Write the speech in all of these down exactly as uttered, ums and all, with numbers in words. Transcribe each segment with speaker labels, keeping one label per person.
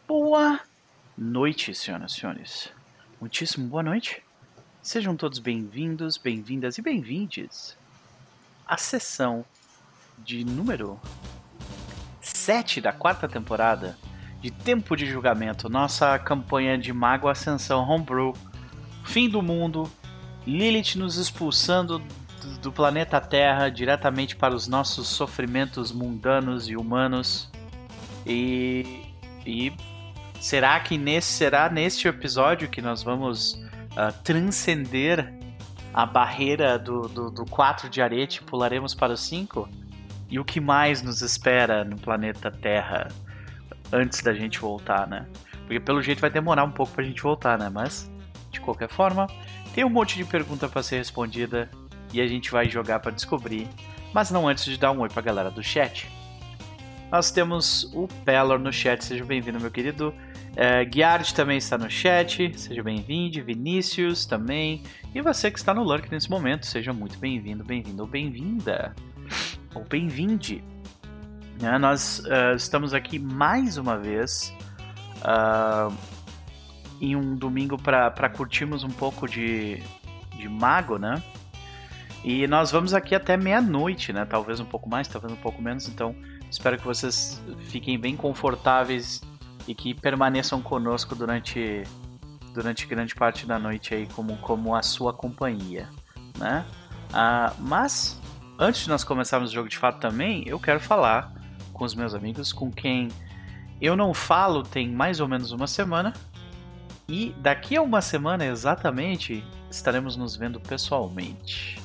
Speaker 1: Boa noite, senhoras e senhores. Muitíssimo boa noite. Sejam todos bem-vindos, bem-vindas e bem-vindes à sessão de número sete da quarta temporada de Tempo de Julgamento, nossa campanha de Mago Ascensão Homebrew, fim do mundo, Lilith nos expulsando do, do planeta Terra diretamente para os nossos sofrimentos mundanos e humanos. E... e será que nesse, será neste episódio que nós vamos uh, transcender a barreira do, do, do quatro de arete e pularemos para o cinco? E o que mais nos espera no planeta Terra antes da gente voltar, né? Porque pelo jeito vai demorar um pouco pra gente voltar, né? Mas, de qualquer forma, tem um monte de pergunta para ser respondida e a gente vai jogar para descobrir. Mas não antes de dar um oi pra galera do chat. Nós temos o Pelor no chat, seja bem-vindo, meu querido. É, Guiard também está no chat, seja bem-vindo. Vinícius também. E você que está no Lurk nesse momento, seja muito bem-vindo, bem-vindo ou bem-vinda. Ou bem-vinde. É, nós uh, estamos aqui mais uma vez uh, em um domingo para curtirmos um pouco de, de mago, né? E nós vamos aqui até meia-noite, né? Talvez um pouco mais, talvez um pouco menos, então... Espero que vocês fiquem bem confortáveis e que permaneçam conosco durante, durante grande parte da noite aí como, como a sua companhia, né? Ah, mas, antes de nós começarmos o jogo de fato também, eu quero falar com os meus amigos, com quem eu não falo tem mais ou menos uma semana. E daqui a uma semana exatamente, estaremos nos vendo pessoalmente.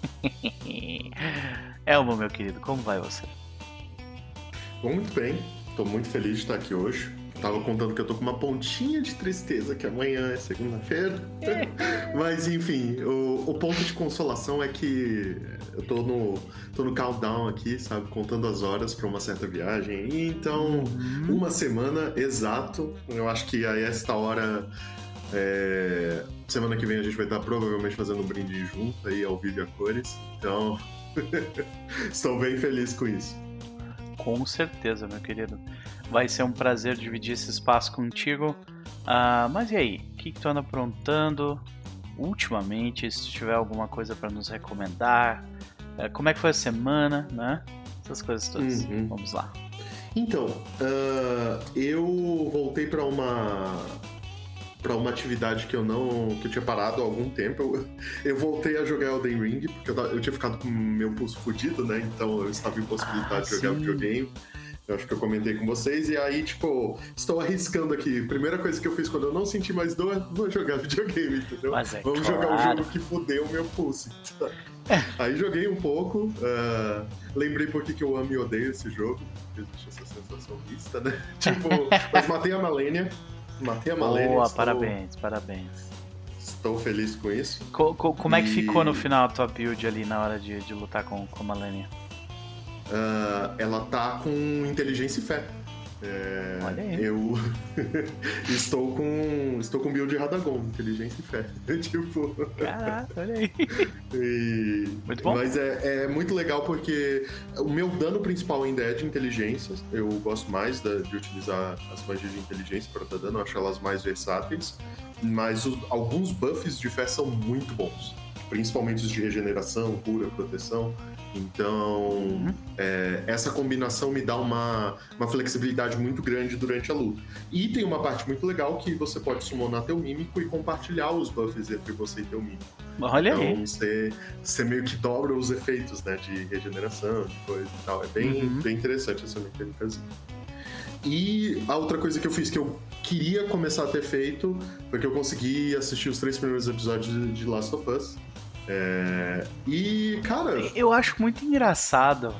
Speaker 1: Elmo, meu querido, como vai você?
Speaker 2: Bom, muito bem, tô muito feliz de estar aqui hoje. Tava contando que eu tô com uma pontinha de tristeza, que amanhã é segunda-feira. Mas enfim, o, o ponto de consolação é que eu tô no, tô no countdown aqui, sabe? Contando as horas pra uma certa viagem. Então, uhum. uma semana exato. Eu acho que a esta hora... É, semana que vem a gente vai estar provavelmente fazendo um brinde junto aí, ao vivo e a cores. Então, estou bem feliz com isso.
Speaker 1: Com certeza, meu querido. Vai ser um prazer dividir esse espaço contigo. Uh, mas e aí? O que, que tu anda aprontando ultimamente? Se tiver alguma coisa para nos recomendar. Uh, como é que foi a semana, né? Essas coisas todas. Uhum. Vamos lá.
Speaker 2: Então, uh, eu voltei para uma... para uma atividade que eu não... que eu tinha parado há algum tempo. Eu, eu voltei a jogar Elden Ring, porque eu, eu tinha ficado com o meu pulso fudido, né? Então eu estava impossibilitado ah, de jogar videogame. Eu acho que eu comentei com vocês. E aí, tipo, estou arriscando aqui. Primeira coisa que eu fiz quando eu não senti mais dor, vou jogar videogame, entendeu?
Speaker 1: Mas é
Speaker 2: Vamos
Speaker 1: claro.
Speaker 2: jogar um jogo que fudeu o meu pulso. Então, aí joguei um pouco. Uh, lembrei por que eu amo e odeio esse jogo. Porque existe essa sensação vista, né? Tipo, mas matei a Malenia. Matei a Malenia.
Speaker 1: Boa,
Speaker 2: estou...
Speaker 1: parabéns, parabéns.
Speaker 2: Estou feliz com isso.
Speaker 1: Co- co- como e... é que ficou no final a tua build ali na hora de, de lutar com, com a Malenia?
Speaker 2: Uh, ela tá com inteligência e fé. É,
Speaker 1: Olha aí.
Speaker 2: Eu estou com estou com build Radagon, inteligência e fé. Tipo...
Speaker 1: Caraca, olha aí.
Speaker 2: E...
Speaker 1: Muito bom.
Speaker 2: Mas é, é muito legal porque o meu dano principal ainda é de inteligência. Eu gosto mais da, de utilizar as magias de inteligência para dar dano, eu acho elas mais versáteis. Mas os, alguns buffs de fé são muito bons, principalmente os de regeneração, cura, proteção. Então, uhum. é, essa combinação me dá uma, uma flexibilidade muito grande durante a luta. E tem uma parte muito legal que você pode summonar teu mímico e compartilhar os buffs entre você e teu mímico.
Speaker 1: Olha
Speaker 2: então,
Speaker 1: aí.
Speaker 2: Você, você meio que dobra os efeitos, né, de regeneração, de coisa e tal. É bem, uhum. bem interessante essa mecânicazinha. E a outra coisa que eu fiz que eu queria começar a ter feito foi que eu consegui assistir os três primeiros episódios de Last of Us. É... E, cara...
Speaker 1: Eu acho muito engraçado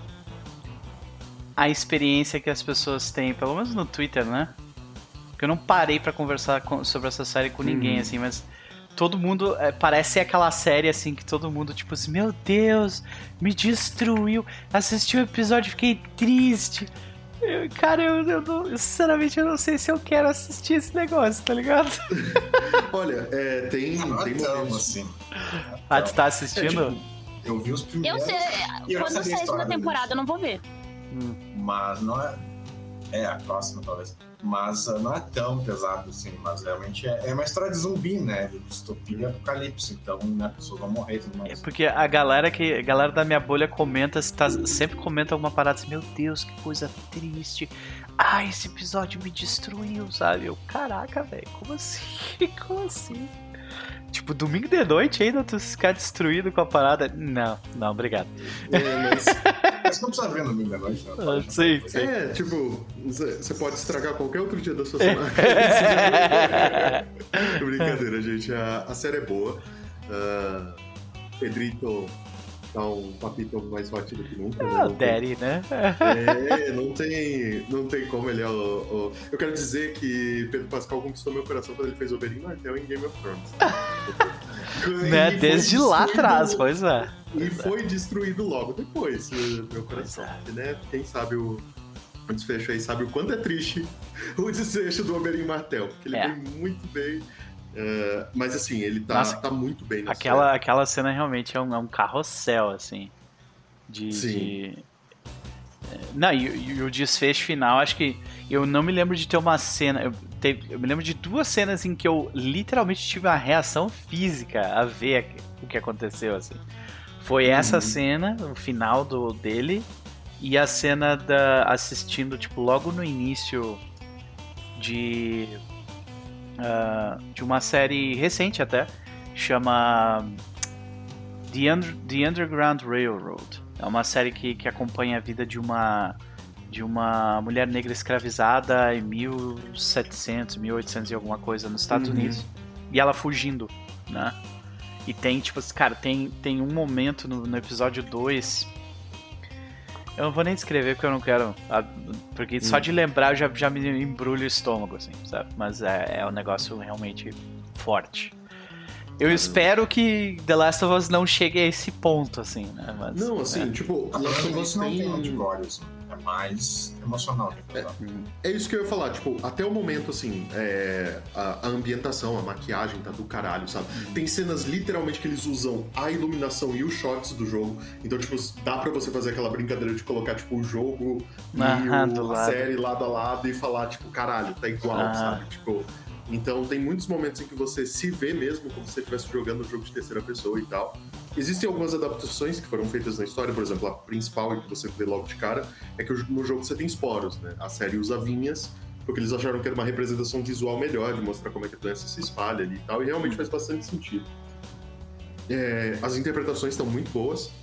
Speaker 1: a experiência que as pessoas têm, pelo menos no Twitter, né? Porque eu não parei pra conversar com, sobre essa série com ninguém, hum. assim, mas todo mundo... É, parece aquela série, assim, que todo mundo, tipo assim, meu Deus, me destruiu. Assisti o episódio e fiquei triste. Eu, cara, eu, eu, não, eu sinceramente eu não sei se eu quero assistir esse negócio, tá ligado?
Speaker 2: Olha, é, tem...
Speaker 3: Ah,
Speaker 2: tem
Speaker 3: não,
Speaker 2: momentos...
Speaker 3: assim.
Speaker 1: Ah, tu tá assistindo?
Speaker 3: É, tipo, eu vi os primeiros...
Speaker 4: Eu sei,
Speaker 3: eu
Speaker 4: quando sair a segunda
Speaker 3: deles.
Speaker 4: temporada eu não vou ver.
Speaker 3: Hum. Mas não é... É, a próxima, talvez. Mas uh, não é tão pesado assim, mas realmente é, é uma história de zumbi, né? De distopia e apocalipse. Então, né, as pessoas vão morrer e tudo mais.
Speaker 1: É porque a galera que a galera da minha bolha comenta, tá, sempre comenta alguma parada assim, meu Deus, que coisa triste. Ah, esse episódio me destruiu, sabe? Eu, caraca, velho, como assim? Como assim? Tipo, domingo de noite ainda tu ficar destruído com a parada? Não, não, obrigado.
Speaker 2: É, mas...
Speaker 3: Mas não precisa ver no domingo da noite, não.
Speaker 1: Ah, sim, sim.
Speaker 2: É, tipo, você pode estragar qualquer outro dia da sua semana. Brincadeira, gente. A, a série é boa. Uh, Pedrito tá um papito mais hot do que nunca.
Speaker 1: Ah, o Daddy, né?
Speaker 2: É, não tem, não tem como ele é o, o... Eu quero dizer que Pedro Pascal conquistou meu coração quando ele fez Oberyn Martell em Game of Thrones.
Speaker 1: Né? Desde lá atrás, pois é.
Speaker 2: E foi destruído logo depois, meu coração. É. Né? Quem sabe o, o desfecho aí sabe o quanto é triste o desfecho do Oberyn Martell, porque ele é. vem muito bem. Uh, mas assim, ele tá, Nossa, tá muito bem nessa
Speaker 1: aquela,
Speaker 2: série.
Speaker 1: aquela cena realmente é um, é um carrossel, assim. De.
Speaker 2: Sim.
Speaker 1: de... Não, e, e o desfecho final, acho que. Eu não me lembro de ter uma cena. Eu, teve, eu me lembro de duas cenas em que eu literalmente tive uma reação física a ver o que aconteceu, assim. Foi essa uhum. cena, o final do, dele, e a cena da assistindo, tipo, logo no início de. Uh, de uma série recente até, chama The, Under, The Underground Railroad. É uma série que, que acompanha a vida de uma de uma mulher negra escravizada em mil e setecentos, mil e oitocentos e alguma coisa nos Estados uhum. Unidos, e ela fugindo, né? E tem, tipo, cara, tem, tem um momento no, no episódio dois. Eu não vou nem descrever porque eu não quero. Porque só de lembrar eu já, já me embrulho o estômago, assim, sabe? Mas é, é um negócio realmente forte. Eu espero que The Last of Us não chegue a esse ponto, assim, né? Mas,
Speaker 2: não, assim,
Speaker 1: é.
Speaker 2: tipo,
Speaker 3: The Last of Us não tem muito gore, assim. É mais emocional.
Speaker 2: É, é isso que eu ia falar, tipo, até o momento, assim, é, a, a ambientação, a maquiagem tá do caralho, sabe? Tem cenas literalmente que eles usam a iluminação e os shots do jogo, então, tipo, dá pra você fazer aquela brincadeira de colocar, tipo, o jogo ah, e o, a lado. série lado a lado e falar, tipo, caralho, tá igual, ah. sabe? Tipo, então tem muitos momentos em que você se vê mesmo como se você estivesse jogando um jogo de terceira pessoa e tal. Existem algumas adaptações que foram feitas na história, por exemplo, a principal e que você vê logo de cara é que no jogo você tem esporos, né? A série usa vinhas, porque eles acharam que era uma representação visual melhor de mostrar como é que a doença se espalha ali e tal, e realmente faz bastante sentido. É, as interpretações estão muito boas.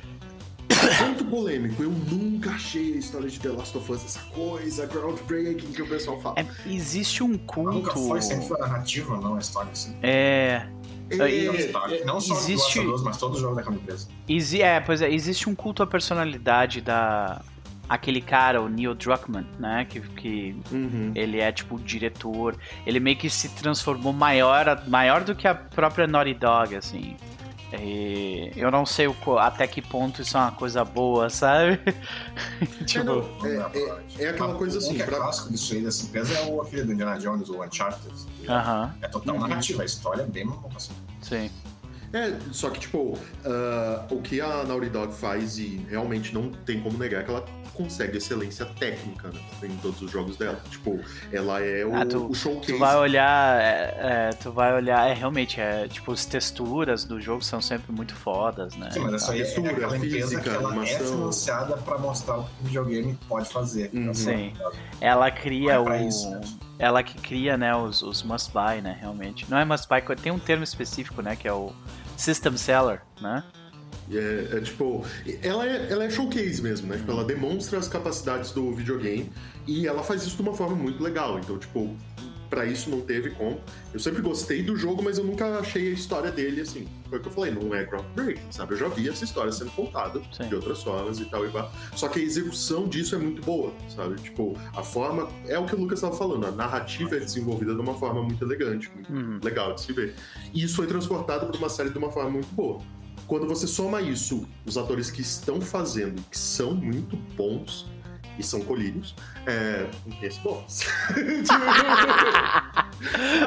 Speaker 2: Ponto polêmico, eu nunca achei a história de The Last of Us essa coisa groundbreaking que o pessoal fala.
Speaker 1: É, existe um culto...
Speaker 3: Nunca foi, sempre foi narrativa, não a história assim.
Speaker 1: É...
Speaker 2: É,
Speaker 3: é, não só
Speaker 1: existe...
Speaker 3: The Last of Us, mas todo jogo daquela empresa.
Speaker 1: Exi... É, pois é, existe um culto à personalidade da... Aquele cara, o Neil Druckmann, né, que, que
Speaker 2: uhum.
Speaker 1: ele é tipo o diretor, ele meio que se transformou maior, maior do que a própria Naughty Dog, assim. E eu não sei o, até que ponto isso é uma coisa boa, sabe?
Speaker 2: tipo, é, é, é aquela coisa assim.
Speaker 3: O que é
Speaker 2: pra...
Speaker 3: clássico disso aí, dessa empresa, é o aquele do Indiana Jones, o Uncharted.
Speaker 1: Uh-huh.
Speaker 3: É total
Speaker 1: uhum.
Speaker 3: narrativa, a história é bem uma assim.
Speaker 1: Sim.
Speaker 2: É, só que, tipo, uh, o que a Naughty Dog faz, e realmente não tem como negar, é que ela consegue excelência técnica, né, em todos os jogos dela. Tipo, ela é o,
Speaker 1: ah, tu,
Speaker 2: o showcase.
Speaker 1: Tu vai olhar, é, é, tu vai olhar, é realmente, é, tipo, as texturas do jogo são sempre muito fodas, né?
Speaker 3: Sim, mas essa aí é
Speaker 2: textura,
Speaker 3: aquela
Speaker 2: física,
Speaker 3: que ela
Speaker 2: animação.
Speaker 3: é financiada pra mostrar o que o videogame pode fazer.
Speaker 2: Uhum.
Speaker 1: Sim. Ela cria o...
Speaker 3: Isso, né?
Speaker 1: Ela que cria, né, os, os must-buy, né, realmente. Não é must-buy, tem um termo específico, né, que é o System Seller, né?
Speaker 2: É, é tipo, ela é, ela é showcase mesmo, né? Tipo, ela demonstra as capacidades do videogame e ela faz isso de uma forma muito legal. Então, tipo, pra isso não teve como. Eu sempre gostei do jogo, mas eu nunca achei a história dele assim. Foi o que eu falei, não é groundbreaking, sabe? Eu já vi essa história sendo contada Sim. de outras formas e tal e tal. Só que a execução disso é muito boa, sabe? Tipo, a forma... É o que o Lucas estava falando, a narrativa é desenvolvida de uma forma muito elegante, muito uhum. legal de se ver. E isso foi transportado por uma série de uma forma muito boa. Quando você soma isso, os atores que estão fazendo, que são muito bons, e são colírios, é... Esse bons.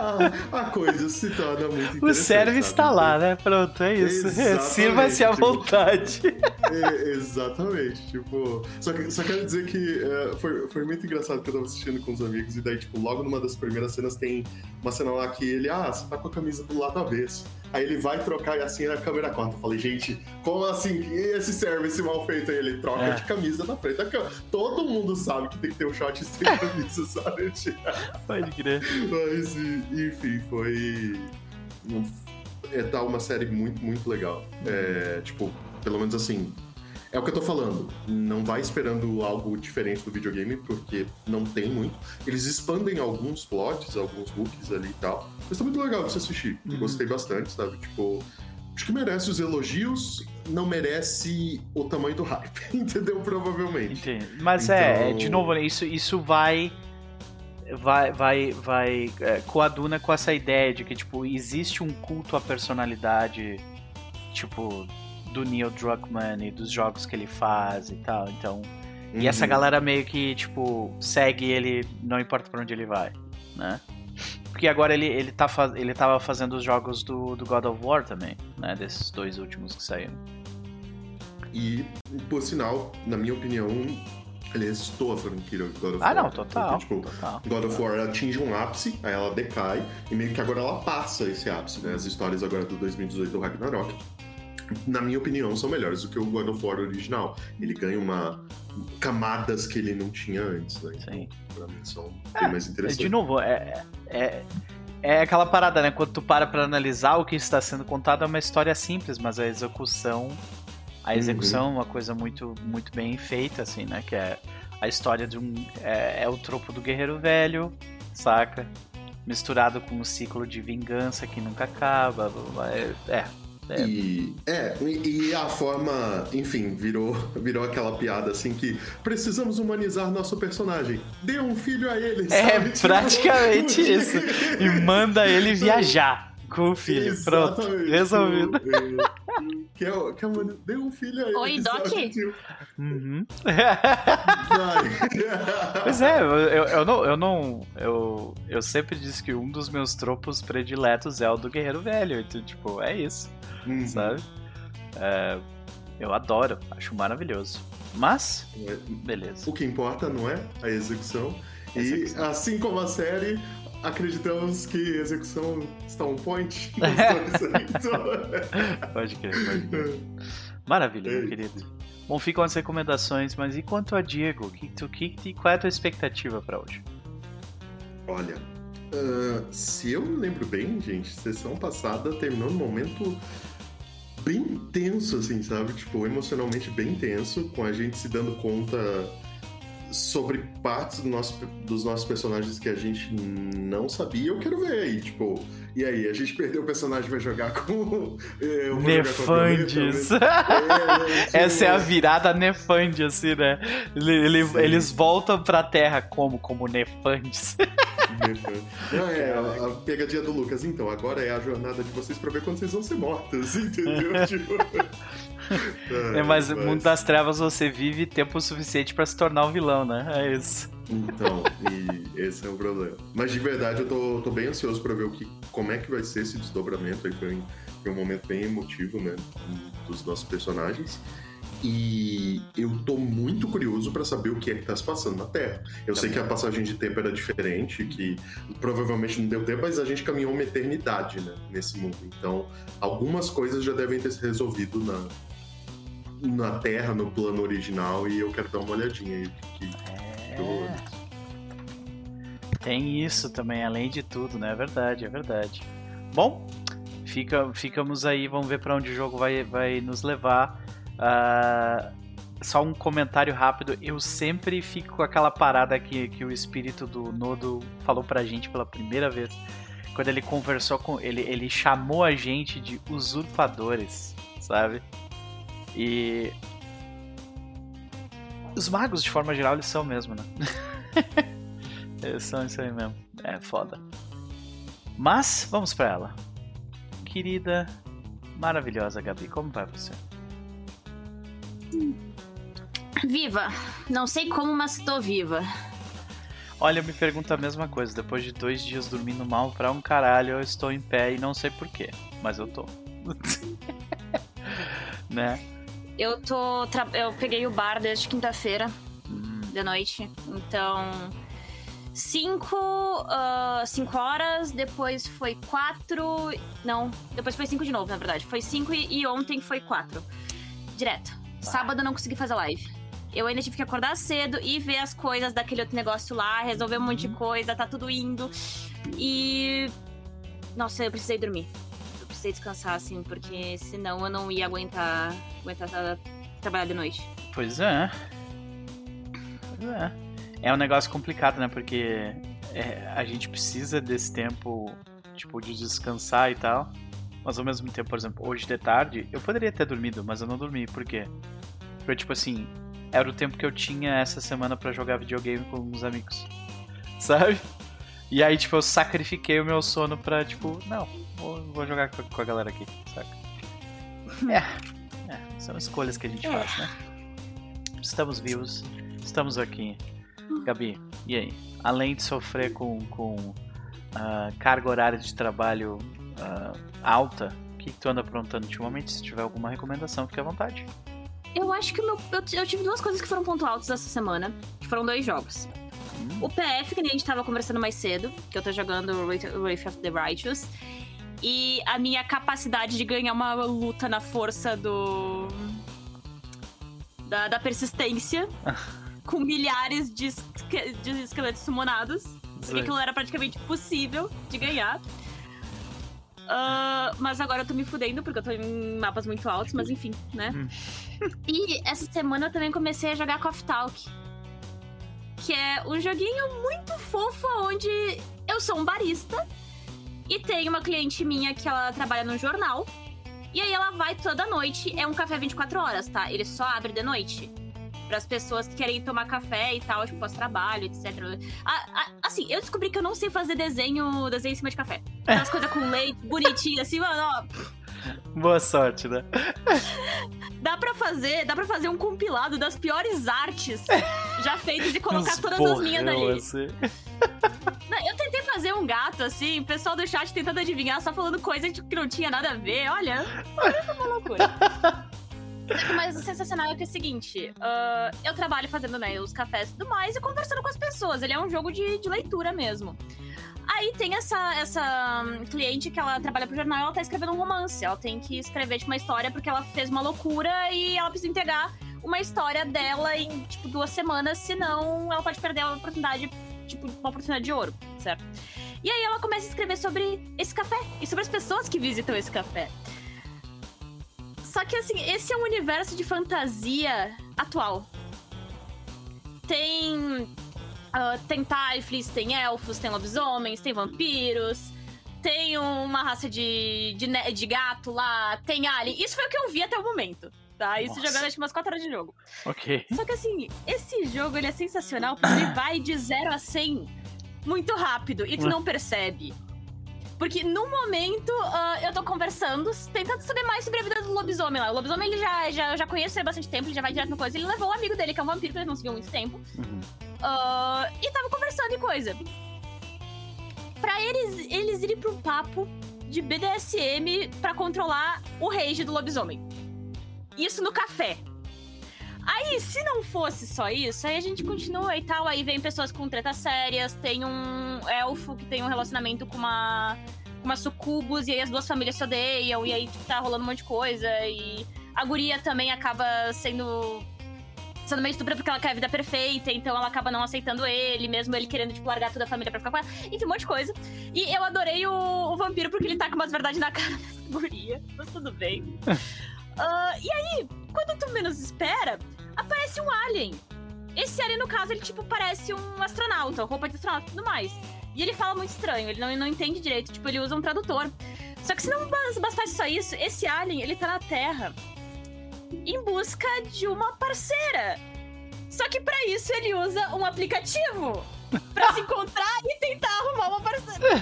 Speaker 2: a, a coisa se torna muito interessante.
Speaker 1: O service está lá, né? Pronto, é isso. Sirva-se à
Speaker 2: tipo,
Speaker 1: vontade.
Speaker 2: É, exatamente, tipo... Só, que, só quero dizer que uh, foi, foi muito engraçado que eu tava assistindo com os amigos e daí, tipo, logo numa das primeiras cenas tem uma cena lá que ele, ah, você tá com a camisa do lado avesso. Aí ele vai trocar e assim a câmera corta. Eu falei, gente, como assim? Esse service mal feito? Aí ele troca
Speaker 1: é.
Speaker 2: de camisa na frente da câmera. Todo mundo sabe que tem que ter um shot sem camisa, sabe?
Speaker 1: Pode crer.
Speaker 2: Mas, enfim, foi... É, tá uma série muito, muito legal. É, tipo, pelo menos assim... É o que eu tô falando. Não vai esperando algo diferente do videogame, porque não tem muito. Eles expandem alguns plots, alguns hooks ali e tal. Mas tá muito legal de se assistir. Eu gostei bastante, sabe? Tipo, acho que merece os elogios, não merece o tamanho do hype, entendeu? Provavelmente.
Speaker 1: Entendi. Mas
Speaker 2: então...
Speaker 1: é, de novo, isso, isso vai... Vai, vai, vai é, coaduna com essa ideia de que, tipo, existe um culto à personalidade, tipo... do Neil Druckmann e dos jogos que ele faz e tal, então... Uhum. E essa galera meio que, tipo, segue ele, não importa pra onde ele vai, né? Porque agora ele, ele, tá faz... ele tava fazendo os jogos do, do God of War também, né? Desses dois últimos que saíram.
Speaker 2: E, por sinal, na minha opinião, ele ressuscitou a franquia God of War.
Speaker 1: Ah, não, total,
Speaker 2: porque, tipo,
Speaker 1: total.
Speaker 2: God of War atinge um ápice, aí ela decai, e meio que agora ela passa esse ápice, né? As histórias agora do dois mil e dezoito do Ragnarok, na minha opinião, são melhores do que o God of War original. Ele ganha uma camadas que ele não tinha antes, né? Então,
Speaker 1: sim.
Speaker 2: Pra mim, são
Speaker 1: é,
Speaker 2: bem mais interessantes.
Speaker 1: De novo, é, é, é aquela parada, né? Quando tu para pra analisar o que está sendo contado, é uma história simples, mas a execução... A execução uhum. é uma coisa muito, muito bem feita, assim, né? Que é a história de um... É, é o tropo do guerreiro velho, saca? Misturado com um ciclo de vingança que nunca acaba. É... é.
Speaker 2: É. E, é, e a forma, enfim, virou, virou aquela piada assim que precisamos humanizar nosso personagem. Dê um filho a ele, sabe?
Speaker 1: É, praticamente tipo, isso. E manda ele viajar com o filho. Exatamente. Pronto, resolvido.
Speaker 2: Que é, que é uma, dê um filho a ele.
Speaker 4: Oi, Doc?
Speaker 2: Tipo...
Speaker 1: Uhum. Pois é, eu, eu não. Eu, não eu, eu sempre disse que um dos meus tropos prediletos é o do guerreiro velho. Então, tipo, é isso. Uhum. Sabe? É, eu adoro, acho maravilhoso. Mas, beleza.
Speaker 2: O que importa não é a execução. E execução. Assim como a série, acreditamos que a execução está on point.
Speaker 1: Pode crer, pode crer. Maravilha, meu querido. Bom, ficam as recomendações, mas e quanto a Diego? Que, tu, que, qual é a tua expectativa para hoje?
Speaker 2: Olha, uh, se eu me lembro bem, gente, sessão passada terminou num momento bem tenso, assim, sabe? Tipo, emocionalmente bem tenso, com a gente se dando conta sobre partes do nosso, dos nossos personagens que a gente não sabia. Eu quero ver aí, tipo... E aí, a gente perdeu o personagem, vai jogar com... Eu vou
Speaker 1: Nefandes.
Speaker 2: Jogar com a é,
Speaker 1: Essa é a virada Nefandes, assim, né? Ele, ele, eles voltam pra Terra como? Como Nefandes.
Speaker 2: Não, é a, a pegadinha do Lucas. Então, agora é a jornada de vocês pra ver quando vocês vão ser mortos, entendeu? Tipo...
Speaker 1: É, mas no mundo das trevas você vive tempo suficiente pra se tornar um vilão, né? É isso.
Speaker 2: Então, e esse é o problema. Mas de verdade eu tô, tô bem ansioso pra ver o que, como é que vai ser esse desdobramento. Aí foi, foi um momento bem emotivo, né? Dos nossos personagens. E eu tô muito curioso pra saber o que é que tá se passando na Terra. Eu sei que a passagem de tempo era diferente, que provavelmente não deu tempo, mas a gente caminhou uma eternidade, né, nesse mundo. Então, algumas coisas já devem ter se resolvido na, na Terra, no plano original, e eu quero dar uma olhadinha aí. Que,
Speaker 1: é...
Speaker 2: eu...
Speaker 1: Tem isso também, além de tudo, né? É verdade, é verdade. Bom, fica, ficamos aí, vamos ver pra onde o jogo vai, vai nos levar. Uh, só um comentário rápido. Eu sempre fico com aquela parada que, que o espírito do Nodo falou pra gente pela primeira vez, quando ele conversou com ele, ele chamou a gente de usurpadores, sabe? E os magos de forma geral eles são mesmo, né? Eles são isso aí mesmo. É foda. Mas vamos pra ela, querida, maravilhosa Gabi, como vai você?
Speaker 4: Viva. Não sei como, mas tô viva.
Speaker 1: Olha, eu me pergunto a mesma coisa. Depois de dois dias dormindo mal pra um caralho, eu estou em pé e não sei porquê. Mas eu tô. Né?
Speaker 4: Eu tô. Tra... Eu peguei o bar desde quinta-feira
Speaker 1: Hum,
Speaker 4: de noite. Então. Cinco, uh, cinco horas, depois foi quatro. Não, depois foi cinco de novo, na verdade. Foi cinco e, e ontem foi quatro. Direto. Sábado eu não consegui fazer live. Eu ainda tive que acordar cedo e ver as coisas daquele outro negócio lá, resolver um monte de coisa, tá tudo indo. E. Nossa, eu precisei dormir. Eu precisei descansar, assim, porque senão eu não ia aguentar, aguentar tra- trabalhar de noite.
Speaker 1: Pois é. Pois é. É um negócio complicado, né? Porque é, a gente precisa desse tempo, tipo, de descansar e tal. Mas ao mesmo tempo, por exemplo, hoje de tarde, eu poderia ter dormido, mas eu não dormi. Por quê? Porque, tipo assim, era o tempo que eu tinha essa semana pra jogar videogame com os amigos. Sabe? E aí, tipo, eu sacrifiquei o meu sono pra, tipo, não, vou, vou jogar com a, com a galera aqui, saca? É, é, são escolhas que a gente
Speaker 4: É.
Speaker 1: faz, né? Estamos vivos, estamos aqui. Gabi, e aí? Além de sofrer com, com ah, carga horária de trabalho ah, alta, o que, que tu anda aprontando ultimamente? Se tiver alguma recomendação, fique à vontade.
Speaker 4: Eu acho que o meu, eu, eu tive duas coisas que foram ponto altos essa semana, que foram dois jogos.
Speaker 1: Hum,
Speaker 4: O P F, que nem a gente tava conversando mais cedo, que eu tô jogando Wraith of the Righteous. E a minha capacidade de ganhar uma luta na força do... Da, da persistência. Com milhares de, esque- de esqueletos sumonados. Porque aquilo era praticamente impossível de ganhar. Ah, mas agora eu tô me fudendo, porque eu tô em mapas muito altos, mas enfim, né?
Speaker 1: Hum.
Speaker 4: E essa semana eu também comecei a jogar Coffee Talk. Que é um joguinho muito fofo, onde eu sou um barista. E tem uma cliente minha que ela trabalha no jornal. E aí ela vai toda noite. É um café vinte e quatro horas, tá? Ele só abre de noite. Para as pessoas que querem tomar café e tal, tipo, pós-trabalho, etcétera. Ah, ah, assim, eu descobri que eu não sei fazer desenho, desenho em cima de café. Aquelas coisas com leite, bonitinho, assim, mano, ó.
Speaker 1: Boa sorte, né?
Speaker 4: Dá pra fazer, dá pra fazer um compilado das piores artes já feitas e colocar
Speaker 1: Uns
Speaker 4: todas as minhas
Speaker 1: borrão,
Speaker 4: ali.
Speaker 1: assim.
Speaker 4: Não, eu tentei fazer um gato, assim, o pessoal do chat tentando adivinhar, só falando coisa que não tinha nada a ver. Olha, foi uma loucura. Mas o sensacional é que é o seguinte, uh, eu trabalho fazendo, né, os cafés e tudo mais e conversando com as pessoas. Ele é um jogo de, de leitura mesmo. Aí tem essa, essa hum, cliente que ela trabalha pro jornal, ela tá escrevendo um romance. Ela tem que escrever, tipo, uma história porque ela fez uma loucura e ela precisa entregar uma história dela em, tipo, duas semanas, senão ela pode perder a oportunidade, tipo, uma oportunidade de ouro, certo? E aí ela começa a escrever sobre esse café e sobre as pessoas que visitam esse café. Só que, assim, esse é um universo de fantasia atual. Tem... Uh, tem Typhlis, tem elfos, tem lobisomens, tem vampiros, tem uma raça de, de, ne- de gato lá, tem alien. Isso foi o que eu vi até o momento, tá? Isso
Speaker 1: Nossa.
Speaker 4: jogando acho que umas quatro horas de jogo.
Speaker 1: Ok.
Speaker 4: Só que, assim, esse jogo ele é sensacional porque ele vai de zero a cem muito rápido e tu não percebe. Porque no momento ah, eu tô conversando, tentando saber mais sobre a vida do lobisomem lá. O lobisomem ele já, já, eu já conheço ele há bastante tempo, ele já vai direto no coisa. Ele levou um amigo dele, que é um vampiro, que eles não se viam há muito tempo.
Speaker 1: Uhum.
Speaker 4: ah, e tava conversando e coisa. Pra eles, eles irem pra um papo de B D S M pra controlar o rage do lobisomem. Isso no café. Aí, se não fosse só isso, aí a gente continua e tal. Aí vem pessoas com tretas sérias. Tem um elfo que tem um relacionamento com uma, com uma sucubus. E aí as duas famílias se odeiam. E aí tipo, tá rolando um monte de coisa. E a guria também acaba sendo... Sendo meio estúpida porque ela quer a vida perfeita. Então ela acaba não aceitando ele. Mesmo ele querendo, tipo, largar toda a família pra ficar com ela. Enfim, um monte de coisa. E eu adorei o, o vampiro porque ele tá com umas verdades na cara dessa guria. Mas tudo bem. Uh, e aí, quando tu menos espera, aparece um alien. Esse alien, no caso, ele tipo parece um astronauta, roupa de astronauta e tudo mais. E ele fala muito estranho, ele não, não entende direito, tipo, ele usa um tradutor. Só que se não bastasse só isso, esse alien, ele tá na Terra em busca de uma parceira. Só que pra isso ele usa um aplicativo pra se encontrar e tentar arrumar uma parceira.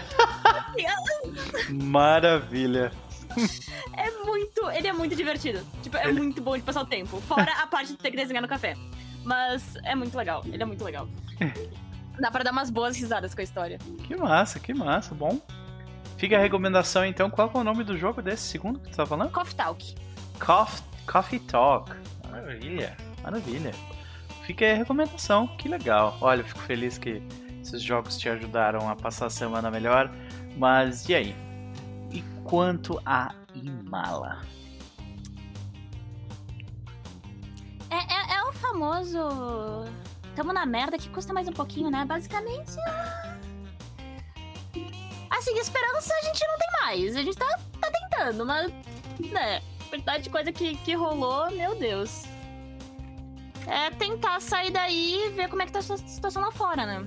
Speaker 1: Maravilha.
Speaker 4: É muito... Ele é muito divertido. Tipo, é
Speaker 1: Ele-
Speaker 4: muito bom de passar o tempo. Fora a parte de ter que desenhar no café. Mas é muito legal. Ele é muito legal. Dá pra dar umas boas risadas com a história.
Speaker 1: Que massa, que massa, bom. Fica a recomendação então, qual é o nome do jogo desse segundo que tu tá falando?
Speaker 4: Coffee Talk.
Speaker 1: Coffee, Coffee Talk. Maravilha, maravilha. Fica aí a recomendação, que legal. Olha, eu fico feliz que esses jogos te ajudaram a passar a semana melhor. Mas e aí? E quanto a Imala?
Speaker 4: É, é, é o famoso... Tamo na merda que custa mais um pouquinho, né? Basicamente... Assim, esperança a gente não tem mais. A gente tá, tá tentando, mas... Né? A quantidade de coisa que, que rolou, meu Deus. É tentar sair daí e ver como é que tá a situação lá fora, né?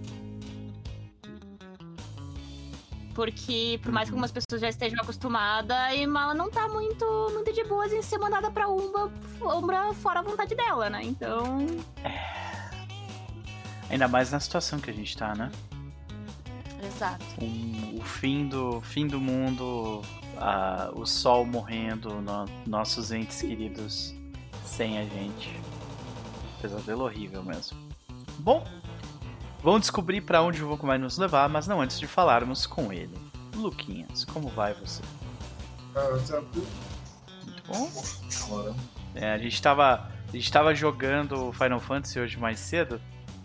Speaker 4: Porque, por mais que algumas pessoas já estejam acostumadas, a Imala não tá muito, muito de boas em ser mandada pra Umbra, Umbra fora a vontade dela, né? Então...
Speaker 1: É... Ainda mais na situação que a gente tá, né?
Speaker 4: Exato.
Speaker 1: O, o fim, do, fim do mundo, a, o sol morrendo, no, nossos entes queridos sem a gente. Pesadelo horrível mesmo. Bom, vamos descobrir pra onde o jogo vai nos levar, mas não antes de falarmos com ele. Luquinhas, como vai você?
Speaker 3: Ah, tranquilo.
Speaker 1: Muito bom.
Speaker 3: Agora.
Speaker 1: É, a gente tava, a gente tava jogando Final Fantasy hoje mais cedo.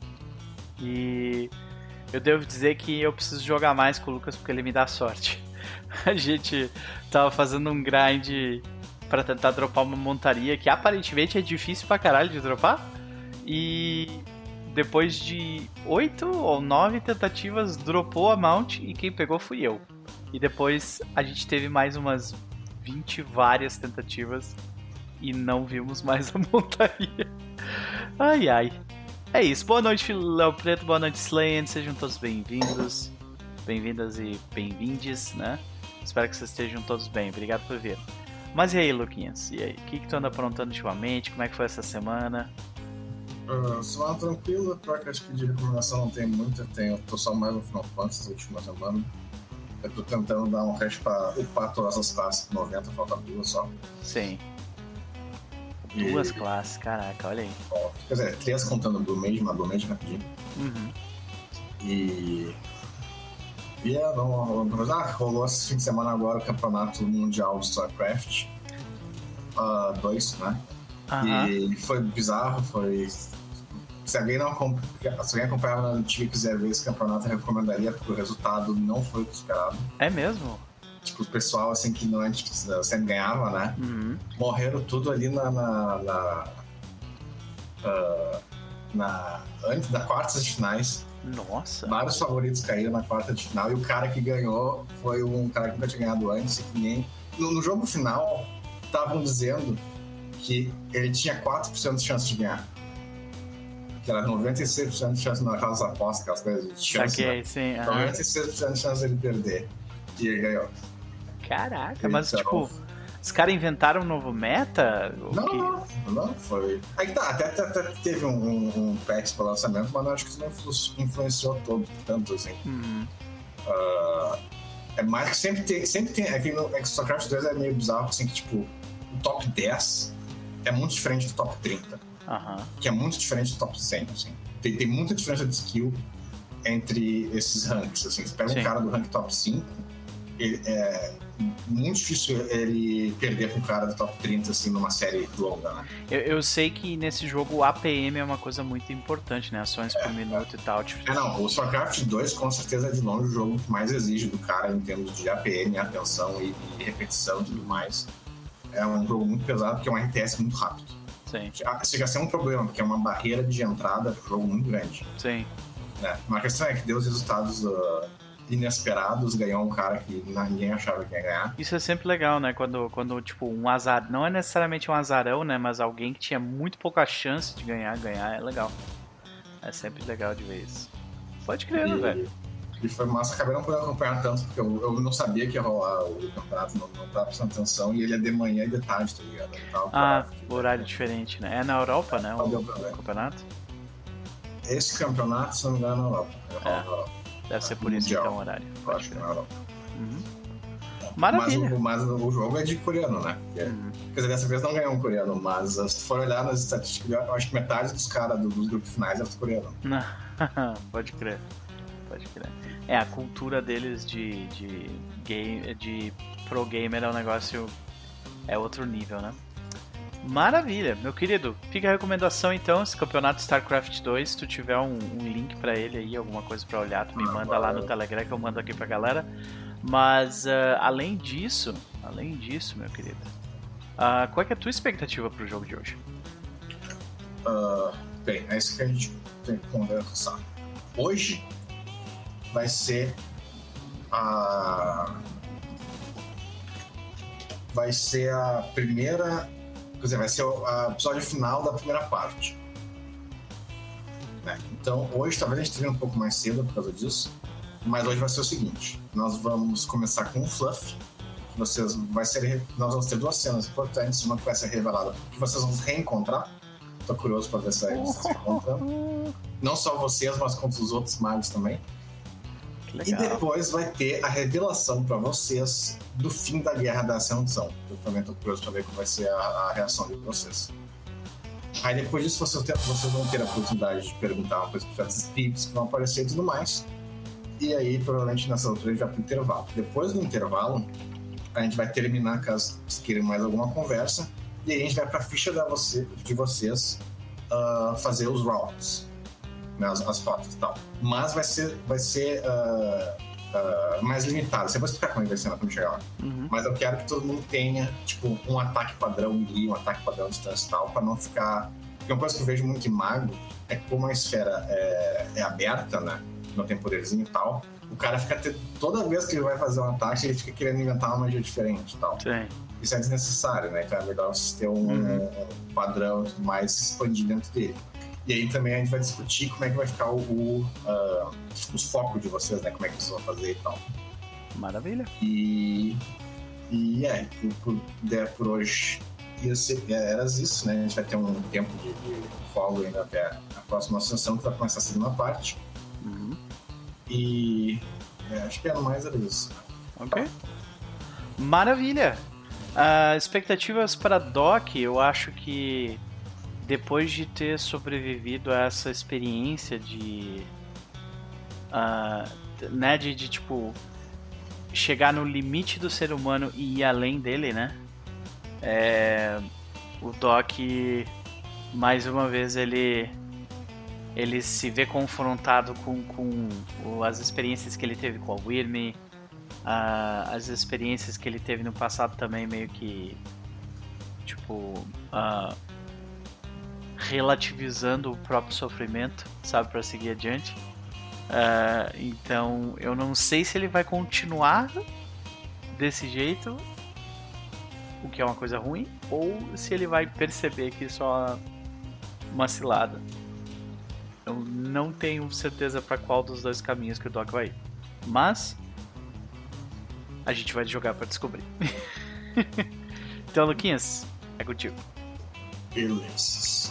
Speaker 1: E eu devo dizer que eu preciso jogar mais com o Lucas porque ele me dá sorte. A gente tava fazendo um grind pra tentar dropar uma montaria que aparentemente é difícil pra caralho de dropar. E depois de oito ou nove tentativas, dropou a mount e quem pegou fui eu. E depois a gente teve mais umas vinte várias tentativas e não vimos mais a montaria. Ai ai. É isso, boa noite Léo Preto, boa noite Slayen, sejam todos bem-vindos, bem-vindas e bem-vindes, né? Espero que vocês estejam todos bem, obrigado por vir. Mas e aí, Luquinhas, e aí, o que, que tu anda aprontando ultimamente, como é que foi essa semana?
Speaker 3: Uh, semana tranquila, pior que acho que de recomendação não tem muita, tenho, tô só mais no Final Fantasy na última semana. Eu tô tentando dar um resto pra upar todas as classes, noventa, falta duas só.
Speaker 1: Sim.
Speaker 3: E...
Speaker 1: Duas classes, caraca, olha aí.
Speaker 3: Ó, quer dizer, três contando Blue Mage, mas Blue Mage rapidinho.
Speaker 1: Uhum.
Speaker 3: E... E é, não, não, ah, rolou esse fim de semana agora o Campeonato Mundial de StarCraft dois, uh, né?
Speaker 1: Uhum.
Speaker 3: E foi bizarro, foi... Se alguém não acompanha, se alguém acompanhava na antiga e quiser ver esse campeonato, eu recomendaria, porque o resultado não foi o que esperado.
Speaker 1: É mesmo?
Speaker 3: Tipo, o pessoal, assim, que não, sempre ganhava, né?
Speaker 1: Uhum.
Speaker 3: Morreram tudo ali na... na, na, uh, na antes da quarta de finais.
Speaker 1: Nossa.
Speaker 3: Vários favoritos caíram na quarta de final e o cara que ganhou foi um cara que nunca tinha ganhado antes. Que nem... no, no jogo final, estavam dizendo que ele tinha quatro por cento de chance de ganhar. Que era noventa e seis por cento de chance naquelas apostas, aquelas coisas de chance.
Speaker 1: Saquei,
Speaker 3: né?
Speaker 1: sim. Uhum.
Speaker 3: noventa e seis por cento de chance de ele perder. E ele ganhou.
Speaker 1: Caraca,
Speaker 3: Então...
Speaker 1: mas tipo, os caras inventaram um novo meta?
Speaker 3: Não,
Speaker 1: que...
Speaker 3: não, não, foi. Aí que tá, até, até, até teve um, um, um patch pro lançamento, mas não acho que isso não influenciou todo, tanto assim.
Speaker 1: Uhum.
Speaker 3: Uh, é mais que sempre tem. Sempre tem aqui no StarCraft dois é meio bizarro, assim, que tipo, o top dez é muito diferente do top trinta.
Speaker 1: Uhum.
Speaker 3: Que é muito diferente do top cem, assim. Tem, tem muita diferença de skill entre esses ranks, assim. Você pega Sim. um cara do rank top cinco, ele, é muito difícil ele perder com um cara do top trinta, assim, numa série longa, né?
Speaker 1: Eu, eu sei que nesse jogo o A P M é uma coisa muito importante, né? Ações é, por minuto é. e tal. Tipo...
Speaker 3: É, não, o StarCraft dois com certeza é de longe o jogo que mais exige do cara em termos de A P M, atenção e, e repetição e tudo mais. É um jogo muito pesado, porque é um R T S muito rápido.
Speaker 1: Sim.
Speaker 3: Chega a ser um problema, porque é uma barreira de entrada pro jogo muito grande.
Speaker 1: Sim.
Speaker 3: Né? Mas a questão é que deu os resultados uh, inesperados, ganhou um cara que ninguém achava que ia ganhar.
Speaker 1: Isso é sempre legal, né? Quando, quando tipo, um azar... Não é necessariamente um azarão, né? Mas alguém que tinha muito pouca chance de ganhar, ganhar, é legal. É sempre legal de ver isso. Pode crer, né, velho?
Speaker 3: E foi massa, acabei não podendo acompanhar tanto, porque eu, eu não sabia que ia rolar o campeonato, não, não tava prestando atenção, e ele é de manhã e de tarde, tá ligado? Tava
Speaker 1: ah, o horário diferente, né? É na Europa, né? O, o campeonato?
Speaker 3: Esse campeonato, se não me engano, é na Europa.
Speaker 1: É. Na Europa. Deve ser por isso que então o horário.
Speaker 3: Eu acho que é na Europa.
Speaker 1: Uhum. Maravilha.
Speaker 3: Mas o, mas o jogo é de coreano, né? Uhum. Quer dizer, dessa vez não ganhou um coreano, mas se tu for olhar nas estatísticas, eu acho que metade dos caras do, dos grupos finais é coreano.
Speaker 1: Pode crer. Pode crer. É, a cultura deles de, de, game, de pro gamer é um negócio... É outro nível, né? Maravilha, meu querido. Fica a recomendação então, esse campeonato StarCraft dois, se tu tiver um, um link pra ele aí, alguma coisa pra olhar, tu me manda lá no Telegram que eu mando aqui pra galera. Mas, uh, além disso, além disso, meu querido, uh, qual é, que é a tua expectativa pro jogo de hoje?
Speaker 3: Uh, bem, é isso que a gente tem que conversar. Hoje vai ser a... Vai ser a primeira... Quer dizer, vai ser o episódio final da primeira parte. Né? Então, hoje talvez a gente treine um pouco mais cedo por causa disso. Mas hoje vai ser o seguinte: nós vamos começar com um fluff. Que vocês, vai ser, nós vamos ter duas cenas importantes. Uma que vai ser revelada, que vocês vão reencontrar. Tô curioso para ver se vocês se encontram. Não só vocês, mas com os outros magos também. E depois vai ter a revelação para vocês do fim da Guerra da Ascensão. Eu também tô curioso para ver como vai ser a, a reação de vocês. Aí depois disso vocês, ter, vocês vão ter a oportunidade de perguntar uma coisa para os espíritos que vão aparecer e tudo mais. E aí provavelmente nessa altura a gente vai pro intervalo. Depois do intervalo, a gente vai terminar caso vocês queiram mais alguma conversa. E aí a gente vai para a ficha da você, de vocês uh, fazer os routes. Né, as, as rotas e tal. Mas vai ser, vai ser uh, uh, mais limitado. Você vai explicar como vai ser quando chegar lá. Uhum. Mas eu quero que todo mundo tenha tipo, um ataque padrão melee, um ataque padrão distância e tal, pra não ficar... Porque uma coisa que eu vejo muito em mago é que como a esfera é, é aberta, né? Não tem poderzinho e tal, o cara fica... Te... Toda vez que ele vai fazer um ataque, ele fica querendo inventar uma magia diferente e tal. Sim. Isso é desnecessário, né? Então é melhor você ter um, uhum. um padrão e tudo mais se expandir dentro dele. E aí também a gente vai discutir como é que vai ficar o, o uh, os focos de vocês, né? Como é que vocês vão fazer e tal.
Speaker 1: Maravilha.
Speaker 3: E, e é, por, por, é, por hoje ia ser, era isso, né? A gente vai ter um tempo de, de folga ainda até a próxima sessão, que vai começar a segunda parte. Uhum. E é, acho que é no mais era isso.
Speaker 1: Ok. Maravilha. Uh, expectativas para Doc, eu acho que depois de ter sobrevivido a essa experiência de, uh, né, de, de tipo chegar no limite do ser humano e ir além dele, né? É, o Doc, mais uma vez, ele ele se vê confrontado com, com as experiências que ele teve com a Wyrm, uh, as experiências que ele teve no passado também, meio que tipo uh, relativizando o próprio sofrimento, sabe, para seguir adiante. Uh, então eu não sei se ele vai continuar desse jeito, o que é uma coisa ruim, ou se ele vai perceber que só uma cilada. Eu não tenho certeza para qual dos dois caminhos que o Doc vai ir, mas a gente vai jogar para descobrir. Então, Luquinhas, é contigo.
Speaker 3: Beleza.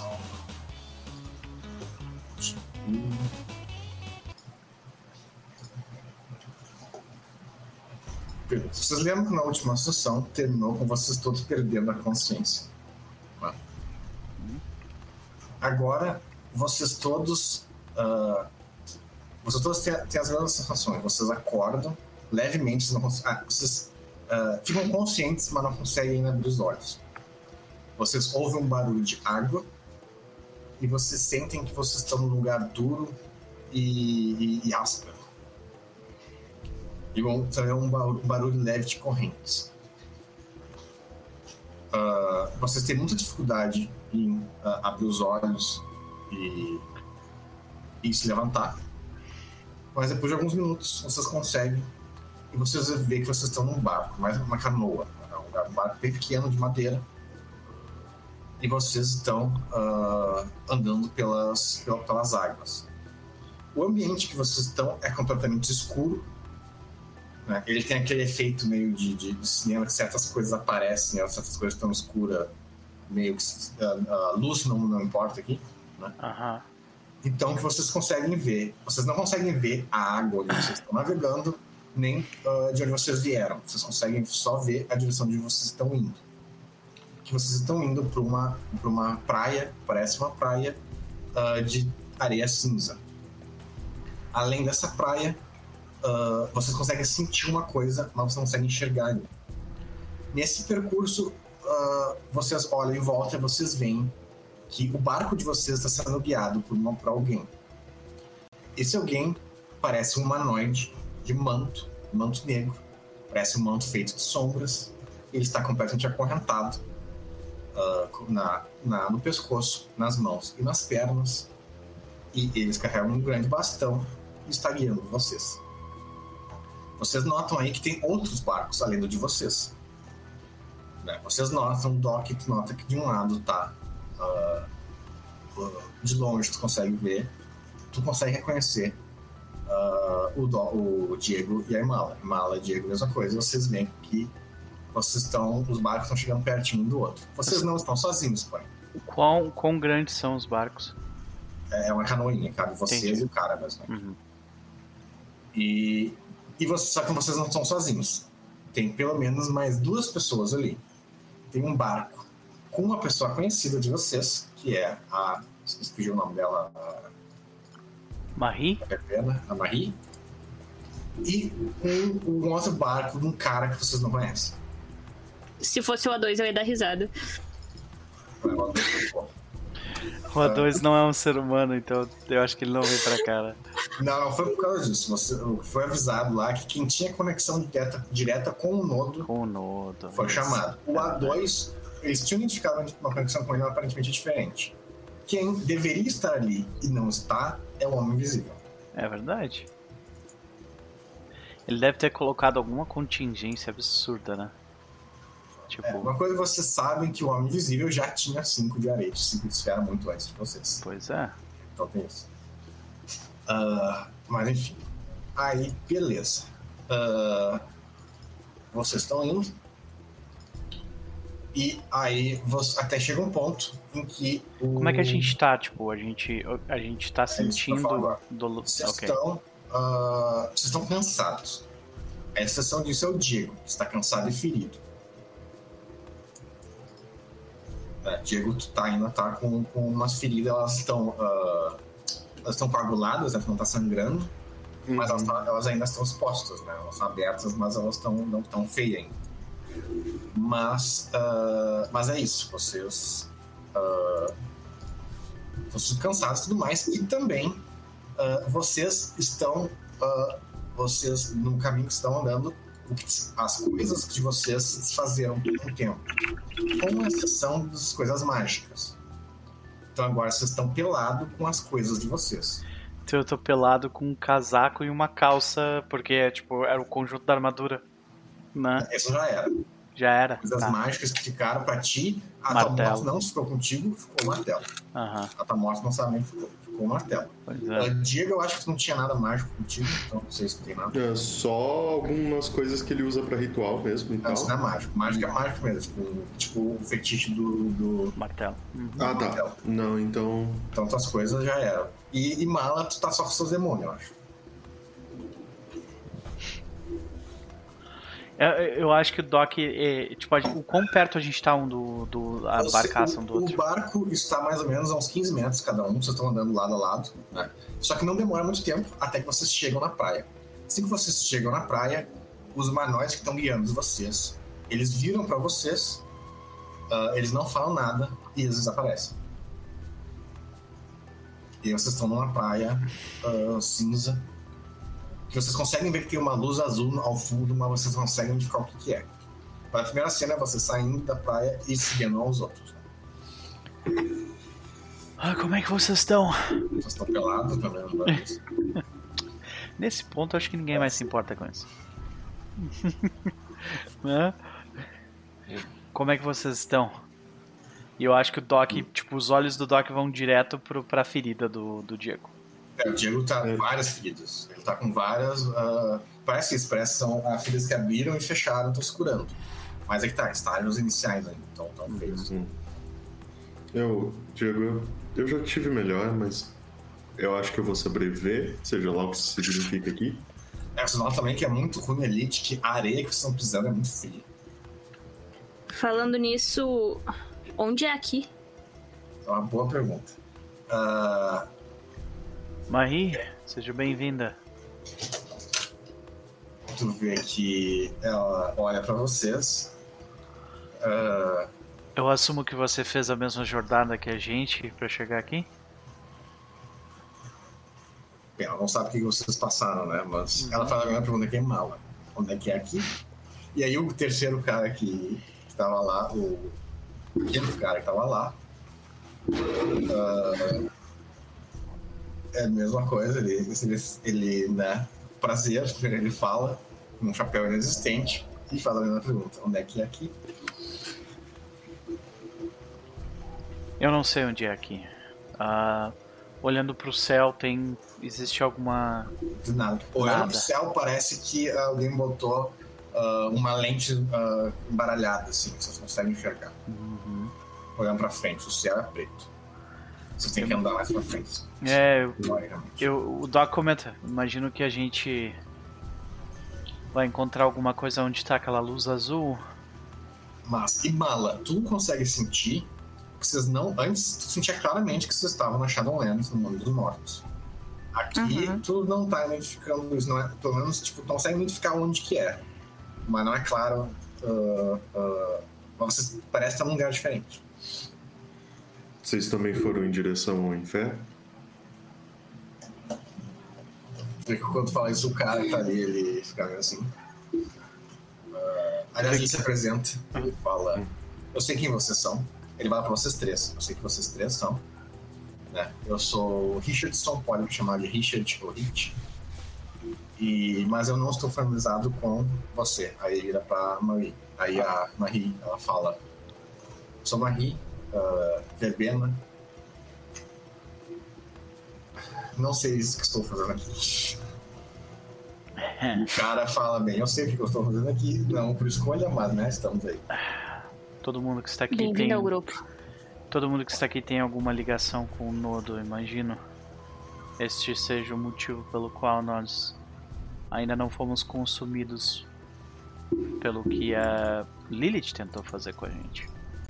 Speaker 3: Vocês lembram que na última sessão terminou com vocês todos perdendo a consciência? Agora, vocês todos uh, vocês todos têm, têm as mesmas sensações. Vocês acordam levemente, vocês, não cons- ah, vocês uh, ficam conscientes, mas não conseguem abrir os olhos. Vocês ouvem um barulho de água e vocês sentem que vocês estão num lugar duro e, e, e áspero. E vão também um barulho, um barulho leve de correntes. Uh, vocês têm muita dificuldade em uh, abrir os olhos e, e se levantar. Mas depois de alguns minutos vocês conseguem e vocês veem que vocês estão num barco, mais uma canoa, um barco bem pequeno de madeira. E vocês estão uh, andando pelas, pelas águas. O ambiente que vocês estão é completamente escuro. Né? Ele tem aquele efeito meio de, de, de cinema que certas coisas aparecem, né? Certas coisas estão escuras, meio que a uh, uh, luz não, não importa aqui. Né?
Speaker 1: Uhum.
Speaker 3: Então que vocês conseguem ver, vocês não conseguem ver a água onde vocês estão navegando, nem uh, de onde vocês vieram. Vocês conseguem só ver a direção de onde vocês estão indo. Que vocês estão indo para uma, para uma praia, parece uma praia uh, de areia cinza. Além dessa praia, uh, vocês conseguem sentir uma coisa, mas vocês não conseguem enxergar ainda. Nesse percurso, uh, vocês olham em volta e vocês veem que o barco de vocês está sendo guiado por, uma, por alguém. Esse alguém parece um humanoide de manto, manto negro. Parece um manto feito de sombras. Ele está completamente acorrentado uh, na, na, no pescoço, nas mãos e nas pernas. E eles carregam um grande bastão e está guiando vocês. Vocês notam aí que tem outros barcos além do de vocês. Né? Vocês notam, o Doc nota que de um lado tá uh, uh, de longe tu consegue ver, tu consegue reconhecer uh, o, Do, o Diego e a Imala. Imala e Diego, mesma coisa. Vocês veem que vocês estão, os barcos estão chegando pertinho um do outro. Vocês não estão sozinhos, pai.
Speaker 1: Quão, quão grandes são os barcos?
Speaker 3: É uma canoinha, cabe vocês Entendi. E o cara mesmo.
Speaker 1: Uhum.
Speaker 3: E, e você, só que vocês não estão sozinhos. Tem pelo menos mais duas pessoas ali. Tem um barco com uma pessoa conhecida de vocês, que é a... Esqueci o nome dela. A,
Speaker 1: Marie?
Speaker 3: A, a Marie. E um, um outro barco de um cara que vocês não conhecem.
Speaker 4: Se fosse o A dois, eu ia dar risada.
Speaker 1: O A dois não é um ser humano, então eu acho que ele não vem pra cá. Né?
Speaker 3: Não, não foi por causa disso. Você, foi avisado lá que quem tinha conexão direta, direta com o Nodo,
Speaker 1: com o Nodo
Speaker 3: foi mas... chamado. O A dois, eles tinham identificado uma conexão com ele aparentemente diferente. Quem deveria estar ali e não está é o Homem Invisível.
Speaker 1: É verdade. Ele deve ter colocado alguma contingência absurda, né? Tipo...
Speaker 3: É, uma coisa vocês sabem que o Homem Invisível já tinha cinco de arete, cinco de esfera muito antes de vocês.
Speaker 1: Pois é.
Speaker 3: Então tem isso. Uh, mas enfim. Aí, beleza. Uh, vocês estão indo. E aí você, até chega um ponto em que o...
Speaker 1: Como é que a gente tá? Tipo, a gente, a gente tá sentindo... do...
Speaker 3: Vocês
Speaker 1: okay.
Speaker 3: estão... Uh, vocês estão cansados. A exceção disso é o Diego, que está cansado e ferido. É, Diego tá ainda tá com, com umas feridas, elas estão uh, elas estão coaguladas, né, não tá sangrando, uhum. mas elas, elas ainda estão expostas, né? Elas estão abertas, mas elas estão não estão feias ainda. Mas, uh, mas é isso, vocês uh, vocês cansados e tudo mais, e também uh, vocês estão uh, vocês no caminho que estão andando, as coisas de vocês se desfazeram por um tempo, com exceção das coisas mágicas. Então agora vocês estão pelados com as coisas de vocês.
Speaker 1: Então eu tô pelado com um casaco e uma calça, porque é tipo, era o conjunto da armadura, né?
Speaker 3: Isso já era.
Speaker 1: Já era.
Speaker 3: Coisas tá. mágicas que ficaram pra ti, a
Speaker 1: martelo.
Speaker 3: tua morte não ficou contigo, ficou o martelo.
Speaker 1: Uhum.
Speaker 3: A tua morte não sabe nem ficou, ficou o martelo.
Speaker 1: Pois é.
Speaker 3: Uh, Diego, eu acho que não tinha nada mágico contigo, então não sei se tem nada.
Speaker 2: É só algumas coisas que ele usa pra ritual mesmo e
Speaker 3: não,
Speaker 2: tal.
Speaker 3: Isso não é mágico. Mágico é mágico mesmo, tipo, tipo o fetiche do... do...
Speaker 1: martelo. Uhum.
Speaker 2: Ah, tá. Martelo. Não, então...
Speaker 3: Então tuas coisas já eram. E, e mala, tu tá só com seus demônios, eu acho.
Speaker 1: Eu acho que o Doc, é, tipo, o quão perto a gente tá um do, do a barcaça um do outro?
Speaker 3: O barco está mais ou menos a uns quinze metros cada um, vocês estão andando lado a lado, né? Só que não demora muito tempo até que vocês chegam na praia. Assim que vocês chegam na praia, os humanoides que estão guiando vocês, eles viram para vocês, uh, eles não falam nada e eles desaparecem. E vocês estão numa praia uh, cinza, que vocês conseguem ver que tem uma luz azul ao fundo, mas vocês não conseguem identificar o que, que é. A primeira cena é você saindo da praia e seguindo aos outros.
Speaker 1: Ah, como é que vocês estão?
Speaker 3: Vocês estão pelados também, não vai isso.
Speaker 1: Nesse ponto, acho que ninguém mais se importa com isso. Né? Como é que vocês estão? E eu acho que o Doc, tipo, os olhos do Doc vão direto pro, pra ferida do, do Diego.
Speaker 3: É, o Diego tá com várias feridas. Ele tá com várias. Uh, parece isso, parece que são uh, feridas que abriram e fecharam, estão se curando. Mas é que tá, estágios iniciais ainda, então tão feios.
Speaker 2: Uhum. Eu, Diego, eu, eu já tive melhor, mas eu acho que eu vou sobreviver, seja lá o que isso significa aqui.
Speaker 3: É, você nota também que é muito ruim Elite, que a areia que vocês estão pisando é muito fria.
Speaker 4: Falando nisso, onde é aqui?
Speaker 3: É uma boa pergunta. Uh...
Speaker 1: Marie, Seja bem-vinda.
Speaker 3: Tu vê que ela olha pra vocês. Uh...
Speaker 1: Eu assumo que você fez a mesma jornada que a gente pra chegar aqui?
Speaker 3: Bem, ela não sabe o que vocês passaram, né? Mas uhum. ela faz a mesma pergunta que é mala. Onde é que é aqui? E aí o terceiro cara que estava lá, o quinto cara que estava lá, uh... é a mesma coisa, ele, ele, ele né? Prazer, ele fala, um chapéu inexistente, e faz a mesma pergunta. Onde é que é aqui?
Speaker 1: Eu não sei onde é aqui. Uh, olhando pro céu, tem. Existe alguma.
Speaker 3: De nada. Olhando nada. Pro céu, parece que alguém botou uh, uma lente uh, embaralhada, assim, vocês conseguem enxergar.
Speaker 1: Uhum.
Speaker 3: Olhando pra frente, o céu é preto. Vocês têm que andar mais pra frente.
Speaker 1: É, eu, eu, o Doc comenta. Imagino que a gente vai encontrar alguma coisa onde tá aquela luz azul.
Speaker 3: Mas, e Mala, tu consegue sentir. Vocês não. Antes, tu sentia claramente que vocês estavam na Shadowlands, no mundo dos mortos. Aqui, uhum. tu não tá identificando isso, não é? Pelo menos, tipo, tu consegue identificar onde que é. Mas não é claro. Uh, uh, mas vocês parecem estar num lugar diferente.
Speaker 2: Vocês também foram em direção ao inferno?
Speaker 3: Quando fala isso, o cara que tá ali, ele fica meio assim. Uh, aliás, ele se apresenta, ele fala: eu sei quem vocês são. Ele vai pra vocês três. Eu sei que vocês três são. Né? Eu sou Richardson, pode me chamar de Richard ou Rich. E, mas eu não estou familiarizado com você. Aí ele vira pra Marie. Aí a Marie, ela fala: sou Marie, uh, verbena. Não sei isso que estou fazendo aqui. O cara fala bem: eu sei o que eu estou fazendo aqui. Não por escolha, mas né, estamos aí.
Speaker 1: Todo mundo que está aqui
Speaker 4: Bem-vindo
Speaker 1: tem...
Speaker 4: ao grupo.
Speaker 1: Todo mundo que está aqui tem alguma ligação com o Nodo, imagino. Este seja o motivo pelo qual nós ainda não fomos consumidos pelo que a Lilith tentou fazer com a gente.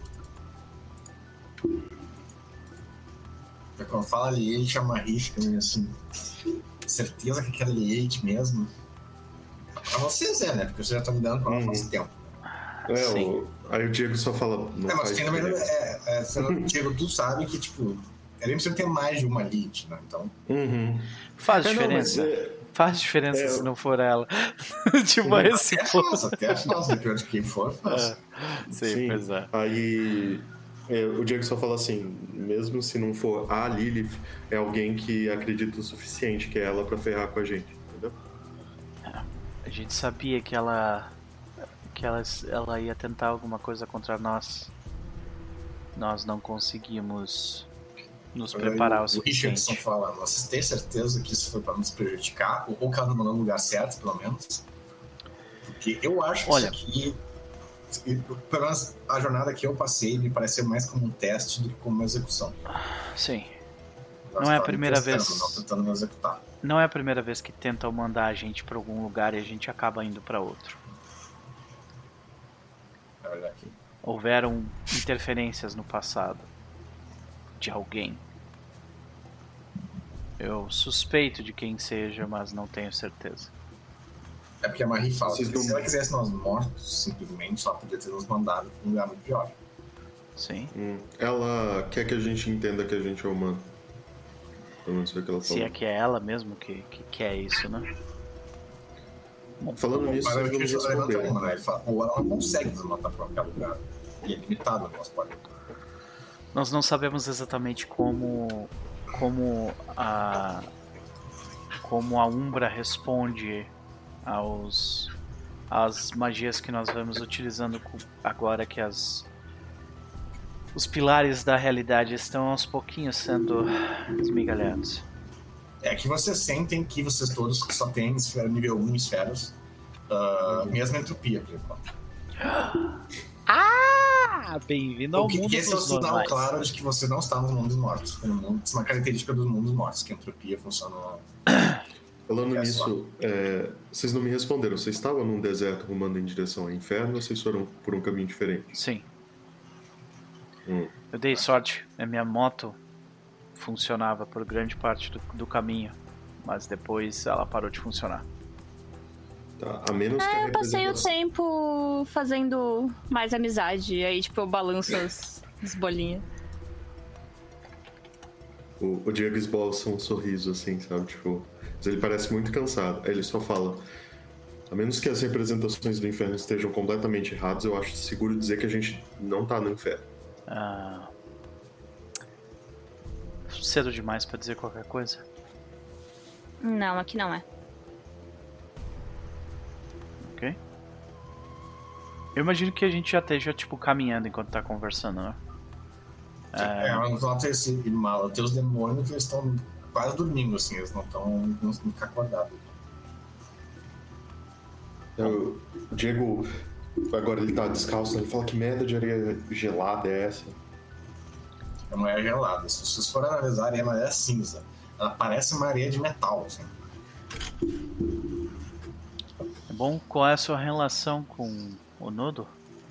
Speaker 3: Quando fala Lilith, é uma risca, assim. Certeza que aquela Lilith mesmo? Pra vocês é, né? Porque vocês já estão me dando pra ela faz tempo.
Speaker 2: É, o... Aí o Diego só fala. Não
Speaker 3: é, mas tem também. É, é, o Diego, tu sabe que, tipo, é nem preciso ter mais de uma Lilith, né? Então.
Speaker 2: Uhum.
Speaker 1: Faz diferença. É, não, é... Faz diferença é, se não for ela. Tipo,
Speaker 3: até
Speaker 1: esse
Speaker 3: faz, até faz, depende de quem for, faz.
Speaker 1: É. Sim, Sim, pois é.
Speaker 2: Aí. É, o Diego só fala assim: mesmo se não for a Lilith, é alguém que acredita o suficiente que é ela pra ferrar com a gente, entendeu?
Speaker 1: É, a gente sabia que ela. que ela, ela ia tentar alguma coisa contra nós. Nós não conseguimos nos preparar o, o suficiente.
Speaker 3: O Richardson fala: vocês têm certeza que isso foi para nos prejudicar? Ou que ela não mandou no lugar certo, pelo menos? Porque eu acho que
Speaker 1: Olha,
Speaker 3: isso aqui, pelo menos a jornada que eu passei, me pareceu mais como um teste do que como uma execução.
Speaker 1: Sim. Nós não é a primeira vez.
Speaker 3: Não, tentando me executar.
Speaker 1: Não é a primeira vez que tentam mandar a gente para algum lugar e a gente acaba indo para outro. Houveram interferências no passado de alguém. Eu suspeito de quem seja, mas não tenho certeza.
Speaker 3: É porque a Marie fala que se ela quisesse nós mortos, simplesmente, só podia ter nos mandado para um lugar muito pior.
Speaker 1: Sim.
Speaker 2: Hum. Ela quer que a gente entenda que a gente é humano. Pelo menos foi o que ela falou.
Speaker 1: Se é que é ela mesmo que, que quer isso, né?
Speaker 2: Bom, falando nisso,
Speaker 3: mas
Speaker 2: vamos responder.
Speaker 3: Uma, né? Ele fala: ou ela não consegue nos matar para qualquer lugar. E é limitado o nosso poder.
Speaker 1: Nós não sabemos exatamente como como a como a Umbra responde aos às magias que nós vamos utilizando agora que as os pilares da realidade estão aos pouquinhos sendo esmigalhados.
Speaker 3: É que vocês sentem que vocês todos só têm esfera nível um esferas, uh, mesmo entropia, por enquanto.
Speaker 1: Ah! Bem-vindo ao
Speaker 3: que,
Speaker 1: mundo
Speaker 3: que esse
Speaker 1: dos
Speaker 3: é o sinal
Speaker 1: normais.
Speaker 3: Claro de que você não está nos mundos mortos. Isso é uma característica dos mundos mortos, que a entropia funciona.
Speaker 2: Falando nisso, é, vocês não me responderam. Vocês estavam num deserto rumando em direção ao inferno ou vocês foram por um caminho diferente?
Speaker 1: Sim.
Speaker 2: Hum.
Speaker 1: Eu dei sorte. A minha moto funcionava por grande parte do, do caminho. mas depois ela parou de funcionar.
Speaker 2: Tá, a menos que a
Speaker 4: É, eu passei o
Speaker 2: representação...
Speaker 4: tempo fazendo mais amizade. E aí, tipo, eu balanço as, as bolinhas.
Speaker 2: O, o Diego esboça um sorriso, assim, sabe? Tipo, mas ele parece muito cansado. Aí ele só fala... A menos que as representações do inferno estejam completamente erradas, eu acho seguro dizer que a gente não tá no inferno.
Speaker 1: Ah... Cedo demais pra dizer qualquer coisa?
Speaker 4: Não, aqui não é.
Speaker 1: Ok. Eu imagino que a gente já esteja, tipo, caminhando enquanto tá conversando, né?
Speaker 3: É, é mas lá tem esse mal, tem os demônios que eles estão quase dormindo, assim, eles não estão não ficam acordados.
Speaker 2: O Diego, agora ele tá descalço, ele fala que merda de areia gelada é essa?
Speaker 3: É uma areia gelada. Se vocês forem analisar, é uma areia cinza. Ela parece uma areia de metal, assim.
Speaker 1: É bom, qual é a sua relação com o Nodo?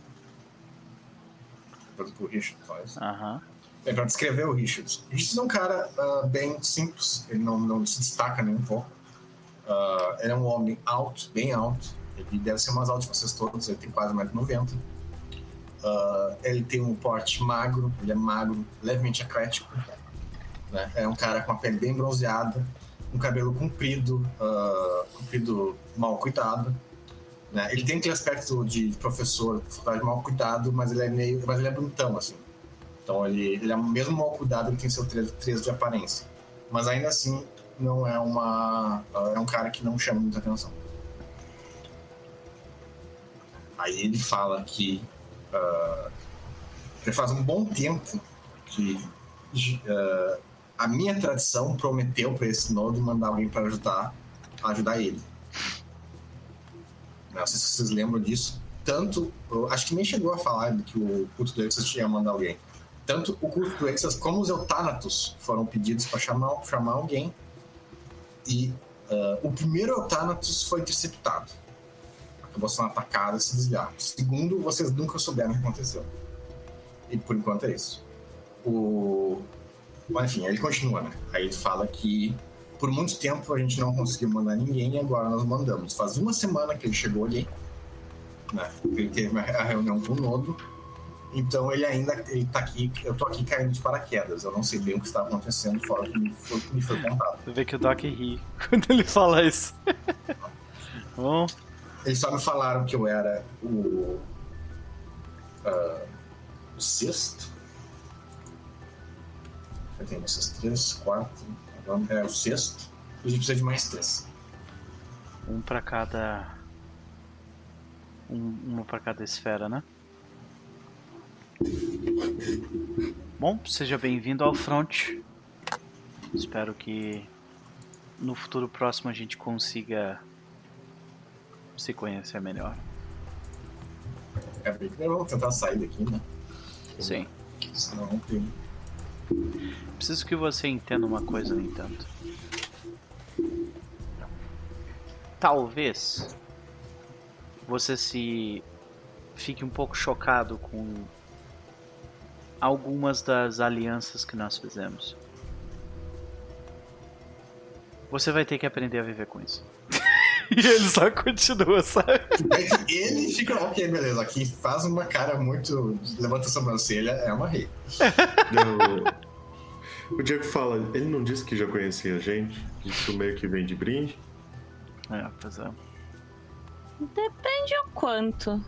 Speaker 3: Coisa que o Richard faz.
Speaker 1: Aham.
Speaker 3: É pra descrever o Richard. O Richard é um cara uh, bem simples, ele não, não se destaca nem um pouco. Uh, ele é um homem alto, bem alto. Ele deve ser mais alto de vocês todos, ele tem quase mais de noventa. Uh, ele tem um porte magro, ele é magro, levemente eclético, né? É um cara com a pele bem bronzeada, um cabelo comprido, uh, comprido mal cuidado, né? Ele tem aquele aspecto de professor, de mal cuidado, mas ele é meio, mas ele é bonitão, assim. Então ele, ele é mesmo mal cuidado, ele tem seu três de aparência, mas ainda assim não é uma, uh, é um cara que não chama muita atenção. Aí ele fala que Uh, já faz um bom tempo que uh, a minha tradição prometeu para esse Nodo mandar alguém para ajudar, ajudar ele. Não sei se vocês lembram disso. Tanto, acho que nem chegou a falar de que o culto do Exas tinha mandado alguém. Tanto o culto do Exas como os Eutanatos foram pedidos para chamar, chamar alguém. E uh, o primeiro Eutanatos foi interceptado. Acabou sendo atacado e se desviar. Segundo, vocês nunca souberam o que aconteceu. E por enquanto é isso. O... Mas, enfim, ele continua, né? Aí ele fala que por muito tempo a gente não conseguiu mandar ninguém e agora nós mandamos. Faz uma semana que ele chegou ali, né? Ele teve a reunião com o Nodo. Então ele ainda ele tá aqui, eu tô aqui caindo de paraquedas. Eu não sei bem o que está acontecendo fora do que me foi, me foi contado.
Speaker 1: Você vê que o Doc ri quando ele fala isso. Bom...
Speaker 3: Eles só me falaram que eu era o, uh, o sexto. Eu tenho esses três, quatro. Agora é o sexto. E a gente precisa de mais três.
Speaker 1: Um pra cada... Um, uma pra cada esfera, né? Bom, seja bem-vindo ao front. Espero que no futuro próximo a gente consiga se conhecer melhor.
Speaker 3: É bem que vamos tentar sair daqui, né?
Speaker 1: Sim.
Speaker 3: Senão não tem.
Speaker 1: Preciso que você entenda uma coisa, no entanto. Talvez você se fique um pouco chocado com algumas das alianças que nós fizemos. Você vai ter que aprender a viver com isso. E ele só continua, sabe?
Speaker 3: É que ele fica, ok, beleza, aqui faz uma cara muito. Levanta a sobrancelha, é uma rei.
Speaker 2: O Diego fala, ele não disse que já conhecia a gente? Isso meio que vem de brinde?
Speaker 1: É, pois é.
Speaker 4: Depende o quanto.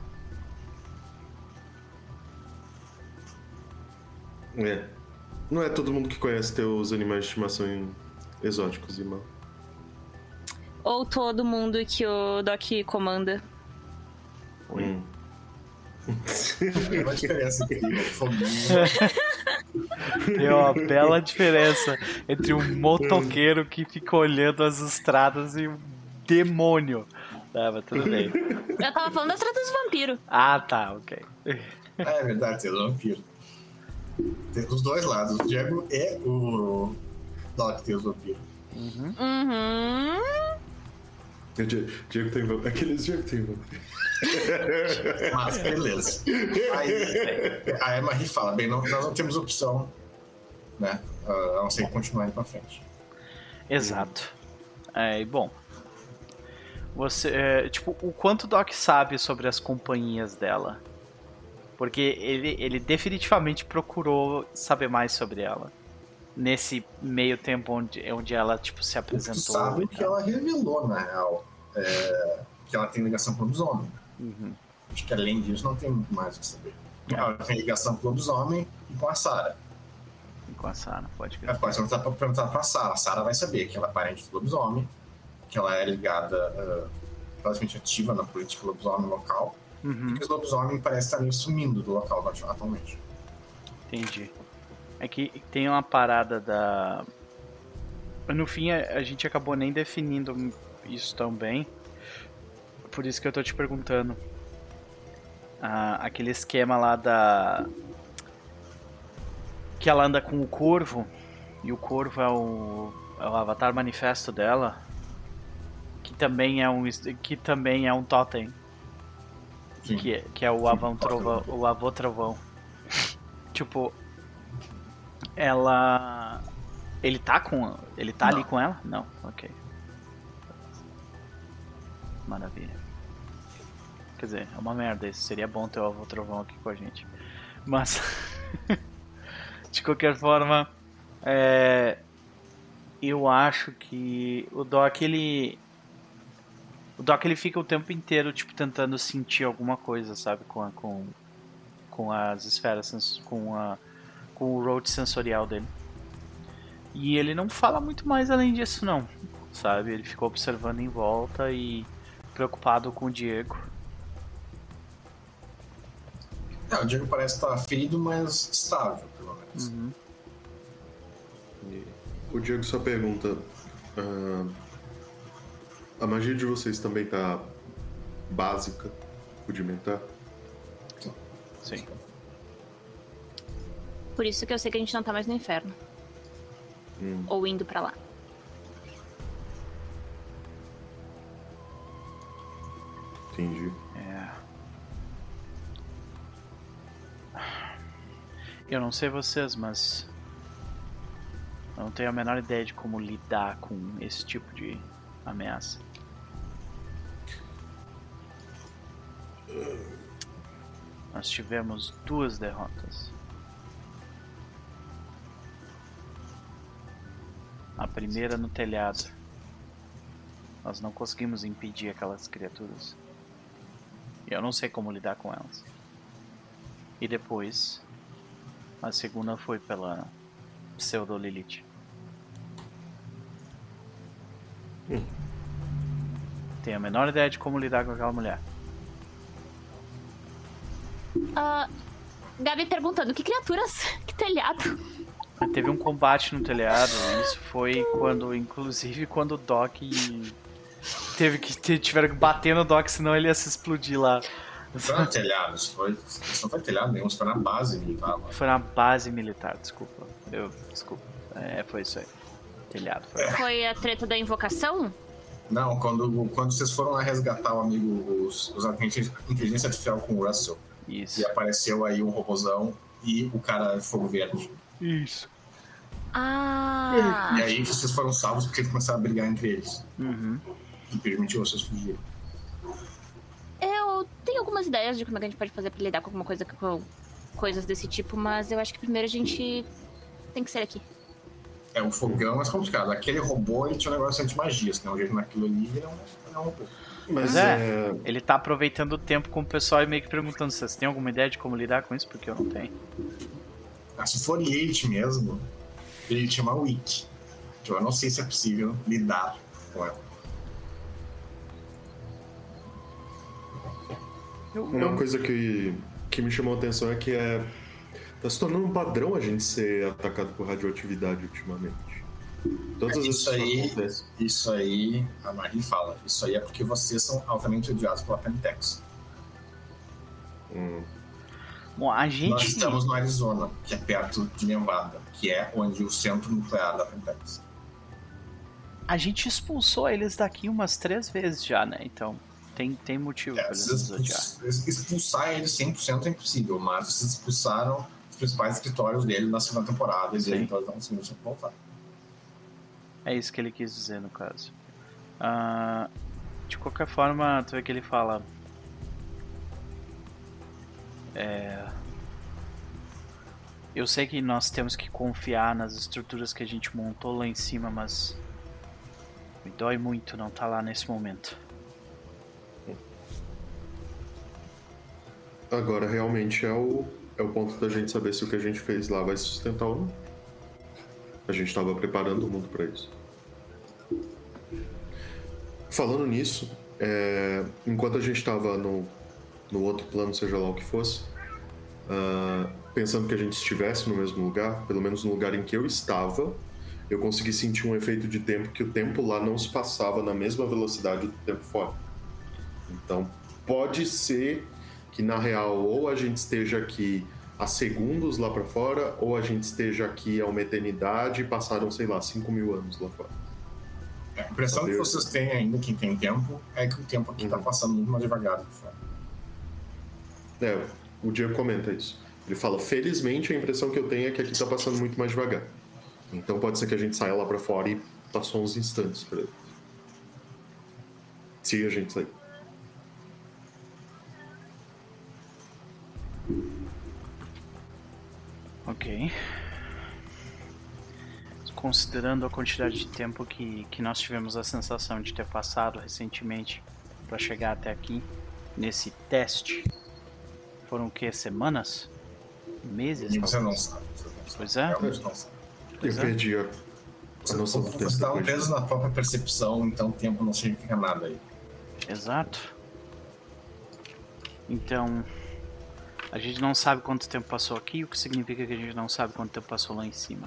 Speaker 2: É. Não é todo mundo que conhece teus animais de estimação exóticos, irmão.
Speaker 4: Ou todo mundo que o Doc comanda.
Speaker 2: Hum.
Speaker 3: Tem uma diferença aqui, foguinho.
Speaker 1: Tem uma bela diferença entre um motoqueiro que fica olhando as estradas e um demônio. Tá, mas tudo bem.
Speaker 4: Eu tava falando das tratas do vampiro.
Speaker 1: Ah, tá, ok.
Speaker 3: É verdade, tem o vampiro. Tem os dois lados, o Diego e o Doc tem os vampiros.
Speaker 1: Uhum.
Speaker 4: Uhum.
Speaker 2: O Diego tem vampiro. Aqueles Diego tem vampiro.
Speaker 3: Mas, beleza. Aí a Emma fala, bem, não, nós não temos opção, né? Uh, a não ser continuar indo pra frente.
Speaker 1: Exato. É, e bom. Você, é, tipo, o quanto o Doc sabe sobre as companhias dela? Porque ele, ele definitivamente procurou saber mais sobre ela. Nesse meio tempo onde, onde ela, tipo, se apresentou.
Speaker 3: Tu sabe que ela revelou, na real, é, que ela tem ligação com o lobisomem.
Speaker 1: Uhum.
Speaker 3: Acho que além disso não tem muito mais a saber.
Speaker 1: É.
Speaker 3: Ela tem ligação com o lobisomem e com a Sarah.
Speaker 1: E com a Sarah, pode
Speaker 3: Ela
Speaker 1: crer.
Speaker 3: pode perguntar pra, perguntar pra Sarah. A Sarah vai saber que ela é parente do lobisomem, que ela é ligada, uh, relativamente ativa na política lobisomem local,
Speaker 1: Uhum.
Speaker 3: e que os lobisomem parecem estar meio sumindo do local atualmente.
Speaker 1: Entendi. É que tem uma parada da... No fim, a, a gente acabou nem definindo isso tão bem. Por isso que eu tô te perguntando. Ah, aquele esquema lá da... Que ela anda com o Corvo. E o Corvo é o, é o avatar manifesto dela. Que também é um, que também é um totem.
Speaker 3: Sim.
Speaker 1: Que, é- que é o avão trovão, o avô trovão. Tipo, ela, ele tá com, ele tá
Speaker 3: Não.
Speaker 1: ali com ela? Não, ok. Maravilha. Quer dizer, é uma merda isso. Seria bom ter o avô trovão aqui com a gente. Mas, de qualquer forma, é, eu acho que o Doc ele O Doc ele fica o tempo inteiro tipo tentando sentir alguma coisa, sabe, com a, com com as esferas, sens- com a com o road sensorial dele. E ele não fala muito mais além disso não, sabe? Ele ficou observando em volta e preocupado com o Diego.
Speaker 3: É, o Diego parece estar ferido, mas estável, pelo menos.
Speaker 1: Uhum.
Speaker 2: O Diego só pergunta: ah, a magia de vocês também tá básica, rudimentar?
Speaker 1: Sim.
Speaker 4: Por isso que eu sei que a gente não tá mais no inferno.
Speaker 2: Hum.
Speaker 4: Ou indo pra lá.
Speaker 2: Entendi.
Speaker 1: É. Eu não sei vocês, mas eu não tenho a menor ideia de como lidar com esse tipo de ameaça. Nós tivemos duas derrotas. A primeira no telhado. Nós não conseguimos impedir aquelas criaturas. E eu não sei como lidar com elas. E depois, a segunda foi pela Pseudo-Lilith.
Speaker 2: Hum.
Speaker 1: Tenho a menor ideia de como lidar com aquela mulher.
Speaker 4: Ah, Gabi perguntando, que criaturas? Que telhado?
Speaker 1: Teve um combate no telhado, isso foi quando, inclusive, quando o Doc teve que ter, tiveram que bater no Doc, senão ele ia se explodir lá.
Speaker 3: Foi no telhado, isso, foi, isso não foi telhado nenhum, isso foi na base militar. Mano.
Speaker 1: Foi na base militar, desculpa. Eu, desculpa. É, foi isso aí. Telhado. Foi.
Speaker 4: Foi a treta da invocação?
Speaker 3: Não, quando, quando vocês foram lá resgatar o amigo, os, os agentes de inteligência artificial com o Russell,
Speaker 1: Isso.
Speaker 3: e apareceu aí um robozão e o cara de fogo verde.
Speaker 1: Isso.
Speaker 4: Ah!
Speaker 3: E aí vocês foram salvos porque eles começaram a brigar entre eles.
Speaker 1: Uhum.
Speaker 3: E permitiu vocês fugirem.
Speaker 4: Eu tenho algumas ideias de como é que a gente pode fazer pra lidar com alguma coisa, com coisas desse tipo, mas eu acho que primeiro a gente tem que ser aqui.
Speaker 3: É, o fogão é mais complicado. Aquele robô, ele tinha um negócio anti-magia, senão o jeito naquilo ali, ele é um, ele é um robô.
Speaker 2: Mas
Speaker 1: é.
Speaker 2: é.
Speaker 1: Ele tá aproveitando o tempo com o pessoal e meio que perguntando se vocês têm alguma ideia de como lidar com isso, porque eu não tenho.
Speaker 3: Ah, se for Elite mesmo, ele chama Wiki. Então eu não sei se é possível lidar com ela.
Speaker 2: Uma coisa que, que me chamou a atenção é que é. Tá se tornando um padrão a gente ser atacado por radioatividade ultimamente. Todas as
Speaker 3: Isso
Speaker 2: vezes
Speaker 3: aí,
Speaker 2: acontece.
Speaker 3: isso aí, a Marie fala, isso aí é porque vocês são altamente odiados pela Pentex.
Speaker 2: Hum.
Speaker 1: Bom, a gente.
Speaker 3: Nós estamos no Arizona, que é perto de Nevada, que é onde o centro nuclear da Pentex.
Speaker 1: A gente expulsou eles daqui umas três vezes já, né? Então tem, tem motivo
Speaker 3: É,
Speaker 1: pra eles
Speaker 3: vocês
Speaker 1: nos odiar.
Speaker 3: expuls- expulsar eles cem por cento é impossível, mas vocês expulsaram os principais escritórios dele na segunda temporada e
Speaker 1: Sim.
Speaker 3: ele então eles não conseguiram voltar.
Speaker 1: É isso que ele quis dizer no caso. Uh, de qualquer forma, tu vê que ele fala... É... Eu sei que nós temos que confiar nas estruturas que a gente montou lá em cima, mas... Me dói muito não estar lá nesse momento.
Speaker 2: Agora realmente é o, é o ponto da gente saber se o que a gente fez lá vai se sustentar ou não. A gente estava preparando o mundo para isso. Falando nisso, é, enquanto a gente estava no, no outro plano, seja lá o que fosse, uh, pensando que a gente estivesse no mesmo lugar, pelo menos no lugar em que eu estava, eu consegui sentir um efeito de tempo que o tempo lá não se passava na mesma velocidade do tempo fora. Então, pode ser que, na real, ou a gente esteja aqui há segundos lá pra fora, ou a gente esteja aqui há uma eternidade e passaram, sei lá, cinco mil anos lá fora.
Speaker 3: A impressão que vocês têm ainda, quem tem tempo, é que o tempo aqui uhum. tá passando muito mais devagar do que fora.
Speaker 2: É, o Diego comenta isso. Ele fala, felizmente a impressão que eu tenho é que aqui tá passando muito mais devagar. Então pode ser que a gente saia lá pra fora e passou uns instantes pra ele. Se a gente sair.
Speaker 1: Ok. Considerando a quantidade de tempo que, que nós tivemos a sensação de ter passado recentemente para chegar até aqui, nesse teste, foram o que? Semanas? Meses?
Speaker 3: Você não sabe.
Speaker 1: Pois é?
Speaker 2: Eu perdi a, a noção do tempo.
Speaker 3: Você está um peso na própria percepção, então o tempo não significa nada aí.
Speaker 1: Exato. Então, a gente não sabe quanto tempo passou aqui, o que significa que a gente não sabe quanto tempo passou lá em cima.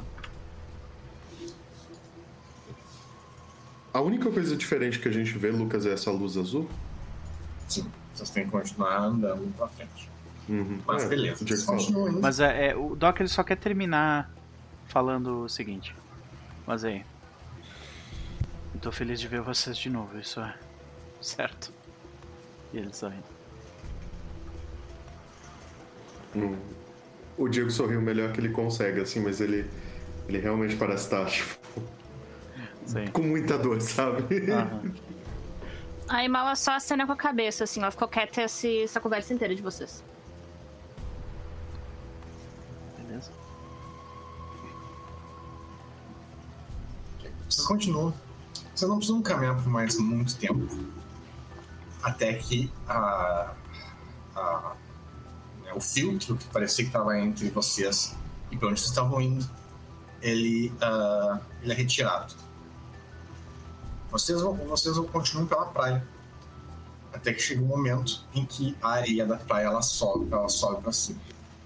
Speaker 2: A única coisa diferente que a gente vê, Lucas, é essa luz azul?
Speaker 3: Sim, vocês têm que continuar andando pra frente.
Speaker 2: Uhum.
Speaker 3: Mas
Speaker 2: é,
Speaker 3: beleza,
Speaker 1: Mas é, é, o Doc ele só quer terminar falando o seguinte. Mas aí, eu tô feliz de ver vocês de novo, isso é certo. E ele sorrindo.
Speaker 2: Hum. O Diego sorriu melhor que ele consegue, assim, mas ele, ele realmente parece estar, tipo,
Speaker 1: Sim.
Speaker 2: com muita dor, sabe?
Speaker 1: Uhum.
Speaker 4: Aí Mala só acena com a cabeça, assim, ela ficou quieta esse, essa conversa inteira de vocês.
Speaker 1: Beleza.
Speaker 3: Vocês continuam. Vocês não precisam caminhar por mais muito tempo. Até que a, a, né, o filtro que parecia que estava entre vocês e para onde vocês estavam indo, ele, uh, ele é retirado. Vocês vão, vocês vão continuar pela praia. Até que chega um momento em que a areia da praia ela sobe, ela sobe para cima.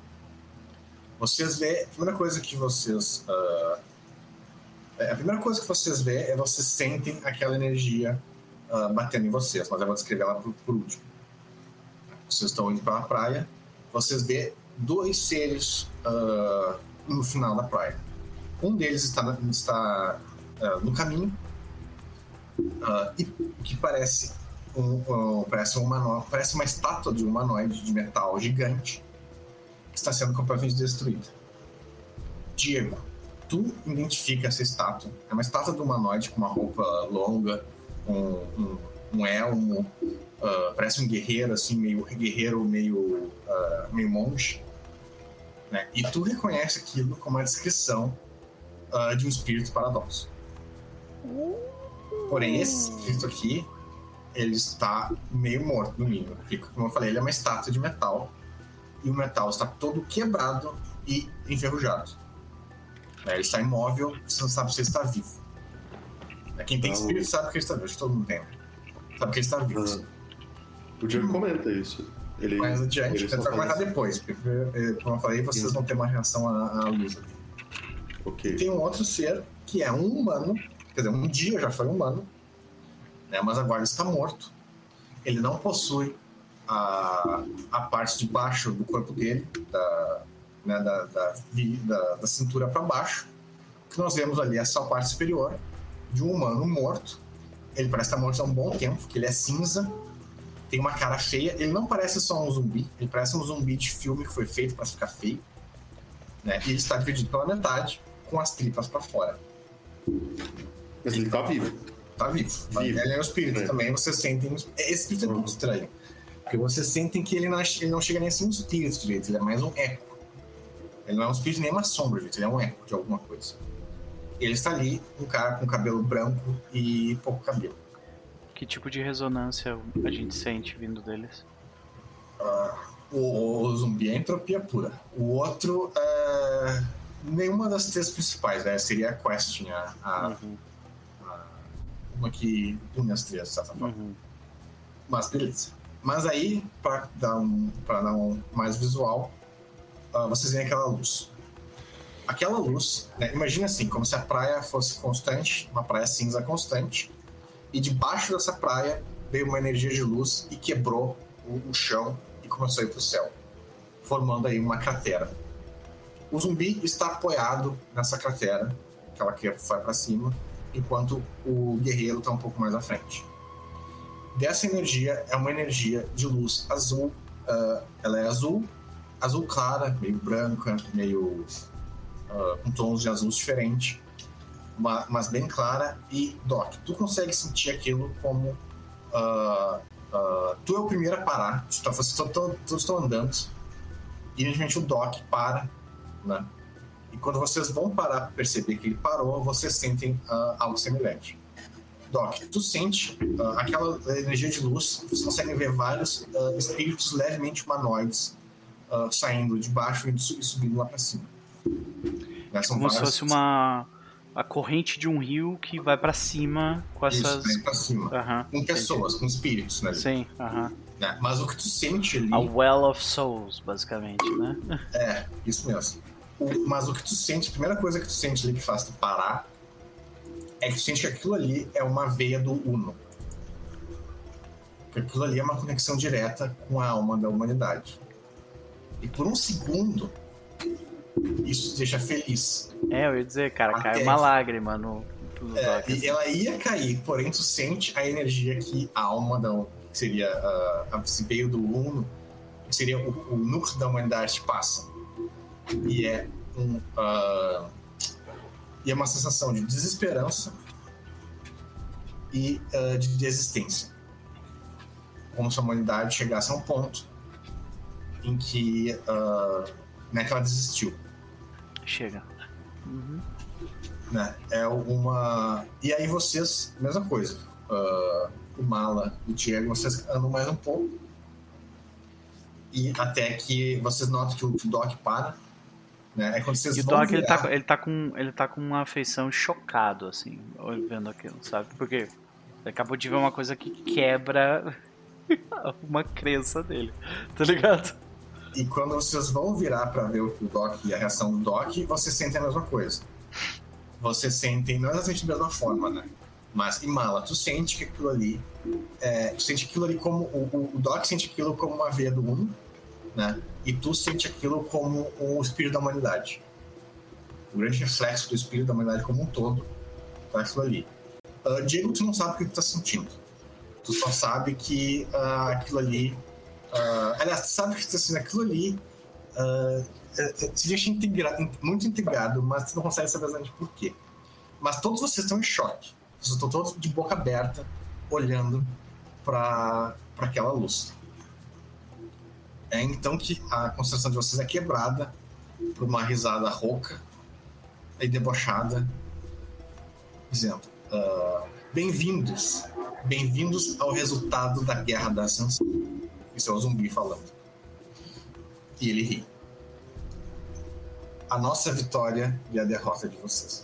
Speaker 3: Vocês vê, a primeira coisa que vocês uh, a primeira coisa que vocês vê é vocês sentem aquela energia uh, batendo em vocês, mas eu vou descrever ela por, por último. Vocês estão indo para a praia, vocês vê dois seres uh, no final da praia. Um deles está, está uh, no caminho uh, e que parece um, um, parece, um humano, parece uma estátua de um humanoide de metal gigante que está sendo completamente destruída. Diego, tu identifica essa estátua. É uma estátua de um humanoide com uma roupa longa, um, um, um elmo, uh, parece um guerreiro, assim, meio guerreiro, meio, uh, meio monge. Né? E tu reconhece aquilo como a descrição uh, de um espírito paradoxo. Porém, esse espírito aqui, ele está meio morto no mínimo. Porque, como eu falei, ele é uma estátua de metal. E o metal está todo quebrado e enferrujado. Ele está imóvel, você não sabe se ele está vivo. Quem tem espírito sabe que ele está vivo, acho que todo mundo tem. Sabe que ele está vivo.
Speaker 2: Uhum. O Diego hum. comenta isso. Ele,
Speaker 3: Mas adiante, a gente vai comentar depois, porque, como eu falei, vocês Sim. vão ter uma reação à, à luz.
Speaker 2: Okay.
Speaker 3: Tem um outro ser que é um humano, quer dizer, um dia já foi humano, né, mas agora ele está morto. Ele não possui a, a parte de baixo do corpo dele, da. Né, da, da, da, da cintura para baixo, que nós vemos ali essa parte superior de um humano morto. Ele parece estar morto há um bom tempo, porque ele é cinza, tem uma cara feia. Ele não parece só um zumbi, ele parece um zumbi de filme que foi feito para ficar feio, né? E ele está dividido pela metade, com as tripas para fora.
Speaker 2: Mas ele está vivo.
Speaker 3: Tá vivo.
Speaker 2: Vivo.
Speaker 3: Ele é um espírito
Speaker 2: É.
Speaker 3: também, vocês sentem... Esse espírito é
Speaker 2: Uhum.
Speaker 3: muito estranho. Porque vocês sentem que ele não, ele não chega nem a ser um espírito direito, ele é mais um eco. Ele não é um espírito nem uma sombra, gente, ele é um eco de alguma coisa. Ele está ali, um cara com cabelo branco e pouco cabelo.
Speaker 1: Que tipo de ressonância a gente sente vindo deles?
Speaker 3: O, o zumbi é entropia pura. O outro é... nenhuma das três principais, né? Seria a Question, a, a,
Speaker 1: Uhum,
Speaker 3: a- uma que une as três, de certa forma.
Speaker 1: uhum.
Speaker 3: Mas beleza. Mas aí, para dar um, para dar um mais visual, ah, vocês veem aquela luz. Aquela luz, né? Imagina assim, como se a praia fosse constante, uma praia cinza constante, e debaixo dessa praia veio uma energia de luz e quebrou o, o chão e começou a ir para o céu, formando aí uma cratera. O zumbi está apoiado nessa cratera, aquela que vai para cima, enquanto o guerreiro está um pouco mais à frente. Dessa energia é uma energia de luz azul. Uh, ela é azul, azul clara, meio branca, meio uh, com tons de azul diferentes, ma- mas bem clara. E Doc, tu consegue sentir aquilo como uh, uh, tu é o primeiro a parar. Tu tá, vocês todos estão andando e evidentemente o Doc para, né? E quando vocês vão parar para perceber que ele parou, vocês sentem uh, algo semelhante. Doc, tu sente uh, aquela energia de luz, vocês conseguem ver vários uh, espíritos levemente humanoides uh, saindo de baixo e su- subindo lá pra cima. Né, são
Speaker 1: Como se
Speaker 3: vários-
Speaker 1: fosse uma a corrente de um rio que vai pra cima com
Speaker 3: Isso,
Speaker 1: essas.
Speaker 3: vem pra cima.
Speaker 1: Aham,
Speaker 3: Com pessoas, com espíritos, né?
Speaker 1: sim, aham.
Speaker 3: Né? Mas o que tu sente ali...
Speaker 1: A Well of Souls, basicamente, né?
Speaker 3: É, isso mesmo. O- mas o que tu sente, a primeira coisa que tu sente ali que faz tu parar é que tu sente que aquilo ali é uma veia do Uno. Que aquilo ali é uma conexão direta com a alma da humanidade. E por um segundo, isso te deixa feliz.
Speaker 1: É, eu ia dizer, cara,
Speaker 3: Até
Speaker 1: cai uma
Speaker 3: que-
Speaker 1: lágrima no, no
Speaker 3: É,
Speaker 1: Doc.
Speaker 3: e ela ia cair, porém tu sente a energia que a alma da que seria a, a se veio do Uno, que seria o, o núcleo da humanidade passa. E é um ah, e é uma sensação de desesperança e ah, de desistência. Como se a humanidade chegasse a um ponto em em que, uh, né, que ela desistiu.
Speaker 1: Chega. Uhum.
Speaker 3: Né? É uma... E aí vocês, mesma coisa. Uh, o Mala, o Diego, vocês andam mais um pouco. E até que vocês notam que o Doc para. Né? É quando vocês
Speaker 1: E o
Speaker 3: vão
Speaker 1: Doc, ele
Speaker 3: virar...
Speaker 1: tá, ele, tá com, ele tá com uma afeição chocado, assim, vendo aquilo, sabe? Porque ele acabou de ver uma coisa que quebra uma crença dele, tá ligado?
Speaker 3: E quando vocês vão virar pra ver o Doc e a reação do Doc, vocês sentem a mesma coisa. Vocês sentem, não exatamente da mesma forma, né? Mas, Imala, tu sente que aquilo ali... É, tu sente aquilo ali como... O, o Doc sente aquilo como uma veia do mundo, né? E tu sente aquilo como o espírito da humanidade. O grande reflexo do espírito da humanidade como um todo tá aquilo ali. Uh, Diego, tu não sabe o que tu tá sentindo. Tu só sabe que uh, aquilo ali... Uh, aliás, tu sabe que tu tá sentindo aquilo ali... Uh, te deixa integra- muito integrado, mas tu não consegue saber exatamente por quê. Mas todos vocês estão em choque. Vocês estão todos de boca aberta, olhando para aquela luz. É então que a concentração de vocês é quebrada por uma risada rouca e debochada, dizendo: uh, bem-vindos, bem-vindos ao resultado da Guerra da Ascensão. Isso é o zumbi falando. E ele ri. A nossa vitória e a derrota de vocês.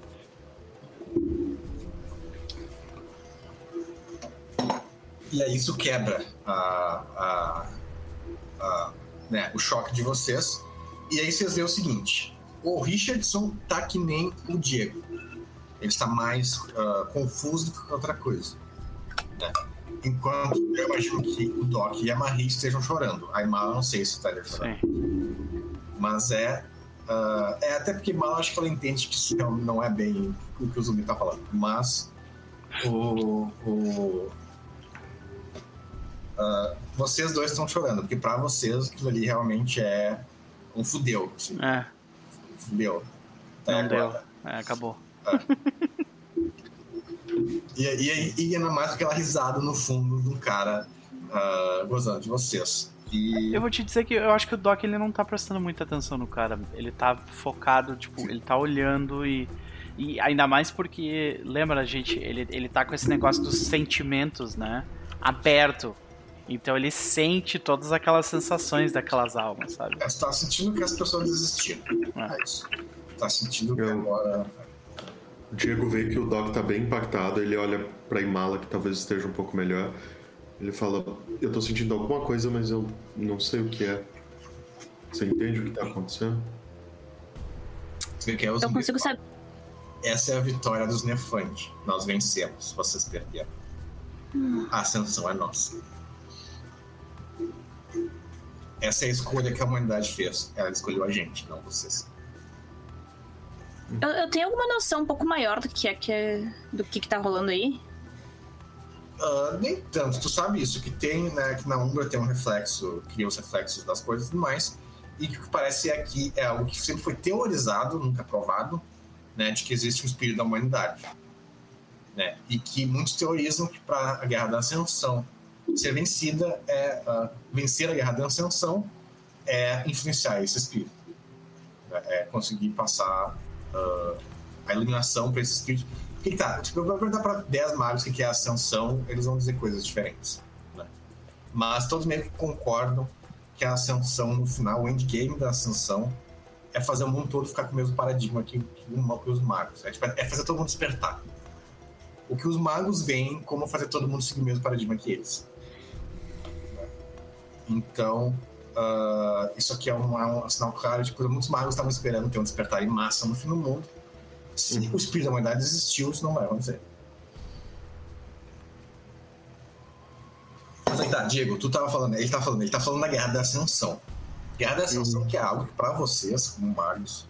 Speaker 3: E aí isso quebra a, a, a, né, o choque de vocês. E aí vocês veem o seguinte: o Richardson tá que nem o Diego. Ele está mais uh, confuso do que outra coisa, né? Enquanto eu imagino que o Doc e a Marie estejam chorando. A Imala não sei se estaria chorando.
Speaker 1: Sim.
Speaker 3: Mas é... Uh, é até porque Imala acho que ela entende que isso não é bem o que o zumbi tá falando. Mas... O... o uh, vocês dois estão chorando. Porque pra vocês aquilo ali realmente é um fudeu. Assim.
Speaker 1: É,
Speaker 3: Fudeu. Tá
Speaker 1: não
Speaker 3: aí
Speaker 1: deu.
Speaker 3: agora.
Speaker 1: É, acabou.
Speaker 3: E, e, e ainda mais aquela risada no fundo de um cara uh, gozando de vocês. E...
Speaker 1: Eu vou te dizer que eu acho que o Doc ele não tá prestando muita atenção no cara. Ele tá focado, tipo, ele tá olhando e... E ainda mais porque, lembra, gente, ele, ele tá com esse negócio dos sentimentos, né? Aberto. Então ele sente todas aquelas sensações daquelas almas, sabe?
Speaker 3: Você tá sentindo que as pessoas desistiram. É, é isso. Tá sentindo que Eu... agora...
Speaker 2: O Diego vê que o Doc tá bem impactado, ele olha pra Imala, que talvez esteja um pouco melhor. Ele fala, eu tô sentindo alguma coisa, mas eu não sei o que é. Você entende o que tá acontecendo?
Speaker 3: Você quer os
Speaker 4: eu consigo saber.
Speaker 3: Essa é a vitória dos Nefandi. Nós vencemos, vocês perderam. Hum. A ascensão é nossa. Essa é a escolha que a humanidade fez. Ela escolheu a gente, não vocês.
Speaker 4: Eu, eu tenho alguma noção um pouco maior do que é que é, do que, que tá rolando aí?
Speaker 3: Uh, nem tanto. Tu sabe isso, que tem, né, que na Umbra tem um reflexo, cria os reflexos das coisas e tudo mais, e que o que parece aqui é algo que sempre foi teorizado, nunca provado, né, de que existe um espírito da humanidade. Né, e que muitos teorizam que para a Guerra da Ascensão ser vencida, é uh, vencer a Guerra da Ascensão é influenciar esse espírito. Né, é conseguir passar uh, a iluminação para esse espírito. Que tá, tipo, eu vou perguntar para dez magos o que é a Ascensão, eles vão dizer coisas diferentes. Né? Mas todos meio que concordam que a Ascensão, no final, o endgame da Ascensão, é fazer o mundo todo ficar com o mesmo paradigma que, que, que os magos. É, tipo, é fazer todo mundo despertar. O que os magos veem como fazer todo mundo seguir o mesmo paradigma que eles. Então, uh, isso aqui é um, é um sinal claro de que muitos magos estavam esperando ter um despertar em massa no fim do mundo. Se uhum. o espírito da humanidade existiu, isso não vai acontecer. Mas aí tá, Diego, tu tava falando, ele tá falando, ele tá falando da Guerra da Ascensão. Guerra da Ascensão, uhum. que é algo que pra vocês, como magos,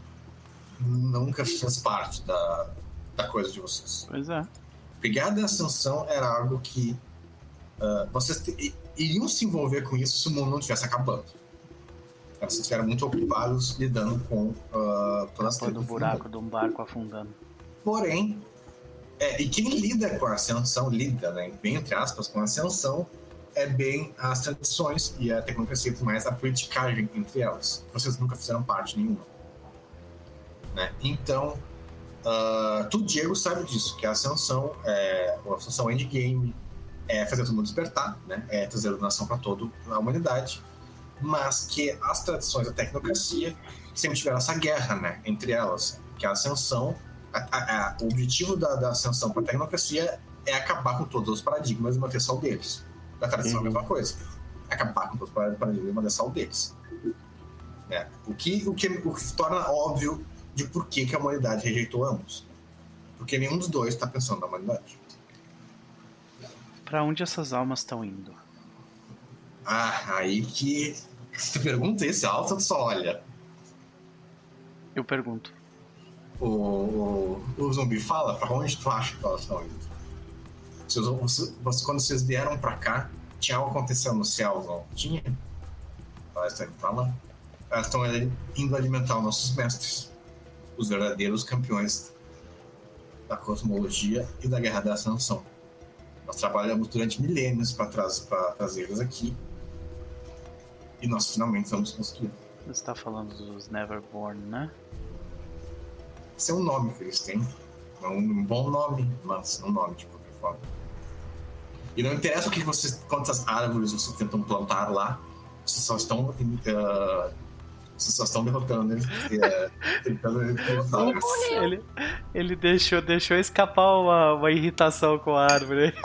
Speaker 3: nunca fez parte da, da coisa de vocês.
Speaker 1: Pois é.
Speaker 3: Porque Guerra da Ascensão era algo que uh, vocês te, iriam se envolver com isso se o mundo não estivesse acabando. Vocês estiveram muito ocupados lidando com uh, todas as
Speaker 1: coisas. Do buraco de um barco afundando.
Speaker 3: Porém, é, e quem lida com a Ascensão, lida, né, bem entre aspas, com a Ascensão, é bem as tradições e a tecnocracia, mais a politicagem entre elas. Vocês nunca fizeram parte nenhuma. Né? Então, uh, tu, Diego, sabe disso, que a Ascensão, é, a Ascensão Endgame, é fazer todo mundo despertar, né? É trazer iluminação para toda a humanidade, mas que as tradições da tecnocracia sempre tiveram essa guerra, né, entre elas, que a Ascensão, a, a, a, o objetivo da, da Ascensão para a tecnocracia é acabar com todos os paradigmas e manter só o deles. Da tradição uhum. é a mesma coisa. Acabar com todos os paradigmas e manter só o deles. É. O, que, o, que, o que torna óbvio de por que, que a humanidade rejeitou ambos. Porque nenhum dos dois está pensando na humanidade.
Speaker 1: Para onde essas almas estão indo?
Speaker 3: Ah, aí que... Se tu pergunta esse alto, tu só olha.
Speaker 1: Eu pergunto.
Speaker 3: O, o, o zumbi fala, pra onde tu acha que elas estão indo? Vocês, vocês, quando vocês vieram pra cá, tinha algo acontecendo no céu, não? Tinha? Elas estão indo pra lá. Elas estão indo alimentar os nossos mestres. Os verdadeiros campeões da cosmologia e da Guerra da Ascensão. Nós trabalhamos durante milênios para trazê-los aqui. E nós finalmente vamos conseguir.
Speaker 1: Você está falando dos Neverborn, né?
Speaker 3: Esse é um nome que eles têm. É um bom nome, mas é um nome de qualquer forma. E não interessa o que vocês, quantas árvores vocês tentam plantar lá, vocês só estão, uh, vocês só estão derrotando eles. Uh, tentando derrotar eles.
Speaker 1: Ele, ele deixou, deixou escapar uma, uma irritação com a árvore.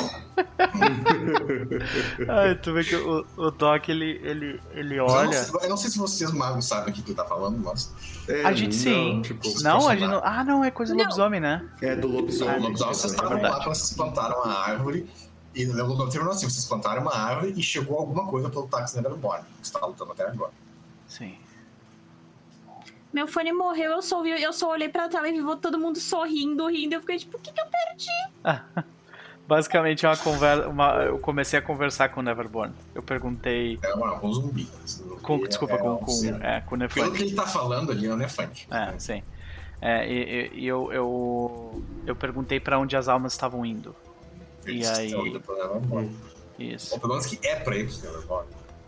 Speaker 1: Ai, tu vê que o, o Doc, ele, ele, ele olha...
Speaker 3: Eu não, sei, eu não sei se vocês magos sabem o que tu tá falando, mas...
Speaker 1: É, a gente sim. Não, tipo, não a gente não... Ah, não, é coisa do lobisomem, né?
Speaker 2: É, do lobisomem.
Speaker 3: Ah, lobisomem, vocês estavam é lá quando vocês plantaram a árvore. E o lobisomem terminou assim, vocês plantaram uma árvore e chegou alguma coisa pelo táxi Neverborn, que você tá lutando até agora.
Speaker 1: Sim.
Speaker 4: Meu fone morreu, eu só, vi, eu só olhei pra tela e vi todo mundo sorrindo, rindo. Eu fiquei tipo, o que que eu perdi?
Speaker 1: Basicamente, é uma conversa, uma, eu comecei a conversar com o Neverborn. Eu perguntei...
Speaker 3: É, uma, com o zumbi.
Speaker 1: Com, desculpa,
Speaker 3: é,
Speaker 1: com,
Speaker 3: é,
Speaker 1: com, é, com o Nefandi.
Speaker 3: Pelo que ele tá falando ali, é o Nefandi.
Speaker 1: É, sim. É, e, e eu, eu, eu perguntei pra onde as almas estavam indo.
Speaker 3: Eles
Speaker 1: E aí-
Speaker 3: estão indo pro Nevermore.
Speaker 2: Hum.
Speaker 1: Isso.
Speaker 3: Ou pelo menos que é pra ir pro Nevermore.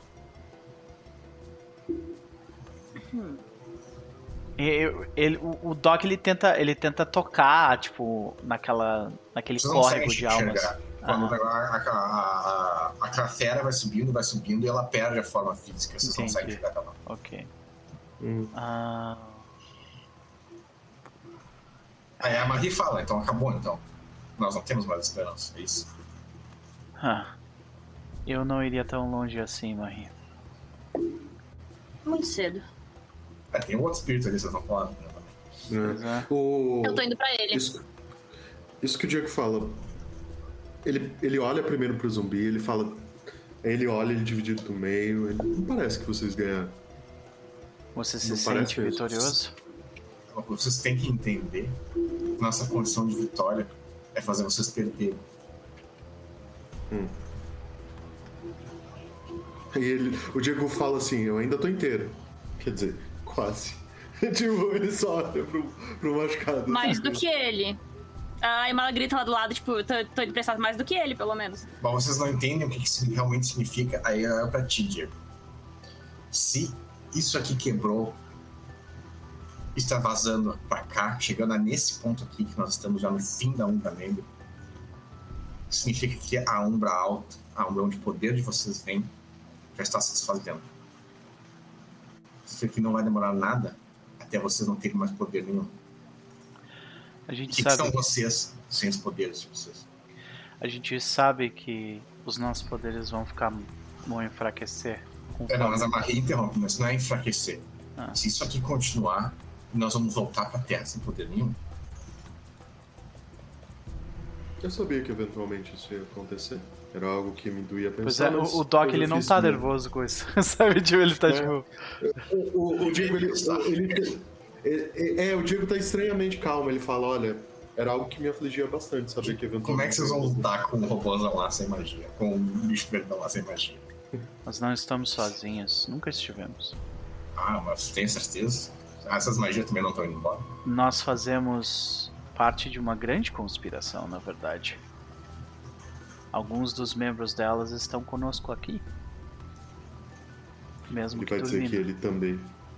Speaker 1: E eu- ele, o, o Doc ele tenta, ele tenta tocar, tipo, naquela, naquele
Speaker 3: Vocês não
Speaker 1: córrego
Speaker 3: conseguem
Speaker 1: de almas.
Speaker 3: enxergar. Quando
Speaker 1: Aham.
Speaker 3: a, a, a, a, a cratera vai subindo, vai subindo e ela perde a forma física. Vocês não
Speaker 1: Entendi.
Speaker 3: conseguem enxergar ela.
Speaker 1: Ok.
Speaker 2: Hum.
Speaker 1: Ah,
Speaker 3: Aí a Marie fala, então acabou então. Nós não temos mais esperança, é isso.
Speaker 1: ah. Eu não iria tão longe assim, Marie.
Speaker 4: Muito cedo.
Speaker 3: É, tem um outro espírito ali, vocês não falam. Né?
Speaker 1: Pois é.
Speaker 2: O...
Speaker 4: Eu tô indo pra ele.
Speaker 2: Isso, isso que o Diego fala. Ele, ele olha primeiro pro zumbi, ele fala. Ele olha ele dividido no meio. Ele, não parece que vocês ganharam.
Speaker 1: Você se
Speaker 2: Não
Speaker 1: sente
Speaker 2: parece mesmo.
Speaker 1: vitorioso?
Speaker 3: Vocês têm que entender que nossa condição de vitória é fazer vocês perderem.
Speaker 2: Hum. E ele, o Diego fala assim: eu ainda tô inteiro. Quer dizer, quase. Tipo, ele só olha pro, pro machucado.
Speaker 4: Mais do que ele. A Imala grita lá do lado, tipo, eu tô, tô impressionado mais do que ele, pelo menos.
Speaker 3: Bom, vocês não entendem o que isso realmente significa, aí é pra ti, Diego. Se isso aqui quebrou, está vazando pra cá, chegando a nesse ponto aqui, que nós estamos já no fim da Umbra Negra, significa que a Umbra Alta, a Umbra onde o poder de vocês vem, já está se desfazendo. Significa que não vai demorar nada até vocês não terem mais poder nenhum.
Speaker 1: A
Speaker 3: E
Speaker 1: gente
Speaker 3: o que
Speaker 1: sabe,
Speaker 3: são vocês sem os poderes de vocês?
Speaker 1: a gente sabe que os nossos poderes vão ficar, vão enfraquecer.
Speaker 3: É, não, mas a
Speaker 1: conforme-
Speaker 3: Marie interrompe, mas isso não é enfraquecer.
Speaker 1: Ah.
Speaker 3: Se isso aqui continuar, nós vamos voltar pra Terra sem poder nenhum.
Speaker 2: Eu sabia que eventualmente isso ia acontecer. Era algo que me doía pensar.
Speaker 1: Pois é,
Speaker 2: mas
Speaker 1: o, o Doc
Speaker 2: eu
Speaker 1: ele não
Speaker 2: fiz
Speaker 1: tá
Speaker 2: mesmo.
Speaker 1: nervoso com isso, sabe? Tipo, ele tá
Speaker 2: É.
Speaker 1: tipo...
Speaker 2: O, o, o Diego, ele, ele, ele- É, o Diego tá estranhamente calmo. Ele fala: olha, era algo que me afligia bastante saber que eventualmente.
Speaker 3: Como é que vocês vão lutar com um robôzão lá sem magia? Com um bicho verdão lá sem magia?
Speaker 1: Nós não estamos sozinhos, nunca estivemos.
Speaker 3: Ah, mas tem certeza? Ah, essas magias também não estão indo embora?
Speaker 1: Nós fazemos parte de uma grande conspiração, na verdade. Alguns dos membros delas estão conosco aqui. Mesmo
Speaker 2: Ele
Speaker 1: que
Speaker 2: vai dizer que
Speaker 1: dormindo.
Speaker 2: ele também.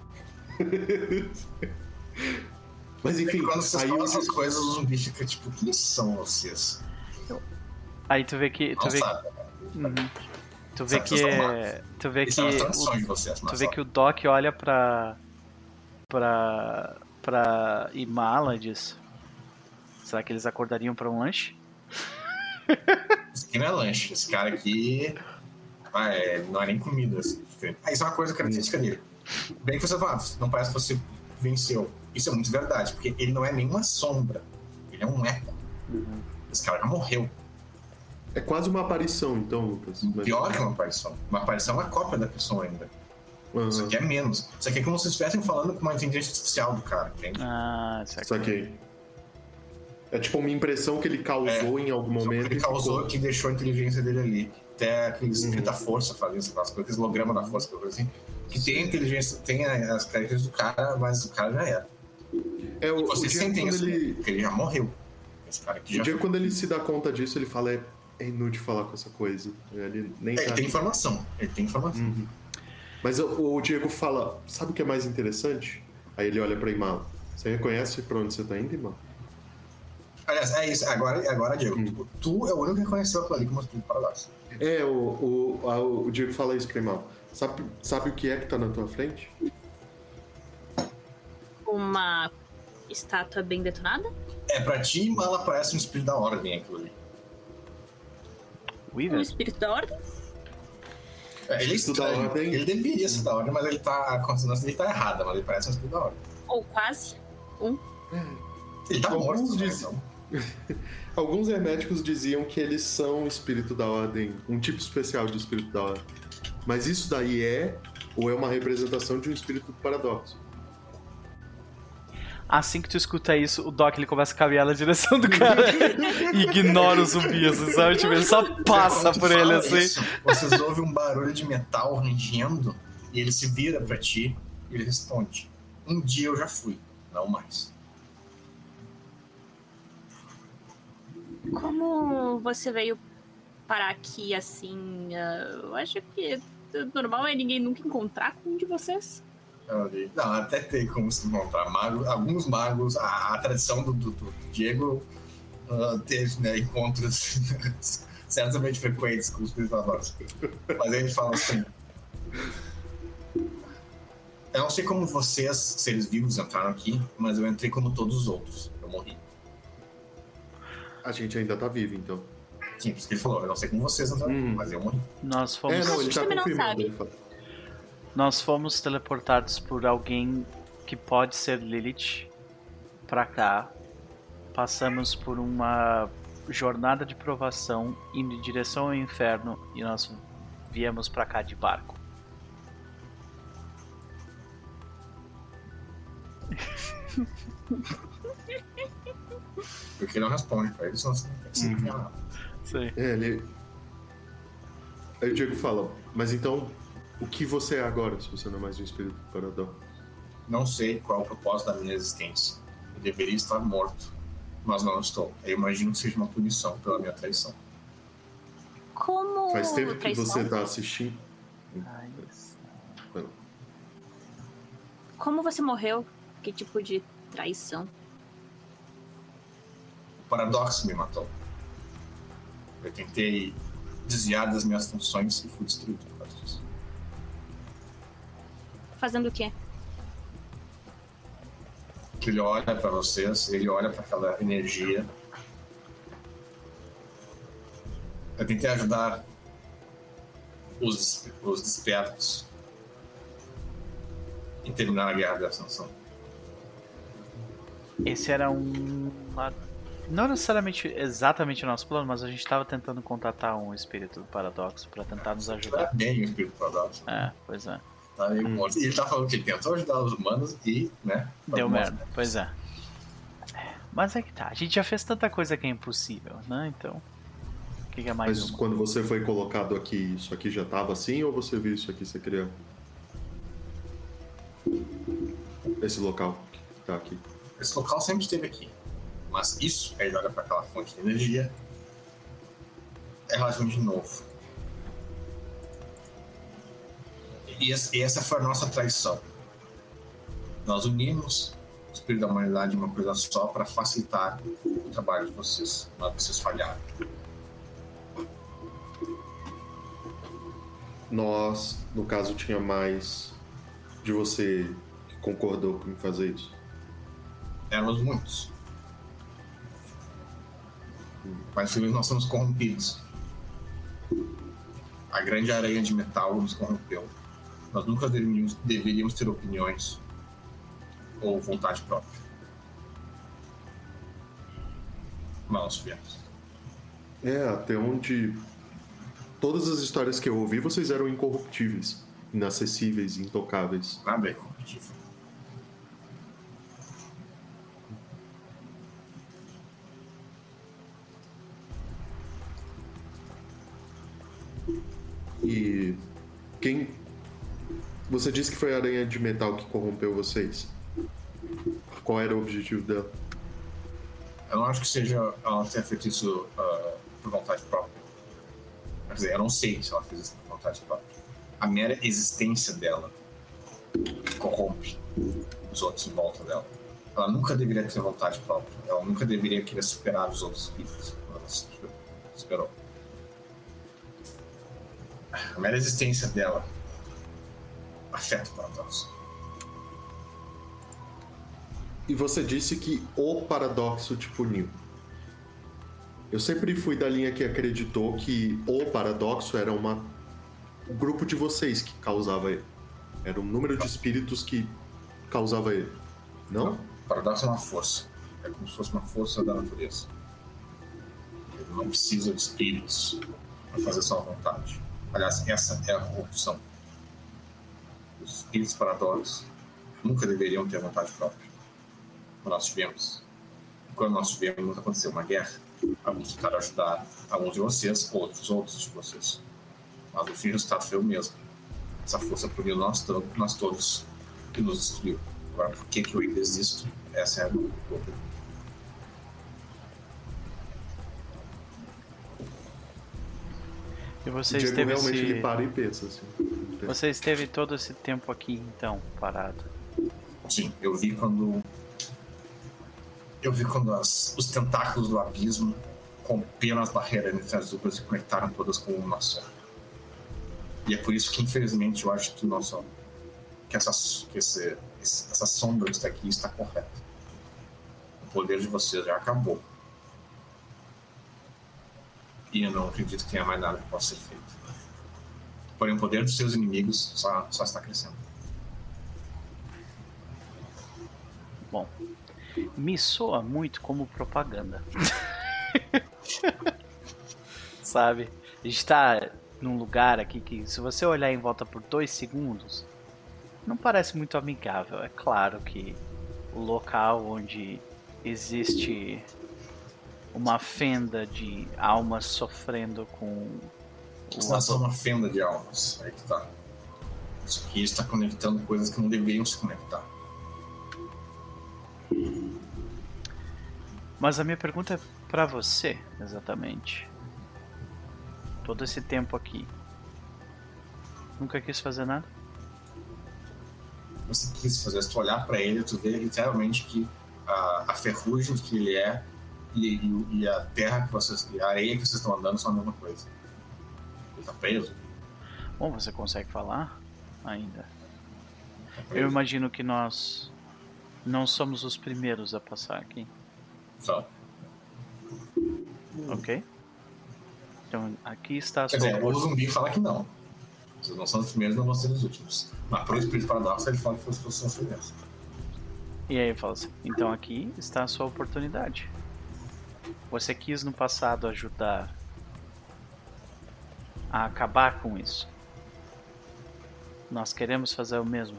Speaker 2: Mas
Speaker 3: É
Speaker 2: enfim,
Speaker 3: que quando vocês
Speaker 2: aí
Speaker 3: falam
Speaker 2: o
Speaker 3: essas
Speaker 2: Diego-
Speaker 3: coisas, o zumbi fica tipo, quem são vocês?
Speaker 1: Aí tu vê que... Tu
Speaker 3: Não
Speaker 1: vê,
Speaker 3: sabe.
Speaker 1: Uhum. Tu vê
Speaker 3: Sabe,
Speaker 1: que...
Speaker 3: vocês são
Speaker 1: Tu vê
Speaker 3: Isso
Speaker 1: que...
Speaker 3: é uma
Speaker 1: o-
Speaker 3: tradição de vocês,
Speaker 1: Tu
Speaker 3: mas
Speaker 1: vê
Speaker 3: só.
Speaker 1: que o Doc olha pra... Pra... Pra Imala e diz... Será que eles acordariam pra um lanche?
Speaker 3: Isso aqui não é lanche. Esse cara aqui ah, é, não é nem comida. Assim, diferente. Ah, isso é uma coisa característica dele. Bem que você fala, não parece que você venceu. Isso é muito verdade, porque ele não é nem uma sombra. Ele é um eco.
Speaker 1: Uhum.
Speaker 3: Esse cara já morreu.
Speaker 2: É quase uma aparição, então, Lucas. Mas-
Speaker 3: Pior que uma aparição. Uma aparição é uma cópia da pessoa ainda.
Speaker 2: Aham.
Speaker 3: Isso aqui é menos. Isso aqui é como se estivessem falando com uma inteligência artificial do cara, entende?
Speaker 1: Ah, certo.
Speaker 2: Saquei. É tipo uma impressão que ele causou em algum
Speaker 3: Só
Speaker 2: momento.
Speaker 3: que ele
Speaker 2: e
Speaker 3: causou
Speaker 2: ficou-
Speaker 3: que deixou a inteligência dele ali. Até aqueles
Speaker 2: Uhum.
Speaker 3: espírito da força fazendo essas coisas, aqueles holograma da força, coisa assim. Que tem a inteligência, tem as características do cara, mas o cara já era.
Speaker 2: É, o,
Speaker 3: E
Speaker 2: o
Speaker 3: vocês
Speaker 2: Diego,
Speaker 3: sentem
Speaker 2: quando
Speaker 3: isso,
Speaker 2: ele,
Speaker 3: porque ele já morreu. Esse cara aqui
Speaker 2: o
Speaker 3: já
Speaker 2: Diego,
Speaker 3: foi.
Speaker 2: quando ele se dá conta disso, ele fala: é, é inútil falar com essa coisa. Ele nem
Speaker 3: É,
Speaker 2: tá...
Speaker 3: ele tem informação. Ele tem informação.
Speaker 2: Uhum. Mas o, o Diego fala: sabe o que é mais interessante? Aí ele olha pra Imala: você reconhece pra onde você tá indo, Imala?
Speaker 3: Aliás, é isso. Agora, agora Diego,
Speaker 2: Hum.
Speaker 3: tipo, tu é o único que reconheceu aquilo ali como espírito paradoxo.
Speaker 2: É, o, o, a- o Diego fala isso pra Imala: sabe, sabe o que é que tá na tua frente?
Speaker 4: Uma estátua bem detonada?
Speaker 3: É, pra ti, Mala parece um espírito da ordem aquilo ali.
Speaker 4: Um
Speaker 1: Weaver?
Speaker 4: espírito da ordem?
Speaker 3: É, ele é
Speaker 2: Espírito da
Speaker 3: estranho.
Speaker 2: ordem.
Speaker 3: Ele deveria ser da ordem, mas ele tá, a consonância dele tá errada, mas ele parece um espírito da ordem.
Speaker 4: Ou quase?
Speaker 3: Ele tá
Speaker 2: Alguns
Speaker 3: morto, né,
Speaker 2: dizem.
Speaker 3: então.
Speaker 2: Alguns herméticos diziam que eles são espírito da ordem, um tipo especial de espírito da ordem. Mas isso daí é ou é uma representação de um espírito do paradoxo?
Speaker 1: Assim que tu escuta isso, o Doc ele começa a caminhar na direção do cara e ignora os zumbis, assim, sabe? Tipo, ele só passa
Speaker 3: Quando tu
Speaker 1: por ele
Speaker 3: fala
Speaker 1: assim.
Speaker 3: isso, vocês ouvem um barulho de metal rangendo e ele se vira pra ti e ele responde: um dia eu já fui, não mais.
Speaker 4: Como você veio parar aqui assim? Uh, eu acho que normal é ninguém nunca encontrar com um de vocês.
Speaker 3: Não, até tem como se encontrar. Magos, alguns magos, a, a tradição do, do, do Diego uh, teve, né, encontros certamente frequentes com os espíritos. Mas a gente fala assim. Eu não sei como vocês, seres vivos, entraram aqui, mas eu entrei como todos os outros. Eu morri.
Speaker 2: A gente ainda tá vivo, então.
Speaker 3: Sim, por isso que ele falou. Eu não sei como vocês entraram, hum. mas eu morri.
Speaker 1: Nós fomos...
Speaker 2: É, não, ele
Speaker 4: a gente
Speaker 2: tá
Speaker 4: também não
Speaker 2: confirmando.
Speaker 4: sabe.
Speaker 2: Ele fala.
Speaker 1: Nós fomos teleportados por alguém que pode ser Lilith pra cá. Passamos por uma jornada de provação indo em direção ao inferno e nós viemos pra cá de barco.
Speaker 3: Porque não responde pra eles, não sei.
Speaker 1: Uhum. Sei.
Speaker 2: É, ele... Aí o Diego fala, mas então, o que você é agora, se você não é mais um espírito parador?
Speaker 3: Não sei qual é o propósito da minha existência. Eu deveria estar morto, mas não estou. Eu imagino que seja uma punição pela minha traição.
Speaker 4: Como
Speaker 2: Faz tempo
Speaker 4: traição?
Speaker 2: que você tá assistindo.
Speaker 1: Ai,
Speaker 4: Como você morreu? Que tipo de traição?
Speaker 3: O paradoxo me matou. Eu tentei desviar das minhas funções e fui destruído por causa disso.
Speaker 4: Fazendo o quê?
Speaker 3: Ele olha pra vocês, ele olha pra aquela energia. Eu tentei ajudar os, os despertos e terminar a guerra da ascensão.
Speaker 1: Esse era um... Não necessariamente exatamente o nosso plano, mas a gente estava tentando contatar um espírito do paradoxo para tentar nos ajudar.
Speaker 3: É bem o espírito do paradoxo.
Speaker 1: É, pois é.
Speaker 3: Tá meio morto. E ele tá falando que ele tentou ajudar os humanos e, né?
Speaker 1: Deu merda, pois é. Mas é que tá, a gente já fez tanta coisa que é impossível, né? Então, o que, que é mais
Speaker 2: Mas
Speaker 1: uma?
Speaker 2: quando você foi colocado aqui, isso aqui já tava assim, ou você viu isso aqui, você queria... Esse local que tá aqui?
Speaker 3: Esse local sempre esteve aqui. Mas isso, aí ele olha para aquela fonte de energia, é relativamente novo. E essa foi a nossa traição. Nós unimos o espírito da humanidade em uma coisa só para facilitar o trabalho de vocês, mas vocês falharam.
Speaker 2: Nós, no caso, tinha mais de você que concordou em fazer isso.
Speaker 3: Éramos muitos. Mas infelizmente nós somos corrompidos. A grande aranha de metal nos corrompeu. Nós nunca deveríamos, deveríamos ter opiniões ou vontade própria. Mas nós tivemos.
Speaker 2: É, até onde... Todas as histórias que eu ouvi, vocês eram incorruptíveis, inacessíveis, intocáveis.
Speaker 3: Nada é corruptível.
Speaker 2: E quem... Você disse que foi a aranha de metal que corrompeu vocês. Qual era o objetivo dela?
Speaker 3: Eu não acho que seja ela ter feito isso uh, por vontade própria. Quer dizer, eu não sei se ela fez isso por vontade própria. A mera existência dela corrompe os outros em volta dela. Ela nunca deveria ter vontade própria. Ela nunca deveria querer superar os outros espíritos. Ela superou. A mera existência dela afeta o paradoxo.
Speaker 2: E você disse que o paradoxo te puniu. Eu sempre fui da linha que acreditou que o paradoxo era uma... um grupo de vocês que causava ele. Era um número de espíritos que causava ele. Não?
Speaker 3: O paradoxo é uma força. É como se fosse uma força da natureza. Ele não precisa de espíritos para fazer sua vontade. Aliás, essa é a corrupção. Os espíritos paradoxos nunca deveriam ter vontade própria. Quando nós tivemos. Quando nós tivemos, aconteceu uma guerra. Alguns tentaram ajudar alguns de vocês, outros, outros de vocês. Mas o fim do resultado foi o mesmo. Essa força puniu nós, nós todos e nos destruiu. Agora, por que, que eu ainda existo? Essa é a minha pergunta.
Speaker 1: E você
Speaker 2: o Diego
Speaker 1: esteve
Speaker 2: realmente
Speaker 1: esse...
Speaker 2: ele para e pensa assim.
Speaker 1: Você esteve todo esse tempo aqui, então, parado?
Speaker 3: Sim, eu vi quando... Eu vi quando as, os tentáculos do abismo romperam as barreiras entre as duplas e conectaram todas com o nosso. E é por isso que, infelizmente, eu acho que o nosso... Que, essa, que esse, essa sombra que está aqui está correta. O poder de vocês já acabou. E eu não acredito que tenha mais nada que possa ser feito. Porém, o poder dos seus inimigos só, só está crescendo.
Speaker 1: Bom, me soa muito como propaganda. Sabe? A gente tá num lugar aqui que, se você olhar em volta por dois segundos, não parece muito amigável. É claro que o local onde existe uma fenda de almas sofrendo com...
Speaker 3: Isso não é só uma fenda de almas. Aí que tá. Isso aqui está conectando coisas que não deveriam se conectar.
Speaker 1: Mas a minha pergunta é pra você, exatamente. Todo esse tempo aqui, nunca quis fazer nada?
Speaker 3: Você quis fazer, se tu olhar pra ele, tu vê literalmente que a, a ferrugem que ele é e, e, e a terra que vocês, e a areia que vocês estão andando são a mesma coisa. Ele tá preso.
Speaker 1: Bom, você consegue falar ainda?
Speaker 3: Tá preso.
Speaker 1: Eu imagino que nós não somos os primeiros a passar aqui.
Speaker 3: Só.
Speaker 1: Ok? Então aqui está a
Speaker 3: Quer
Speaker 1: sua
Speaker 3: dizer, o
Speaker 1: oportunidade.
Speaker 3: zumbi fala que não. Vocês não são os primeiros, não vão ser os últimos. Mas pro espírito paradoxo ele fala que vocês são os primeiros.
Speaker 1: E aí fala assim, então aqui está a sua oportunidade. Você quis no passado ajudar a acabar com isso. Nós queremos fazer o mesmo.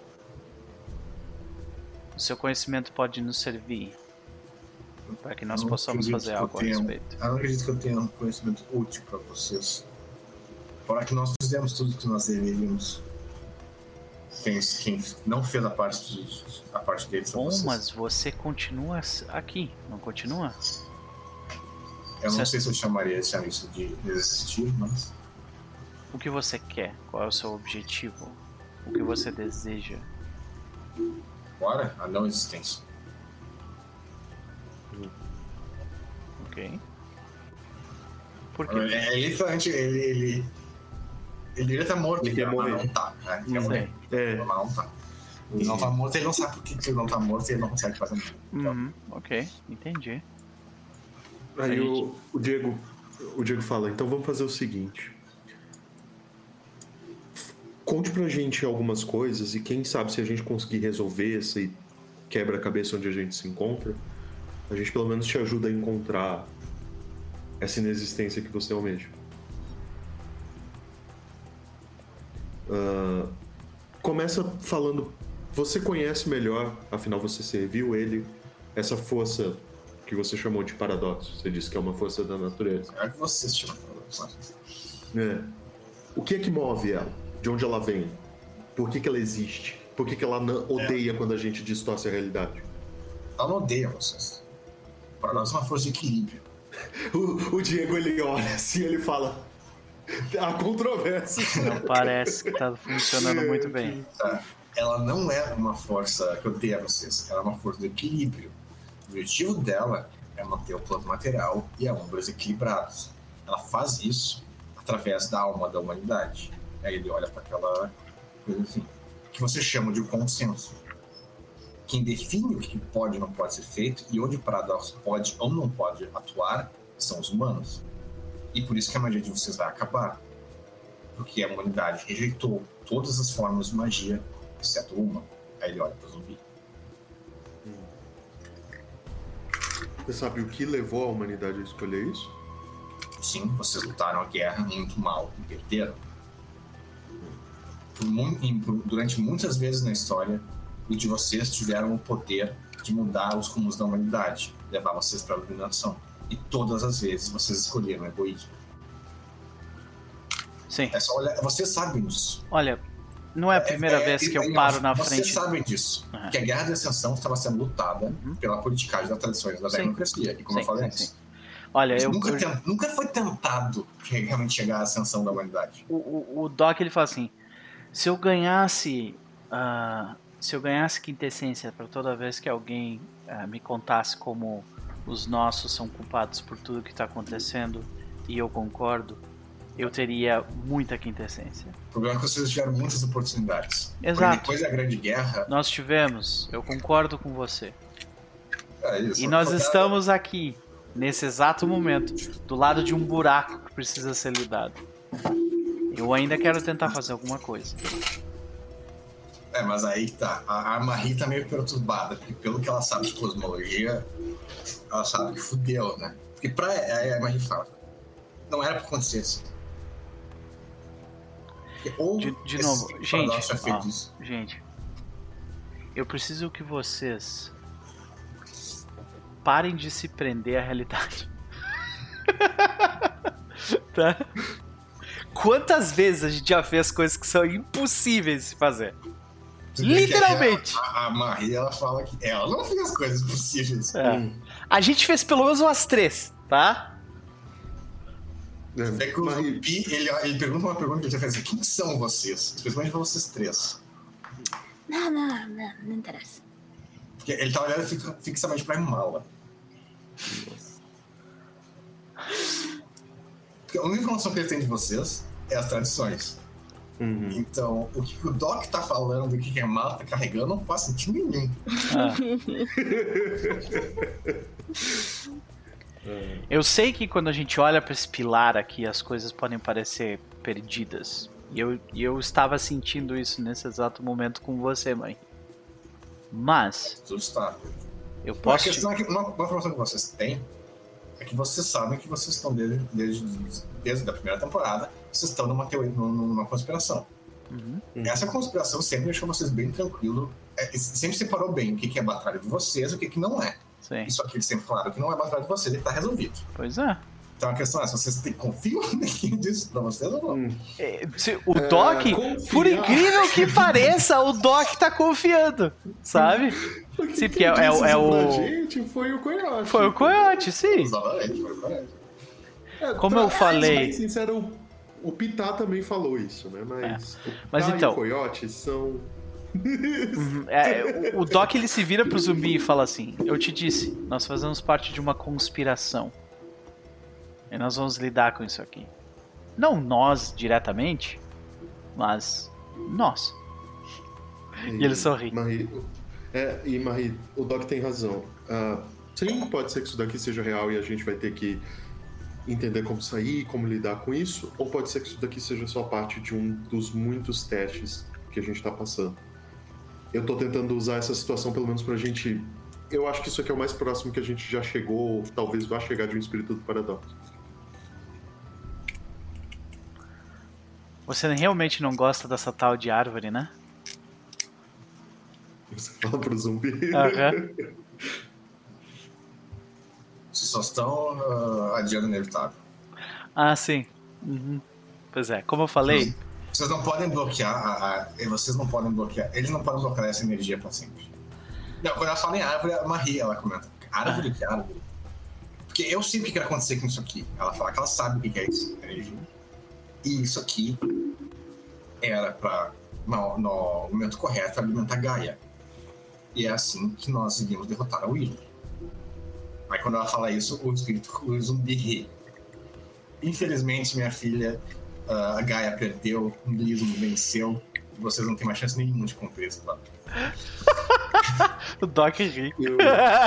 Speaker 1: O seu conhecimento pode nos servir para que nós
Speaker 3: Eu não
Speaker 1: possamos
Speaker 3: acredito
Speaker 1: fazer
Speaker 3: que eu
Speaker 1: algo a
Speaker 3: tenha-
Speaker 1: respeito.
Speaker 3: Eu não acredito que eu tenha um conhecimento útil para vocês. Fora que nós fizemos tudo que nós deveríamos. Quem, quem não fez a parte, de, a parte deles são
Speaker 1: Bom,
Speaker 3: vocês.
Speaker 1: mas você continua aqui, não continua?
Speaker 3: Eu não
Speaker 1: Certo.
Speaker 3: sei se eu chamaria isso de desistir, mas...
Speaker 1: O que você quer? Qual é o seu objetivo? O que você deseja?
Speaker 3: Fora a não existência.
Speaker 1: Ok? Por quê?
Speaker 3: É, ele literalmente, ele, ele, ele deveria estar morto,
Speaker 2: Ele quer
Speaker 3: mas
Speaker 2: morrer.
Speaker 3: não tá. Né? Ele quer
Speaker 1: Sei.
Speaker 3: morrer,
Speaker 2: É.
Speaker 3: mas não tá. Ele não tá morto, ele não sabe por que que ele não tá morto e ele não consegue fazer nada.
Speaker 1: Uhum, ok, entendi.
Speaker 2: Aí o, o Diego o Diego fala, então vamos fazer o seguinte. Conte pra gente algumas coisas e quem sabe se a gente conseguir resolver esse quebra-cabeça onde a gente se encontra, a gente pelo menos te ajuda a encontrar essa inexistência que você almeja. Uh, começa falando, você conhece melhor, afinal você serviu ele, essa força que você chamou de paradoxo. Você disse que é uma força da natureza.
Speaker 3: É que vocês tiram.
Speaker 2: É. O que é que move ela? De onde ela vem? Por que que ela existe? Por que que ela não odeia quando a gente distorce a realidade?
Speaker 3: Ela não odeia vocês. Para nós é uma força de equilíbrio.
Speaker 2: O, o Diego, ele olha assim, ele fala, há controvérsia.
Speaker 1: Não parece que tá funcionando muito bem.
Speaker 3: Tá? Ela não é uma força que odeia vocês. Ela é uma força de equilíbrio. O objetivo dela é manter o plano material e a ombros equilibrados. Ela faz isso através da alma da humanidade. Aí ele olha para aquela coisa assim, que você chama de consenso. Quem define o que pode e não pode ser feito e onde o paradoxo pode ou não pode atuar são os humanos. E por isso que a magia de vocês vai acabar. Porque a humanidade rejeitou todas as formas de magia, exceto uma. Aí ele olha para o zumbi.
Speaker 2: Você sabe o que levou a humanidade a escolher isso?
Speaker 3: Sim, vocês lutaram a guerra muito mal e perderam. Por mu- em- por- durante muitas vezes na história, os de vocês tiveram o poder de mudar os rumos da humanidade, levar vocês para a iluminação. E todas as vezes vocês escolheram o egoísmo.
Speaker 1: Sim.
Speaker 3: É só olhar, vocês sabem disso.
Speaker 1: Olha, não é a primeira
Speaker 3: É,
Speaker 1: vez que
Speaker 3: é,
Speaker 1: eu
Speaker 3: é,
Speaker 1: paro na
Speaker 3: vocês
Speaker 1: frente.
Speaker 3: sabem disso.
Speaker 1: Uhum.
Speaker 3: Que a Guerra de Ascensão estava sendo lutada
Speaker 1: Uhum.
Speaker 3: pela politicagem das tradições da
Speaker 1: Sim.
Speaker 3: democracia. E como
Speaker 1: Sim,
Speaker 3: eu falei
Speaker 1: sim,
Speaker 3: antes.
Speaker 1: sim. Olha, eu,
Speaker 3: nunca,
Speaker 1: eu,
Speaker 3: tent, nunca foi tentado realmente chegar à ascensão da humanidade.
Speaker 1: O, o, o Doc, ele fala assim, se eu ganhasse uh, se eu ganhasse quintessência para toda vez que alguém uh, me contasse como os nossos são culpados por tudo que está acontecendo, e eu concordo, eu teria muita quintessência.
Speaker 3: O problema é que vocês tiveram muitas oportunidades.
Speaker 1: Exato.
Speaker 3: Depois da Grande Guerra...
Speaker 1: Nós tivemos, eu concordo com você.
Speaker 3: É isso,
Speaker 1: e nós
Speaker 3: foi
Speaker 1: estamos nada. aqui, nesse exato momento, do lado de um buraco que precisa ser lidado. Eu ainda quero tentar fazer alguma coisa.
Speaker 3: É, mas aí tá. A, a Marie tá meio perturbada, porque pelo que ela sabe de cosmologia, ela sabe que fudeu, né? Porque pra aí a Marie fala, não era pra acontecer isso. Ou
Speaker 1: de, de novo, gente, ó, gente, eu preciso que vocês parem de se prender à realidade. Tá? Quantas vezes a gente já fez coisas que são impossíveis de se fazer? Literalmente.
Speaker 3: A, a Marie, ela fala que ela não fez coisas possíveis.
Speaker 1: É. Hum. A gente fez pelo menos umas três, tá?
Speaker 3: É que o Zumbi, ele, ele pergunta uma pergunta que ele faz assim, quem são vocês? Especialmente pra vocês três.
Speaker 4: Não, não, não, não interessa.
Speaker 3: Porque ele tá olhando fixamente pra mala. Porque a única informação que ele tem de vocês é as tradições. Uhum. Então, o que o Doc tá falando, o que a mala tá carregando, não faz sentido nenhum. Ah.
Speaker 1: Eu sei que quando a gente olha para esse pilar aqui, as coisas podem parecer perdidas. E eu, eu estava sentindo isso nesse exato momento com você, mãe. Mas...
Speaker 3: Tudo está.
Speaker 1: Eu posso...
Speaker 3: A questão é que uma, uma informação que vocês têm é que vocês sabem que vocês estão desde, desde, desde a primeira temporada, vocês estão numa teoria, numa conspiração. Uhum. Essa conspiração sempre deixou vocês bem tranquilos. É, sempre separou bem o que é a batalha de vocês e o que não é.
Speaker 1: Sim.
Speaker 3: Isso aqui eles sempre falaram que não é batalha de vocês, ele tá resolvido.
Speaker 1: Pois é.
Speaker 3: Então a questão é, se vocês têm, confiam disso pra vocês ou não? Hum.
Speaker 1: É, se, o Doc, é, por incrível que pareça, o Doc tá confiando, sabe?
Speaker 2: Porque
Speaker 1: sim, porque é, é, é o...
Speaker 2: gente foi o Coyote.
Speaker 1: Foi o Coyote, sim.
Speaker 3: Exatamente, foi o Coyote.
Speaker 2: É,
Speaker 1: Como eu falei...
Speaker 2: Ser sincero, o Pitá também falou isso, né? Mas,
Speaker 1: é. Mas então,
Speaker 2: e o Coyote são...
Speaker 1: é, o, o Doc, ele se vira pro zumbi e fala assim, eu te disse, nós fazemos parte de uma conspiração. E nós vamos lidar com isso aqui. Não nós diretamente, mas nós. E, e ele sorri.
Speaker 2: Marie, é, e Marie, o Doc tem razão. Uh, sim, pode ser que isso daqui seja real e a gente vai ter que entender como sair, como lidar com isso, ou pode ser que isso daqui seja só parte de um dos muitos testes que a gente está passando. Eu tô tentando usar essa situação pelo menos pra gente... Eu acho que isso aqui é o mais próximo que a gente já chegou, ou talvez vá chegar de um espírito do paradoxo.
Speaker 1: Você realmente não gosta dessa tal de árvore, né?
Speaker 2: Você fala pro zumbi.
Speaker 1: Uhum.
Speaker 3: Vocês só estão uh, adiando o inevitável.
Speaker 1: Ah, sim. Uhum. Pois é, como eu falei...
Speaker 3: Vocês não podem bloquear, a, a, vocês não podem bloquear, eles não podem bloquear essa energia pra sempre. Não, quando ela fala em árvore, a Marie, ela comenta, árvore, ah. que árvore? Porque eu sei o que vai acontecer com isso aqui. Ela fala que ela sabe o que é isso, energia. E isso aqui era pra, no, no momento correto, alimentar Gaia. E é assim que nós iríamos derrotar a Willy. Aí quando ela fala isso, o espírito, o zumbi ri. Infelizmente, minha filha, a Gaia perdeu, o niilismo venceu, e vocês não têm mais chance nenhuma de cumprir esse plano.
Speaker 1: O Doc ri.
Speaker 2: Eu...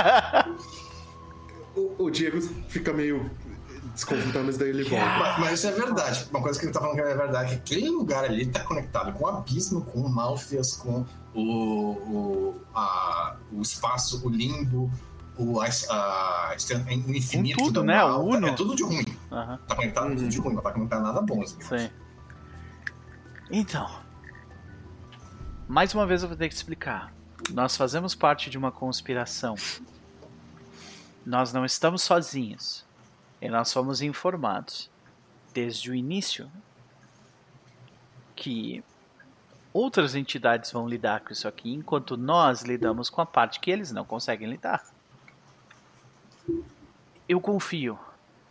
Speaker 2: o, o Diego fica meio desconfortável, mas daí ele volta.
Speaker 3: Mas, mas isso é verdade. Uma coisa que ele tá falando que é verdade é que aquele lugar ali tá conectado com o abismo, com o Malfias, com o, o, a, o espaço, o limbo, o, a, a, o infinito.
Speaker 1: Com tudo, né?
Speaker 3: Alta.
Speaker 1: O Uno.
Speaker 3: É tudo de ruim.
Speaker 1: Uhum.
Speaker 3: Tá conectado com tudo de ruim, não tá conectado nada bom. Assim,
Speaker 1: sim. Então, mais uma vez eu vou ter que explicar. Nós fazemos parte de uma conspiração. Nós não estamos sozinhos. E nós fomos informados desde o início que outras entidades vão lidar com isso aqui, enquanto nós lidamos com a parte que eles não conseguem lidar. Eu confio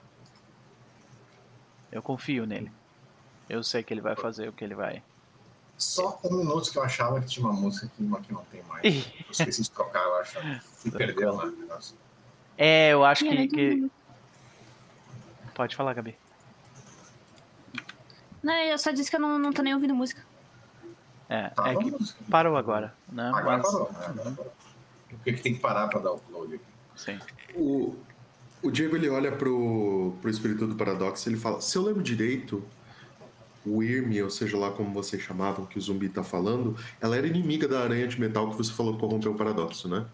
Speaker 1: Eu confio nele. Eu sei que ele vai fazer o que ele vai.
Speaker 3: Só um minuto que eu achava que tinha uma música que uma que não tem mais. Eu esqueci de trocar, eu acho. Fui perder lá.
Speaker 1: É, eu acho que, que... Pode falar, Gabi.
Speaker 4: Não, eu só disse que eu não, não tô nem ouvindo música.
Speaker 1: É,
Speaker 3: Tá,
Speaker 1: é que
Speaker 3: vamos.
Speaker 1: parou agora, né?
Speaker 3: Agora
Speaker 1: Mas-
Speaker 3: parou, né? Agora parou. Por que que tem que parar pra dar upload aqui?
Speaker 1: Sim.
Speaker 2: O, o Diego, ele olha pro, pro espírito do paradoxo e ele fala, se eu lembro direito, o Irmi, ou seja lá como vocês chamavam, que o zumbi tá falando, ela era inimiga da aranha de metal que você falou que corrompeu o paradoxo, né?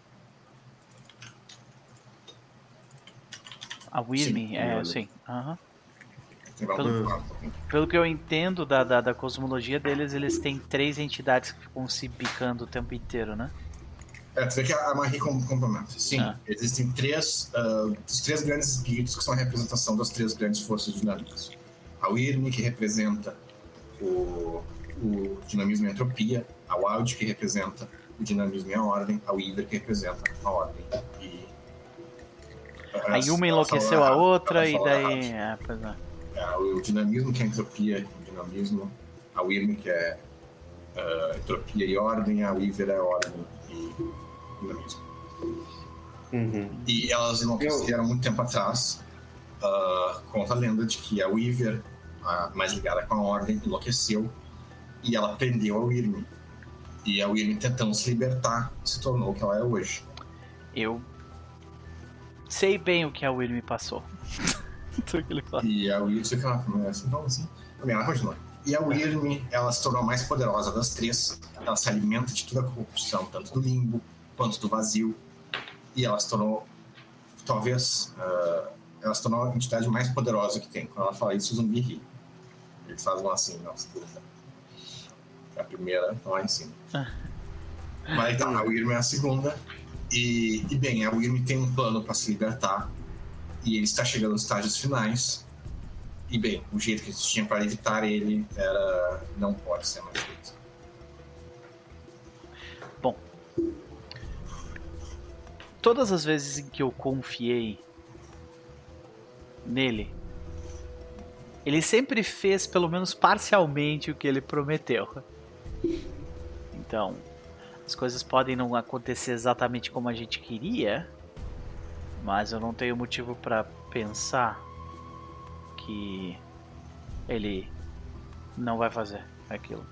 Speaker 1: A Wyrm,
Speaker 2: Sim,
Speaker 1: é,
Speaker 2: olha.
Speaker 1: sim. Aham.
Speaker 3: Tem que
Speaker 1: Pelo-
Speaker 3: dar um pouquinho.
Speaker 1: Pelo que eu entendo da, da, da cosmologia deles, eles têm três entidades que ficam se bicando o tempo inteiro, né?
Speaker 3: É, tu vê que a Marie com- complementa. Sim,
Speaker 1: Ah.
Speaker 3: existem três, ah, os três grandes espíritos que são a representação das três grandes forças dinâmicas. A Wyrm, que representa o, o dinamismo e a entropia. A Wild, que representa o dinamismo e a ordem. A Weaver, que representa a ordem. E,
Speaker 1: A Yuma enlouqueceu a outra e daí... É, pois é.
Speaker 3: É, o dinamismo, que é a entropia e dinamismo. A Wyrm, que é ah, entropia e ordem. A Weaver é ordem e dinamismo.
Speaker 2: Uhum.
Speaker 3: E elas enlouqueceram muito tempo atrás, uh, conta a lenda de que a Weaver, a mais ligada com a Ordem, enlouqueceu e ela prendeu a Wyrm. E a Wyrm, tentando se libertar, se tornou o que ela é hoje.
Speaker 1: Eu sei bem o que a Wyrm passou. Tudo que ele fala.
Speaker 3: E a Wyrm, sei que ela começa, então assim, também ela continua. E a Wyrm, ela se tornou a mais poderosa das três. Ela se alimenta de toda a corrupção, tanto do limbo quanto do vazio. E ela se tornou, talvez, uh, ela se tornou a entidade mais poderosa que tem. Quando ela fala isso, o zumbi ri. Eles fazem assim, nossa, puta. A primeira, lá em cima. Mas então, a Wyrm é a segunda. E, e bem, a Wyrm tem um plano para se libertar. E ele está chegando nos estágios finais. E bem, o jeito que eles tinham para evitar ele era... não pode ser mais feito.
Speaker 1: Bom, todas as vezes em que eu confiei nele, ele sempre fez pelo menos parcialmente o que ele prometeu. Então, as coisas podem não acontecer exatamente como a gente queria, mas eu não tenho motivo pra pensar que ele não vai fazer aquilo.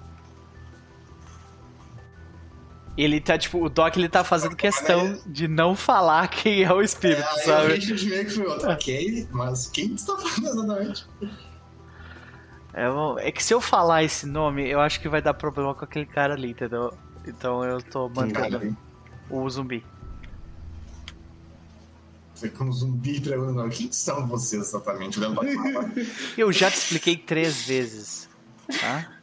Speaker 1: Ele tá, tipo, o Doc, ele tá fazendo questão de não falar quem é o espírito,
Speaker 3: É,
Speaker 1: sabe?
Speaker 3: eu vejo de meio que foi outro. Ok, mas quem tu tá falando exatamente?
Speaker 1: É, bom, é que se eu falar esse nome, eu acho que vai dar problema com aquele cara ali, entendeu? Então eu tô mantendo o zumbi.
Speaker 3: Foi com um zumbi perguntando, quem são vocês exatamente? Olhando pra fala.
Speaker 1: Eu já te expliquei três vezes, tá?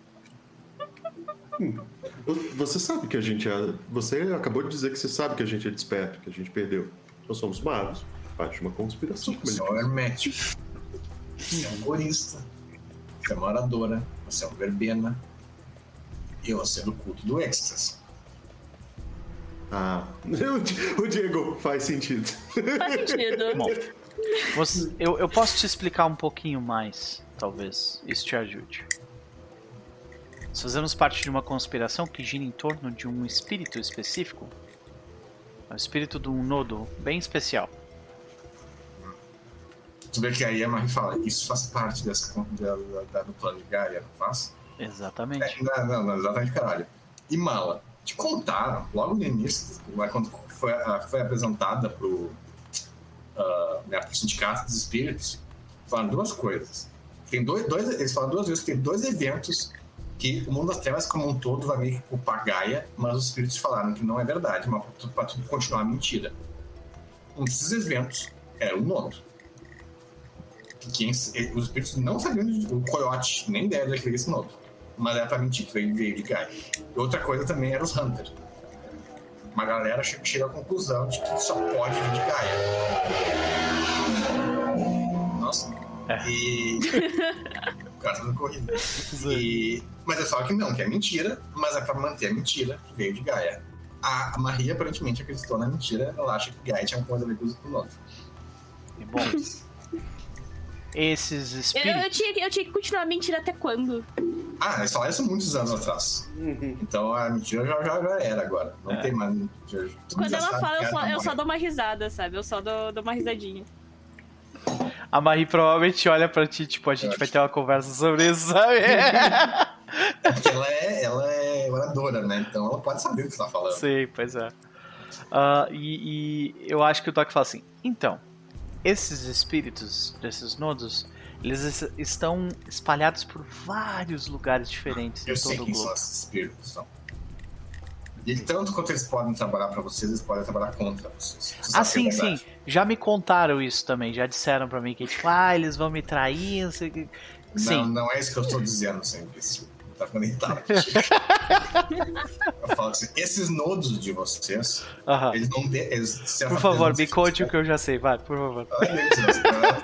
Speaker 2: Você sabe que a gente é... Você acabou de dizer que você sabe que a gente é desperto, que a gente perdeu. Nós somos magos, parte de uma conspiração. como ele
Speaker 3: Você é um hermético. Você é um gorista. Você é uma oradora. Você é um verbena. E você é do culto do êxtase.
Speaker 2: Ah, o Diego faz sentido.
Speaker 4: Faz sentido.
Speaker 1: Bom, você- eu, eu posso te explicar um pouquinho mais, talvez isso te ajude. Nós fazemos parte de uma conspiração que gira em torno de um espírito específico. É o espírito de um nodo bem especial.
Speaker 3: Tu vê que aí a Marie fala, isso faz parte dessa, da, da, do plano de Gaia, não faz?
Speaker 1: Exatamente.
Speaker 3: É, não, não, não, exatamente, caralho. E Mala, te contaram, logo no início, lá quando foi, foi apresentada pro, uh, né, pro Sindicato dos Espíritos, falaram duas coisas. Tem dois, dois, eles falam duas vezes que tem dois eventos que o mundo das trevas como um todo vai meio que culpar Gaia, mas os espíritos falaram que não é verdade, mas para tudo continuar mentira. Um desses eventos era o Nodo. Quem, os espíritos não sabiam, o Coyote nem ideia daquele esse Nodo, mas era pra mentir, que veio, veio de Gaia. E outra coisa também era os Hunter. Uma galera chega, chega à conclusão de que só pode vir de Gaia. Nossa.
Speaker 1: É.
Speaker 3: E... o cara tá dando corrida. E... Mas eu falo que não, que é mentira, mas é pra manter a mentira que veio de Gaia. A Maria aparentemente acreditou na mentira, ela acha que Gaia tinha alguma coisa a ver com o Nodo.
Speaker 1: E bom, esses
Speaker 4: Eu,
Speaker 1: espíritos...
Speaker 4: eu, tinha, que- eu tinha que continuar mentindo até quando?
Speaker 3: Ah, eles falaram isso muitos anos atrás.
Speaker 2: Uhum.
Speaker 3: Então a mentira já, já, já era agora. Não
Speaker 1: É.
Speaker 3: tem mais mentira. Todo mundo
Speaker 4: Quando
Speaker 3: já
Speaker 4: ela
Speaker 3: sabe
Speaker 4: fala,
Speaker 3: que
Speaker 4: eu
Speaker 3: ela
Speaker 4: só,
Speaker 3: tá
Speaker 4: eu só
Speaker 3: morrendo.
Speaker 4: dou uma risada, sabe? Eu só dou, dou uma risadinha.
Speaker 1: A Marie provavelmente olha pra ti, tipo, a gente vai ter uma conversa sobre isso, sabe?
Speaker 3: É porque ela é, ela é oradora, né? Então ela pode saber o que você tá falando.
Speaker 1: Sim, pois é. Ah, e, e eu acho que o Doc fala assim, então, esses espíritos desses nodos, eles es- estão espalhados por vários lugares diferentes
Speaker 3: Eu
Speaker 1: em
Speaker 3: sei
Speaker 1: todo o
Speaker 3: quem são
Speaker 1: globo.
Speaker 3: esses espíritos. São. E tanto quanto eles podem trabalhar pra vocês, eles podem trabalhar contra vocês. Você
Speaker 1: Ah,
Speaker 3: sabe que
Speaker 1: sim,
Speaker 3: é
Speaker 1: sim.
Speaker 3: verdade.
Speaker 1: Já me contaram isso também. Já disseram pra mim que, tipo, ah, eles vão me trair, não sei o que.
Speaker 3: Não,
Speaker 1: Sim.
Speaker 3: não é isso que eu estou dizendo sempre. Isso tá ficando irritado. Eu falo assim, esses nodos de vocês,
Speaker 1: Aham.
Speaker 3: eles não... De, eles, de certa
Speaker 1: Por favor,
Speaker 3: forma,
Speaker 1: me conte o que eu já sei. Vai, por favor.
Speaker 3: Ai, meu Deus,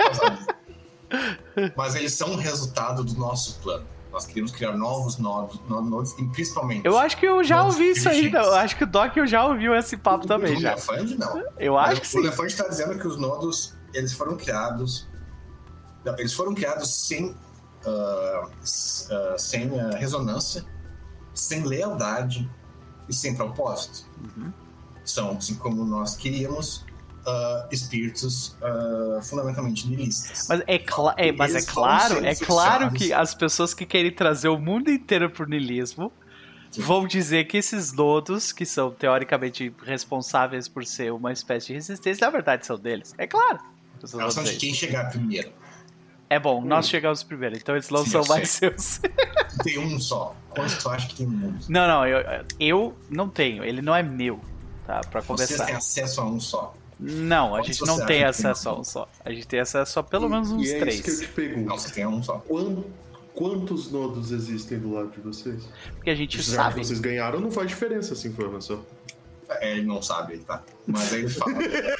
Speaker 3: não, mas eles são um resultado do nosso plano. Nós queríamos criar novos nodos, no- nodos, e principalmente...
Speaker 1: Eu acho que eu já
Speaker 3: nodos
Speaker 1: ouvi isso aí.
Speaker 3: inteligentes.
Speaker 1: Eu acho que o Doc já ouviu esse papo também,
Speaker 3: O
Speaker 1: já.
Speaker 3: Elefante, não.
Speaker 1: Eu acho
Speaker 3: Mas
Speaker 1: que
Speaker 3: o
Speaker 1: sim.
Speaker 3: Elefante está dizendo que os nodos, eles foram criados... não, eles foram criados sem, ah, s- ah, sem ah, ressonância, sem lealdade e sem propósito.
Speaker 1: Uhum.
Speaker 3: São, assim como nós queríamos, ah, espíritos ah, fundamentalmente nihilistas.
Speaker 1: Mas é, cla é, mas é
Speaker 3: Eles vão
Speaker 1: claro,
Speaker 3: ser
Speaker 1: é claro
Speaker 3: influenciados.
Speaker 1: que as pessoas que querem trazer o mundo inteiro pro niilismo vão dizer que esses nodos, que são teoricamente responsáveis por ser uma espécie de resistência, na verdade são deles. É claro. As pessoas
Speaker 3: Elas
Speaker 1: vão
Speaker 3: são de
Speaker 1: dizer
Speaker 3: quem chegar primeiro.
Speaker 1: isso. É bom, nós chegamos primeiro, então eles não
Speaker 3: Sim,
Speaker 1: são
Speaker 3: eu
Speaker 1: mais
Speaker 3: sei.
Speaker 1: seus.
Speaker 3: Tem um só. Quantos tu acha que tem um mundo?
Speaker 1: Não, não, eu, eu não tenho, ele não é meu, tá? Pra
Speaker 3: Vocês
Speaker 1: começar.
Speaker 3: têm acesso a um só.
Speaker 1: Não, a
Speaker 3: Quantos
Speaker 1: gente
Speaker 3: você
Speaker 1: não
Speaker 3: acha
Speaker 1: tem
Speaker 3: que
Speaker 1: acesso
Speaker 3: tem?
Speaker 1: a um só. A gente tem acesso a pelo menos uns
Speaker 2: e é
Speaker 1: três.
Speaker 2: isso que eu te pergunto.
Speaker 3: Não, vocês têm um só.
Speaker 2: Quan- Quantos nodos existem do lado de vocês?
Speaker 1: Porque a gente
Speaker 2: Já
Speaker 1: sabe.
Speaker 2: que vocês ganharam, não faz diferença essa informação.
Speaker 3: É, ele não sabe, ele tá. Mas aí ele fala.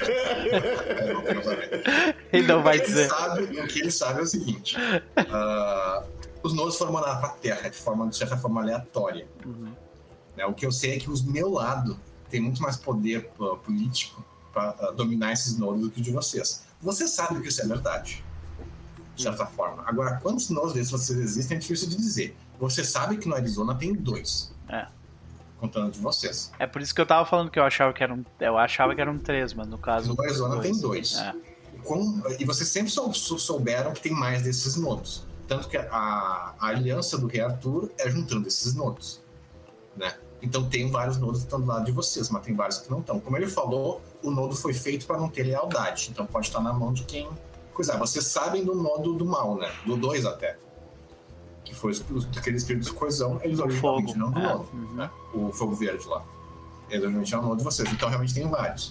Speaker 3: É, não tem o saber.
Speaker 1: Ele não vai
Speaker 3: O que ele
Speaker 1: dizer.
Speaker 3: sabe- o que ele sabe é o seguinte: ah, os nodos foram mandados pra Terra de, forma, de certa forma aleatória.
Speaker 1: Uhum.
Speaker 3: Né? O que eu sei é que o meu lado tem muito mais poder ah, político para dominar esses nodos do que o de vocês. Você sabe que isso é verdade, de certa forma. Agora, quantos nodos desses vocês existem é difícil de dizer. Você sabe que no Arizona tem dois.
Speaker 1: É.
Speaker 3: Contando de vocês.
Speaker 1: É por isso que eu tava falando que eu achava que eram. Eu achava que eram três, mas no caso.
Speaker 3: No Arizona tem dois.
Speaker 1: É.
Speaker 3: Com- e vocês sempre sou- sou- souberam que tem mais desses nodos. Tanto que a, a aliança do Rei Arthur é juntando esses nodos. Né? Então tem vários nodos que estão do lado de vocês, mas tem vários que não estão. Como ele falou, o nodo foi feito para não ter lealdade. Então pode estar na mão de quem coisar. Vocês sabem do nodo do mal, né? Do dois até. Que foi aquele espírito de coesão, eles
Speaker 1: O
Speaker 3: originalmente
Speaker 1: fogo.
Speaker 3: não do
Speaker 1: É,
Speaker 3: nodo.
Speaker 1: uhum.
Speaker 3: Né? O fogo verde lá. Eles originalmente é o nodo de vocês. Então realmente tem vários.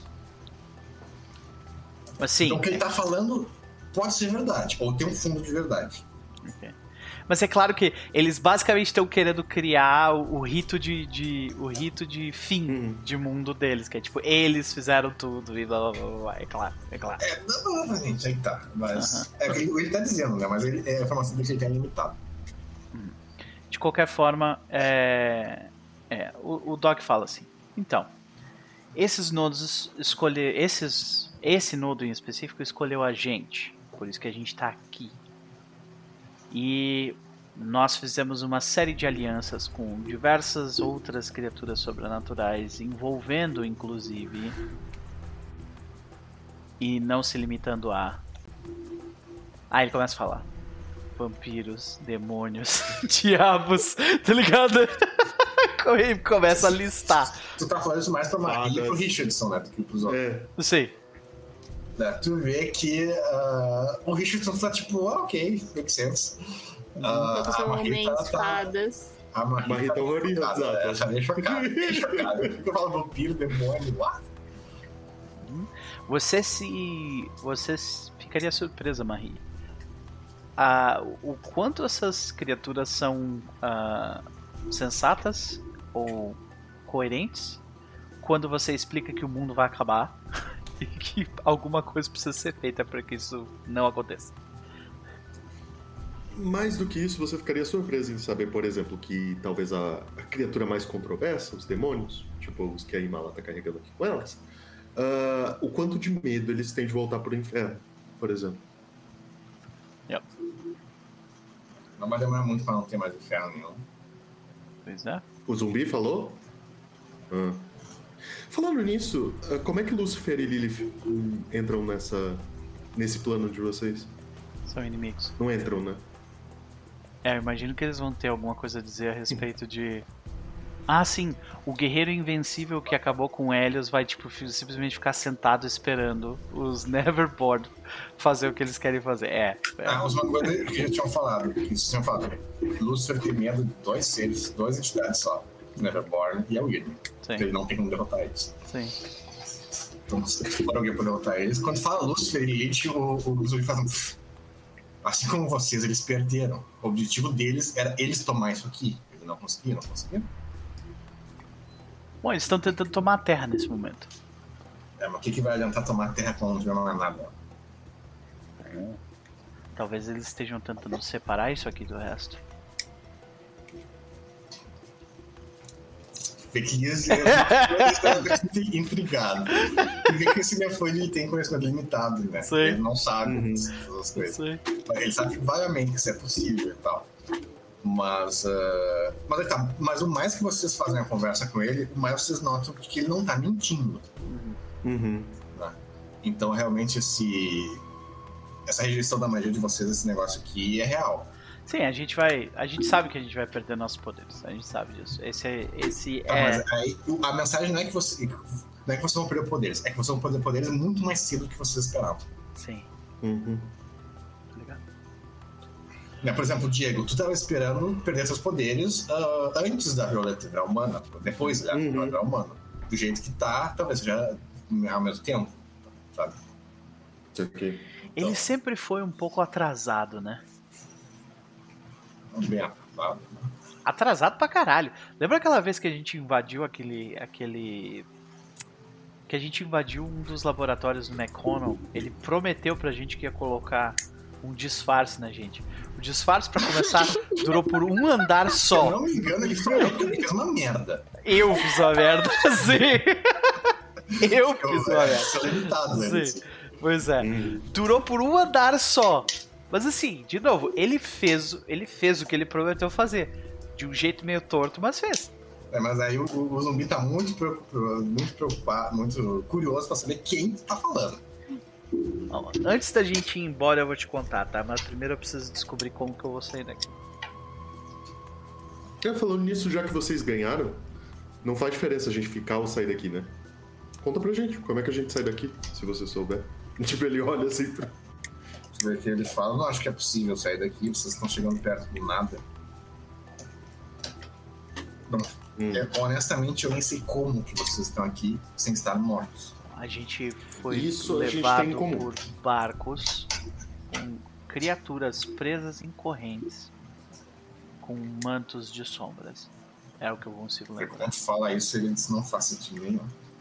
Speaker 1: Mas sim.
Speaker 3: Então o que ele tá falando pode ser verdade, ou tem um fundo de verdade.
Speaker 1: Ok. Mas é claro que eles basicamente estão querendo criar o, o rito de, de- o rito de fim
Speaker 2: Uhum.
Speaker 1: de mundo deles, que é tipo, eles fizeram tudo e blá blá blá, blá. É claro, é claro.
Speaker 3: É, não, não, gente, aí tá. Mas é o que ele, ele tá dizendo, né? Mas ele, é, a informação dele que ele tem limitado.
Speaker 1: De qualquer forma, é, é, o, o Doc fala assim, então, esses nodos escolher, esses, esse nodo em específico escolheu a gente, por isso que a gente tá aqui. E nós fizemos uma série de alianças com diversas outras criaturas sobrenaturais, envolvendo inclusive, e não se limitando a... Ah, ele começa a falar. Vampiros, demônios, diabos, tá ligado? Ele começa a listar.
Speaker 3: Tu tá falando isso mais pra Maria e
Speaker 2: Ah,
Speaker 3: pro
Speaker 2: das-
Speaker 3: Richardson, né? Do que pros outros.
Speaker 2: É,
Speaker 1: Não sei.
Speaker 3: Né? Tu vê que ah, o Richardson tá tipo, ah, ok, make sense. Ah,
Speaker 4: Todos
Speaker 3: a
Speaker 4: são
Speaker 3: Maria
Speaker 4: homens,
Speaker 3: tá, tá,
Speaker 4: fadas.
Speaker 3: a Maria
Speaker 2: Maria
Speaker 3: tá
Speaker 2: tá horrorizada.
Speaker 3: chocada, né? Tá bem chocada, bem chocada. Eu falo vampiro, demônio, what?
Speaker 1: Você se. Você s- ficaria surpresa, Marie. Ah, o quanto essas criaturas são ah, sensatas ou coerentes quando você explica que o mundo vai acabar e que alguma coisa precisa ser feita para que isso não aconteça.
Speaker 2: mais do que isso, você ficaria surpreso em saber, por exemplo, que talvez a, a criatura mais controversa, os demônios, tipo os que a Imala tá carregando aqui com elas, ah, o quanto de medo eles têm de voltar pro inferno, por exemplo.
Speaker 1: Yep.
Speaker 3: Não vai demorar muito pra não ter mais inferno nenhum.
Speaker 1: Pois é.
Speaker 2: O zumbi falou? Ah. Falando nisso, como é que Lúcifer e Lilith entram nessa, nesse plano de vocês?
Speaker 1: São inimigos.
Speaker 2: Não entram, né?
Speaker 1: É, eu imagino que eles vão ter alguma coisa a dizer a respeito de... Ah, sim, o guerreiro invencível que acabou com Helios vai, tipo, simplesmente ficar sentado esperando os Neverborn fazer o que eles querem fazer. É. é.
Speaker 3: Ah, os bagulhos que já tinham falado, que vocês tinham falado. Lúcifer tem medo de dois seres, duas entidades só. O Neverborn e a Wyrm. Ele não tem como derrotar eles.
Speaker 1: Sim.
Speaker 3: Então, se for alguém pra derrotar eles, quando fala Lúcifer e Lilith, o, o Zumbi faz um... Assim como vocês, eles perderam. O objetivo deles era eles tomar isso aqui. Eles não conseguiram, não conseguiram.
Speaker 1: Bom, eles estão tentando tomar a Terra nesse momento.
Speaker 3: É, mas o que, que vai adiantar tomar a Terra quando não é nada?
Speaker 1: Talvez eles estejam tentando separar isso aqui do resto.
Speaker 3: Feliz, eu intrigado. Por que esse Nefoide ele tem conhecimento limitado, né?
Speaker 1: Sim.
Speaker 3: Ele não sabe
Speaker 2: Uhum.
Speaker 3: essas coisas.
Speaker 1: Sim.
Speaker 3: Ele sabe vagamente que isso é possível e tal. Mas, uh... mas, tá, mas o mais que vocês fazem a conversa com ele, o mais vocês notam que ele não tá mentindo.
Speaker 2: Uhum.
Speaker 3: Né? Então, realmente, esse... essa rejeição da magia de vocês, esse negócio aqui, é real.
Speaker 1: Sim, a gente vai. A gente sabe que a gente vai perder nossos poderes. A gente sabe disso. Esse é. Esse
Speaker 3: Tá,
Speaker 1: é...
Speaker 3: mas aí, a mensagem não é que você, não é que vocês vão perder poderes, é que vocês vão perder poderes muito mais cedo do que vocês esperavam.
Speaker 1: Sim.
Speaker 2: Uhum.
Speaker 1: Tá ligado?
Speaker 3: Né, por exemplo, Diego, tu estava esperando perder seus poderes uh, antes da violeta virar humana, depois da
Speaker 2: Uhum.
Speaker 3: violeta virar humana. Do jeito que tá, talvez seja ao mesmo tempo, sabe?
Speaker 2: Ok.
Speaker 1: Ele sempre foi um pouco atrasado, né?
Speaker 3: Bem atrasado.
Speaker 1: Atrasado pra caralho. Lembra aquela vez que a gente invadiu aquele. aquele. Que a gente invadiu um dos laboratórios do McConnell? Ele prometeu pra gente que ia colocar um disfarce na gente. O disfarce, pra começar, durou por um andar
Speaker 3: Se
Speaker 1: só.
Speaker 3: eu não me engano, ele falou que ele fez uma merda.
Speaker 1: Eu fiz uma merda, sim. Eu fiz uma
Speaker 3: é,
Speaker 1: merda.
Speaker 3: isso é limitado, né?
Speaker 1: Sim. Pois é.
Speaker 2: Uhum.
Speaker 1: Durou por um andar só. Mas assim, de novo, ele fez, ele fez o que ele prometeu fazer. De um jeito meio torto, mas fez.
Speaker 3: É, mas aí o, o zumbi tá muito preocupado, muito preocupado, muito curioso pra saber quem tá falando.
Speaker 1: Ó, antes da gente ir embora, eu vou te contar, tá? Mas primeiro eu preciso descobrir como que eu vou sair daqui.
Speaker 2: É, falando nisso, já que vocês ganharam, não faz diferença a gente ficar ou sair daqui, né? Conta pra gente, como é que a gente sai daqui, se você souber. Tipo, ele olha assim pra...
Speaker 3: Você vê que ele fala, não acho que é possível sair daqui, vocês estão chegando perto do nada. Bom,
Speaker 2: Hum.
Speaker 3: é, honestamente, eu nem sei como que vocês estão aqui sem estar mortos.
Speaker 1: A gente foi
Speaker 2: Isso a gente
Speaker 1: levado
Speaker 2: tem em comum.
Speaker 1: por barcos com criaturas presas em correntes com mantos de sombras. É o que eu consigo
Speaker 3: Porque
Speaker 1: lembrar.
Speaker 3: quando fala isso, ele diz não faz sentido nenhum.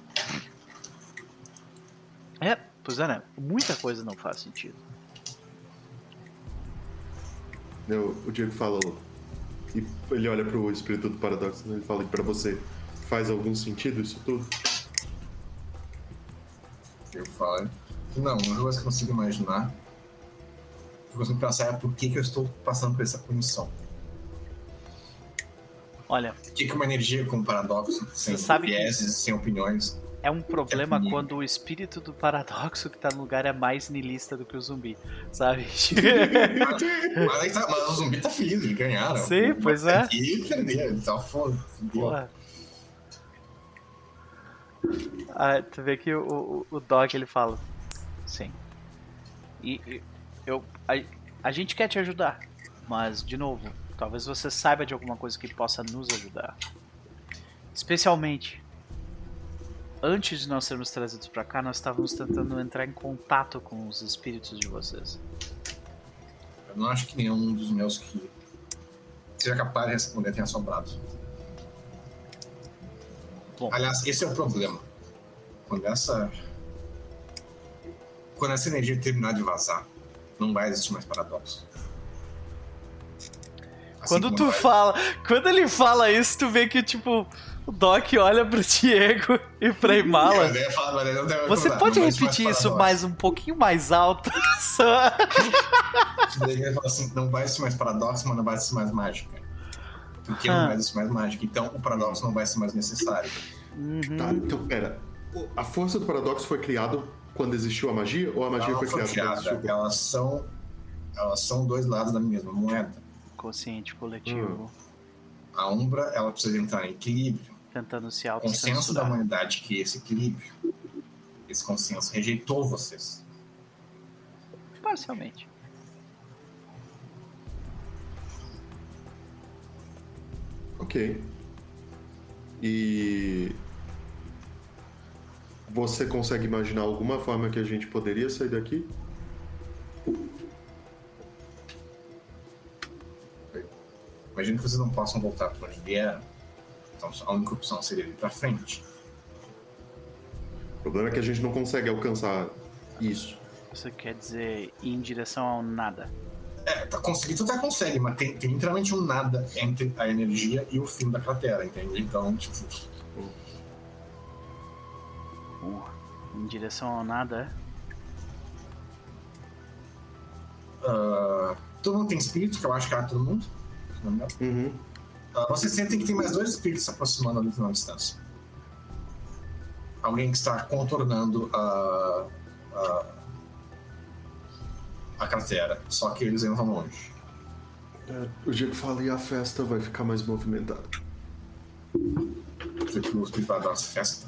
Speaker 1: É, pois é, né? Muita coisa não faz sentido.
Speaker 2: Eu, o Diego fala, e ele olha pro espírito do paradoxo, né? Ele fala que pra você faz algum sentido isso tudo?
Speaker 3: Eu falo, não, uma coisa que eu consigo imaginar, que eu consigo pensar é por que, que eu estou passando por essa punição.
Speaker 1: Olha,
Speaker 3: Por que, que uma energia com paradoxo, sem
Speaker 1: sabe que-
Speaker 3: vieses, sem opiniões,
Speaker 1: é um problema
Speaker 3: É comigo.
Speaker 1: quando o espírito do paradoxo que tá no lugar é mais niilista do que o zumbi, sabe?
Speaker 3: mas, mas, aí tá, mas o zumbi tá feliz, eles ganharam.
Speaker 1: Sim, pois é.
Speaker 3: E perderam, ele tá foda.
Speaker 1: Porra. Ah, tu vê que o, o, o Doc ele fala. Sim. E, e eu, a, a gente quer te ajudar, mas de novo, talvez você saiba de alguma coisa que possa nos ajudar. Especialmente, antes de nós sermos trazidos pra cá, nós estávamos tentando entrar em contato com os espíritos de vocês.
Speaker 3: Eu não acho que nenhum dos meus que seja capaz de responder tenha sobrado.
Speaker 1: Bom.
Speaker 3: Aliás, esse é o problema. Quando essa. Quando essa energia terminar de vazar, não vai existir mais paradoxo.
Speaker 1: Quando tu fala, quando ele fala isso, tu vê que, tipo, o Doc olha pro Diego e pra Imala. Você pode repetir isso mais um pouquinho mais alto? Só...
Speaker 3: Ele fala assim, não vai ser mais paradoxo, mas não vai ser mais mágica. Porque ah. não vai ser mais mágica. Então o paradoxo não vai ser mais necessário.
Speaker 2: Uhum. Tá, então pera. A força do paradoxo foi criada quando existiu a magia? Ou a magia
Speaker 3: Ela
Speaker 2: foi,
Speaker 3: foi
Speaker 2: criada?
Speaker 3: criada. Elas são, elas são dois lados da mesma moeda.
Speaker 1: Consciente coletivo.
Speaker 3: Hum. A Umbra, ela precisa entrar em equilíbrio.
Speaker 1: Tentando se
Speaker 3: auto censurar. O consenso da humanidade que esse equilíbrio, esse consenso rejeitou vocês.
Speaker 1: Parcialmente.
Speaker 2: Ok. E você consegue imaginar alguma forma que a gente poderia sair daqui?
Speaker 3: Imagino que vocês não possam voltar para onde vieram. Então a única opção seria ir para frente.
Speaker 2: O problema é que a gente não consegue alcançar isso.
Speaker 1: Você quer dizer ir em direção ao nada?
Speaker 3: É, tá conseguindo até consegue, mas tem, tem literalmente um nada entre a energia e o fim da cratera, entende? Então, tipo...
Speaker 1: Uh, em direção ao nada,
Speaker 3: é? Uh, todo mundo tem espírito, que eu acho que era todo mundo.
Speaker 2: Uhum.
Speaker 3: Uh, vocês sentem que tem mais dois espíritos se aproximando ali na distância. Alguém que está contornando a... a a cratera, só que eles ainda vão longe.
Speaker 2: É, o Diego fala e a festa vai ficar mais movimentada.
Speaker 3: Você que o espírito vai dar essa festa?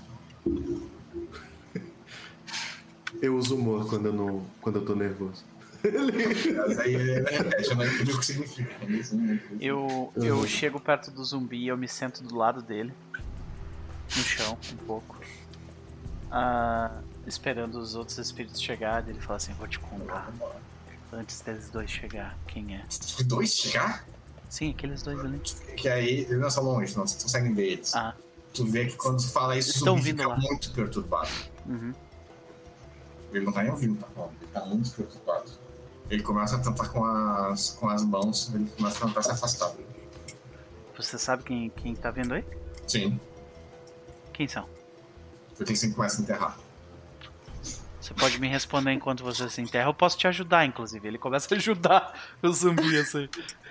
Speaker 2: Eu uso humor quando eu, não, quando eu tô nervoso.
Speaker 3: Mas aí ele repete, eu não entendi o que significa.
Speaker 1: Eu, eu uhum. chego perto do zumbi e eu me sento do lado dele, no chão, um pouco. Ah, esperando os outros espíritos chegarem. Ele fala assim, vou te contar. Antes deles dois chegar, quem é?
Speaker 3: Os dois chegar?
Speaker 1: Sim, aqueles dois ali.
Speaker 3: Que aí, eles não são longe, não, vocês conseguem ver eles.
Speaker 1: Ah.
Speaker 3: Tu vê que quando tu fala isso, o zumbi fica lá. muito perturbado.
Speaker 1: Uhum.
Speaker 3: Ele não tá nem ouvindo, tá bom? Ele tá muito perturbado. Ele começa a tentar com as, com as mãos, ele começa a tentar se afastar.
Speaker 1: Você sabe quem, quem tá vendo aí?
Speaker 3: Sim.
Speaker 1: Quem são?
Speaker 3: Eu tenho que começar a enterrar.
Speaker 1: Você pode me responder enquanto você se enterra. Eu posso te ajudar, inclusive. Ele começa a ajudar o zumbi assim.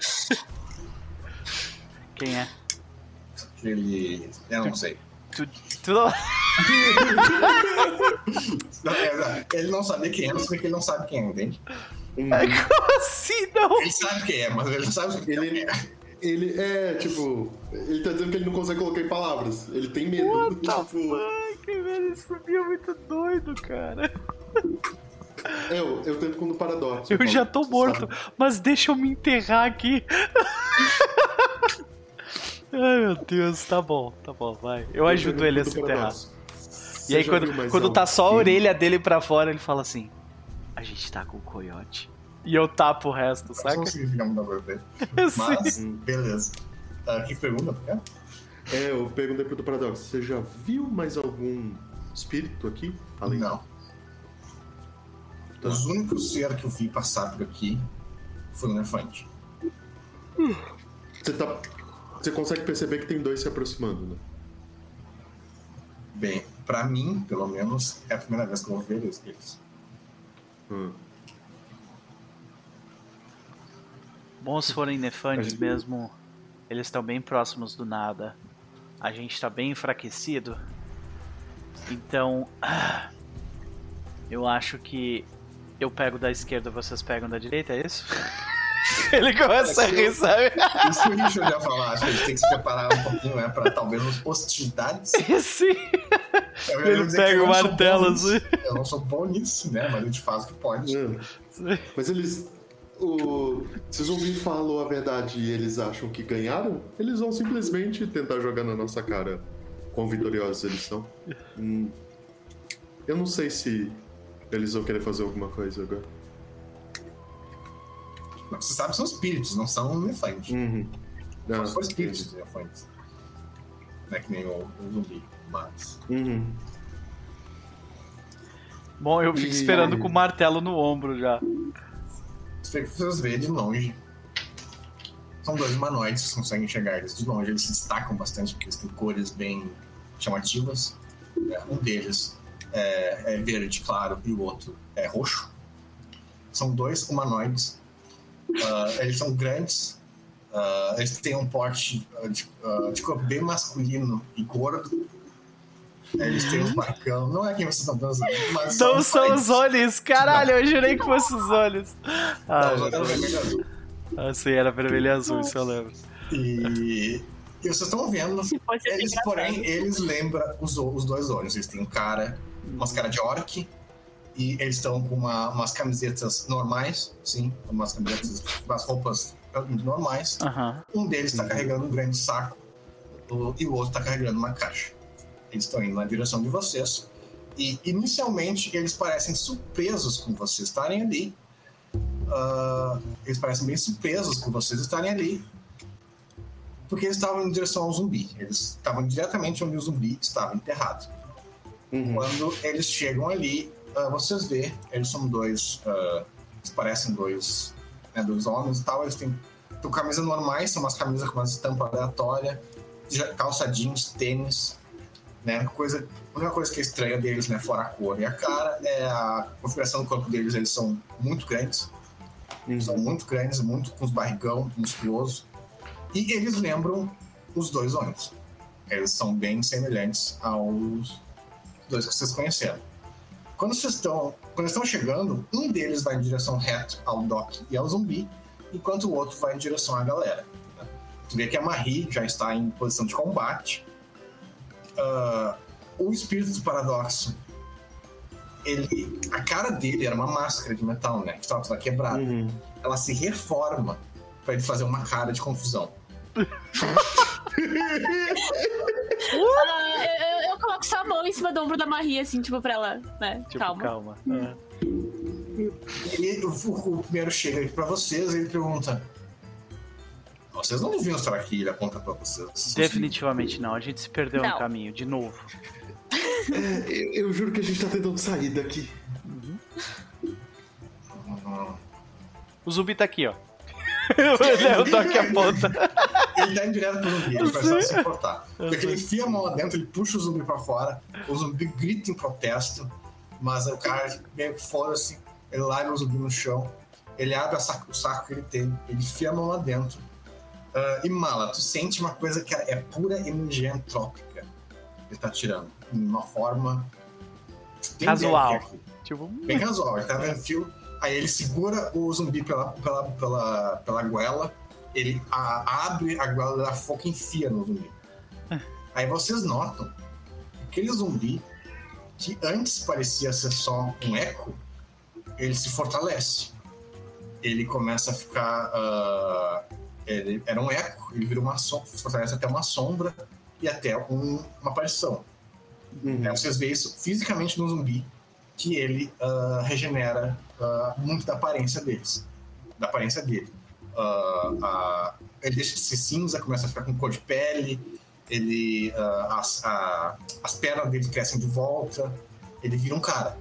Speaker 1: Quem é?
Speaker 3: Ele... Eu não sei.
Speaker 1: Tu, tu não...
Speaker 3: não, é, ele não sabia quem é, mas porque ele não sabe quem é, entende?
Speaker 1: Hum. Como assim, não?
Speaker 3: Ele sabe quem é, mas ele não sabe quem
Speaker 2: ele,
Speaker 3: é.
Speaker 2: Ele é, tipo... Ele tá dizendo que ele não consegue colocar em palavras. Ele tem medo.
Speaker 1: What the
Speaker 2: tipo...
Speaker 1: fuck, velho? Esse zumbi é muito doido, cara.
Speaker 2: Eu, eu tento com o paradoxo.
Speaker 1: Eu, eu já tô morto, sabe? Mas deixa eu me enterrar aqui. Ai, meu Deus, tá bom, tá bom, vai. Eu, eu ajudo ele a se enterrar. Você e aí, quando, quando tá só a orelha dele pra fora, ele fala assim: a gente tá com o coiote. E eu tapo o resto, saca?
Speaker 3: Eu não sei se Mas, beleza. Uh, que pergunta, por quê?
Speaker 2: É, eu perguntei pro paradoxo: você já viu mais algum espírito aqui? Além
Speaker 3: não. Tá. Os únicos seres que eu vi passar por aqui foi um elefante.
Speaker 2: Você tá. Você consegue perceber que tem dois se aproximando, né?
Speaker 3: Bem, pra mim, pelo menos, é a primeira vez que eu vou ver eles.
Speaker 2: Hum.
Speaker 1: Bom, se forem nefandes gente... mesmo, eles estão bem próximos do nada. A gente tá bem enfraquecido. Então, ah, eu acho que eu pego da esquerda, vocês pegam da direita, é isso? Ele começa é a rir, sabe?
Speaker 3: Isso que a gente ia falar, acho que a gente tem que se preparar um pouquinho, né, pra talvez umas hostilidades.
Speaker 1: Sim. Ele pega o martelo assim.
Speaker 3: Eu não sou bom nisso, né, mas a gente faz o que pode.
Speaker 2: É. Mas eles... O... Se o zumbi falou a verdade e eles acham que ganharam, eles vão simplesmente tentar jogar na nossa cara quão vitoriosos eles são. Hum. Eu não sei se eles vão querer fazer alguma coisa agora.
Speaker 3: Você sabe que são espíritos, não são elefantes.
Speaker 2: Uhum.
Speaker 3: Não, são espíritos de elefantes. Não é que nem o, o zumbi, mas...
Speaker 2: Uhum.
Speaker 1: Bom, eu fico e... esperando com o martelo no ombro já.
Speaker 3: Você vê que vocês veem de longe. São dois humanoides, vocês conseguem enxergar eles de longe. Eles se destacam bastante porque eles têm cores bem chamativas. É, um deles é, é verde claro e o outro é roxo. São dois humanoides. Uh, eles são grandes. Uh, eles têm um porte uh, de, uh, de corpo bem masculino e gordo. Eles têm os barcão. Não é quem vocês estão pensando, mas
Speaker 1: Não
Speaker 3: são
Speaker 1: são os olhos, caralho,
Speaker 3: Não.
Speaker 1: eu jurei que fosse os olhos. Ah,
Speaker 3: Não, os olhos vermelho e azul.
Speaker 1: ah, sim, era vermelho e azul, isso eu lembro.
Speaker 3: E, e vocês estão vendo,
Speaker 4: Se fosse
Speaker 3: eles,
Speaker 4: engraçado.
Speaker 3: porém, eles lembram os, os dois olhos. Eles têm um cara, umas caras de orc, e eles estão com uma, umas camisetas normais, sim, umas camisetas, umas roupas normais.
Speaker 1: Aham.
Speaker 3: Um deles está carregando um grande saco o- e o outro está carregando uma caixa. Eles estão indo na direção de vocês. E inicialmente eles parecem surpresos com vocês estarem ali. Ah, eles parecem bem surpresos com vocês estarem ali. Porque eles estavam em direção ao zumbi. Eles estavam diretamente onde o zumbi estava enterrado.
Speaker 2: Uhum.
Speaker 3: Quando eles chegam ali, ah, vocês vê, eles são dois. ah, eles parecem dois, né, dois homens e tal. Eles têm, têm camisas normais, são umas camisas com uma estampa aleatória, já- calça jeans, tênis. Né? Coisa, a única coisa que é estranha deles, né, fora a cor e a cara, é a configuração do corpo deles. Eles são muito grandes.
Speaker 2: Uhum.
Speaker 3: São muito grandes, muito com os barrigão, musculoso. E eles lembram os dois homens. Eles são bem semelhantes aos dois que vocês conheceram. Quando vocês estão, quando estão chegando, um deles vai em direção reta ao Doc e ao zumbi, enquanto o outro vai em direção à galera. Né? Tu vê que a Marie já está em posição de combate. Uh, o espírito do paradoxo, ele, a cara dele era uma máscara de metal, né? Que estava toda quebrada.
Speaker 2: Uhum.
Speaker 3: Ela se reforma para ele fazer uma cara de confusão.
Speaker 4: Ah, eu, eu- eu coloco só a mão em cima do ombro da Maria, assim, tipo, pra ela, né?
Speaker 1: Tipo,
Speaker 4: calma.
Speaker 1: calma. É.
Speaker 3: Ele, o, o primeiro chega aqui para vocês e ele pergunta: vocês não deviam estar aqui? Ele aponta para vocês.
Speaker 1: Definitivamente não, a gente se perdeu no
Speaker 4: Não.
Speaker 1: caminho, de novo.
Speaker 2: É, eu, eu juro que a gente tá tentando sair daqui.
Speaker 3: Hum,
Speaker 1: O zumbi tá aqui, ó. Eu tô aqui a ponta.
Speaker 3: Ele dá em direto pro zumbi, ele vai só se importar.
Speaker 1: Eu
Speaker 3: Porque
Speaker 1: sei.
Speaker 3: ele enfia a mão lá dentro, ele puxa o zumbi pra fora, o zumbi grita em protesto, mas o cara meio que foda-se, ele larga o zumbi no chão, ele abre a saco- o saco que ele tem, ele enfia a mão lá dentro. Ah, e Mala, tu sente uma coisa que é pura energia entrópica. Ele tá tirando, em uma forma bem
Speaker 1: Casual.
Speaker 3: leve aqui.
Speaker 1: Tipo,
Speaker 3: Bem casual, ele tá vendo fio. Aí ele segura o zumbi pela, pela, pela, pela goela, ele a- abre a goela da foca e enfia no zumbi. Aí vocês notam que aquele zumbi, que antes parecia ser só um eco, ele se fortalece. Ele começa a ficar. ah, ele era um eco, ele vira uma sombra, se fortalece até uma sombra e até um- uma aparição.
Speaker 2: Uhum.
Speaker 3: Aí vocês veem isso fisicamente no zumbi, que ele ah, regenera ah, muito da aparência deles, da aparência dele. Ah, ah, ele deixa de ser cinza, começa a ficar com cor de pele, ele, ah, as, a- as pernas dele crescem de volta, ele vira um cara.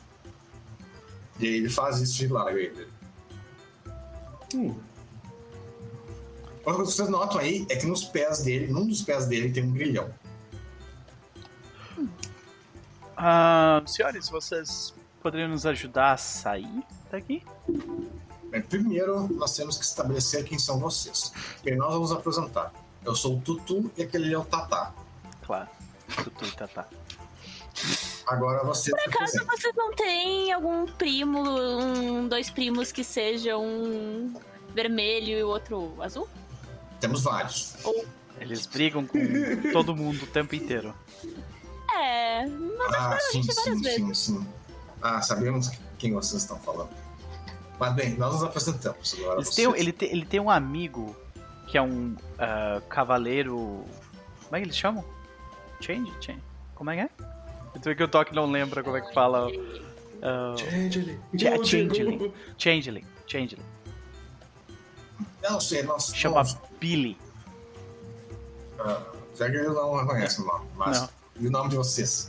Speaker 3: E aí ele faz isso de larga ele.
Speaker 2: Hum.
Speaker 3: Outra coisa que vocês notam aí é que nos pés dele, num dos pés dele tem um grilhão.
Speaker 1: ah, senhores, vocês poderiam nos ajudar a sair daqui?
Speaker 3: Bem, primeiro, nós temos que estabelecer quem são vocês. E nós vamos apresentar. Eu sou o Tutu e aquele é o Tatá.
Speaker 1: Claro. Tutu e Tatá.
Speaker 3: Agora vocês.
Speaker 4: Por acaso vocês não têm algum primo, um, dois primos que sejam um vermelho e o outro azul?
Speaker 3: Temos vários.
Speaker 1: Eles brigam com todo mundo o tempo inteiro.
Speaker 4: É, mas
Speaker 3: Ah, sim,
Speaker 4: gente várias
Speaker 3: sim,
Speaker 4: vezes.
Speaker 3: sim, sim. Ah, sabemos quem vocês estão falando. Mas bem, nós nos apresentamos agora.
Speaker 1: Eles
Speaker 3: vocês.
Speaker 1: têm, um- ele, tem, ele tem um amigo que é um ah, cavaleiro. Como é que eles chamam? Change? Change? Como é que é? Eu tô que o Toque não lembra como é que fala. ah,
Speaker 2: Changeling.
Speaker 1: Cha-
Speaker 2: Não,
Speaker 1: Changeling.
Speaker 2: Diego.
Speaker 1: Changeling. Changeling.
Speaker 3: Não sei, nós.
Speaker 1: Chama
Speaker 3: nós
Speaker 1: Billy.
Speaker 3: ah, já que ele não reconhece o nome, mas.
Speaker 1: Não.
Speaker 3: E o nome de vocês?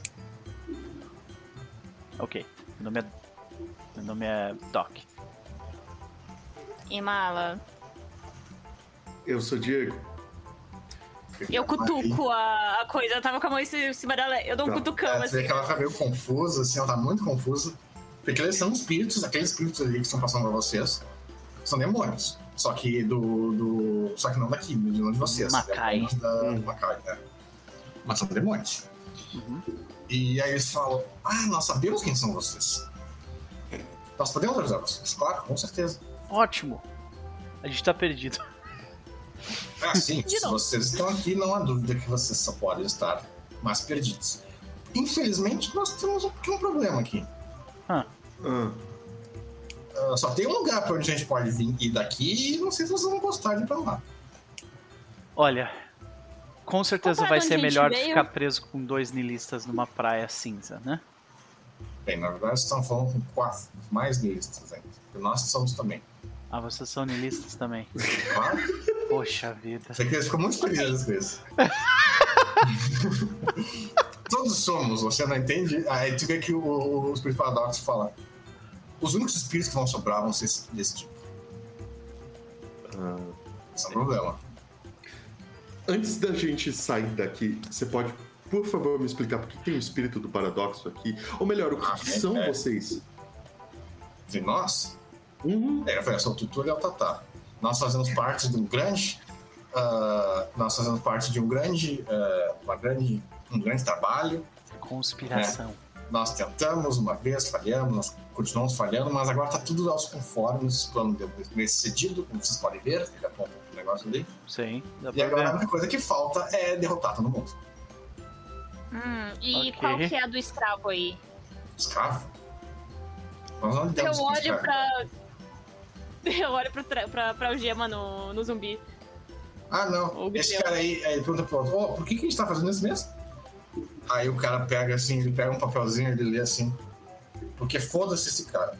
Speaker 1: Ok. Meu nome é. Meu nome é Doc.
Speaker 4: E Mala,
Speaker 2: Eu sou Diego.
Speaker 4: Eu cutuco a, a coisa, eu tava com a mão em cima dela, eu dou um
Speaker 3: Pronto.
Speaker 4: cutucão,
Speaker 3: É,
Speaker 4: assim.
Speaker 3: você vê que ela tá meio confusa, assim, ela tá muito confusa. Porque eles são espíritos, aqueles espíritos ali que estão passando pra vocês, são demônios. Só que do. do só que não daqui, não de vocês.
Speaker 1: Macai.
Speaker 3: Demônios Da,
Speaker 2: Hum.
Speaker 3: Macai, né? Mas são demônios.
Speaker 1: Uhum.
Speaker 3: E aí eles falam, ah, nós sabemos quem são vocês. Nós podemos avisar vocês, claro, com certeza.
Speaker 1: Ótimo. A gente tá perdido.
Speaker 3: Ah, sim,
Speaker 4: De
Speaker 3: se
Speaker 4: novo.
Speaker 3: vocês estão aqui, não há dúvida que vocês só podem estar mais perdidos. Infelizmente, nós temos um pequeno problema aqui.
Speaker 2: Ah,
Speaker 3: Uh, só tem um lugar pra onde a gente pode vir e daqui, e não sei se vocês vão gostar de ir pra lá.
Speaker 1: Olha, com certeza
Speaker 4: Comparado
Speaker 1: vai
Speaker 4: onde
Speaker 1: ser
Speaker 4: a gente
Speaker 1: melhor
Speaker 4: veio-
Speaker 1: ficar preso com dois nihilistas numa praia cinza, né?
Speaker 3: Bem, na verdade, vocês estão falando com quatro, mais nihilistas ainda. E nós somos também.
Speaker 1: Ah, vocês são nihilistas também.
Speaker 3: Claro?
Speaker 1: Poxa vida.
Speaker 3: Sei que eles ficam muito felizes com isso. Todos somos, você não entende? Aí tu vê que o, o, o Espírito Paradoxo fala: os únicos espíritos que vão sobrar vão ser desse tipo.
Speaker 2: ah.
Speaker 3: Esse é um problema.
Speaker 2: Antes da gente sair daqui, você pode, por favor, me explicar por que tem o espírito do paradoxo aqui? Ou melhor, o que,
Speaker 3: Ah,
Speaker 2: que
Speaker 3: é,
Speaker 2: são
Speaker 3: é.
Speaker 2: vocês?
Speaker 3: De nós,
Speaker 2: Uhum.
Speaker 3: é, foi essa o Tutu e o Tatá. Nós fazemos parte de um grande. ah, nós fazemos parte de um grande, ah, uma grande. um grande trabalho.
Speaker 1: Conspiração.
Speaker 3: Nós tentamos uma vez, falhamos, nós continuamos falhando, mas agora tá tudo aos conformes, o plano deu meio cedido, como vocês podem ver, ele aponta o negócio ali.
Speaker 1: Sim, dá
Speaker 3: E
Speaker 1: pra
Speaker 3: agora a
Speaker 1: ver.
Speaker 3: única coisa que falta é derrotar todo mundo.
Speaker 4: Hum, e
Speaker 1: Ok.
Speaker 4: qual que é a do escravo aí?
Speaker 3: Escravo? Nós não
Speaker 4: Eu
Speaker 3: lidamos com
Speaker 4: olho
Speaker 3: escravo.
Speaker 4: pra... Eu olho pra, tra- pra, pra algema no, no zumbi.
Speaker 3: Ah, não.
Speaker 4: O
Speaker 3: Esse
Speaker 4: Gabriel.
Speaker 3: cara aí, aí ele pergunta pro outro, oh, por que, que a gente tá fazendo isso mesmo? Aí o cara pega assim, ele pega um papelzinho e ele lê assim. Porque foda-se esse cara.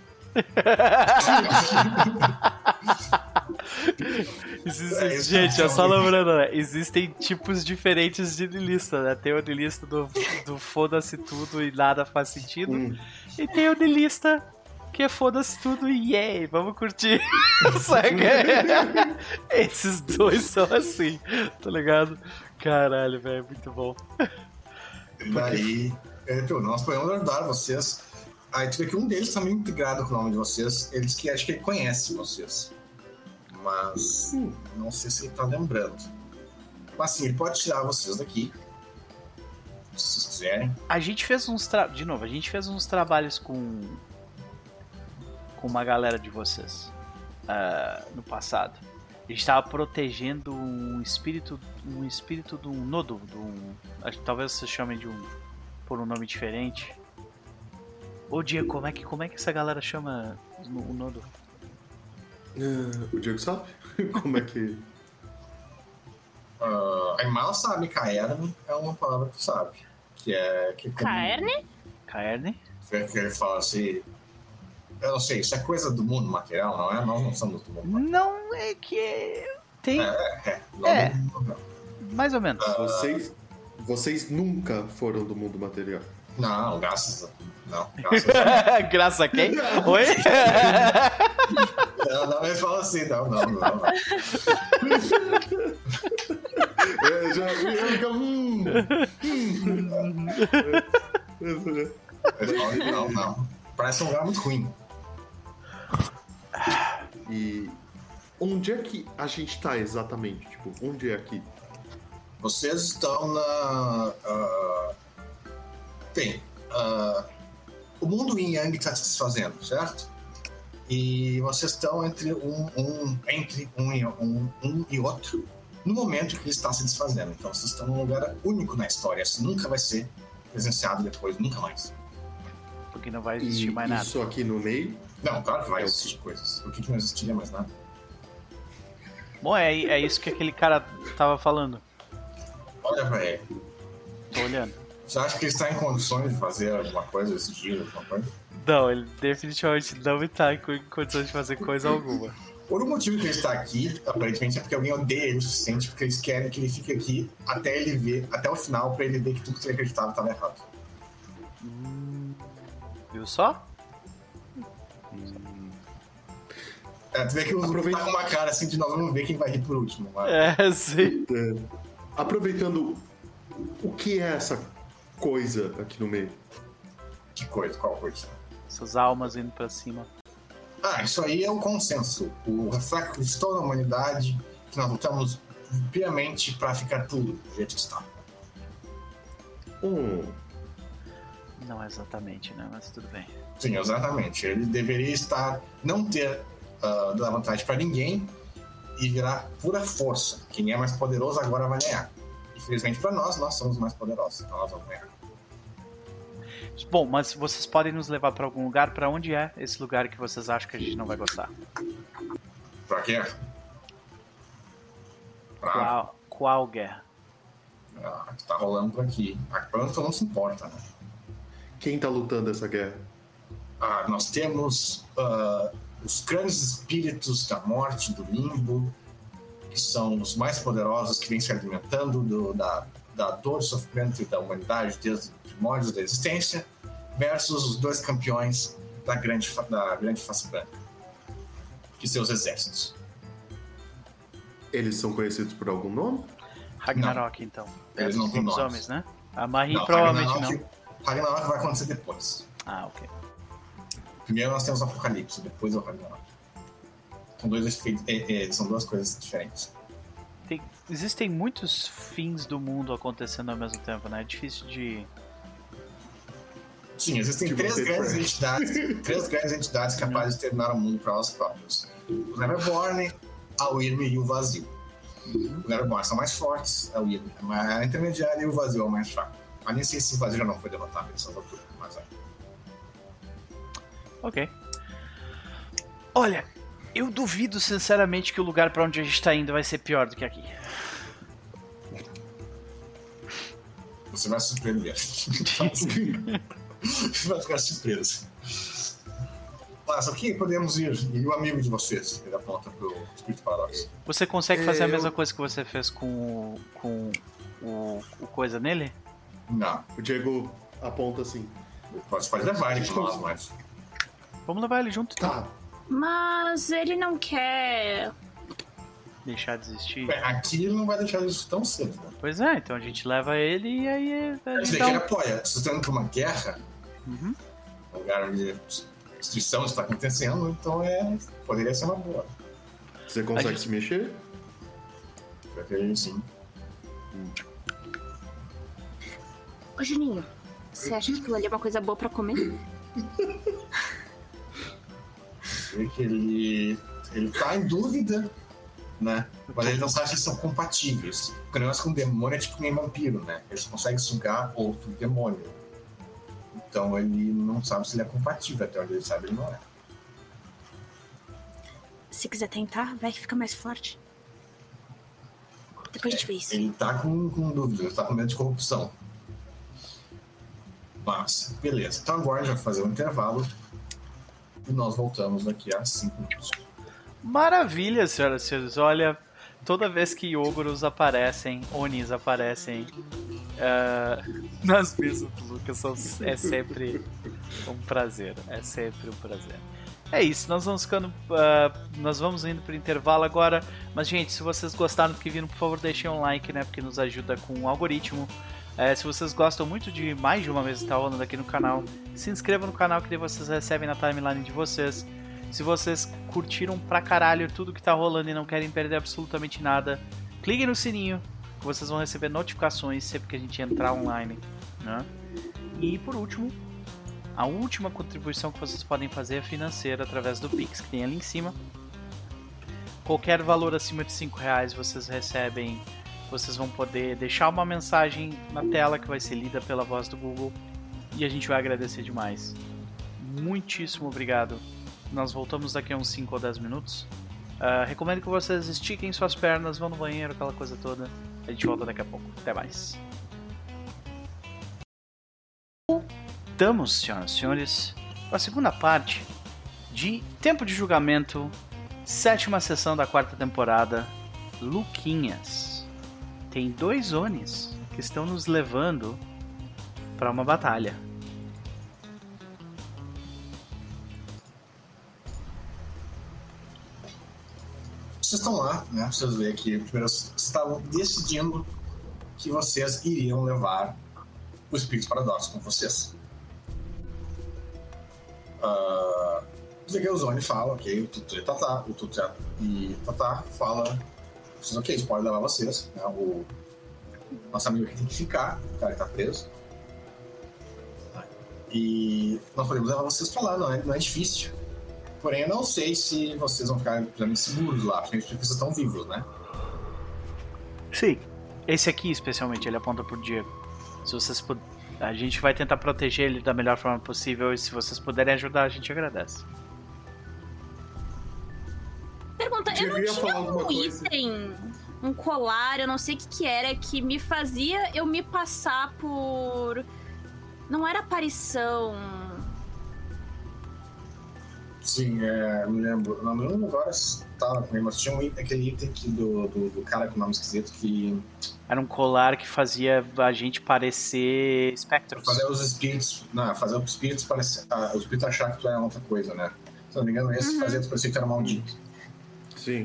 Speaker 1: Existe-
Speaker 3: É isso,
Speaker 1: gente,
Speaker 3: então.
Speaker 1: é só lembrando, né? Existem tipos diferentes de niilista, né? Tem o niilista do, do foda-se tudo e nada faz sentido.
Speaker 2: Hum.
Speaker 1: E tem o niilista que é foda-se tudo e yay, vamos curtir. Saca? Esses dois são assim, tá ligado? Caralho, velho, muito bom.
Speaker 3: E daí, ele pergunta, nós podemos ajudar vocês. Aí tu vê que um deles tá meio integrado com o nome de vocês. Ele diz que acho que ele conhece vocês. Mas
Speaker 2: Hum.
Speaker 3: não sei se ele tá lembrando. Mas sim, ele pode tirar vocês daqui. Se vocês quiserem.
Speaker 1: A gente fez uns tra... de novo, a gente fez uns trabalhos com com uma galera de vocês ah, no passado. A gente tava protegendo um espírito, um espírito de um nodo, de um, acho que talvez vocês chamem de um por um nome diferente. Ô Diego, como é que como é que essa galera chama o o nodo?
Speaker 2: Ah, o Diego sabe? Como é que.
Speaker 3: Uh, a Imala sabe, Caerne é uma palavra que tu sabe. Que é. Que como-
Speaker 4: Caerne?
Speaker 1: Caerne?
Speaker 3: que ele fala assim. Eu não sei, isso é coisa do mundo material, não é? Nós não somos do mundo material.
Speaker 1: Não é que tem
Speaker 3: É, não
Speaker 1: É.
Speaker 3: do mundo material.
Speaker 1: mais ou menos.
Speaker 2: Vocês, vocês nunca foram do mundo material.
Speaker 3: Não, graças a. Não, graças a.
Speaker 1: Graças a quem? Oi?
Speaker 3: Não, não, eles falam assim, não, não, não. não.
Speaker 2: É, já. Eu fico, hum, hum.
Speaker 3: Eles falam, não, não. Parece um lugar muito ruim.
Speaker 2: E. Onde é que a gente tá exatamente? Tipo, onde é aqui?
Speaker 3: Vocês estão na. ah, bem, ah, o mundo Yin Yang está se desfazendo, certo? E vocês estão entre um, um, entre um, e, um, um e outro no momento que ele está se desfazendo. Então vocês estão num lugar único na história. Isso nunca vai ser presenciado depois, nunca mais.
Speaker 1: Porque não vai existir
Speaker 2: E
Speaker 1: mais nada.
Speaker 2: isso aqui no meio.
Speaker 3: Não, claro que vai
Speaker 2: É o
Speaker 3: existir coisas. Por que, que não existiria mais nada?
Speaker 1: Bom, é, é isso que aquele cara tava falando.
Speaker 3: Olha pra ele.
Speaker 1: Tô olhando.
Speaker 3: Você acha que ele está em condições de fazer alguma coisa, esse giro, alguma coisa?
Speaker 1: Não, ele definitivamente não está em co- condições de fazer coisa alguma.
Speaker 3: Por um motivo que ele está aqui, aparentemente, é porque alguém odeia ele o suficiente, porque eles querem que ele fique aqui até ele ver, até o final, pra ele ver que tudo que ele acreditava estava errado.
Speaker 1: Hum, viu só?
Speaker 3: É, tu vê que o Luke tá com uma cara assim de nós vamos ver quem vai rir por último. Mas...
Speaker 1: É, sim.
Speaker 2: É. Aproveitando, o que é essa coisa aqui no meio?
Speaker 3: Que coisa? Qual coisa?
Speaker 1: Essas almas indo pra cima.
Speaker 3: Ah, isso aí é o consenso. O reflexo de toda a humanidade que nós lutamos piamente pra ficar tudo do jeito que está.
Speaker 2: Hum.
Speaker 1: Não exatamente, né? Mas tudo bem.
Speaker 3: Sim, exatamente. Ele deveria estar, não ter uh, da vantagem pra ninguém e virar pura força. Quem é mais poderoso agora vai ganhar. Infelizmente pra nós, nós somos mais poderosos, então nós vamos ganhar.
Speaker 1: Bom, mas vocês podem nos levar pra algum lugar? Pra onde é esse lugar que vocês acham que a gente não vai gostar?
Speaker 3: Pra quê? Pra...
Speaker 1: Qual, qual guerra?
Speaker 3: Ah, que tá rolando por aqui. Aqui pelo menos todo mundo se importa, né?
Speaker 2: Quem tá lutando essa guerra?
Speaker 3: Ah, nós temos uh, os grandes espíritos da morte, do limbo, que são os mais poderosos, que vêm se alimentando do, da, da dor e sofrimento da humanidade desde os primórdios da existência, versus os dois campeões da grande, da grande face branca e seus exércitos.
Speaker 2: Eles são conhecidos por algum nome?
Speaker 1: Ragnarok, não. Então.
Speaker 3: Eles não têm
Speaker 1: os
Speaker 3: nomes.
Speaker 1: homens, né? A Marie
Speaker 3: Não,
Speaker 1: provavelmente
Speaker 3: Ragnarok,
Speaker 1: não.
Speaker 3: Ragnarok vai acontecer depois.
Speaker 1: Ah, ok.
Speaker 3: Primeiro nós temos o Apocalipse, depois o Ragnarok. São, dois efeitos, é, é, são duas coisas diferentes.
Speaker 1: Tem, existem muitos fins do mundo acontecendo ao mesmo tempo, né? É difícil de...
Speaker 3: Sim, existem
Speaker 2: Tipo
Speaker 3: três
Speaker 2: Paper.
Speaker 3: grandes entidades, três grandes entidades capazes de terminar o mundo para nós próprios. O Neverborn, a Wyrm e o Vazio. O Neverborn são mais fortes, a Wyrm é a intermediária e o Vazio é o mais fraco. Mas nem sei se o Vazio já não foi derrotado nessas alturas, mas é.
Speaker 1: Ok. Olha, eu duvido sinceramente que o lugar pra onde a gente tá indo vai ser pior do que aqui.
Speaker 3: Você vai se surpreender. Você vai ficar surpreso. Mas aqui podemos ir. E o amigo de vocês? Ele aponta pro Espírito Paradoxo.
Speaker 1: Você consegue
Speaker 2: É,
Speaker 1: fazer a
Speaker 2: eu-
Speaker 1: mesma coisa que você fez com, o- com o, o coisa nele?
Speaker 3: Não.
Speaker 2: O Diego aponta assim.
Speaker 3: Pode, pode levar ele com nós, mas...
Speaker 1: Vamos levar ele junto, então.
Speaker 2: Tá,
Speaker 4: Mas ele não quer.
Speaker 1: Deixar de existir.
Speaker 3: Bem, aqui ele não vai deixar isso tão cedo, né?
Speaker 1: Pois é, então a gente leva ele e aí... a
Speaker 3: Quer
Speaker 1: gente
Speaker 3: dizer
Speaker 1: dá
Speaker 3: que
Speaker 1: um-
Speaker 3: ele apoia. Se vocês estão indo pra uma guerra,
Speaker 1: Uhum.
Speaker 3: um lugar onde destruição está acontecendo, então é, poderia ser uma boa.
Speaker 2: você consegue
Speaker 1: gente-
Speaker 2: se mexer?
Speaker 3: Eu acredito sim.
Speaker 4: Ô, Juninho, você acha que aquilo ali é uma coisa boa pra comer?
Speaker 3: Vê que ele, ele tá em dúvida, né? Mas ele não sabe se eles são compatíveis. Porque o negócio com demônio é tipo nem vampiro, né? Eles conseguem sugar outro demônio. Então ele não sabe se ele é compatível. Até onde ele sabe, ele não é.
Speaker 4: Se quiser tentar, vai que fica mais forte. Depois a gente vê isso.
Speaker 3: Ele tá com, com dúvida, ele tá com medo de corrupção. Mas, beleza. Então agora a gente vai fazer um intervalo. E nós voltamos daqui a cinco minutos.
Speaker 1: Maravilha, senhoras e senhores. Olha, toda vez que Ogros aparecem, Onis aparecem ah, nas mesas do Lucas, são- é sempre um prazer. É sempre um prazer. É isso, nós vamos ficando. ah, nós vamos indo pro intervalo agora. Mas, gente, se vocês gostaram do que viram, por favor, deixem um like, né? Porque nos ajuda com o algoritmo. É, se vocês gostam muito de mais de uma mesa que tá rolando aqui no canal, se inscrevam no canal que daí vocês recebem na timeline de vocês. Se vocês curtiram pra caralho tudo que tá rolando e não querem perder absolutamente nada, cliquem no sininho que vocês vão receber notificações sempre que a gente entrar online, né? E por último, a última contribuição que vocês podem fazer é financeira através do Pix, que tem ali em cima. Qualquer valor acima de cinco reais vocês recebem. Vocês vão poder deixar uma mensagem na tela que vai ser lida pela voz do Google e a gente vai agradecer demais. Muitíssimo obrigado. Nós voltamos daqui a uns cinco ou dez minutos. Uh, recomendo que vocês estiquem suas pernas, vão no banheiro, aquela coisa toda. A gente volta daqui a pouco. Até mais. Voltamos, senhoras e senhores, para a segunda parte de Tempo de Julgamento, sétima sessão da quarta temporada, Luquinhas. Tem dois Onis que estão nos levando para uma batalha.
Speaker 3: estão lá, né? Vocês veem que primeiro vocês estavam decidindo que vocês iriam levar o espírito paradoxo com vocês. Uh, o Zone fala, ok, o Tutu e Tatá, o Tutu e Tatá fala, vocês, ok, isso pode levar vocês, né? O nosso amigo aqui tem que ficar, o cara que tá preso. E nós podemos levar vocês pra lá, não é, não é difícil. Porém, eu não sei se vocês vão ficar realmente seguros lá, porque vocês estão vivos, né?
Speaker 1: Sim. Esse aqui, especialmente, ele aponta pro Diego. Se vocês pud... A gente vai tentar proteger ele da melhor forma possível e se vocês puderem ajudar, a gente agradece.
Speaker 4: Pergunta, eu não tinha um item, um colar, eu não sei o que que era, que me fazia eu me passar por... Não era aparição...
Speaker 3: Sim, é, me lembro. Não me lembro agora se tava com ele, mas tinha um, aquele item aqui do, do, do cara com o nome esquisito que...
Speaker 1: Era um colar que fazia a gente parecer espectros.
Speaker 3: Fazer os espíritos... Não, fazer os espíritos parecer... Ah, o espírito achar que tu é outra coisa, né? Se não me engano, esse uhum. fazia tu parecer que tu era maldito.
Speaker 2: Sim.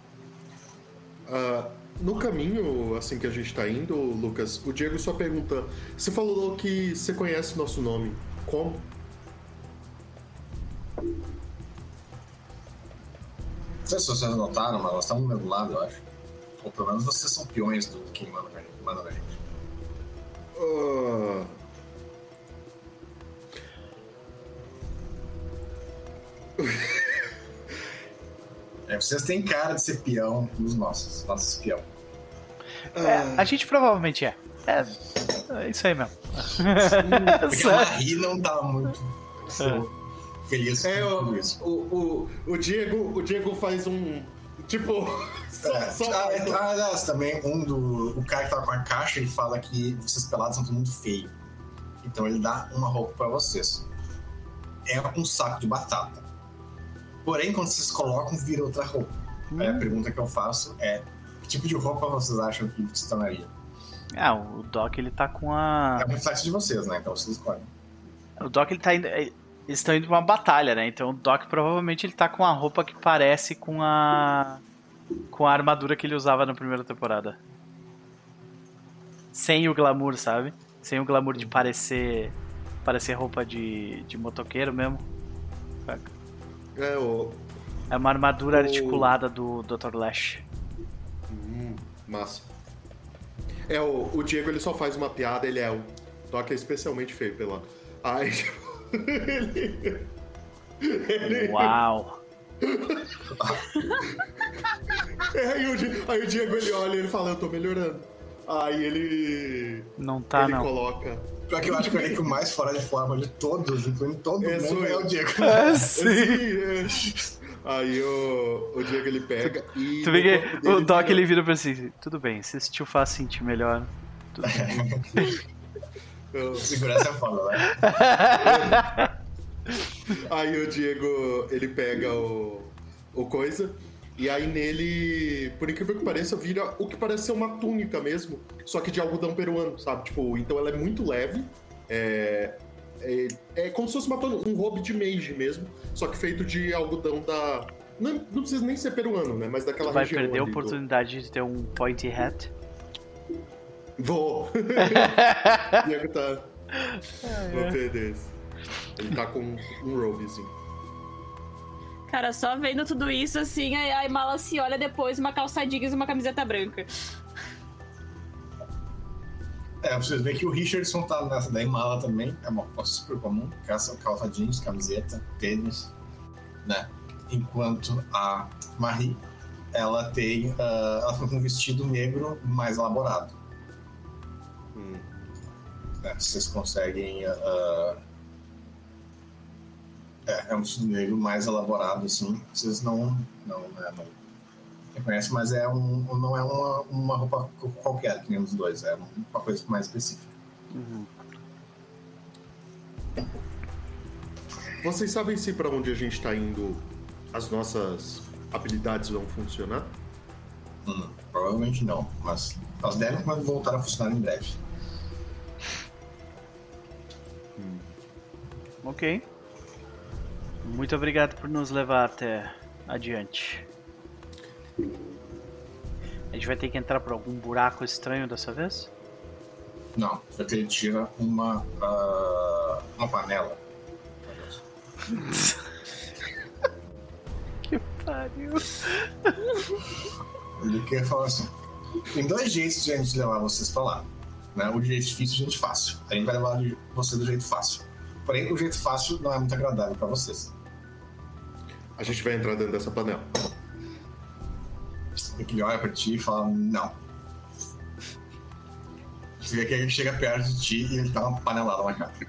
Speaker 2: Uh, no caminho, assim que a gente tá indo, Lucas, o Diego só pergunta... Você falou que você conhece o nosso nome. Como?
Speaker 3: Não sei se vocês notaram, mas nós estamos do mesmo lado, eu acho. Ou pelo menos vocês são peões do quem manda, manda na gente.
Speaker 2: Uh...
Speaker 3: é, vocês têm cara de ser peão dos nossos, nossos peão.
Speaker 1: É, a gente provavelmente é. É, é isso aí mesmo.
Speaker 3: Porque a Marie não tá muito... É. Feliz
Speaker 2: é,
Speaker 3: com
Speaker 2: o,
Speaker 3: isso.
Speaker 2: O, o, o, Diego, o Diego faz um... Tipo... só,
Speaker 3: é,
Speaker 2: só...
Speaker 3: Ah, aliás, também um do... O cara que tava com a caixa, ele fala que vocês pelados são tudo muito feio. Então ele dá uma roupa pra vocês. É um saco de batata. Porém, quando vocês colocam, vira outra roupa. Hum. Aí a pergunta que eu faço é... Que tipo de roupa vocês acham que se tornaria?
Speaker 1: Ah, o Doc, ele tá com a...
Speaker 3: É um reflexo de vocês, né? Então vocês escolhem.
Speaker 1: O Doc, ele tá indo... Eles estão indo pra uma batalha, né? Então o Doc provavelmente ele tá com a roupa que parece com a... Com a armadura que ele usava na primeira temporada. Sem o glamour, sabe? Sem o glamour de parecer... Parecer roupa de, de motoqueiro mesmo. Saca?
Speaker 2: É, o...
Speaker 1: É uma armadura
Speaker 2: o...
Speaker 1: articulada do doutor Lash.
Speaker 2: Hum, massa. É, o, o Diego ele só faz uma piada, ele é o Doc é especialmente feio pela... Ai... ele... ele...
Speaker 1: Uau!
Speaker 2: é, aí, o, aí o Diego ele olha e ele fala, eu tô melhorando. Aí ele...
Speaker 1: Não tá,
Speaker 2: ele
Speaker 1: não.
Speaker 2: Ele coloca...
Speaker 3: Pior que eu acho que ele é o mais fora de forma de todos, incluindo todo
Speaker 2: é,
Speaker 3: mundo, é o Diego.
Speaker 1: É, sim.
Speaker 2: É, sim é. Aí o, o Diego ele pega e...
Speaker 1: Tu vê que o Doc vira... ele vira pra si, tudo bem, se esse tio faz sentir melhor, tudo bem.
Speaker 3: Eu... Segurança é foda, né?
Speaker 2: Aí o Diego, ele pega o, o coisa, e aí nele, por incrível que pareça, vira o que parece ser uma túnica mesmo, só que de algodão peruano, sabe? Tipo, então ela é muito leve, é, é, é como se fosse uma, um robe de mage mesmo, só que feito de algodão da... Não, não precisa nem ser peruano, né? Mas daquela
Speaker 1: vai
Speaker 2: região.
Speaker 1: Vai perder a
Speaker 2: do...
Speaker 1: oportunidade de ter um pointy hat?
Speaker 2: Vou! O Diego tá... Vou perder esse. Ele tá com um robezinho.
Speaker 4: Cara, só vendo tudo isso, assim, a Mala se olha depois, uma calça jeans e uma camiseta branca.
Speaker 3: É, vocês verem que o Richardson tá nessa da Mala também, é uma coisa super comum, calça, calça jeans, camiseta, tênis, né? Enquanto a Marie, ela tem, uh, ela fica com um vestido negro mais elaborado. Hum. É, vocês conseguem... Uh, É, é um vestido negro mais elaborado, assim. Vocês não, não, né, não reconhecem, mas é um, não é uma, uma roupa qualquer, que nem os dois. É uma coisa mais específica.
Speaker 1: Uhum.
Speaker 2: Vocês sabem se pra onde a gente tá indo as nossas habilidades vão funcionar?
Speaker 3: Hum, provavelmente não, mas elas devem voltar a funcionar em breve.
Speaker 1: Hum. Ok. Muito obrigado por nos levar até adiante. gente vai ter que entrar por algum buraco estranho dessa vez?
Speaker 3: Não, só que ele tira uma, uh, uma panela.
Speaker 1: Que pariu.
Speaker 3: Ele quer falar assim: tem dois jeitos de a gente levar vocês pra lá, né? O jeito difícil e o jeito fácil. A gente vai levar você do jeito fácil. Porém, o jeito fácil não é muito agradável pra vocês.
Speaker 2: A gente vai entrar dentro dessa panela.
Speaker 3: E que ele olha pra ti e fala: não. Você vê que ele chega perto de ti e ele dá uma panelada na cara.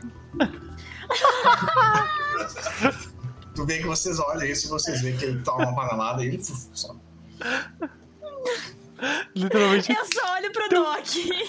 Speaker 3: Tu vê que vocês olham isso e vocês veem que ele toma uma panelada e ele uf, sobe.
Speaker 1: Literalmente.
Speaker 4: Eu só olho pro Doc.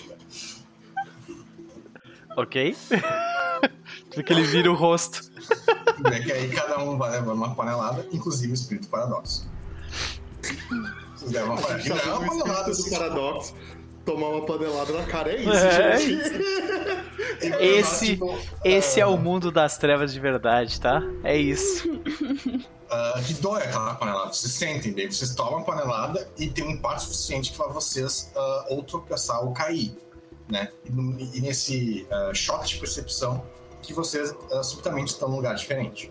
Speaker 1: Ok. Tudo que ele vira o rosto.
Speaker 3: Tu vê que aí cada um vai levando uma panelada, inclusive o espírito paradoxo. Vocês levam uma panelada. Não é uma panelada
Speaker 2: do paradoxo. Tomar uma panelada na cara, é isso,
Speaker 1: É
Speaker 2: gente.
Speaker 1: Esse,
Speaker 3: tipo,
Speaker 1: esse
Speaker 3: uh,
Speaker 1: é o mundo das trevas de verdade, tá? É isso.
Speaker 3: Uh, que dói aquela panelada. Vocês sentem, daí vocês tomam a panelada e tem um impacto suficiente para vocês uh, ou tropeçar ou cair, né? E, e nesse uh, choque de percepção que vocês uh, subitamente estão num lugar diferente.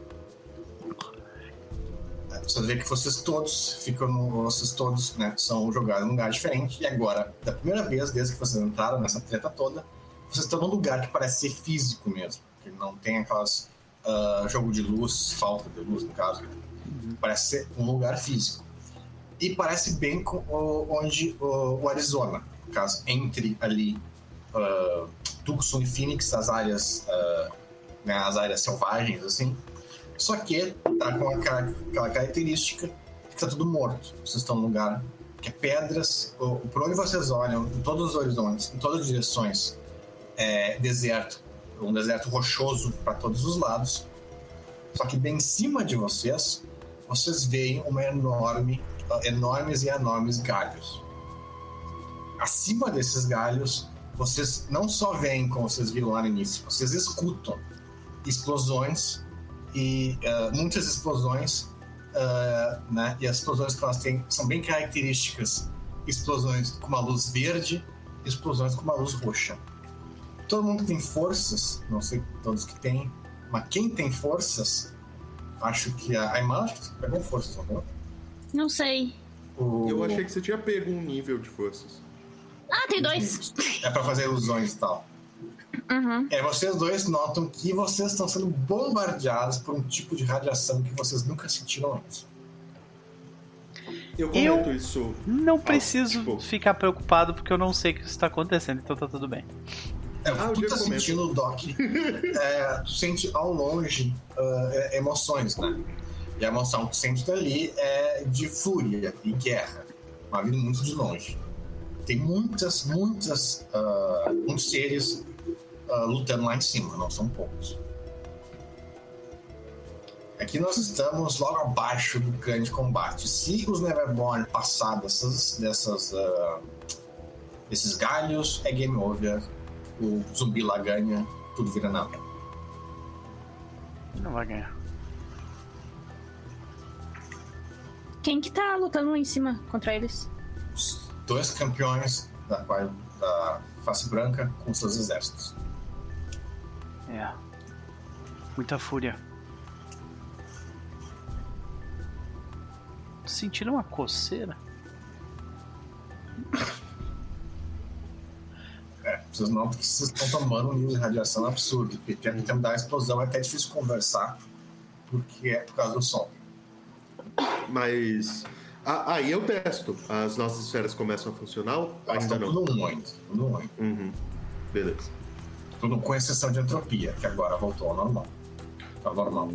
Speaker 3: Você vê que vocês todos ficam no, vocês todos, né, são jogados num lugar diferente e agora, da primeira vez desde que vocês entraram nessa treta toda, vocês estão num lugar que parece ser físico mesmo, que não tem aquelas uh, jogo de luz, falta de luz no caso, uhum. Parece ser um lugar físico e parece bem com o, onde o, o Arizona, no caso, entre ali uh, Tucson e Phoenix, as áreas, uh, né, as áreas selvagens assim. Só que tá com aquela, aquela característica que tá tudo morto. Vocês estão num lugar que é pedras, o, por onde vocês olham, em todos os horizontes, em todas as direções, é deserto, um deserto rochoso para todos os lados. Só que bem em cima de vocês, vocês veem uma enorme, enormes e enormes galhos. Acima desses galhos, vocês não só veem, como vocês viram lá no início, vocês escutam explosões. E uh, muitas explosões, uh, né? E as explosões que elas têm são bem características. Explosões com uma luz verde, explosões com uma luz roxa. Todo mundo tem forças, não sei todos que tem, mas quem tem forças, acho que a, a imagem que pegou forças, não pegou?
Speaker 4: Não sei.
Speaker 3: O...
Speaker 2: Eu achei que você tinha pego um nível de forças.
Speaker 4: Ah, tem dois.
Speaker 3: É pra fazer ilusões e tal.
Speaker 4: Uhum.
Speaker 3: É, vocês dois notam que vocês estão sendo bombardeados por um tipo de radiação que vocês nunca sentiram antes.
Speaker 2: Eu comento
Speaker 1: Eu
Speaker 2: isso.
Speaker 1: não preciso
Speaker 2: tipo...
Speaker 1: ficar preocupado porque eu não sei o que está acontecendo, então tá tudo bem.
Speaker 3: É,
Speaker 2: ah,
Speaker 3: tu tá sentindo, Doc, é, tu sente ao longe uh, emoções, né? E a emoção que tu sente dali é de fúria e guerra, mas vindo muito de longe. Tem muitas, muitas, uh, muitos seres uh, lutando lá em cima, não são poucos. Aqui nós estamos logo abaixo do grande combate. Se os Neverborn passar dessas, dessas, uh, desses galhos, é game over. O zumbi lá ganha, tudo vira nada.
Speaker 1: Não vai ganhar.
Speaker 4: Quem que tá lutando lá em cima contra eles?
Speaker 3: Os dois campeões da, da face branca com seus exércitos.
Speaker 1: É. Muita fúria. Sentindo uma coceira?
Speaker 3: É, vocês notam que vocês estão tomando um nível de radiação absurdo. E tentando dar a explosão é até difícil conversar, porque é por causa do som.
Speaker 2: Mas... Ah, aí eu testo. As nossas esferas começam a funcionar?
Speaker 3: Elas
Speaker 2: Ainda
Speaker 3: estão
Speaker 2: não.
Speaker 3: tudo um ainda. Tudo um ainda.
Speaker 2: Uhum. Beleza.
Speaker 3: Tudo com exceção de entropia, que agora voltou ao normal. Tá normal.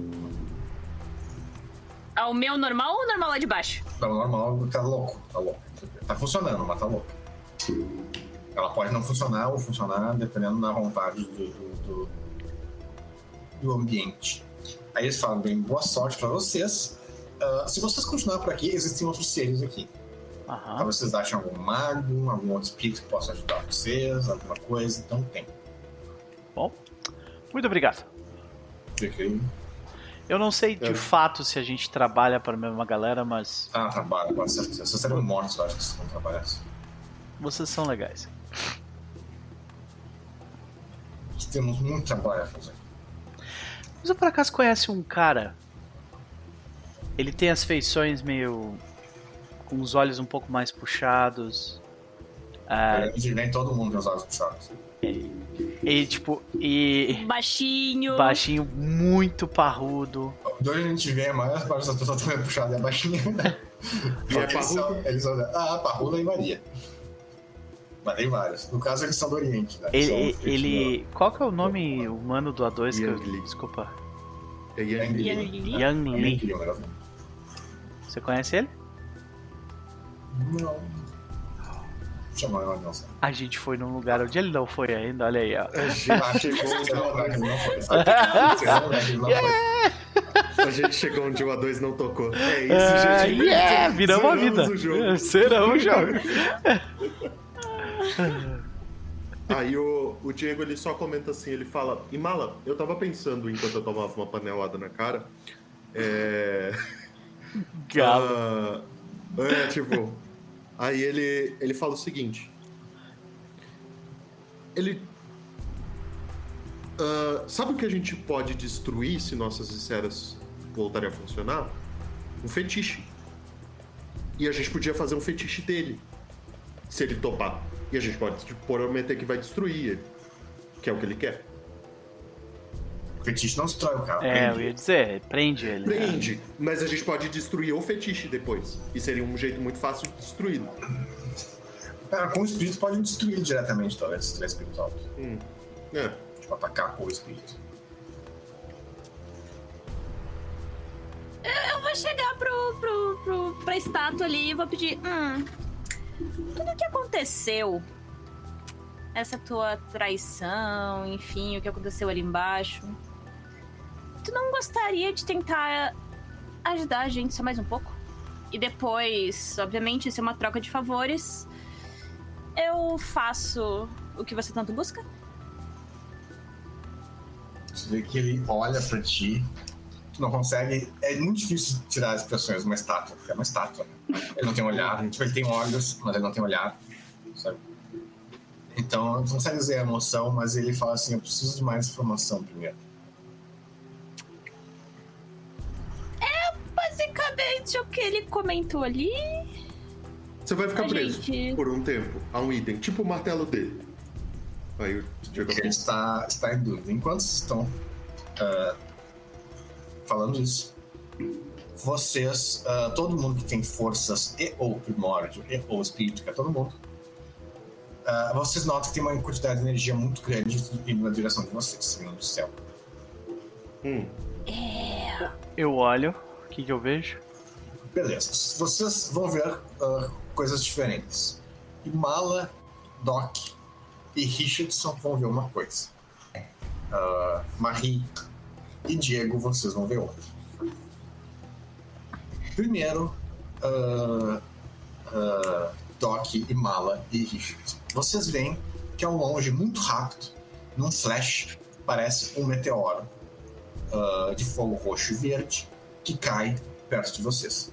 Speaker 4: Ah, o meu normal ou o normal lá de baixo?
Speaker 3: Tá normal, tá louco. Tá louco. Tá funcionando, mas tá louco. Ela pode não funcionar ou funcionar dependendo da vontade do, do, do, do ambiente. Aí eles falam bem, boa sorte pra vocês. Uh, se vocês continuarem por aqui, existem outros seres aqui.
Speaker 1: Aham.
Speaker 3: Então vocês acham algum mago, algum outro espírito que possa ajudar vocês, alguma coisa, então tem.
Speaker 1: Bom, muito obrigado.
Speaker 3: Fiquei.
Speaker 1: Eu não sei de
Speaker 2: É.
Speaker 1: fato se a gente trabalha para a mesma galera, mas...
Speaker 3: Ah, trabalho, com certeza. Vocês seriam mortos, eu acho que vocês não trabalhassem.
Speaker 1: vocês são legais.
Speaker 3: Temos muito trabalho a fazer.
Speaker 1: Você por acaso conhece um cara? Ele tem as feições meio... com os olhos um pouco mais puxados. Ah,
Speaker 3: É, e nem todo mundo tem os olhos puxados.
Speaker 1: e tipo... E...
Speaker 4: Baixinho.
Speaker 1: baixinho, muito parrudo.
Speaker 3: De onde a gente vê, a maior parte das pessoas também é puxada, é baixinha.
Speaker 2: E é
Speaker 3: eles são,
Speaker 2: parrudo?
Speaker 3: eles são, ah, parrudo aí varia. Mas tem vários. No caso, eles são do Oriente, né?
Speaker 1: Ele...
Speaker 3: São
Speaker 1: ele qual que é o nome humano do A dois? Que eu,
Speaker 2: Yang Li.
Speaker 1: desculpa.
Speaker 2: É Yang Li.
Speaker 4: Yang Li.
Speaker 1: Yang
Speaker 3: Eu nem
Speaker 1: Li.
Speaker 3: queria um negócio.
Speaker 1: Você conhece ele?
Speaker 3: Não. Chamar uma não sei.
Speaker 1: A gente foi num lugar onde ele não foi ainda, olha aí, ó.
Speaker 2: A gente chegou onde
Speaker 3: Não,
Speaker 2: o A
Speaker 3: ele
Speaker 2: dois
Speaker 3: não foi. Ele não foi.
Speaker 2: A gente chegou onde o A dois não tocou. É isso,
Speaker 1: Ah,
Speaker 2: gente.
Speaker 1: yeah, viramos a
Speaker 2: Zeramos
Speaker 1: vida.
Speaker 2: o jogo.
Speaker 1: Serão o jogo.
Speaker 2: Aí o, o Diego ele só comenta assim, ele fala, e Mala, eu tava pensando enquanto eu tomava uma panelada na cara, é...
Speaker 1: Galo.
Speaker 2: ah, é, tipo... Aí ele, ele fala o seguinte, ele... ah, sabe o que a gente pode destruir se nossas esferas voltarem a funcionar? Um fetiche. E a gente podia fazer um fetiche dele, se ele topar. E a gente pode tipo, prometer que vai destruir ele, que é o que ele quer.
Speaker 3: O fetiche não destrói o cara.
Speaker 1: É, eu
Speaker 3: prende.
Speaker 1: ia dizer, prende ele. né?
Speaker 2: Prende, mas a gente pode destruir o fetiche depois. E seria um jeito muito fácil de destruí-lo.
Speaker 3: Ah, com o espírito pode destruir diretamente, talvez, se tiver espiritual.
Speaker 2: Hum. É.
Speaker 3: Tipo, atacar com o espírito.
Speaker 4: Eu vou chegar pro, pro, pro, pra estátua ali e vou pedir... Hum, tudo o que aconteceu, essa tua traição, enfim, o que aconteceu ali embaixo, tu não gostaria de tentar ajudar a gente só mais um pouco? E depois, obviamente, isso é uma troca de favores, eu faço o que você tanto busca?
Speaker 3: Você vê que ele olha pra ti, tu não consegue... É muito difícil tirar as expressões de uma estátua, porque é uma estátua. Ele não tem olhar, tipo, ele tem olhos, mas ele não tem olhar, sabe? Então, tu não consegue dizer a emoção, mas ele fala assim, eu preciso de mais informação primeiro.
Speaker 4: É basicamente o que ele comentou ali.
Speaker 2: Você vai ficar
Speaker 4: A
Speaker 2: preso
Speaker 4: gente-
Speaker 2: por um tempo a um item, tipo o martelo dele. Aí o Diego
Speaker 3: Ele está, está em dúvida. Enquanto vocês estão ah, falando isso, vocês, ah, todo mundo que tem forças e ou primórdio e ou espírito, que é todo mundo, ah, vocês notam que tem uma quantidade de energia muito grande indo na direção de vocês, vindo do céu.
Speaker 2: Hum.
Speaker 1: Eu olho, o que que eu vejo?
Speaker 3: Beleza, vocês vão ver ah, coisas diferentes. E Mala, Doc e Richardson vão ver uma coisa. Ah, Marie e Diego, vocês vão ver outra. Primeiro, ah, ah, Doc e Mala e Richardson. Vocês veem que ao longe, muito rápido, num flash, parece um meteoro ah, de fogo roxo e verde que cai perto de vocês.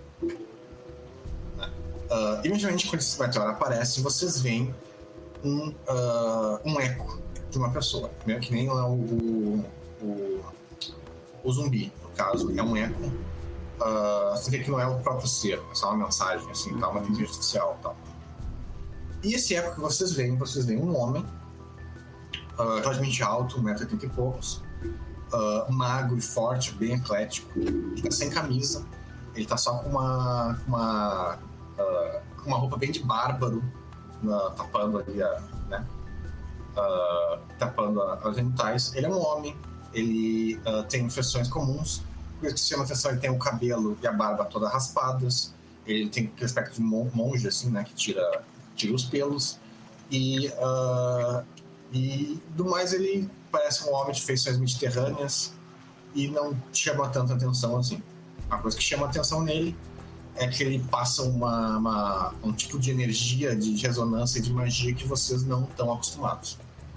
Speaker 3: Uh, imediatamente quando esse meteoro aparece, vocês veem um, uh, um eco de uma pessoa, né? Que nem lá o, o, o, o zumbi, no caso, é um eco. Uh, você vê que não é o próprio ser, é só uma mensagem, assim, tá? Uma inteligência artificial e tal. E esse eco que vocês veem, vocês veem um homem uh, relativamente alto, um metro e oitenta e poucos, uh, magro e forte, bem eclético, que tá sem camisa, ele tá só com uma, uma, uh, uma roupa bem de bárbaro, uh, tapando ali a, né, uh, tapando a, as genitais. Ele é um homem, ele uh, tem feições comuns, o que chama atenção, ele tem o cabelo e a barba toda raspadas, ele tem aquele aspecto de mon- monge, assim, né, que tira, tira os pelos, e, uh, e do mais ele parece um homem de feições mediterrâneas e não chama tanta atenção assim. A coisa que chama atenção nele é que ele passa uma, uma, um tipo de energia, de ressonância e de magia que vocês não estão acostumados.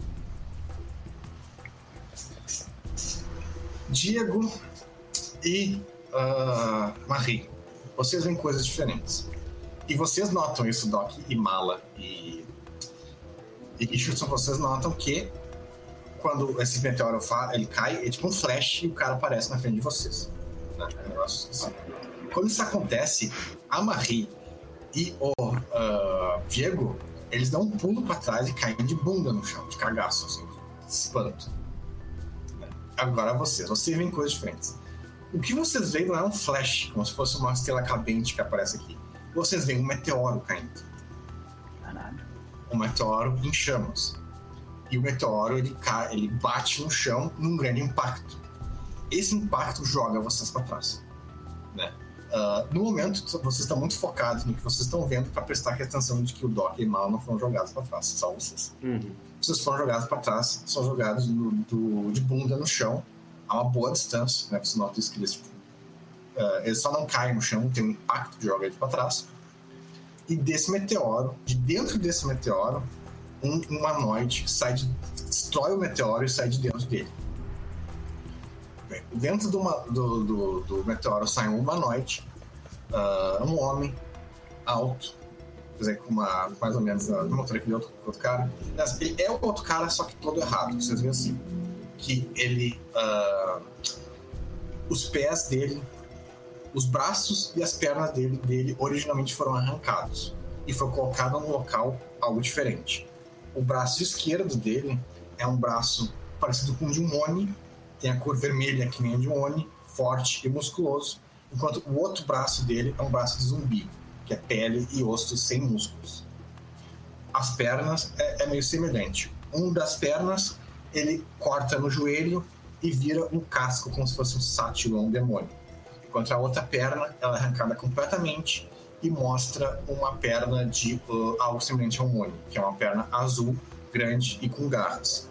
Speaker 3: Diego e uh, Marie, vocês veem coisas diferentes. E vocês notam isso, Doc e Mala e, e Richardson, vocês notam que quando esse meteoro fa- ele cai, é tipo um flash e o cara aparece na frente de vocês. Né? É um negócio assim. Quando isso acontece, a Marie e o uh, Diego, eles dão um pulo pra trás e caem de bunda no chão, de cagaço, assim, de espanto. Agora vocês, vocês veem coisas diferentes. O que vocês veem não é um flash, como se fosse uma estrela cadente que aparece aqui. Vocês veem um meteoro caindo.
Speaker 1: Caralho.
Speaker 3: Um meteoro em chamas. E o meteoro, ele, cai, ele bate no chão num grande impacto. Esse impacto joga vocês para trás. Né? Uh, no momento, vocês estão muito focados no que vocês estão vendo para prestar atenção de que o Doc e o Mal não foram jogados para trás, só vocês.
Speaker 2: Uhum.
Speaker 3: Vocês foram jogados para trás, são jogados do, do, de bunda no chão, a uma boa distância, né? Você nota isso que eles, tipo, uh, eles só não caem no chão, tem um impacto que joga eles para trás. E desse meteoro, de dentro desse meteoro, um humanoide sai de, destrói o meteoro e sai de dentro dele. Bem, dentro do, do, do, do meteoro sai um humanoide, uh, um homem alto, quer dizer, com uma, mais ou menos a mesma altura que o outro, outro cara. Ele é o outro cara, só que todo errado. Vocês veem assim, que ele... Uh, os pés dele, os braços e as pernas dele, dele originalmente foram arrancados e foi colocado num local algo diferente. O braço esquerdo dele é um braço parecido com o de um Oni, tem a cor vermelha que nem a de um Oni, forte e musculoso, enquanto o outro braço dele é um braço de zumbi, que é pele e osso sem músculos. As pernas é, é meio semelhante. Um das pernas ele corta no joelho e vira um casco como se fosse um sátiro ou um demônio. Enquanto a outra perna ela é arrancada completamente e mostra uma perna de uh, algo semelhante a um Oni, que é uma perna azul, grande e com garras.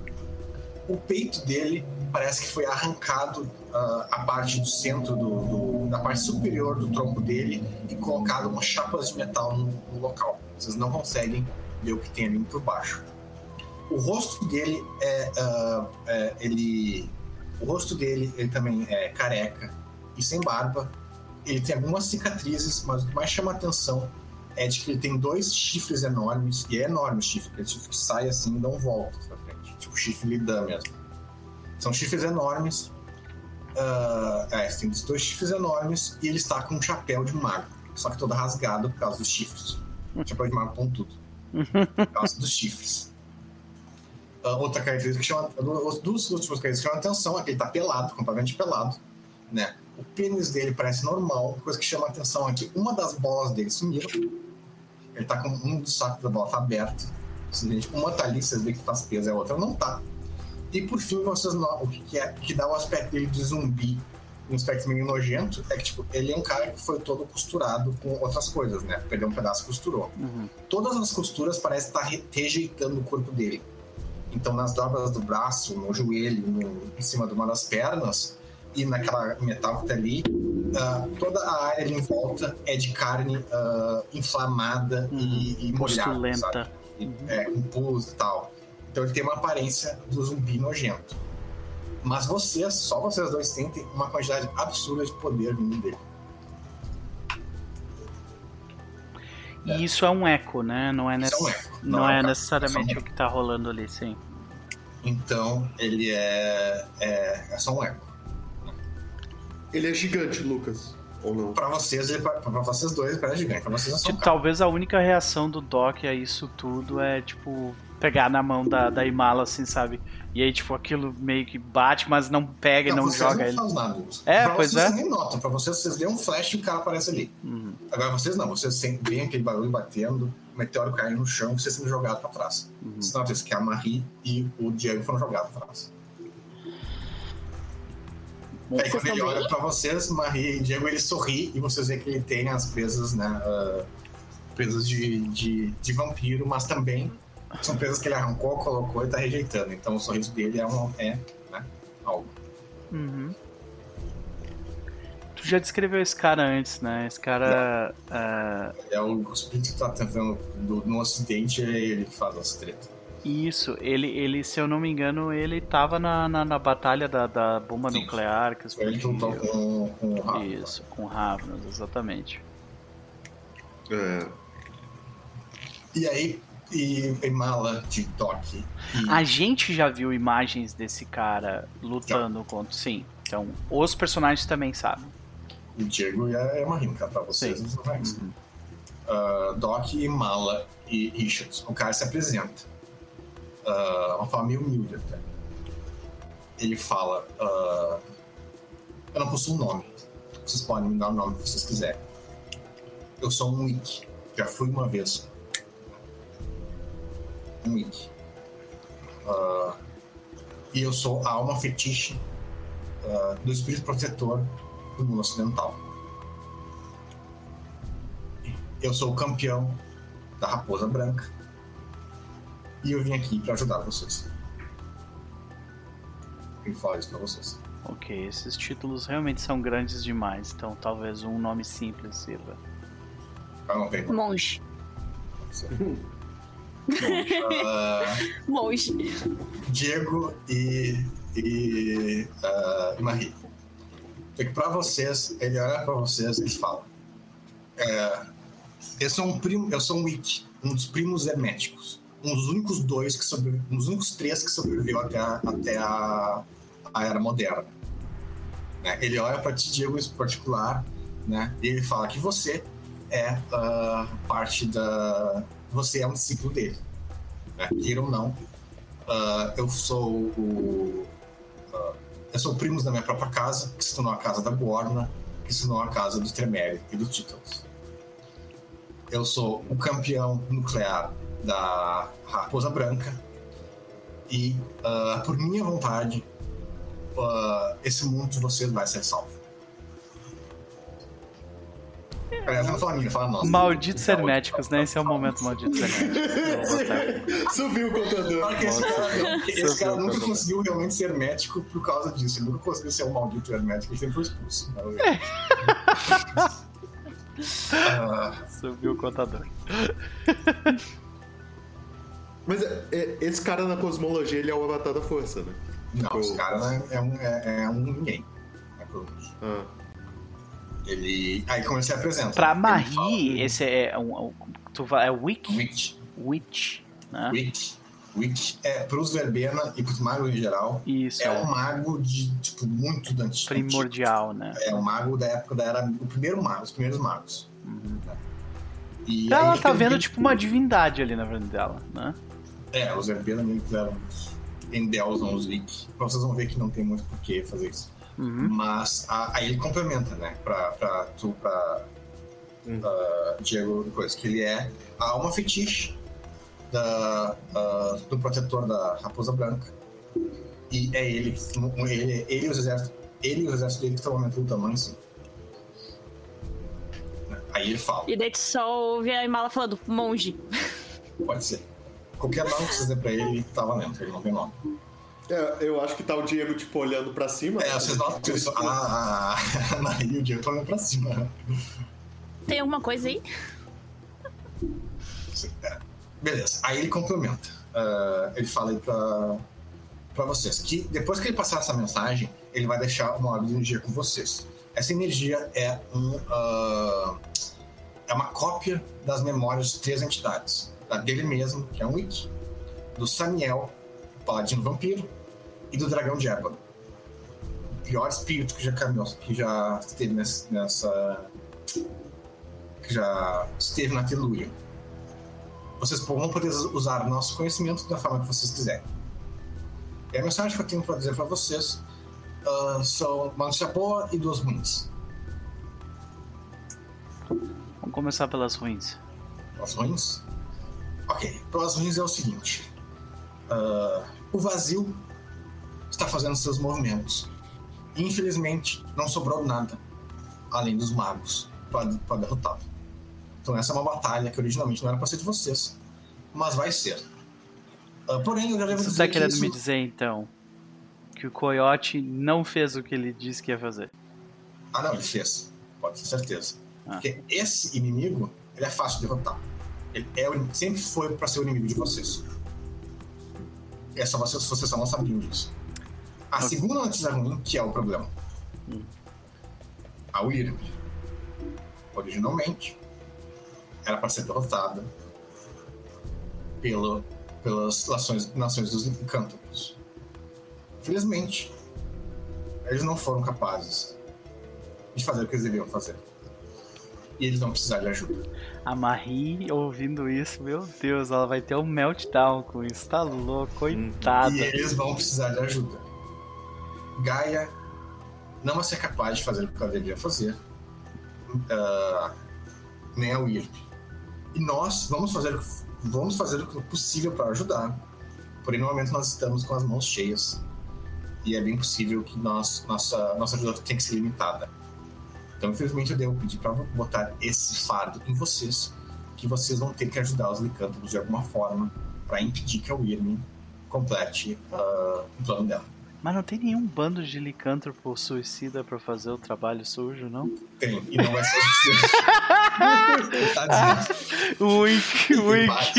Speaker 3: O peito dele parece que foi arrancado uh, a parte do centro, do, do, da parte superior do tronco dele e colocado umas chapas de metal no, no local. Vocês não conseguem ver o que tem ali por baixo. O rosto dele é, uh, é ele, o rosto dele ele também é careca e sem barba. Ele tem algumas cicatrizes, mas o que mais chama a atenção é de que ele tem dois chifres enormes, e é enorme o chifre, aquele chifre que sai assim e dão voltas pra frente, tipo chifre lidã mesmo. São chifres enormes, uh, é, tem dois chifres enormes, e ele está com um chapéu de mago, só que todo rasgado por causa dos chifres. Um chapéu de mago pontudo, por causa dos chifres. Uh, outra característica que chama, as duas últimas características que chamam a atenção é que ele está pelado, completamente pelado, né? O pênis dele parece normal, coisa que chama a atenção é que uma das bolas dele sumiu. Ele tá com um dos sacos da bola tá aberto. Uma tá ali, vocês veem que faz peso, a outra não tá. E por fim, vocês notam o que, é, que dá o aspecto dele de zumbi, um aspecto meio nojento, é que tipo, ele é um cara que foi todo costurado com outras coisas, né? Perdeu um pedaço e costurou. Uhum. Todas as costuras parecem estar re- rejeitando o corpo dele. Então, nas dobras do braço, no joelho, no, em cima de uma das pernas, e naquela metal que tá ali, uh, toda a área ali em volta é de carne uh, inflamada hum, e, e molhada, sabe? E, uhum. É, com pus e tal. Então ele tem uma aparência do zumbi nojento. Mas vocês, só vocês dois sentem uma quantidade absurda de poder vindo dele.
Speaker 1: E é. Isso é um eco, né? Não é, nece... é, um eco. Não Não é, é necessariamente é um o que tá rolando ali, sim.
Speaker 3: Então ele é, é, é só um eco.
Speaker 2: Ele é gigante, Lucas, ou não?
Speaker 3: Pra vocês, ele, pra, pra vocês dois, ele parece gigante. Pra vocês é só
Speaker 1: tipo, talvez a única reação do Doc a isso tudo é, tipo, pegar na mão da, da Imala, assim, sabe? E aí, tipo, aquilo meio que bate, mas não pega não, e não joga ele.
Speaker 3: Não, vocês não fazem nada.
Speaker 1: É,
Speaker 3: pra
Speaker 1: pois
Speaker 3: vocês,
Speaker 1: é.
Speaker 3: Vocês nem notam. Pra vocês, vocês veem um flash e o cara aparece ali. Uhum. Agora vocês não. Vocês veem aquele barulho batendo, o meteoro caindo no chão e vocês sendo jogados pra trás. Uhum. Vocês notam isso, que a Marie e o Diego foram jogados pra trás. Aí quando ele olha pra vocês, Marie e Diego, ele sorri e vocês veem que ele tem as presas, né? Uh, presas de, de, de vampiro, mas também são presas que ele arrancou, colocou e tá rejeitando. Então o sorriso dele é, um, é né, algo.
Speaker 1: Uhum. Tu já descreveu esse cara antes, né? Esse cara...
Speaker 3: É, uh... é o espírito que tá tentando do, no ocidente, é ele que faz essa treta.
Speaker 1: Isso, ele, ele, se eu não me engano, ele tava na, na, na batalha da, da bomba Sim. nuclear que
Speaker 3: ele juntou com, com o Ravnos.
Speaker 1: Isso, com o Ravnos, exatamente.
Speaker 2: É.
Speaker 3: E aí, e, e mala de toque. E...
Speaker 1: A gente já viu imagens desse cara lutando contra. Sim. Então, os personagens também sabem.
Speaker 3: O Diego e a Emma Rinca, pra vocês, os mais. Uhum. Uh, Doc e Mala e Richards. O cara se apresenta. Uh, uma forma meio humilde até. Ele fala: uh, eu não possuo um nome. Vocês podem me dar o nome que vocês quiserem. Eu sou um Wiki. Já fui uma vez. Um Wiki. Uh, e eu sou a alma fetiche uh, do espírito protetor do mundo ocidental. Eu sou o campeão da Raposa Branca. E eu vim aqui para ajudar vocês. Ele fala isso pra vocês.
Speaker 1: Ok, esses títulos realmente são grandes demais, então talvez um nome simples sirva.
Speaker 3: Ah, não tem.
Speaker 4: Monge.
Speaker 3: uh,
Speaker 4: Monge.
Speaker 3: Diego e, e uh, Marie. Porque pra vocês, ele olha pra vocês e fala: é, eu sou um primo, eu sou um Wiki, um dos primos herméticos. Um dos únicos dois que sobrevi... um dos únicos três que sobreviveu até a, até a, a era moderna. Né? Ele olha para ti, Diego, em particular, né? E ele fala que você é uh, parte da... Você é um discípulo dele. Né? Queira ou não. Uh, eu sou o... Uh, eu sou o primo da minha própria casa, que se tornou a casa da Gorna, que se tornou a casa do Tremere e do Titans. Eu sou o campeão nuclear da Raposa Branca e uh, por minha vontade uh, esse mundo de vocês vai ser salvo. Aliás, não fala minha, fala nossa.
Speaker 1: Malditos herméticos, né? Esse é o momento malditos herméticos.
Speaker 2: Subiu o contador.
Speaker 3: Esse cara, esse cara nunca conseguiu realmente ser hermético por causa disso. Ele nunca conseguiu ser um maldito hermético, ele sempre foi expulso.
Speaker 1: uh... Subiu o contador.
Speaker 2: Mas é, é, esse cara na cosmologia, ele é o avatar da força, né?
Speaker 3: Não,
Speaker 2: tipo...
Speaker 3: esse cara é um, é, é um ninguém. É
Speaker 2: ah.
Speaker 3: Ele... Aí como ele se apresenta.
Speaker 1: Pra Marie, fala... esse é um... Tu vai, é Witch?
Speaker 3: Witch.
Speaker 1: Witch, né?
Speaker 3: Witch. Witch é pros verbena e pros magos em geral.
Speaker 1: Isso,
Speaker 3: é,
Speaker 1: é
Speaker 3: um mago de, tipo, muito da antiga.
Speaker 1: Primordial, né?
Speaker 3: É um mago da época da era... O primeiro mago, os primeiros magos.
Speaker 1: Uhum.
Speaker 3: Né? E
Speaker 1: então ela tá
Speaker 3: tem...
Speaker 1: vendo tipo uma divindade ali na frente dela, né?
Speaker 3: É, os verbena meio que fizeram endeusam os Wiki. Vocês vão ver que não tem muito por que fazer isso.
Speaker 1: Uhum.
Speaker 3: Mas a, aí ele complementa, né? Pra, pra tu, pra
Speaker 2: uhum.
Speaker 3: uh, Diego, coisa, que ele é a alma fetiche da, uh, do protetor da Raposa Branca. E é ele, ele, ele e os exércitos, ele e os exércitos dele que estão aumentando o tamanho, assim. Aí ele fala.
Speaker 4: E daí tu só ouve a Imala falando, monge.
Speaker 3: Pode ser. Qualquer nome que você der pra ele, tá valendo, ele não tem nome.
Speaker 2: É, eu acho que tá o Diego, tipo, olhando pra cima.
Speaker 3: É, vocês notam que isso. Ah, a Maria e o Diego estão olhando pra cima.
Speaker 4: Tem alguma coisa aí?
Speaker 3: É. Beleza, aí ele complementa. Uh, ele fala aí pra, pra vocês que depois que ele passar essa mensagem, ele vai deixar uma hora de energia com vocês. Essa energia é um. Uh, é uma cópia das memórias de três entidades. Da dele mesmo, que é um Wiki, do Samiel, o Paladino Vampiro, e do Dragão de Ébano. O pior espírito que já caminhou, que já esteve nessa, nessa que já esteve na Telúria. Vocês vão poder usar nosso conhecimento da forma que vocês quiserem. E a mensagem que eu tenho para dizer para vocês uh, são uma notícia boa e duas ruins.
Speaker 1: Vamos começar pelas ruins.
Speaker 3: Pelas ruins? Ok, pelas ruins é o seguinte. Uh, o vazio está fazendo seus movimentos. E, infelizmente, não sobrou nada além dos magos para derrotá-lo. Então essa é uma batalha que originalmente não era para ser de vocês, mas vai ser. Uh, porém, eu já devo
Speaker 1: Você
Speaker 3: dizer
Speaker 1: está querendo
Speaker 3: isso...
Speaker 1: me dizer, então, que o Coyote não fez o que ele disse que ia fazer?
Speaker 3: Ah, não, ele fez. Pode ter certeza.
Speaker 1: Ah.
Speaker 3: Porque esse inimigo, ele é fácil de derrotar. Ele é, sempre foi para ser o inimigo de vocês. É só vocês, vocês só não sabiam disso. A okay. segunda notícia ruim, que é o problema. Hum. A Wyrm, originalmente, era para ser derrotada pelo, pelas nações, nações dos Licântropos. Felizmente, eles não foram capazes de fazer o que eles deveriam fazer. E eles vão precisar de ajuda.
Speaker 1: A Marie, ouvindo isso, meu Deus, ela vai ter um meltdown com isso. Tá louco, coitada.
Speaker 3: E eles vão precisar de ajuda. Gaia não vai ser capaz de fazer o que ela deveria fazer. Uh, nem a Wyrm. E nós vamos fazer, vamos fazer o possível para ajudar. Porém, no momento nós estamos com as mãos cheias. E é bem possível que nós, nossa, nossa ajuda tenha que ser limitada. Então, infelizmente, eu devo pedir para botar esse fardo em vocês, que vocês vão ter que ajudar os Licântropos de alguma forma para impedir que a Wyrm complete uh, o plano dela.
Speaker 1: Mas não tem nenhum bando de licântropo suicida pra fazer o trabalho sujo, não?
Speaker 3: Tem, e não vai ser o suficiente. Tá dizendo.
Speaker 1: Wink, wink.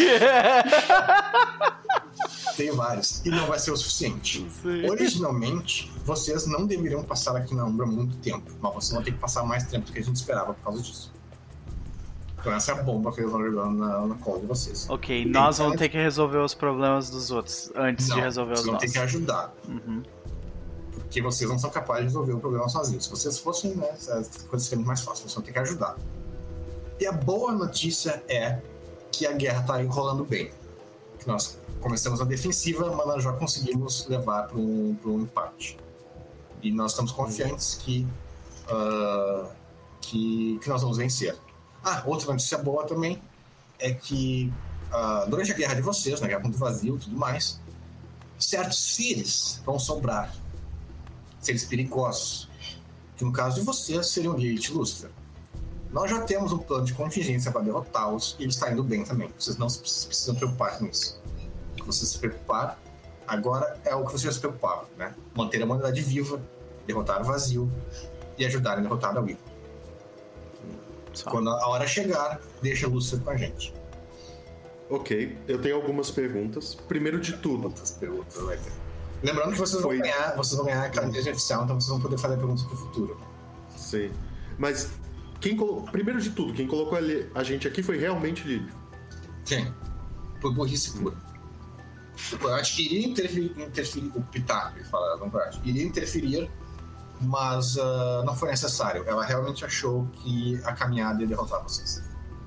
Speaker 3: Tem vários. E não vai ser o suficiente.
Speaker 1: Sim.
Speaker 3: Originalmente, vocês não deveriam passar aqui na Umbra muito tempo, mas vocês vão ter que passar mais tempo do que a gente esperava por causa disso. Então essa é a bomba que eles vão jogando na, na cola de vocês.
Speaker 1: Ok,
Speaker 3: Tem
Speaker 1: nós vamos
Speaker 3: que...
Speaker 1: ter que resolver os problemas dos outros antes
Speaker 3: não,
Speaker 1: de resolver os
Speaker 3: nossos. Vocês vão ter que ajudar.
Speaker 1: Uhum.
Speaker 3: Porque vocês não são capazes de resolver o problema sozinhos. Se vocês fossem, né, as coisas seriam mais fáceis. Vocês vão ter que ajudar. E a boa notícia é que a guerra está enrolando bem. Que nós começamos na defensiva, mas nós já conseguimos levar para um, para um empate. E nós estamos confiantes que, uh, que, que nós vamos vencer. Ah, outra notícia boa também é que uh, durante a guerra de vocês, na guerra contra o vazio e tudo mais, certos seres vão sobrar. Seres perigosos. Que no caso de vocês seriam Lilith e Lúcifer. Nós já temos um plano de contingência para derrotá-los e ele está indo bem também. Vocês não se precisam preocupar com isso. O que vocês se preocupar agora é o que vocês já se preocupavam, né? Manter a humanidade viva, derrotar o vazio e ajudar a derrotar a Wyrm. Quando a hora chegar, deixa a Lúcifer com a gente.
Speaker 2: Ok, eu tenho algumas perguntas. Primeiro de tudo.
Speaker 3: Muitas perguntas vai ter. Lembrando que vocês
Speaker 2: Foi.
Speaker 3: vão ganhar, vocês vão ganhar aquela inteligência artificial, então vocês vão poder fazer perguntas pro futuro.
Speaker 2: Sim. Mas quem colocou. Primeiro de tudo, quem colocou a gente aqui foi realmente Lilith.
Speaker 3: Sim. Por burrice pura. Eu acho que iria interferir, interferir o Pitaco, ele fala, não acho. Iria interferir, mas uh, não foi necessário. Ela realmente achou que a caminhada ia derrotar vocês.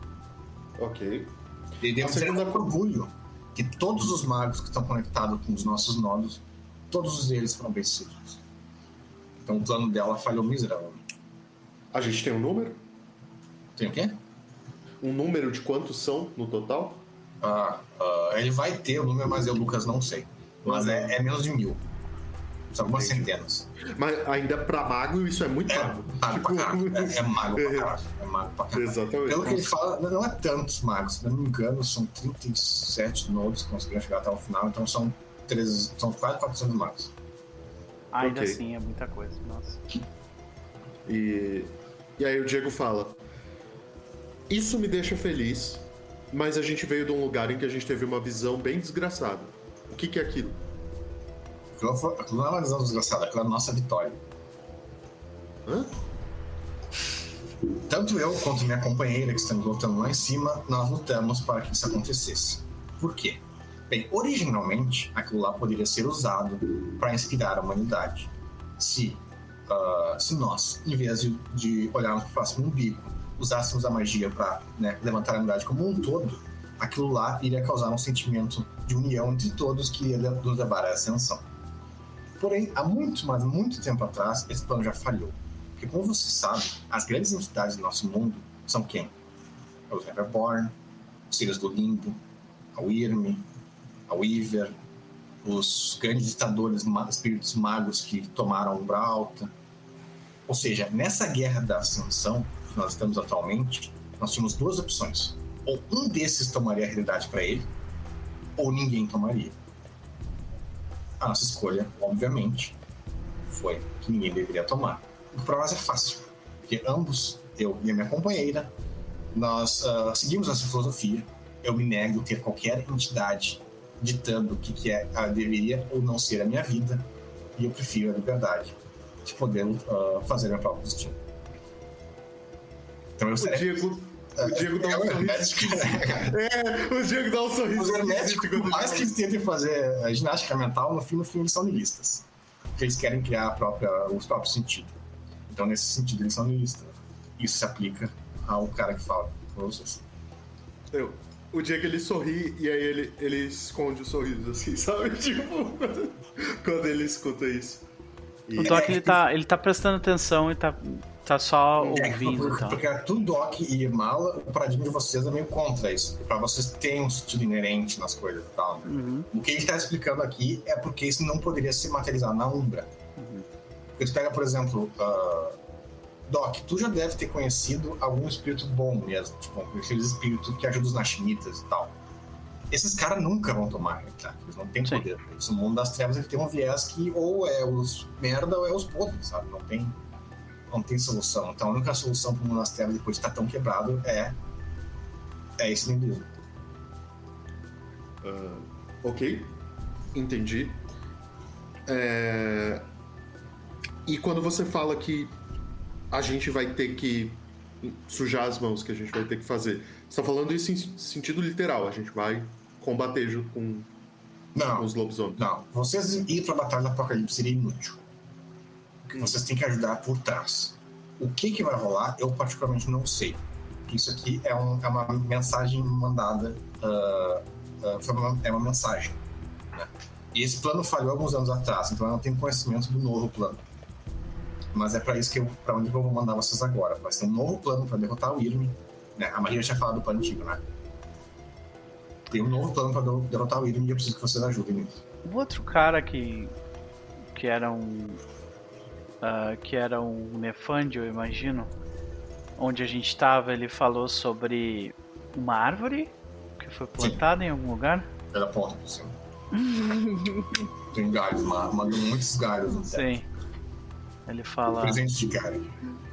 Speaker 2: Ok.
Speaker 3: E devo
Speaker 2: A
Speaker 3: dizer
Speaker 2: segunda-
Speaker 3: com orgulho que todos os magos que estão conectados com os nossos nodos, todos eles foram bem-sucedidos. Então o plano dela falhou miseravelmente.
Speaker 2: A gente tem um número?
Speaker 3: Tem o quê?
Speaker 2: Um número de quantos são no total?
Speaker 3: Ah, ah, ele vai ter o número, mas eu, Lucas, não sei. Mas é, é menos de mil. São algumas
Speaker 2: Entendi.
Speaker 3: centenas.
Speaker 2: Mas ainda pra mago isso é muito
Speaker 3: É
Speaker 2: mago.
Speaker 3: mago pra caralho. É, é mago pra caralho. É mago pra caralho.
Speaker 2: Exatamente.
Speaker 3: Pelo que ele fala, não é tantos magos. Se não me engano, são trinta e sete nodes que conseguiram chegar até o final. Então são, treze, são quase quatrocentos magos.
Speaker 1: Ainda
Speaker 2: Ok.
Speaker 1: assim, é muita coisa, nossa.
Speaker 2: E, e aí o Diego fala: isso me deixa feliz, mas a gente veio de um lugar em que a gente teve uma visão bem desgraçada. O que, que é aquilo?
Speaker 3: Aquilo, foi, aquilo não é uma visão desgraçada, aquilo é a nossa vitória.
Speaker 2: Hã?
Speaker 3: Tanto eu quanto minha companheira, que estamos lutando lá em cima, nós lutamos para que isso acontecesse. Por quê? Bem, originalmente, aquilo lá poderia ser usado para inspirar a humanidade. Se, uh, se nós, em vez de, de olharmos para o próximo umbigo, usássemos a magia para, né, levantar a humanidade como um todo, aquilo lá iria causar um sentimento de união entre todos que iria nos levar à ascensão. Porém, há muito, mas muito tempo atrás, esse plano já falhou. Porque, como você sabe, as grandes entidades do nosso mundo são quem? Os Neverborn, os Filhos do Limbo, a Wyrm, a Weaver, os grandes ditadores, espíritos magos que tomaram a Umbra Alta. Ou seja, nessa guerra da ascensão que nós estamos atualmente, nós tínhamos duas opções. Ou um desses tomaria a realidade para ele, ou ninguém tomaria. A nossa escolha, obviamente, foi que ninguém deveria tomar. O que para nós é fácil, porque ambos, eu e a minha companheira, nós uh, seguimos essa filosofia. Eu me nego a ter qualquer entidade ditando o que, que é, uh, deveria ou não ser a minha vida, e eu prefiro a liberdade de poder uh, fazer meu próprio destino. Então eu
Speaker 2: O
Speaker 3: serei...
Speaker 2: Diego, O Diego dá um
Speaker 3: é,
Speaker 2: sorriso.
Speaker 3: hermético, né?
Speaker 2: É, o Diego dá um sorriso.
Speaker 3: Os herméticos, por mais que eles tentem fazer a ginástica mental, no fim, no fim eles são nihilistas. Porque eles querem criar a própria, os próprios sentidos. Então, nesse sentido, eles são nihilistas. Isso se aplica ao cara que fala com vocês.
Speaker 2: Eu, o Diego, ele sorri e aí ele, ele esconde o sorriso, assim, sabe? Tipo, quando ele escuta isso. E...
Speaker 1: O Doc, ele tá, ele tá prestando atenção e tá, tá só
Speaker 3: É,
Speaker 1: ouvindo.
Speaker 3: porque,
Speaker 1: Então.
Speaker 3: porque é tudo Doc e Mala, o paradigma de vocês é meio contra isso. Pra vocês terem um sentido inerente nas coisas e tal. Né?
Speaker 1: Uhum.
Speaker 3: O que ele tá explicando aqui é porque isso não poderia se materializar na Umbra.
Speaker 1: Uhum.
Speaker 3: Porque tu pega, por exemplo, uh, Doc, tu já deve ter conhecido algum espírito bom mesmo, tipo, aqueles espíritos que ajudam os Nashimitas e tal. Esses caras nunca vão tomar, tá? Eles não têm
Speaker 1: Sim.
Speaker 3: poder. Esse mundo das trevas ele tem um viés que ou é os merda ou é os podres, sabe? Não tem, não tem solução. Então a única solução pro mundo das trevas depois de estar tão quebrado é, é esse niilismo.
Speaker 2: Uh, ok, entendi. É... E quando você fala que a gente vai ter que sujar as mãos, que a gente vai ter que fazer, você tá falando isso em sentido literal, a gente vai combater junto com,
Speaker 3: Não,
Speaker 2: com os lobisomens.
Speaker 3: não. Vocês ir pra Batalha do Apocalipse seria inútil. Vocês têm que ajudar por trás. O que que vai rolar, eu particularmente não sei. Isso aqui é, um, é uma mensagem mandada, uh, uh, foi uma, é uma mensagem. Né? E esse plano falhou alguns anos atrás, então eu não tenho conhecimento do novo plano. Mas é pra isso que eu, pra onde eu vou mandar vocês agora. Vai ser um novo plano pra derrotar o Irme. Né? A Maria tinha falado do plano antigo, né? Tem um novo plano pra derrotar o Irme e eu preciso que vocês ajudem nisso.
Speaker 1: O outro cara que. que era um. Uh, que era um Nefândio, eu imagino. Onde a gente tava, ele falou sobre uma árvore que foi plantada Sim. em algum lugar.
Speaker 3: Ela aponta por cima. Tem galhos, mandou muitos galhos. No
Speaker 1: Sim. Tempo. Ele fala.
Speaker 3: Presente de galho.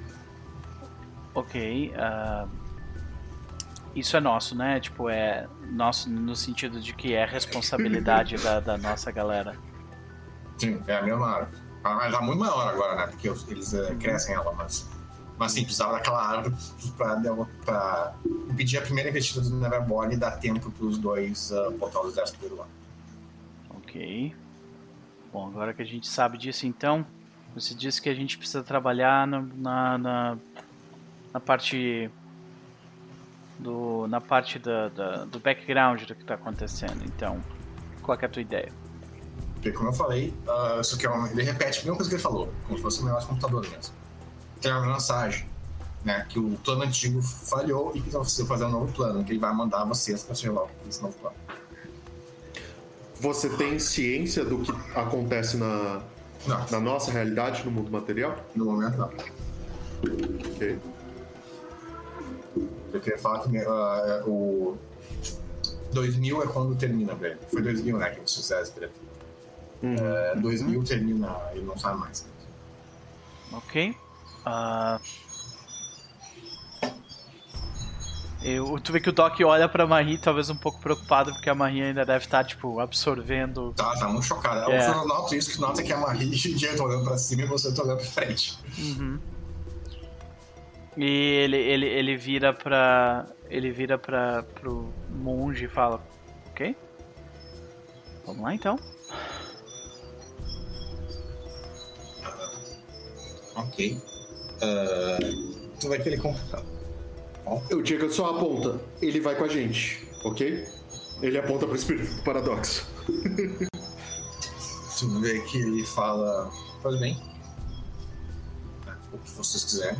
Speaker 1: Ok. Uh, isso é nosso, né? Tipo, é nosso no sentido de que é responsabilidade da, da nossa galera.
Speaker 3: Sim, é a mesma árvore. Mas tá muito maior agora, né? Porque eles uh, crescem ela, mas. Mas sim, precisava daquela árvore pra, pra impedir a primeira investida do Neverborn e dar tempo pros dois uh, botar o exército dele lá.
Speaker 1: Ok. Bom, agora que a gente sabe disso, então. Você disse que a gente precisa trabalhar na, na, na, na parte do na parte da, da, do background do que está acontecendo. Então, qual é a tua ideia?
Speaker 3: Porque, como eu falei, uh, isso aqui é uma, ele repete a mesma coisa que ele falou, como se fosse um negócio de computador mesmo. Tem uma mensagem, né, que o plano antigo falhou e que você fazer um novo plano, que ele vai mandar vocês para chegar lá esse novo plano.
Speaker 2: Você tem ciência do que acontece na Não. na nossa realidade, no mundo material?
Speaker 3: No momento, não.
Speaker 2: Ok.
Speaker 3: Eu queria falar que uh, o dois mil é quando termina, velho. Foi dois mil, né, que o sucesso dele. Uhum. Uh, dois mil termina, ele não sabe mais.
Speaker 1: Ok. Uh... Eu, tu vê que o Doc olha pra Marie, talvez um pouco preocupado, porque a Marie ainda deve estar, tipo, absorvendo.
Speaker 3: Tá, tá muito chocada.
Speaker 1: É.
Speaker 3: Eu noto isso, que nota que a Marie e o Diego olhando pra cima e você tá olhando pra frente.
Speaker 1: Uhum. E ele, ele, ele vira pra. Ele vira pra, pro monge e fala: Ok? Vamos lá então.
Speaker 3: Ok. Uh, tu vai querer comprar.
Speaker 2: O Diego só aponta, ele vai com a gente, ok? Ele aponta pro espírito do paradoxo.
Speaker 3: Tu vê que ele fala, faz bem, o que vocês quiserem.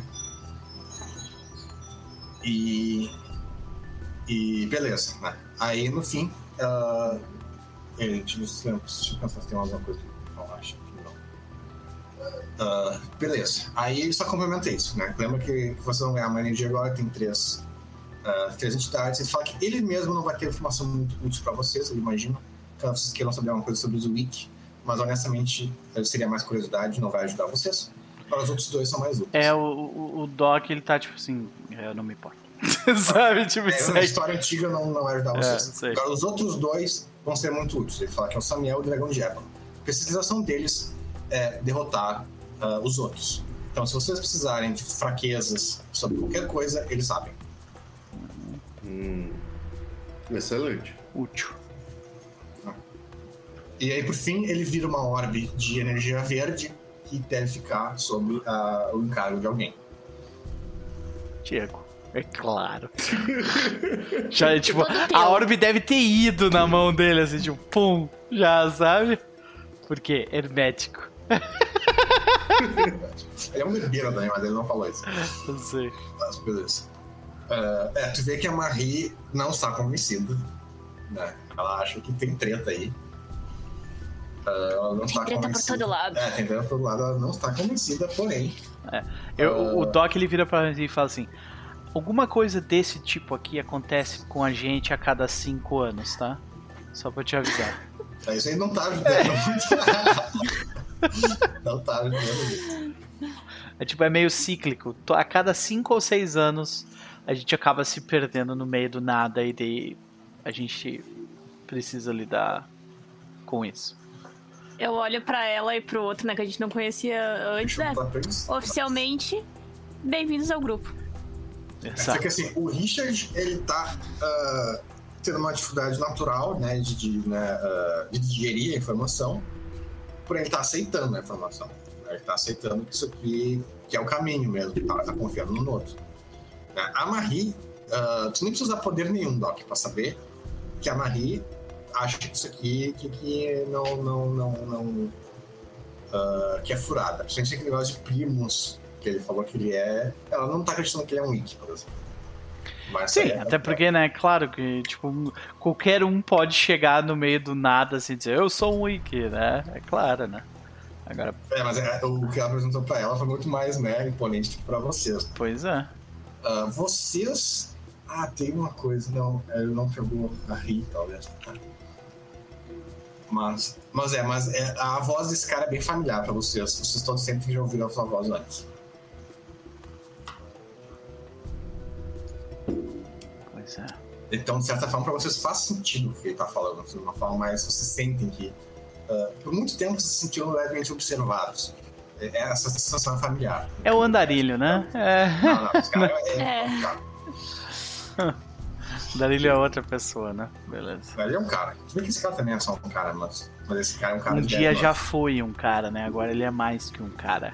Speaker 3: E. E beleza, né? Aí no fim, uh, ele, deixa eu pensar se tem alguma coisa que eu acho que não. Uh, beleza, aí ele só complementa isso, né? Lembra que, que vocês vão ganhar uma energia agora, tem três, uh, três entidades. Ele fala que ele mesmo não vai ter informação muito útil pra vocês, eu imagino, caso vocês queiram saber alguma coisa sobre os Wiki, mas honestamente seria mais curiosidade, não vai ajudar vocês. Para os outros dois são mais úteis.
Speaker 1: É, o, o, o Doc, ele tá tipo assim, eu não me importo. Sabe? Tipo,
Speaker 3: é, uma história antiga não, não vai ajudar vocês.
Speaker 1: É,
Speaker 3: agora, os outros dois vão ser muito úteis. Ele fala que é o Samiel e o Dragão de Ébano. A especialização deles é derrotar uh, os outros. Então, se vocês precisarem de fraquezas sobre qualquer coisa, eles sabem.
Speaker 2: Hum. Excelente.
Speaker 1: Útil.
Speaker 3: E aí, por fim, ele vira uma orbe de energia verde que deve ficar sob uh, o encargo de alguém.
Speaker 1: Diego, é claro. Já, tipo, a orbe deve ter ido na mão dele, assim, tipo, pum, já sabe? Porque hermético.
Speaker 3: Ele é um herbeiro também, mas ele não falou isso.
Speaker 1: Não sei.
Speaker 3: Mas beleza. Uh, é, tu vê que a Marie não está convencida, né? Ela acha que tem treta aí. Uh, ela não está
Speaker 4: treta
Speaker 3: convencida.
Speaker 4: por todo lado.
Speaker 3: É, tem treta por todo lado, ela não está convencida, porém.
Speaker 1: É. Eu,
Speaker 3: uh...
Speaker 1: O Doc ele vira pra gente e fala assim: alguma coisa desse tipo aqui acontece com a gente a cada cinco anos, tá? Só pra te avisar.
Speaker 3: É, isso aí não tá ajudando muito. Não tá ajudando.
Speaker 1: É tipo, é meio cíclico. A cada cinco ou seis anos a gente acaba se perdendo no meio do nada e daí a gente precisa lidar com isso.
Speaker 4: Eu olho pra ela e pro outro, né, que a gente não conhecia antes, né? Oficialmente, bem-vindos ao grupo.
Speaker 3: Exato. Só que assim, o Richard, ele tá uh, tendo uma dificuldade natural, né, de, de, né, uh, de digerir a informação, porém ele tá aceitando a informação. Né? Ele tá aceitando que isso aqui que é o caminho mesmo, tá, tá confiando no outro. Né? A Marie, uh, tu nem precisa usar poder nenhum, Doc, pra saber que a Marie acha que isso aqui que, que não, não, não, não uh, que é furada. Principalmente aquele negócio de primos que ele falou que ele é. Ela não tá acreditando que ele é um wiki, por exemplo. Mas
Speaker 1: sim,
Speaker 3: é,
Speaker 1: até é, porque, né, claro que, tipo, qualquer um pode chegar no meio do nada assim e dizer, eu sou um wiki, né? É claro, né? Agora...
Speaker 3: É, mas é, o que ela apresentou pra ela foi muito mais, né, imponente que pra vocês.
Speaker 1: Pois é.
Speaker 3: Uh, vocês... Ah, tem uma coisa, não, ele não pegou a Ri, talvez. Mas, mas é, mas é, a voz desse cara é bem familiar pra vocês. Vocês todos sentem que já ouviram a sua voz antes.
Speaker 1: Pois é.
Speaker 3: Então, de certa forma, pra vocês faz sentido o que ele tá falando. De uma forma mais, vocês sentem que... Uh, por muito tempo, vocês se sentiram levemente observados. É, essa sensação é familiar.
Speaker 1: É o andarilho, né? É.
Speaker 3: Não, não, esse cara é... é, é. Cara.
Speaker 1: Andarilho é outra pessoa, né? Beleza.
Speaker 3: Ele é um cara. Se bem que esse cara também é só um cara, mas, mas esse cara é um cara
Speaker 1: um
Speaker 3: de
Speaker 1: dia já foi um cara, né? Agora ele é mais que um cara.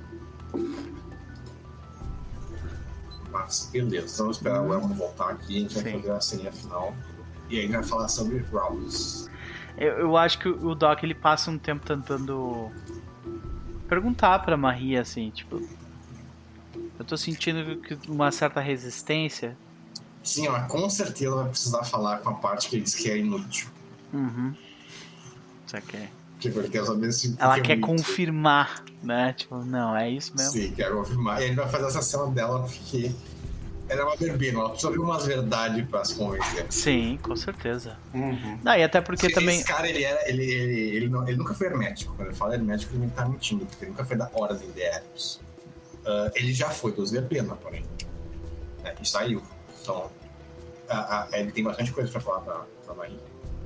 Speaker 3: Mas, beleza. Então, vamos esperar o Elmo voltar aqui. A gente vai Sim. fazer a ceninha final. E aí a gente vai falar sobre Rouse.
Speaker 1: Eu, eu acho que o Doc, ele passa um tempo tentando perguntar pra Marie, assim, tipo... Eu tô sentindo uma certa resistência.
Speaker 3: Sim, ela com certeza vai precisar falar com a parte que ele diz que é inútil.
Speaker 1: Uhum. Isso aqui.
Speaker 3: Tipo, ele quer saber se...
Speaker 1: Ela quer confirmar, né? Tipo, não, é isso mesmo.
Speaker 3: Sim, quer confirmar. E a gente vai fazer essa cena dela porque ela é uma berbina, ela precisa ouvir umas verdades pra se convencer.
Speaker 1: Sim, com certeza.
Speaker 3: Uhum.
Speaker 1: Não, e até porque
Speaker 3: Esse
Speaker 1: também...
Speaker 3: Esse cara, ele, era, ele, ele, ele, não, ele nunca foi hermético. Quando ele fala hermético, ele tá mentindo, porque ele nunca foi da ordem de Hermes. Uh, ele já foi dos verbena, porém. É, e saiu. Então, a, a, ele tem bastante coisa pra falar pra, pra Marie.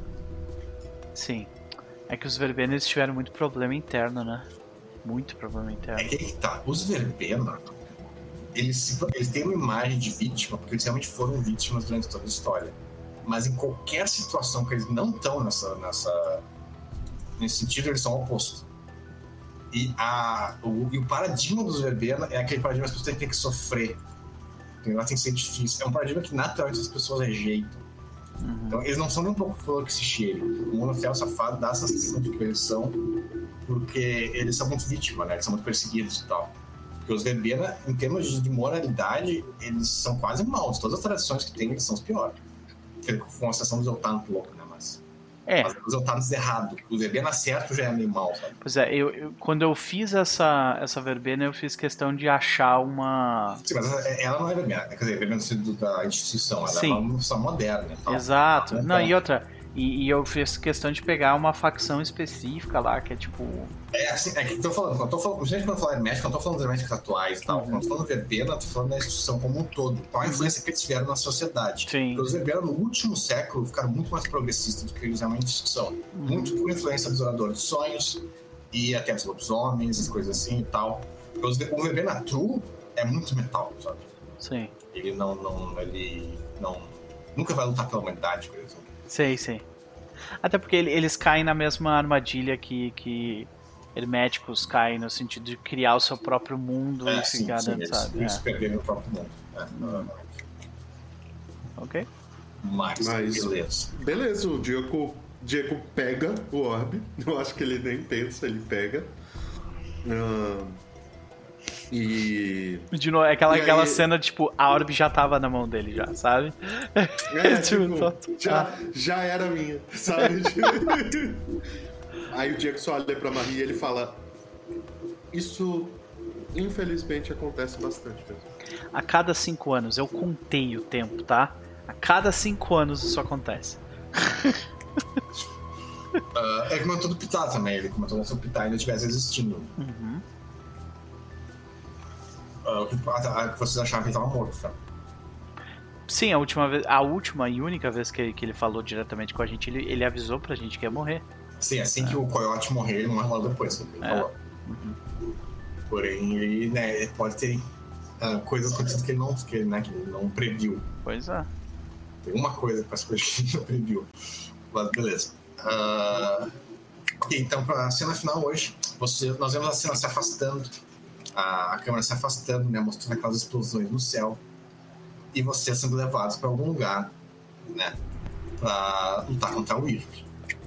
Speaker 1: Sim. É que os verbena, eles tiveram muito problema interno, né? Muito problema interno.
Speaker 3: É que aí que tá. Os verbena, eles, eles têm uma imagem de vítima, porque eles realmente foram vítimas durante toda a história. Mas em qualquer situação que eles não estão nessa, nessa, nesse sentido, eles são o oposto. E, a, o, e o paradigma dos verbena é aquele paradigma que as pessoas têm que sofrer. Entendeu? Tem que ser difícil. É um paradigma que naturalmente as pessoas rejeitam. Uhum. Então eles não são nem um pouco flor que se cheire. O Monofel Safado dá essa sensação de que eles são, porque eles são muito vítimas, né? Eles são muito perseguidos e tal. Porque os verbena, em termos de moralidade, eles são quase maus. Todas as tradições que tem, eles são os piores. Com a exceção dos Eltanos louco, né? Mas,
Speaker 1: é.
Speaker 3: mas os Eltanos errados. Os verbena certo já é meio mal, sabe?
Speaker 1: Pois é, eu, eu, quando eu fiz essa, essa verbena, eu fiz questão de achar uma...
Speaker 3: Sim, mas ela não é verbena. Quer dizer, verbena no sentido da instituição. Ela
Speaker 1: Sim.
Speaker 3: é uma instituição moderna. Tal.
Speaker 1: Exato.
Speaker 3: Então,
Speaker 1: não, e outra... E, e eu fiz questão de pegar uma facção específica lá, que é tipo...
Speaker 3: É, assim, é que eu tô falando, quando eu tô falando, gente, quando eu falo hermético, eu não tô falando dos herméticos atuais e tal.
Speaker 1: Uhum.
Speaker 3: Quando eu tô falando verbena, eu tô falando da instituição como um todo. Qual a influência que eles tiveram na sociedade.
Speaker 1: Sim.
Speaker 3: Porque os verbena, no último século, ficaram muito mais progressistas do que eles realmente são. Uhum. Muito por influência dos oradores de sonhos e até dos lobisomens, e coisas assim e tal. Porque os, o verbena true é muito metal, sabe?
Speaker 1: Sim.
Speaker 3: Ele não, não, ele não... nunca vai lutar pela humanidade, por exemplo.
Speaker 1: Sei, sei. Até porque ele- eles caem na mesma armadilha que, que herméticos caem, no sentido de criar o seu próprio mundo
Speaker 3: É,
Speaker 1: e
Speaker 3: sim,
Speaker 1: ficar
Speaker 3: sim,
Speaker 1: dentro,
Speaker 3: eles,
Speaker 1: sabe?
Speaker 3: eles
Speaker 1: É.
Speaker 3: perderam o próprio mundo. É,
Speaker 1: Hum. Ok.
Speaker 3: Mas,
Speaker 2: Mas-
Speaker 3: beleza.
Speaker 2: Beleza, o Diego, Diego pega o orbe. Eu acho que ele nem pensa, ele pega. Ah, e.
Speaker 1: De novo, é aquela,
Speaker 2: E aí-
Speaker 1: aquela cena, tipo, a orbe já tava na mão dele já, sabe?
Speaker 2: É,
Speaker 1: Tipo,
Speaker 2: tipo,
Speaker 1: só-
Speaker 2: já, já era minha, sabe? Aí o Diego só olha pra Marie e ele fala: Isso, infelizmente, acontece bastante mesmo.
Speaker 1: A cada cinco anos, eu contei o tempo, tá? A cada cinco anos isso acontece.
Speaker 3: Uh, ele comentou do Pitá também, ele comentou se o Pitá ainda estivesse existindo.
Speaker 1: Uhum.
Speaker 3: Uh, o que, a, a, que vocês achavam que ele estava morto, tá?
Speaker 1: Sim, a última vez, a última e única vez que ele, que ele falou diretamente com a gente, ele, ele avisou pra gente que ia morrer.
Speaker 3: Sim, assim que o Coyote morrer, ele morre logo depois. Ele
Speaker 1: É.
Speaker 3: falou. Porém, ele, né, ele pode ter uh, coisas acontecidas que ele não, que, né, que ele não previu.
Speaker 1: Pois é.
Speaker 3: Tem uma coisa com as coisas que ele não previu. Mas beleza. Uh, ok, então para a cena final hoje, você, nós vemos a cena se afastando, a, a câmera se afastando, né, mostrando aquelas explosões no céu, e vocês sendo levados para algum lugar, né, para lutar contra o Irv.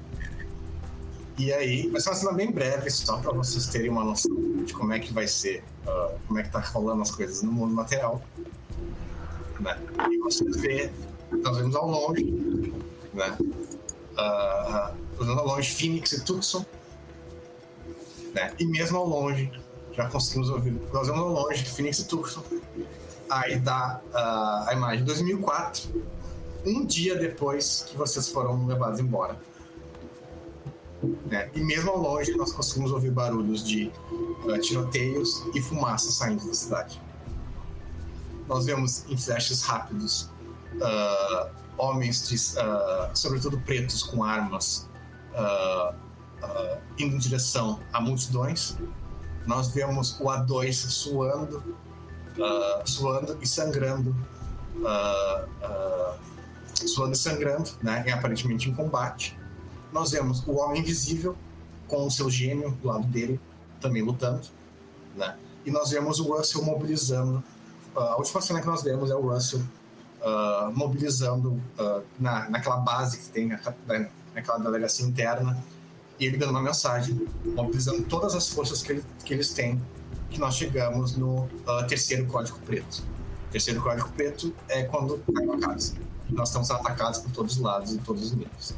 Speaker 3: E aí, vai ser uma cena bem breve, só para vocês terem uma noção de como é que vai ser, uh, como é que tá rolando as coisas no mundo material, né? E vocês vê, nós vemos ao longe, né? Uh, uh, ao longe Phoenix e Tucson, né? E mesmo ao longe, já conseguimos ouvir, nós vemos ao longe Phoenix e Tucson. Aí dá uh, a imagem de dois mil e quatro, um dia depois que vocês foram levados embora. Né? E mesmo ao longe nós conseguimos ouvir barulhos de uh, tiroteios e fumaça saindo da cidade. Nós vemos em flashes rápidos uh, homens, de, uh, sobretudo pretos com armas, uh, uh, indo em direção a multidões. Nós vemos o A dois suando, uh, suando e sangrando, uh, uh, suando e sangrando, né? E aparentemente em combate. Nós vemos o Homem Invisível com o seu gênio do lado dele, também lutando, né? E nós vemos o Russell mobilizando. Uh, a última cena que nós vemos é o Russell uh, mobilizando uh, na, naquela base que tem, na, naquela delegacia interna, e ele dando uma mensagem, mobilizando todas as forças que, ele, que eles têm, que nós chegamos no uh, terceiro Código Preto. O terceiro Código Preto é quando cai uma casa. Nós estamos atacados por todos os lados e todos os níveis.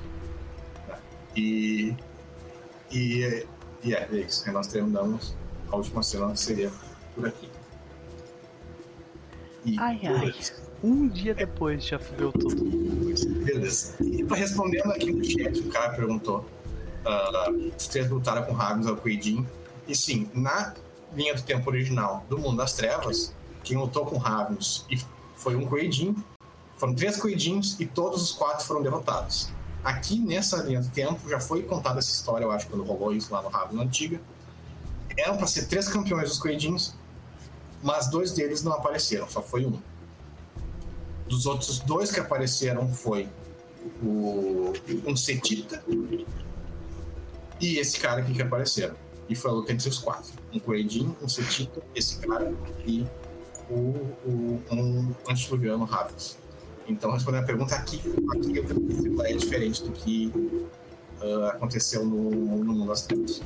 Speaker 3: E, e, e é, é isso. Aí nós terminamos. A última cena seria por aqui. E,
Speaker 1: Ai, ai. Um dia depois já fudeu tudo.
Speaker 3: Beleza. E respondendo aqui no chat, o cara perguntou uh, se três lutaram com Ravens ou Quaidin. E sim, na linha do tempo original do Mundo das Trevas, quem lutou com Ravens foi um Quaidin. Foram três Quaidins e todos os quatro foram derrotados. Aqui, nessa linha do tempo, já foi contada essa história, eu acho, quando rolou isso lá no Ravens Antiga. Eram para ser três campeões dos Quaidins, mas dois deles não apareceram, só foi um. Dos outros dois que apareceram foi o, um Setita e esse cara aqui que apareceram. E foi a luta entre os quatro. Um Quaidin, um Setita, esse cara e o, o, um antediluviano Ravens. Então, respondendo a pergunta, aqui, aqui eu é diferente do que uh, aconteceu no, no Mundo das Trevas.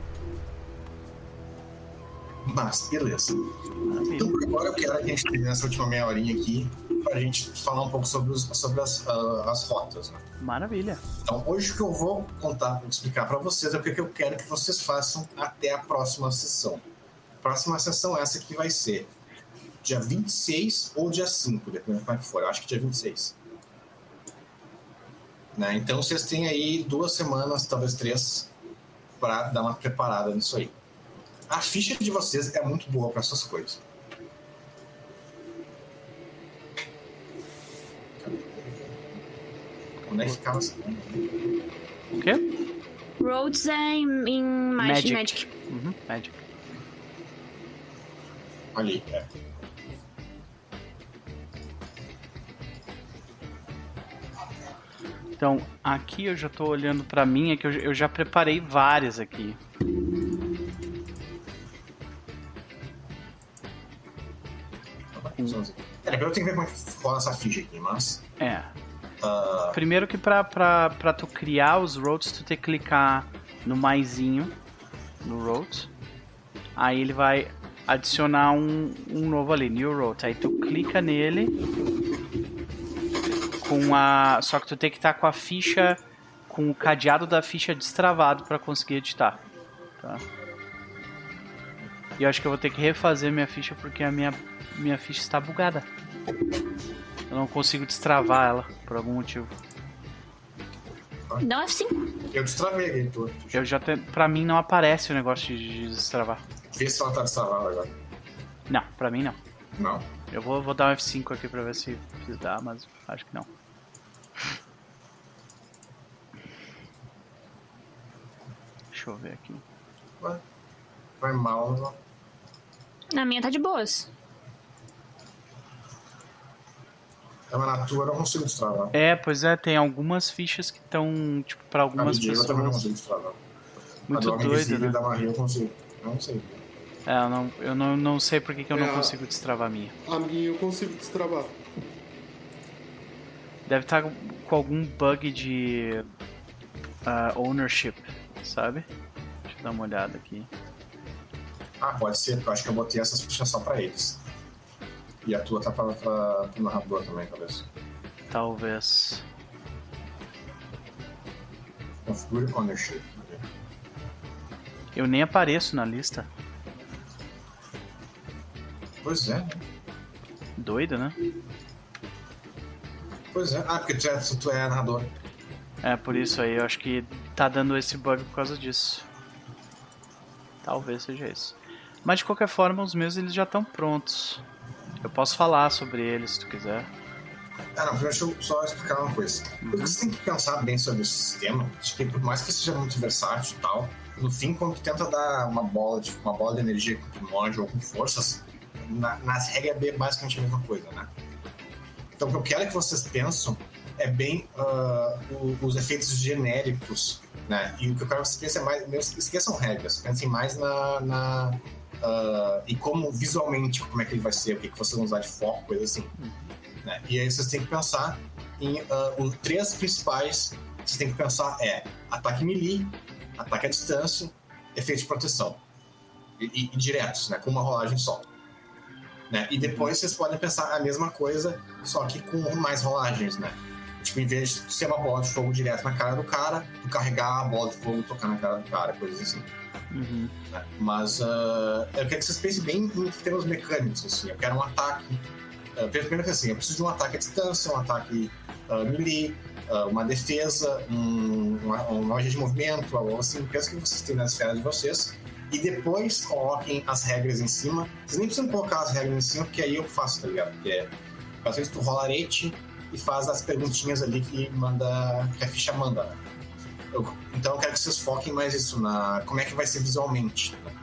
Speaker 3: Mas, beleza. Então, por agora, eu quero que a gente tenha nessa última meia horinha aqui pra gente falar um pouco sobre, os, sobre as, uh, as rotas. Né?
Speaker 1: Maravilha.
Speaker 3: Então, hoje o que eu vou contar, explicar pra vocês é o que eu quero que vocês façam até a próxima sessão. A próxima sessão é essa que vai ser dia vinte e seis ou dia cinco, dependendo de como é que for. Eu acho que dia vinte e seis. Né? Então, vocês têm aí duas semanas, talvez três, para dar uma preparada nisso aí. A ficha de vocês é muito boa para essas coisas. Onde é que ficava assim?
Speaker 1: O quê?
Speaker 4: Roads é em, em Magic.
Speaker 1: Magic.
Speaker 4: Magic.
Speaker 1: Uhum, Magic.
Speaker 3: Ali, é.
Speaker 1: Então, aqui eu já tô olhando pra mim, é que eu, eu já preparei várias aqui.
Speaker 3: É, primeiro eu tenho que ver como é que rola essa ficha aqui, mas...
Speaker 1: É.
Speaker 3: Uh...
Speaker 1: Primeiro que pra, pra, pra tu criar os roads, tu tem que clicar no maisinho, no roads. Aí ele vai adicionar um, um novo ali, new road. Aí tu clica nele com a... Só que tu tem que estar com a ficha, com o cadeado da ficha destravado pra conseguir editar. Tá? E eu acho que eu vou ter que refazer minha ficha porque a minha, minha ficha está bugada. Eu não consigo destravar ela por algum motivo.
Speaker 4: Não é assim.
Speaker 3: Eu destravei ele todo.
Speaker 1: Eu já te... Pra mim não aparece o negócio de, de destravar.
Speaker 3: Vê se ela tá destravada agora.
Speaker 1: Não, pra mim não.
Speaker 3: Não?
Speaker 1: Eu vou, vou dar um F cinco aqui pra ver se, se dá, mas acho que não. Deixa eu ver aqui.
Speaker 3: Ué, vai mal, não?
Speaker 4: Na minha tá de boas.
Speaker 3: É, mas na tua eu não consigo destravar.
Speaker 1: É, pois é, tem algumas fichas que estão, tipo, pra algumas
Speaker 3: pessoas. Eu também não
Speaker 1: pessoas.
Speaker 3: consigo destravar.
Speaker 1: Muito
Speaker 3: a
Speaker 1: doido, né?
Speaker 3: Da Maria eu consigo. Eu não sei.
Speaker 1: É, eu não, eu não, não sei por que que eu não
Speaker 2: É,
Speaker 1: consigo destravar a minha.
Speaker 2: A minha eu consigo destravar.
Speaker 1: Deve estar com algum bug de uh, ownership, sabe? Deixa eu dar uma olhada aqui.
Speaker 3: Ah, pode ser, porque eu acho que eu botei essas fichas só pra eles. E a tua tá pra, pra, pro narrador também, talvez.
Speaker 1: Talvez.
Speaker 3: Configure ownership.
Speaker 1: Eu nem apareço na lista.
Speaker 3: Pois é.
Speaker 1: Doido, né?
Speaker 3: Pois é. Ah, porque tu é, tu é narrador.
Speaker 1: É, por isso aí, eu acho que tá dando esse bug por causa disso. Talvez seja isso. Mas de qualquer forma, os meus eles já estão prontos. Eu posso falar sobre eles se tu quiser.
Speaker 3: Ah, não, deixa eu só explicar uma coisa.
Speaker 1: Uhum.
Speaker 3: Porque você tem que pensar bem sobre esse sistema. Acho que por mais que seja muito versátil e tal, no fim, quando tu tenta dar uma bola de, uma bola de energia com primórdio ou com forças, na, nas regras é basicamente a mesma coisa, né? Então o que eu quero que vocês pensem é bem uh, o, os efeitos genéricos, né? E o que eu quero que vocês pensem é mais... Meus, esqueçam regras, pensem mais na... na uh, e como visualmente, como é que ele vai ser, o que, que vocês vão usar de foco, coisa assim. Né? E aí vocês têm que pensar em uh, os três principais que vocês têm que pensar é ataque melee, ataque à distância, efeito de proteção. E, e, e diretos, né? Com uma rolagem só. Né? E depois vocês podem pensar a mesma coisa, só que com mais rolagens, né? Tipo, em vez de ser uma bola de fogo direto na cara do cara, tu carregar a bola de fogo e tocar na cara do cara, coisas assim.
Speaker 1: Uhum.
Speaker 3: Né? Mas uh, eu quero que vocês pensem bem em termos mecânicos, assim. Eu quero um ataque... Uh, primeiro que assim, eu preciso de um ataque à distância, um ataque uh, melee, uh, uma defesa, um, uma, uma loja de movimento, algo assim. Penso que vocês têm na esfera de vocês. E depois coloquem as regras em cima. Vocês nem precisam colocar as regras em cima, porque aí eu faço, tá ligado? Porque é, às vezes tu rola arete e faz as perguntinhas ali que manda, que a ficha manda, né? Eu, então eu quero que vocês foquem mais isso na como é que vai ser visualmente, né?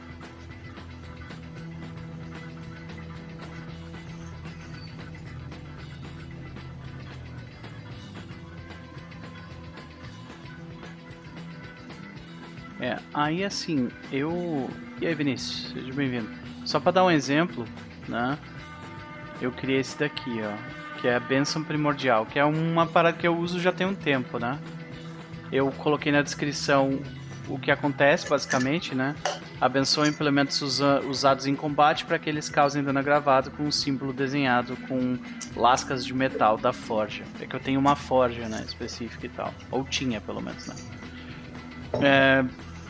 Speaker 1: É, aí assim, eu... E aí, Vinícius? Seja bem-vindo. Só pra dar um exemplo, né? Eu criei esse daqui, ó. Que é a Bênção Primordial, que é uma parada que eu uso já tem um tempo, né? Eu coloquei na descrição o que acontece, basicamente, né? Abençoa implementos usa usados em combate para que eles causem dano agravado com um símbolo desenhado com lascas de metal da forja. É que eu tenho uma forja, né? Específica e tal. Ou tinha, pelo menos, né? É...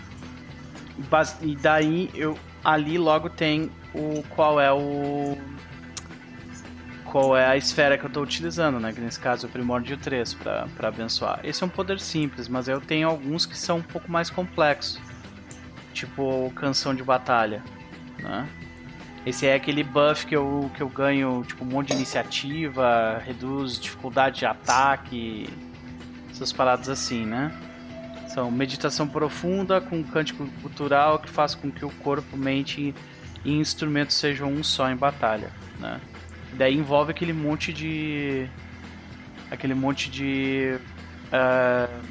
Speaker 1: E daí, eu ali logo tem o qual é o... Qual é a esfera que eu estou utilizando, né? Que nesse caso é o Primórdio três para abençoar. Esse é um poder simples, mas eu tenho alguns que são um pouco mais complexos. Tipo Canção de Batalha, né? Esse é aquele buff que eu, que eu ganho, tipo, um monte de iniciativa, reduz dificuldade de ataque, essas paradas assim, né? São meditação profunda com cântico cultural que faz com que o corpo, mente e instrumento sejam um só em batalha, né? Daí envolve aquele monte de... Aquele monte de uh,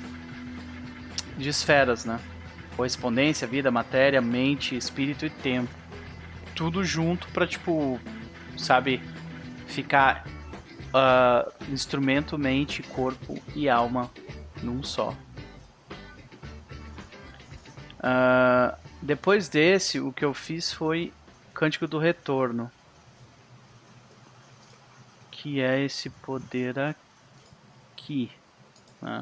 Speaker 1: de esferas, né? Correspondência, vida, matéria, mente, espírito e tempo. Tudo junto pra, tipo, sabe, ficar uh, instrumento, mente, corpo e alma num só. Uh, depois desse, o que eu fiz foi Cântico do Retorno, que é esse poder aqui, né?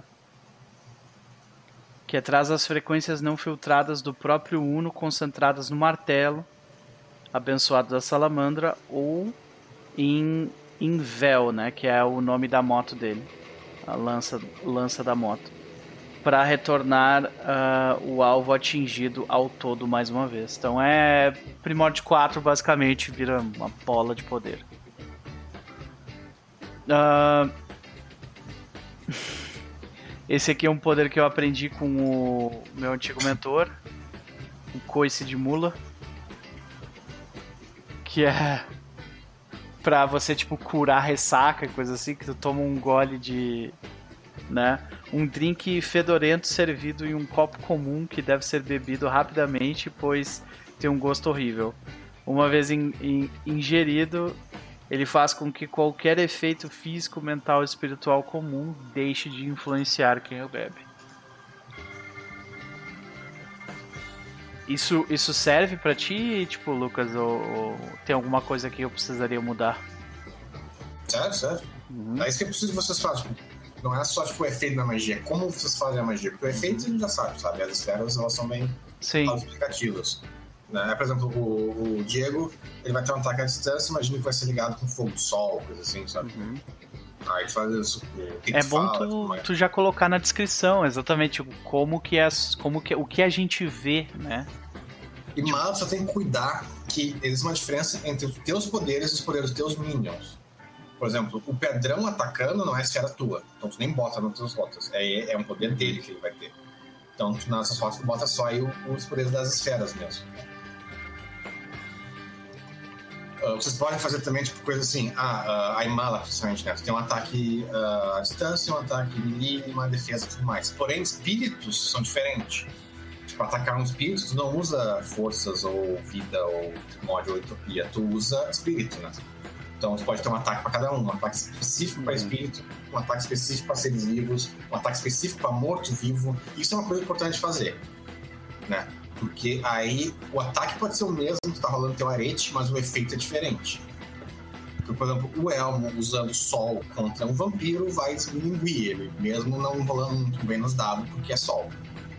Speaker 1: Que traz as frequências não filtradas do próprio Uno concentradas no martelo abençoado da salamandra, ou em, em Vel, né, que é o nome da moto dele, a lança, lança da moto, para retornar uh, o alvo atingido ao todo mais uma vez. Então é Primórdio quatro, basicamente vira uma bola de poder. Uh... Esse aqui é um poder que eu aprendi com o meu antigo mentor, o Coice de Mula, que é pra você, tipo, curar ressaca e coisa assim, que tu toma um gole de, né, um drink fedorento servido em um copo comum que deve ser bebido rapidamente, pois tem um gosto horrível. Uma vez in, in, ingerido, ele faz com que qualquer efeito físico, mental ou espiritual comum deixe de influenciar quem o bebe. Isso, isso serve pra ti, tipo, Lucas, ou, ou tem alguma coisa que eu precisaria mudar?
Speaker 3: Serve, serve. Uhum. É isso que eu preciso que vocês façam. Não é só, tipo, o efeito da magia, é como vocês fazem a magia. Porque o efeito a gente já sabe, sabe? As esferas, elas são bem explicativas. Né? Por exemplo, o, o Diego, ele vai ter um ataque à distância, imagina que vai ser ligado com fogo do sol, coisa assim, sabe? Uhum. Aí tu faz isso. Que
Speaker 1: é
Speaker 3: tu
Speaker 1: bom
Speaker 3: fala,
Speaker 1: tu,
Speaker 3: mas...
Speaker 1: tu já colocar na descrição exatamente como que é, como que, o que a gente vê, né?
Speaker 3: E tipo... mas você tem que cuidar que existe uma diferença entre os teus poderes e os poderes dos teus minions. Por exemplo, o Pedrão atacando não é esfera tua, então tu nem bota nas tuas rotas. É, é um poder dele que ele vai ter. Então tu, nessas rotas tu bota só aí os poderes das esferas mesmo. Uh, vocês podem fazer também tipo coisa assim, ah, uh, a Imala, principalmente, né? Você tem um ataque uh, à distância, um ataque melee e uma defesa e tudo mais. Porém, espíritos são diferentes. Tipo, atacar um espírito, tu não usa forças ou vida ou mod ou entropia, tu usa espírito, né? Então tu pode ter um ataque para cada um, um ataque específico para espírito, um ataque específico para seres vivos, um ataque específico para morto-vivo. Isso é uma coisa importante de fazer, né? Porque aí o ataque pode ser o mesmo, tu tá rolando teu arete, mas o efeito é diferente. Então, por exemplo, o Elmo usando sol contra um vampiro vai esmilinguir ele, mesmo não rolando muito bem nos dados, porque é sol.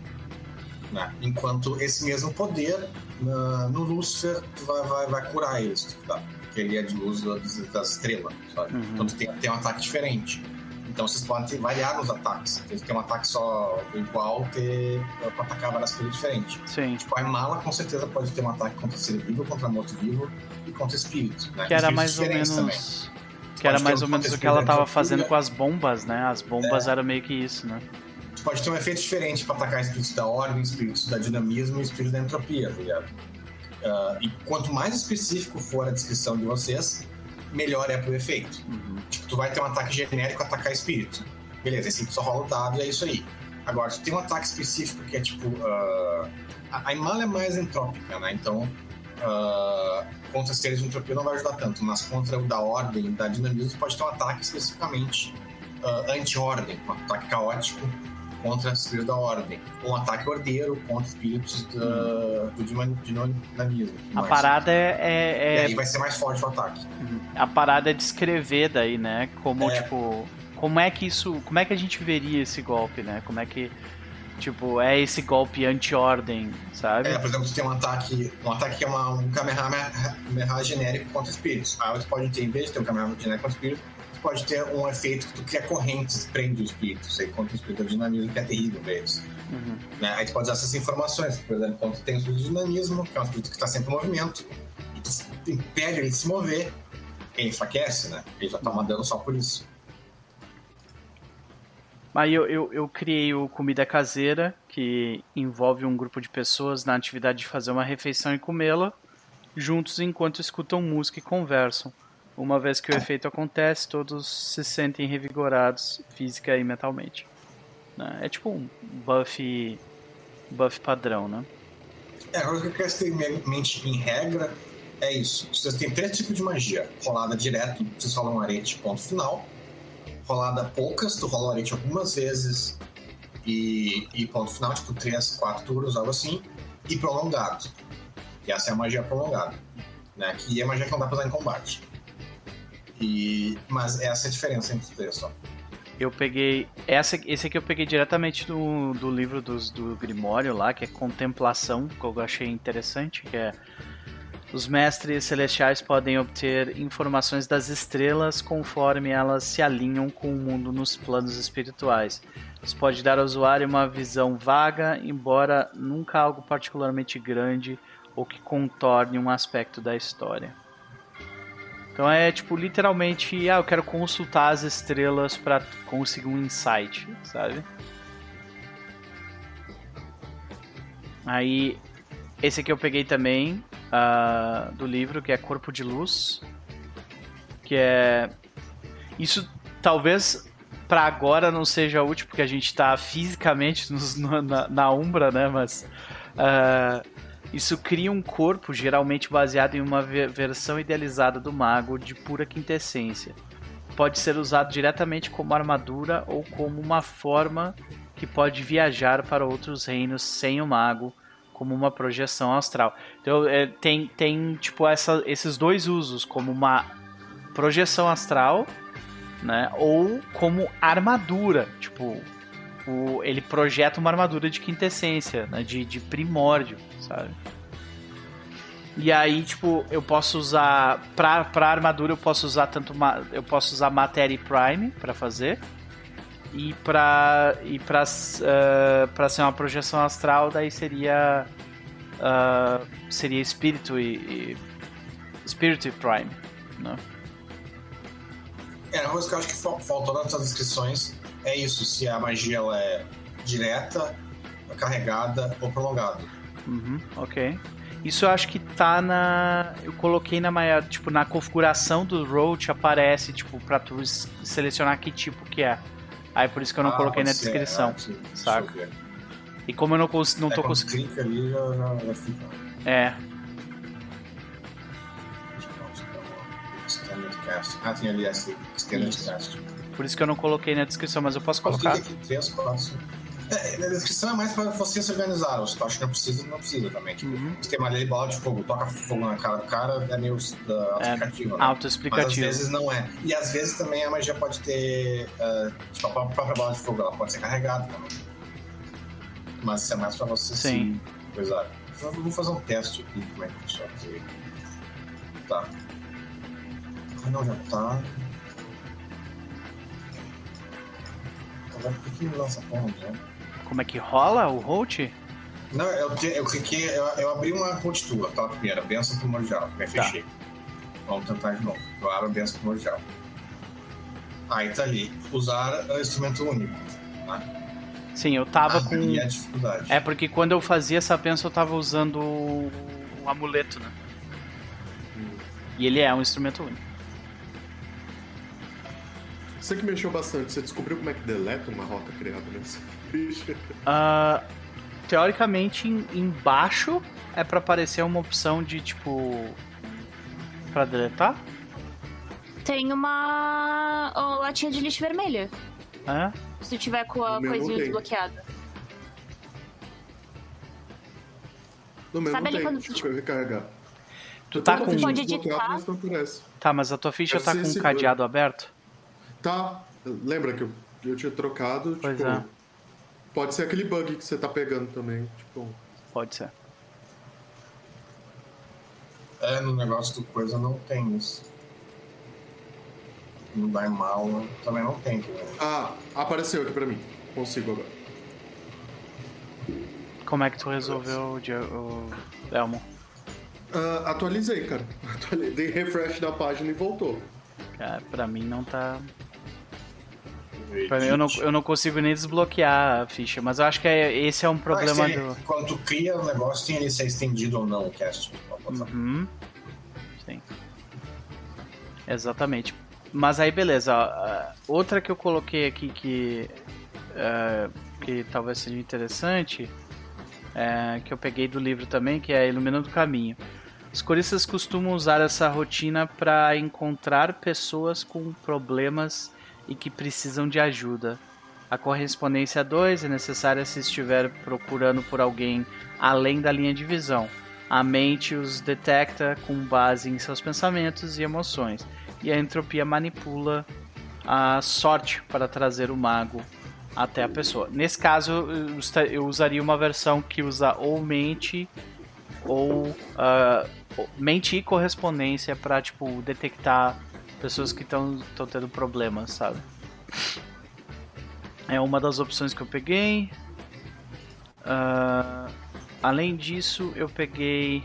Speaker 3: Né? Enquanto esse mesmo poder, na, no Lúcifer, tu vai, vai, vai curar eles, tá? Porque ele é de luz das, das estrelas, sabe? Uhum. Então tu tem, tem um ataque diferente. Então vocês podem ter, variar nos ataques. Ter um ataque só igual, ter para atacar várias coisas diferentes.
Speaker 1: Sim.
Speaker 3: Tipo, a Imala com certeza pode ter um ataque contra ser vivo, contra morto-vivo e contra espírito. Né?
Speaker 1: Que era mais ou menos. Também. Que era mais ou menos o que ela tava fazendo com as bombas, né? As bombas é. Era meio que isso, né?
Speaker 3: Tu pode ter um efeito diferente para atacar espíritos da ordem, espíritos da dinamismo e espíritos da entropia, tá ligado? Uh, e quanto mais específico for a descrição de vocês, melhor é pro efeito. Uhum. Tipo, tu vai ter um ataque genérico, atacar espírito. Beleza, esse só rola o dado e é isso aí. Agora, tu tem um ataque específico que é tipo... Uh, a Imala é mais entrópica, né? Então, uh, contra seres de entropia não vai ajudar tanto. Mas contra o da ordem, da dinamismo, tu pode ter um ataque especificamente uh, anti-ordem. Um ataque caótico contra espíritos da ordem. Ou um ataque ordeiro contra espíritos da, uhum. do dinamismo.
Speaker 1: A parada é, é, é...
Speaker 3: E aí vai ser mais forte o ataque.
Speaker 1: A parada é descrever daí, né? Como, é. tipo... Como é que isso... Como é que a gente veria esse golpe, né? Como é que... Tipo, é esse golpe anti-ordem, sabe?
Speaker 3: É, por exemplo, você tem um ataque... Um ataque que é uma, um Kamehameha genérico contra espíritos. Aí você pode ter, em vez de ter um Kamehameha genérico contra espíritos, você pode ter um efeito que tu cria correntes, prende o espírito. Isso aí contra o espírito do dinamismo, que é terrível pra eles. Uhum. Né? Aí tu pode usar essas informações. Por exemplo, quando tu tem o espírito de dinamismo, que é um espírito que está sempre em movimento, e tu impede ele de se mover, ele enfraquece, né? Ele já toma dano só por isso.
Speaker 1: Aí eu, eu, eu criei o Comida Caseira, que envolve um grupo de pessoas na atividade de fazer uma refeição e comê-la, juntos enquanto escutam música e conversam. Uma vez que o efeito acontece, todos se sentem revigorados física e mentalmente. né? É tipo um buff, buff padrão, né?
Speaker 3: É, a coisa que eu quero ter em mente em regra é isso. Vocês têm três tipos de magia. Rolada direto, vocês rolam um arete, ponto final. Rolada poucas, tu rola um arete algumas vezes e, e ponto final, tipo três, quatro turnos, algo assim. E prolongado. Que essa é a magia prolongada. Né? Que é a magia que não dá pra usar em combate. E, mas essa é a diferença entre os três só.
Speaker 1: Eu peguei. Essa, esse aqui eu peguei diretamente do, do livro dos, do Grimório lá, que é Contemplação, que eu achei interessante, que é. Os mestres celestiais podem obter informações das estrelas conforme elas se alinham com o mundo nos planos espirituais. Isso pode dar ao usuário uma visão vaga, embora nunca algo particularmente grande ou que contorne um aspecto da história. Então é tipo literalmente, ah, eu quero consultar as estrelas para conseguir um insight, sabe? Aí esse aqui eu peguei também uh, do livro, que é Corpo de Luz, que é isso talvez para agora não seja útil porque a gente tá fisicamente nos, no, na, na Umbra, né? Mas uh, isso cria um corpo geralmente baseado em uma versão idealizada do mago de pura quintessência. Pode ser usado diretamente como armadura ou como uma forma que pode viajar para outros reinos sem o mago, como uma projeção astral. Então é, tem, tem tipo essa, esses dois usos, como uma projeção astral, né, ou como armadura, tipo o, ele projeta uma armadura de quintessência, né, de, de primórdio, sabe? E aí, tipo, eu posso usar pra, pra armadura eu posso usar tanto uma, eu posso usar Matéria Prime pra fazer, e pra e pra, uh, pra ser uma projeção astral daí seria uh, seria Espírito e, e Espírito e Prime, né?
Speaker 3: É, a coisa que eu acho que faltou nas suas descrições é isso, se a magia ela é direta, carregada ou prolongada.
Speaker 1: Uhum, ok. Isso eu acho que tá na... Eu coloquei na maior, tipo, na configuração do Roach aparece, tipo, pra tu selecionar que tipo que é. Aí por isso que eu não
Speaker 3: ah,
Speaker 1: coloquei na
Speaker 3: ser,
Speaker 1: descrição,
Speaker 3: é, sim,
Speaker 1: saca? E como eu não, cons... não
Speaker 3: é,
Speaker 1: tô conseguindo...
Speaker 3: clica ali, já, já, já fica.
Speaker 1: É.
Speaker 3: Extended Cast. Ah, tem ali esse Extended
Speaker 1: Isso.
Speaker 3: Cast.
Speaker 1: Por isso que eu não coloquei na descrição, mas eu posso colocar.
Speaker 3: Aqui, três, quatro, é, na descrição é mais pra você se organizar. Se tu acha que não precisa, não precisa também. Tipo,
Speaker 1: Uhum.
Speaker 3: se tem uma lei bola de fogo, toca fogo na cara do cara, é meio uh, auto-explicativo.
Speaker 1: É,
Speaker 3: né?
Speaker 1: auto-explicativo.
Speaker 3: Mas às vezes não é. E às vezes também a magia pode ter. Uh, tipo, a própria bola de fogo, ela pode ser carregada também. Mas isso é mais pra você
Speaker 1: Sim.
Speaker 3: se coisar. Eu vou fazer um teste aqui, como é que funciona. Tá. Ah, não, já tá. Por que que lança porra, né?
Speaker 1: Como é que rola o Roach?
Speaker 3: Não, eu, eu cliquei, eu, eu abri uma tua, tá? Primeira, benção primordial, me fechei. Tá. Vamos tentar de novo. Eu abro a benção primordial. Aí tá ali, usar o instrumento único, né?
Speaker 1: Sim, eu tava com...
Speaker 3: E a dificuldade.
Speaker 1: É, porque quando eu fazia essa benção eu tava usando o amuleto, né? Hum. E ele é um instrumento único.
Speaker 2: Você que mexeu bastante, você descobriu como é que deleta uma rota criada nesse bicho?
Speaker 1: Uh, teoricamente, em, embaixo é pra aparecer uma opção de, tipo... Pra deletar?
Speaker 4: Tem uma oh, latinha de lixo vermelha.
Speaker 1: É?
Speaker 4: Se tu tiver com a coisinha desbloqueada.
Speaker 2: No meu
Speaker 4: Sabe
Speaker 2: não
Speaker 4: ali
Speaker 2: tem,
Speaker 4: quando
Speaker 2: deixa
Speaker 4: tu...
Speaker 2: eu recarregar.
Speaker 1: Tu tá com...
Speaker 4: Você pode editar.
Speaker 2: Mas não aparece.
Speaker 1: Tá, mas a tua ficha
Speaker 2: Deve
Speaker 1: tá
Speaker 2: ser
Speaker 1: com o
Speaker 2: esse-
Speaker 1: cadeado aberto?
Speaker 2: Tá, lembra que eu, eu tinha trocado,
Speaker 1: Pois
Speaker 2: tipo...
Speaker 1: é.
Speaker 2: Pode ser aquele bug que você tá pegando também, tipo...
Speaker 1: Pode ser.
Speaker 3: É, no negócio do coisa não tem isso. No Dai Mal também não tem. Que...
Speaker 2: Ah, apareceu aqui pra mim. Consigo agora.
Speaker 1: Como é que tu resolveu, o Elmo?
Speaker 2: Uh, atualizei, cara. Atualizei, dei refresh da página e voltou.
Speaker 1: Cara, pra mim não tá... Pra mim, eu não, eu não consigo nem desbloquear a ficha, mas eu acho que é, esse é um problema
Speaker 3: ah,
Speaker 1: do...
Speaker 3: Quando tu cria o negócio, tem ele ser estendido ou não o cast.
Speaker 1: Uhum. Sim. Exatamente. Mas aí, beleza. Ó, outra que eu coloquei aqui que... Uh, que talvez seja interessante, é, que eu peguei do livro também, que é Iluminando o Caminho. Os coristas costumam usar essa rotina para encontrar pessoas com problemas e que precisam de ajuda. A correspondência dois é necessária se estiver procurando por alguém além da linha de visão. A mente os detecta com base em seus pensamentos e emoções, e a entropia manipula a sorte para trazer o mago até a pessoa. Nesse caso, eu usaria uma versão que usa ou mente ou uh, mente e correspondência para tipo detectar pessoas que estão tendo problemas, sabe? É uma das opções que eu peguei. Uh, além disso, eu peguei...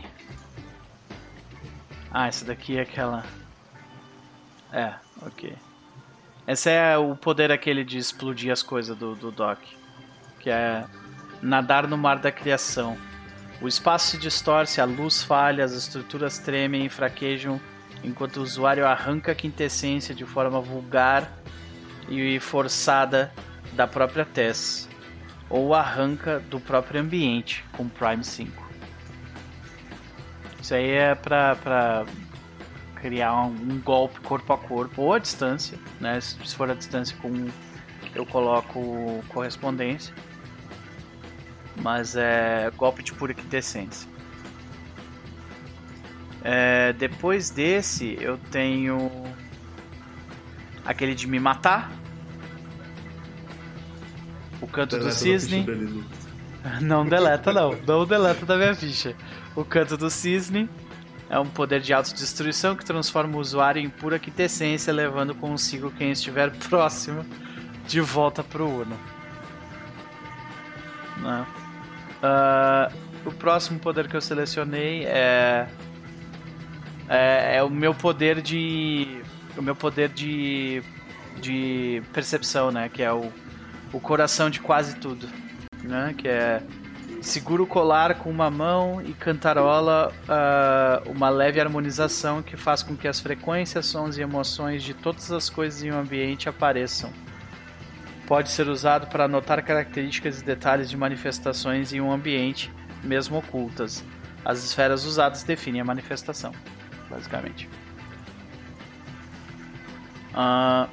Speaker 1: Ah, essa daqui é aquela... É, ok. Esse é o poder aquele de explodir as coisas do, do Doc. Que é nadar no mar da criação. O espaço se distorce, a luz falha, as estruturas tremem e fraquejam, enquanto o usuário arranca a quintessência de forma vulgar e forçada da própria Tess, ou arranca do próprio ambiente com Prime cinco. Isso aí é pra, pra criar um, um golpe corpo a corpo ou à distância, né? Se for à distância, com, eu coloco correspondência, mas é golpe de pura quintessência. É, depois desse eu tenho aquele de me matar, o canto
Speaker 2: Deleta
Speaker 1: do cisne.
Speaker 2: dele,
Speaker 1: Não deleta não, não deleta da minha ficha. O canto do cisne é um poder de autodestruição que transforma o usuário em pura quintessência, levando consigo quem estiver próximo de volta pro Uno. Não. Uh, o próximo poder que eu selecionei é, é é o meu poder de o meu poder de de percepção, né, que é o o coração de quase tudo, né, que é segura o colar com uma mão e cantarola uh, uma leve harmonização que faz com que as frequências, sons e emoções de todas as coisas em um ambiente apareçam. Pode ser usado para anotar características e detalhes de manifestações em um ambiente, mesmo ocultas. As esferas usadas definem a manifestação, basicamente. Uh,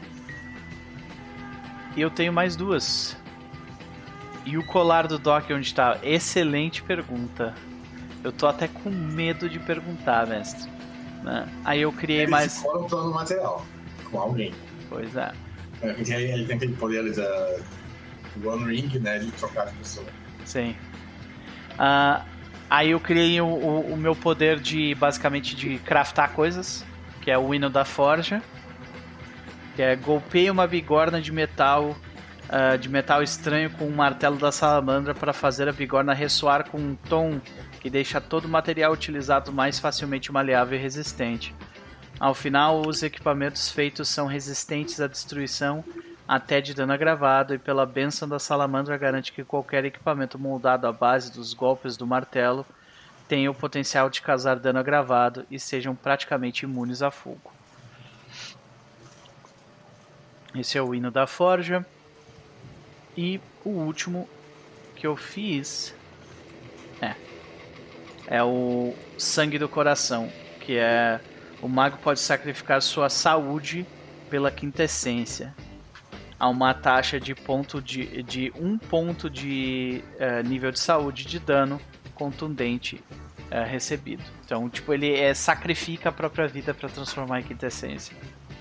Speaker 1: eu tenho mais duas. E o colar do Doc onde está? Excelente pergunta. Eu tô até com medo de perguntar, mestre. Né? Aí eu criei
Speaker 3: ele
Speaker 1: mais...
Speaker 3: Ele ficou no material, com alguém.
Speaker 1: Pois é.
Speaker 3: É, porque ele tem aquele poder da One Ring, né, de trocar de pessoa.
Speaker 1: Sim. Uh, aí eu criei o, o, o meu poder de, basicamente, de craftar coisas, que é o hino da forja, que é golpeia uma bigorna de metal, uh, de metal estranho com um martelo da salamandra para fazer a bigorna ressoar com um tom que deixa todo o material utilizado mais facilmente maleável e resistente. Ao final, os equipamentos feitos são resistentes à destruição até de dano agravado, e pela bênção da salamandra garante que qualquer equipamento moldado à base dos golpes do martelo tenha o potencial de causar dano agravado e sejam praticamente imunes a fogo. Esse é o hino da forja. E o último que eu fiz é, é o sangue do coração, que é o mago pode sacrificar sua saúde pela quintessência. Há uma taxa de, ponto de, de um ponto de uh, nível de saúde de dano contundente uh, recebido. Então, tipo, ele é, sacrifica a própria vida para transformar em quintessência.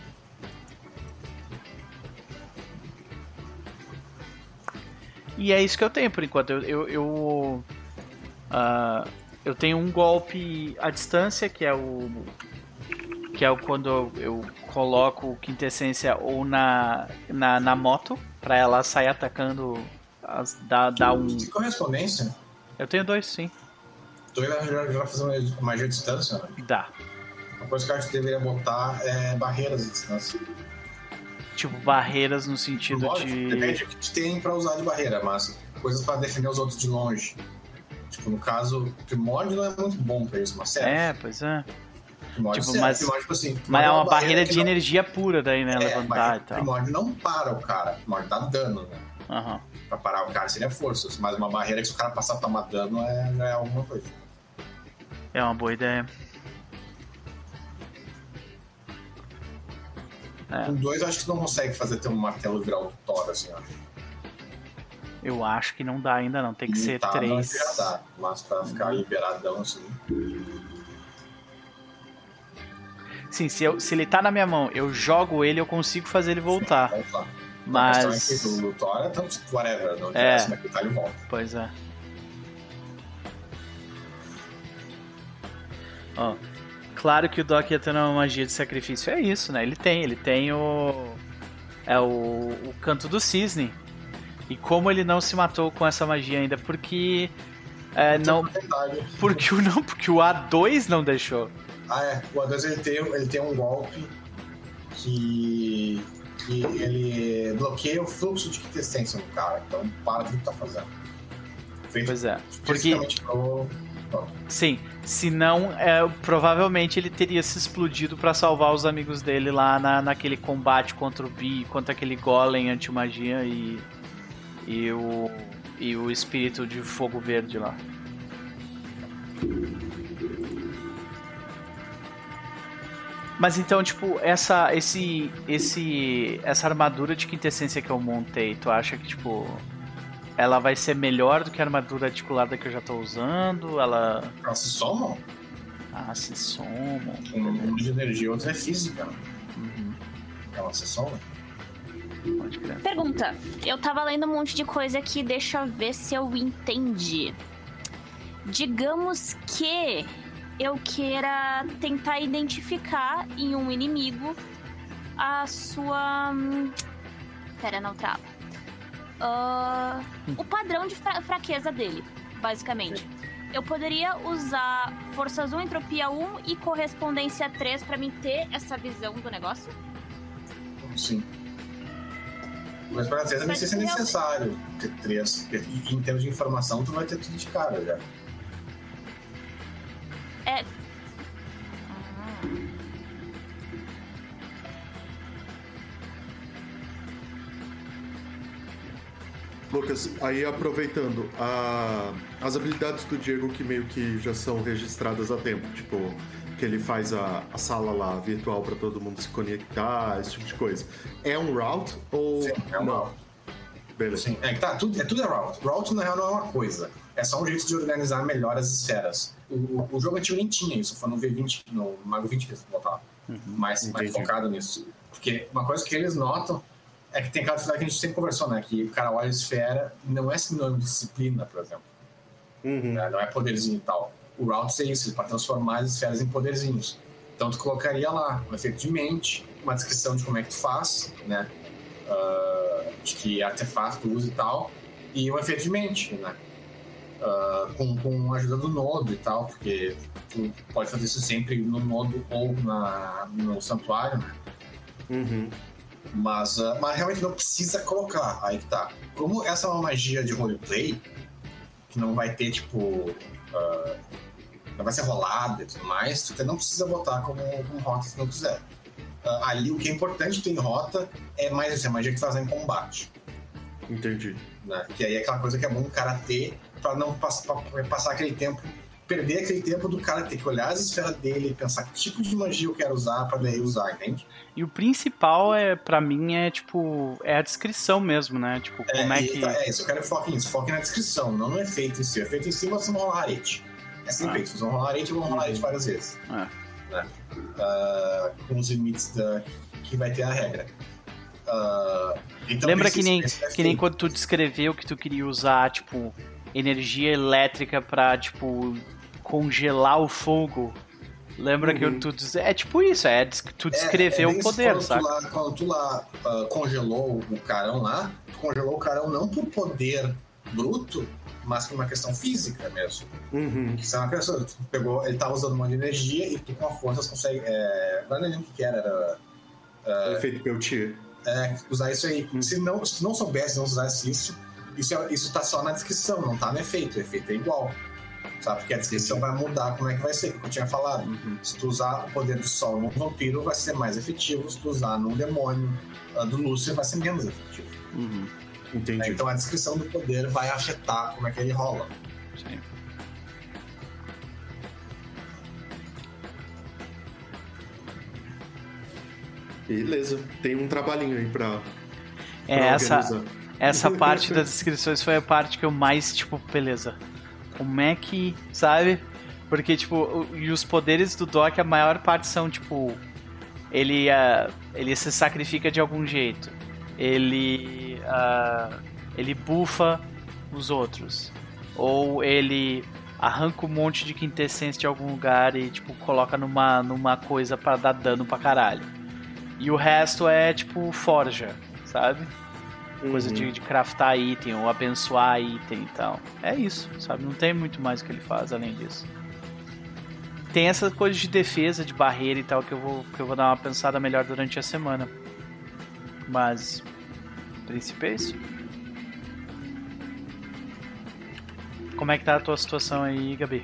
Speaker 1: E é isso que eu tenho por enquanto. Eu, eu, eu, uh, eu tenho um golpe à distância, que é o que é o quando eu, eu coloco quintessência ou na, na, na moto, pra ela sair atacando, as, dá, dá um...
Speaker 3: Que correspondência?
Speaker 1: Eu tenho dois, sim.
Speaker 3: Tu já, já, já faz uma magia à distância, né?
Speaker 1: Dá.
Speaker 3: Uma coisa que eu acho que deveria botar é barreiras à distância.
Speaker 1: Tipo, barreiras no sentido
Speaker 3: Lógico,
Speaker 1: de...
Speaker 3: depende do que tu tem pra usar de barreira, mas coisas pra defender os outros de longe. Tipo, no caso, Primórdio não é muito bom pra isso, mas serve.
Speaker 1: É, pois é.
Speaker 3: Primórdio
Speaker 1: Tipo,
Speaker 3: serve,
Speaker 1: mas,
Speaker 3: Primórdio, tipo assim,
Speaker 1: mas é uma barreira,
Speaker 3: barreira
Speaker 1: de
Speaker 3: não...
Speaker 1: energia pura daí, né?
Speaker 3: É,
Speaker 1: levantar e tal.
Speaker 3: Primórdio não para o cara, Primórdio dá dano, né?
Speaker 1: Aham.
Speaker 3: Pra parar o cara seria forças, mas uma barreira que se o cara passar a tomar dano é, já é alguma coisa.
Speaker 1: É uma boa ideia. É.
Speaker 3: Com dois, eu acho que não consegue fazer ter um martelo virar o Thor, assim, eu acho.
Speaker 1: Eu acho que não dá ainda não, tem que ser
Speaker 3: tá,
Speaker 1: três.
Speaker 3: Já dá, mas pra ficar liberadão assim.
Speaker 1: Sim, se, eu, se ele tá na minha mão, eu jogo ele, eu consigo fazer ele voltar.
Speaker 3: Sim, voltar.
Speaker 1: Mas.
Speaker 3: A questão é que o Thor é tanto whatever, não
Speaker 1: é.
Speaker 3: interessa, mas ele tá, ele volta.
Speaker 1: Pois é. Ó. Claro que o Doc ia ter uma magia de sacrifício. É isso, né? Ele tem, ele tem o. É o, o canto do cisne. E como ele não se matou com essa magia ainda? Porque. É, não. Porque o, não, porque o A dois não deixou.
Speaker 3: Ah, é. O A dois ele tem, ele tem um golpe que. que ele bloqueia o fluxo de quintessência no cara. Então para tudo que tá fazendo. Feito
Speaker 1: pois é. Porque.
Speaker 3: Pro...
Speaker 1: Sim, senão é, provavelmente ele teria se explodido pra salvar os amigos dele lá na, naquele combate contra o Bi, contra aquele golem anti-magia e, e, o, e o espírito de fogo verde lá. Mas então, tipo, essa, esse, esse, essa armadura de quintessência que eu montei, tu acha que, tipo... ela vai ser melhor do que a armadura articulada que eu já tô usando? Ela...
Speaker 3: Elas se somam?
Speaker 1: Ah, se somam.
Speaker 3: Um de energia, outro é física.
Speaker 1: Uhum.
Speaker 3: Elas se somam?
Speaker 1: Pode crer.
Speaker 4: Pergunta. Eu tava lendo um monte de coisa aqui, deixa eu ver se eu entendi. Digamos que eu queira tentar identificar em um inimigo a sua... Pera, não trava. Uh, o padrão de fra- fraqueza dele, basicamente. Eu poderia usar forças um, entropia um e correspondência três pra mim ter essa visão do negócio?
Speaker 3: Sim. Mas pra três nem sei se é necessário ter três. E em termos de informação, tu vai ter tudo de cara já.
Speaker 4: É...
Speaker 2: Lucas, aí aproveitando, a, as habilidades do Diego que meio que já são registradas há tempo, tipo, que ele faz a, a sala lá virtual pra todo mundo se conectar, esse tipo de coisa. É um route ou
Speaker 3: Sim, é um
Speaker 2: não?
Speaker 3: route.
Speaker 2: Beleza.
Speaker 3: Sim, é que tá, tudo, é tudo é route. Route, na real, não é uma coisa. É só um jeito de organizar melhor as esferas. O, o, o jogo antigo nem tinha isso, foi no V vinte, no Mago vinte que eles botaram. Uhum, mais, mais focado nisso. Porque uma coisa que eles notam é que tem aquela dificuldade que a gente sempre conversou, né? Que o cara olha a esfera, não é sinônimo de disciplina, por exemplo.
Speaker 2: Uhum.
Speaker 3: Né? Não é poderzinho e tal. O route é isso, ele pode transformar as esferas em poderzinhos. Então tu colocaria lá um efeito de mente, uma descrição de como é que tu faz, né? Uh, de que artefato tu usa e tal, e um efeito de mente, né? Uh, com, com a ajuda do nodo e tal, porque tu pode fazer isso sempre no nodo ou na, no santuário, né?
Speaker 2: Uhum.
Speaker 3: Mas, uh, mas realmente não precisa colocar, aí que tá. Como essa é uma magia de roleplay, que não vai ter, tipo... Uh, não vai ser rolada e tudo mais, tu não precisa botar como, como rota se não quiser. Uh, ali o que é importante ter em rota é mais isso, é a magia que tu faz em combate.
Speaker 2: Entendi.
Speaker 3: Né? Que aí é aquela coisa que é bom o cara ter pra não pass- pra passar aquele tempo, perder aquele tempo do cara ter que olhar as esferas dele e pensar que tipo de magia eu quero usar pra daí usar, entende?
Speaker 1: E o principal, é, pra mim, é tipo, é a descrição mesmo, né? Tipo, como é, é que...
Speaker 3: É isso, eu quero focar nisso, foque na descrição, não no efeito em si. O efeito em si você não rolar arete. É sempre
Speaker 1: Ah.
Speaker 3: isso, vocês vão rolar arete e vão rolar arete várias vezes.
Speaker 1: É.
Speaker 3: Né? Uh, com os limites da, que vai ter a regra. Uh, então
Speaker 1: Lembra
Speaker 3: esse,
Speaker 1: que nem,
Speaker 3: esse
Speaker 1: que nem quando tu descreveu que tu queria usar, tipo, energia elétrica pra, tipo, congelar o fogo? Lembra
Speaker 2: Uhum.
Speaker 1: que tu diz... É tipo isso, é tu descrever
Speaker 3: é, é
Speaker 1: o poder,
Speaker 3: quando
Speaker 1: sabe?
Speaker 3: Tu lá, quando tu lá uh, congelou o carão lá, tu congelou o carão não por poder bruto, mas por uma questão física mesmo.
Speaker 2: Uhum.
Speaker 3: Que isso é uma questão, tu pegou, ele tava usando um monte de energia e tu com a força consegue... É, agora não lembro o que que era, era...
Speaker 2: Uh, Efeito Peltier.
Speaker 3: É, usar isso aí.
Speaker 2: Hum.
Speaker 3: Se, não, se tu não soubesse, não usasse isso, isso, é, isso tá só na descrição, não tá no efeito. O efeito é igual. Sabe? Porque a descrição vai mudar como é que vai ser, como eu tinha falado.
Speaker 1: Uhum.
Speaker 3: Se tu usar o poder do sol num vampiro, vai ser mais efetivo. Se tu usar num demônio uh, do Lúcifer, vai ser menos efetivo.
Speaker 1: Uhum.
Speaker 2: Entendi.
Speaker 3: Então a descrição do poder vai afetar como é que ele rola.
Speaker 1: Sim.
Speaker 2: Beleza. Tem um trabalhinho aí pra,
Speaker 1: É,
Speaker 2: pra
Speaker 1: essa,
Speaker 2: organizar.
Speaker 1: essa parte das descrições foi a parte que eu mais, tipo, beleza. Como é que, sabe? Porque, tipo, o- e os poderes do Doc, a maior parte são, tipo... Ele, uh, ele se sacrifica de algum jeito. Ele... Uh, ele bufa os outros. Ou ele arranca um monte de quintessência de algum lugar e, tipo, coloca numa, numa coisa pra dar dano pra caralho. E o resto é, tipo, forja, sabe? Coisa
Speaker 2: Uhum.
Speaker 1: de, de craftar item ou abençoar item e tal. É isso, sabe? Não tem muito mais que ele faz além disso. Tem essa coisa de defesa, de barreira e tal, que eu vou, que eu vou dar uma pensada melhor durante a semana. Mas, no princípio é isso. Como é que tá a tua situação aí, Gabi?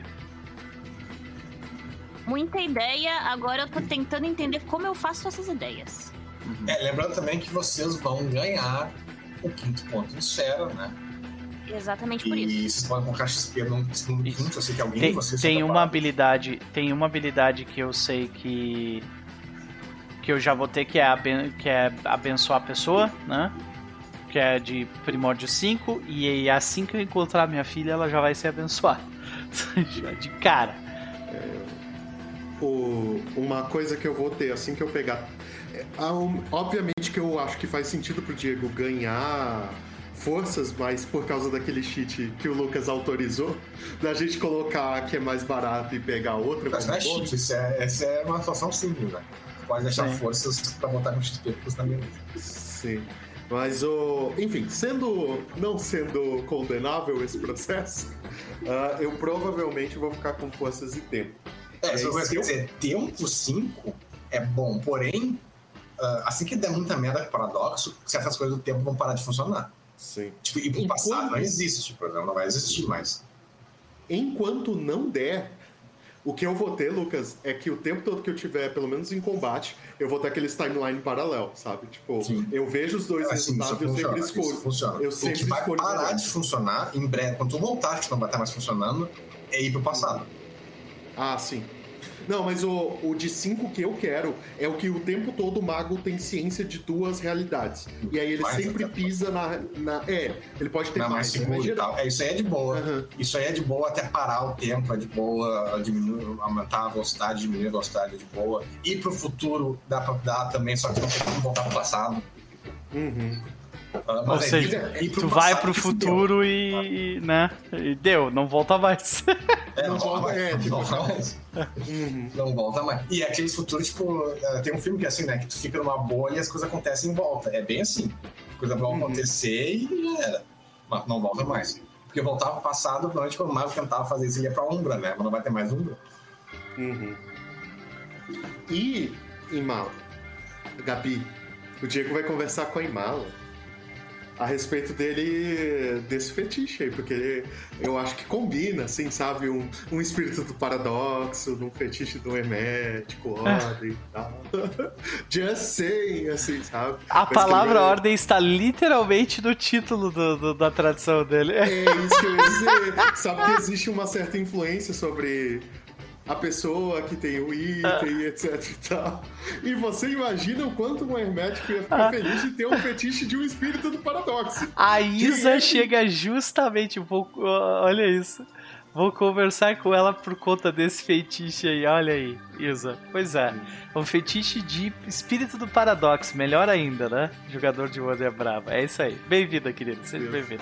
Speaker 4: Muita ideia, agora eu tô tentando entender como eu faço essas ideias.
Speaker 3: É, lembrando também que vocês vão ganhar o quinto ponto em esfera, né?
Speaker 4: Exatamente por
Speaker 3: E
Speaker 4: isso.
Speaker 3: vocês podem colocar X P no segundo
Speaker 1: Isso.
Speaker 3: quinto, eu sei que alguém
Speaker 1: Tem,
Speaker 3: de vocês
Speaker 1: tem
Speaker 3: fica
Speaker 1: uma
Speaker 3: parado.
Speaker 1: habilidade, tem uma habilidade que eu sei que que eu já vou ter, que é, aben, que é abençoar a pessoa, né? Que é de primórdio cinco, e assim que eu encontrar minha filha, ela já vai ser abençoada. Já de cara.
Speaker 2: O- uma coisa que eu vou ter assim que eu pegar. é, há um- obviamente que eu acho que faz sentido pro Diego ganhar forças, mas por causa daquele cheat que o Lucas autorizou, da gente colocar que é mais barato e pegar outra.
Speaker 3: Mas não é
Speaker 2: como bônus.
Speaker 3: cheat, isso é, essa é uma situação simples, né? Você pode deixar
Speaker 1: Sim.
Speaker 3: forças pra botar no X P que custa menos.
Speaker 2: Sim. Mas o. Enfim, sendo. Não sendo condenável esse processo, ah, eu provavelmente vou ficar com forças e tempo.
Speaker 3: É,
Speaker 2: É,
Speaker 3: só coisa
Speaker 2: se
Speaker 3: quer
Speaker 2: eu-
Speaker 3: dizer, tempo cinco é bom, porém, ah, assim que der muita merda com paradoxo, certas coisas do tempo vão parar de funcionar.
Speaker 2: Sim.
Speaker 3: Tipo, e pro
Speaker 2: Enquanto-
Speaker 3: passado não existe, por exemplo, não vai existir mais.
Speaker 2: Enquanto não der, o que eu vou ter, Lucas, é que o tempo todo que eu tiver, pelo menos em combate, eu vou ter aqueles timeline paralelo, sabe? Tipo,
Speaker 3: Sim.
Speaker 2: eu vejo os dois
Speaker 3: Assim, isso
Speaker 2: resultados e eu sempre
Speaker 3: funciona,
Speaker 2: escolho.
Speaker 3: isso funciona.
Speaker 2: Eu
Speaker 3: O
Speaker 2: sempre
Speaker 3: que vai
Speaker 2: escolho
Speaker 3: parar
Speaker 2: melhor.
Speaker 3: de funcionar em breve, quando tu voltar, que não vai estar mais funcionando, é ir pro passado.
Speaker 2: Ah, sim. Não, mas o, o de cinco que eu quero é o que o tempo todo o mago tem ciência de duas realidades. E aí ele
Speaker 3: Mais
Speaker 2: sempre
Speaker 3: até.
Speaker 2: pisa na, na. É, ele pode ter
Speaker 3: Não é
Speaker 2: mais,
Speaker 3: mais
Speaker 2: né, mas
Speaker 3: seguro e
Speaker 2: geral.
Speaker 3: tal. É, isso aí é de boa.
Speaker 2: Aham.
Speaker 3: Isso aí é de boa até parar o tempo, é de boa, diminuir, aumentar a velocidade, diminuir a velocidade, é de boa. Ir pro futuro dá pra dar também, só que não tem como voltar pro passado.
Speaker 2: Uhum.
Speaker 3: Ah,
Speaker 1: Ou
Speaker 3: mas é
Speaker 1: seja,
Speaker 3: vida- ir pro
Speaker 1: tu vai
Speaker 3: passado
Speaker 1: pro
Speaker 3: que fudeu.
Speaker 1: futuro e, e, né? E deu, não volta mais.
Speaker 3: É,
Speaker 2: Não
Speaker 3: não volta
Speaker 2: volta-
Speaker 3: mais.
Speaker 2: é,
Speaker 3: Não
Speaker 2: tipo-
Speaker 3: volta mais.
Speaker 2: Uhum.
Speaker 3: Não volta mais. E aqueles futuros, tipo, eh, tem um filme que é assim, né? Que tu fica numa bolha e as coisas acontecem em volta. É bem assim. As coisas vão
Speaker 2: Uhum.
Speaker 3: acontecer e já era. Mas não volta mais. Porque voltar pro passado, provavelmente quando o mago tentava fazer isso, ele ia pra Umbra, né? Mas não vai ter mais Umbra.
Speaker 2: Uhum. E Imala, Gabi, o Diego vai conversar com a Imala a respeito dele, desse fetiche aí, porque eu acho que combina, assim, sabe? Um, um espírito do paradoxo, um fetiche do hermético, ordem e tal. Just saying, assim, sabe?
Speaker 1: A
Speaker 2: Mas que
Speaker 1: palavra
Speaker 2: ele vai-
Speaker 1: ordem está literalmente no título do- do- da tradução dele.
Speaker 2: É isso que eu ia dizer. Sabe que existe uma certa influência sobre a pessoa que tem o item, etc e tal. E você imagina o quanto um hermético ia ficar feliz de ter um fetiche de um espírito do paradoxo.
Speaker 1: A Isa
Speaker 2: Que-
Speaker 1: chega justamente, vou, olha isso. Vou conversar com ela por conta desse fetiche aí, olha aí, Isa. Pois é, é um fetiche de espírito do paradoxo, melhor ainda, né? Jogador de Wonder Brava. É isso aí. Bem-vinda, querido, seja
Speaker 2: Isso.
Speaker 1: bem-vindo.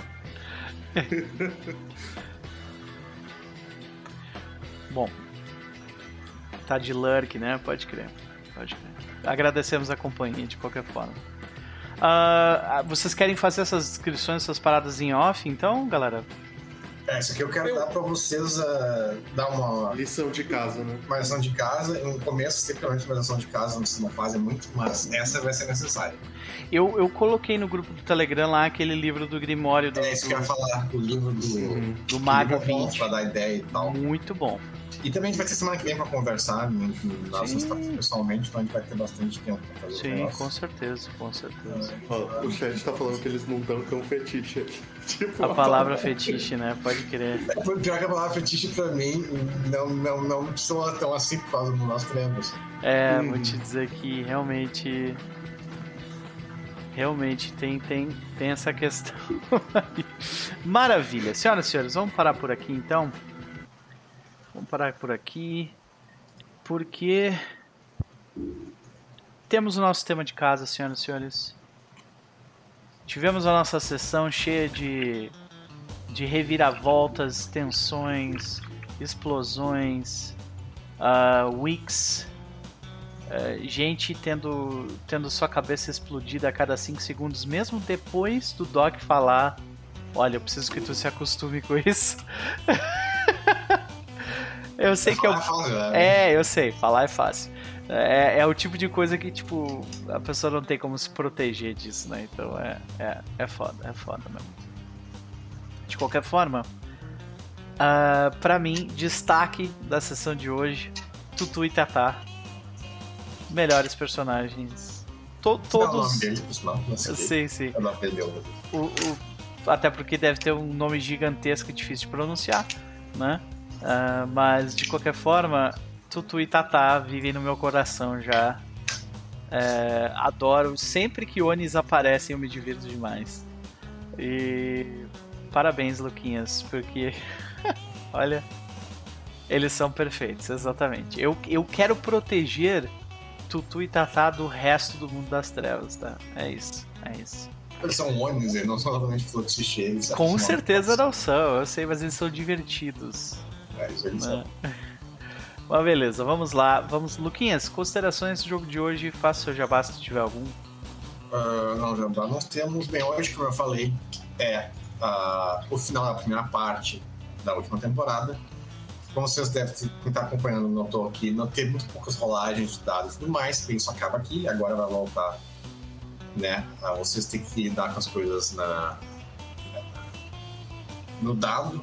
Speaker 1: Bom, tá de lurk, né? Pode crer, pode crer. Agradecemos a companhia de qualquer forma. Ah, vocês querem fazer essas descrições, essas paradas em off, então, galera?
Speaker 3: É, isso aqui eu quero
Speaker 2: Eu-
Speaker 3: dar pra vocês ah, dar uma,
Speaker 2: Lição de casa, né?
Speaker 3: uma lição de casa. No começo, sempre uma lição de casa, vocês não fazem muito, mas essa vai ser necessária.
Speaker 1: Eu, eu coloquei no grupo do Telegram lá aquele livro do Grimório do,
Speaker 3: É isso que eu ia
Speaker 1: do,
Speaker 3: falar, o livro do,
Speaker 2: Uhum.
Speaker 1: do Mago
Speaker 3: livro é bom
Speaker 1: vinte.
Speaker 3: pra dar ideia e tal.
Speaker 1: Muito bom.
Speaker 3: E também a gente vai ter semana que vem pra conversar, nós estamos pessoalmente, então a gente vai ter bastante tempo pra fazer.
Speaker 1: Sim, com certeza, com certeza.
Speaker 2: Ó, o chat tá falando que eles não dão tão fetiche aqui. Tipo,
Speaker 1: A palavra fetiche, né? Pode crer.
Speaker 3: Pior que a palavra fetiche pra mim não, não, não soa tão assim por causa do nosso treino.
Speaker 1: É,
Speaker 2: Hum.
Speaker 1: vou te dizer que realmente. Realmente tem, tem, tem essa questão. Maravilha. Senhoras e senhores, vamos parar por aqui então. Vamos parar por aqui. Porque temos o nosso tema de casa, senhoras e senhores. Tivemos a nossa sessão cheia de, de reviravoltas, tensões, explosões, uh, wicks. Uh, gente tendo, tendo sua cabeça explodida a cada cinco segundos, mesmo depois do Doc falar: olha, eu preciso que tu se acostume com isso. Eu sei que eu... É, eu sei, falar é fácil. É, é o tipo de coisa que, tipo, a pessoa não tem como se proteger disso, né? Então é, é, é foda, é foda mesmo. De qualquer forma, uh, pra mim, destaque da sessão de hoje: Tutu e Tatá. Melhores personagens. To, todos. Sim, sim. O, o, até porque deve ter um nome gigantesco e difícil de pronunciar, né? Uh, mas de qualquer forma, Tutu e Tatá vivem no meu coração já. Uh, adoro. Sempre que Onis aparecem, eu me divirto demais. E parabéns, Luquinhas, porque olha, eles são perfeitos, exatamente. Eu, eu quero proteger Tutu e Tatá do resto do mundo das trevas, tá? É isso, é isso.
Speaker 3: Eles são Onis, eles não são exatamente fluxicheiros.
Speaker 1: Com certeza não são, eu sei, mas eles são divertidos.
Speaker 3: É, isso eles são.
Speaker 1: Mas beleza, vamos lá. Vamos, Luquinhas, considerações do jogo de hoje, faça o seu jabá se tiver algum.
Speaker 3: Uh, não, jabá, nós temos, bem, hoje, como eu falei, é uh, o final da primeira parte da última temporada. Como vocês devem estar acompanhando, não estou aqui, não tem muito poucas rolagens de dados e tudo mais, isso acaba aqui, agora vai voltar, né? Uh, vocês têm que lidar com as coisas na, no dado.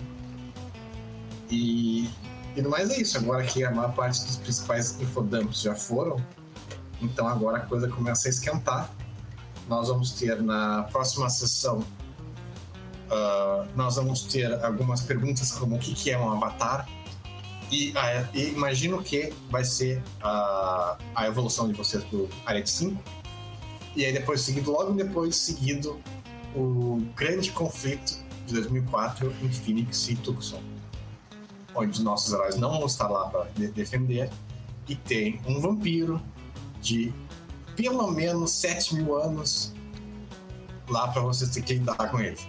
Speaker 3: E, e no mais é isso, agora que a maior parte dos principais infodumps já foram, então agora a coisa começa a esquentar. Nós vamos ter na próxima sessão, uh, nós vamos ter algumas perguntas como o que, que é um avatar, e, uh, e imagino que vai ser a, a evolução de vocês pro Arete cinco, e aí depois seguido, logo depois seguido, o grande conflito de dois mil e quatro em Phoenix e Tucson, onde os nossos heróis não vão estar lá para de- defender, e tem um vampiro de pelo menos sete mil anos lá para vocês terem que lidar com ele.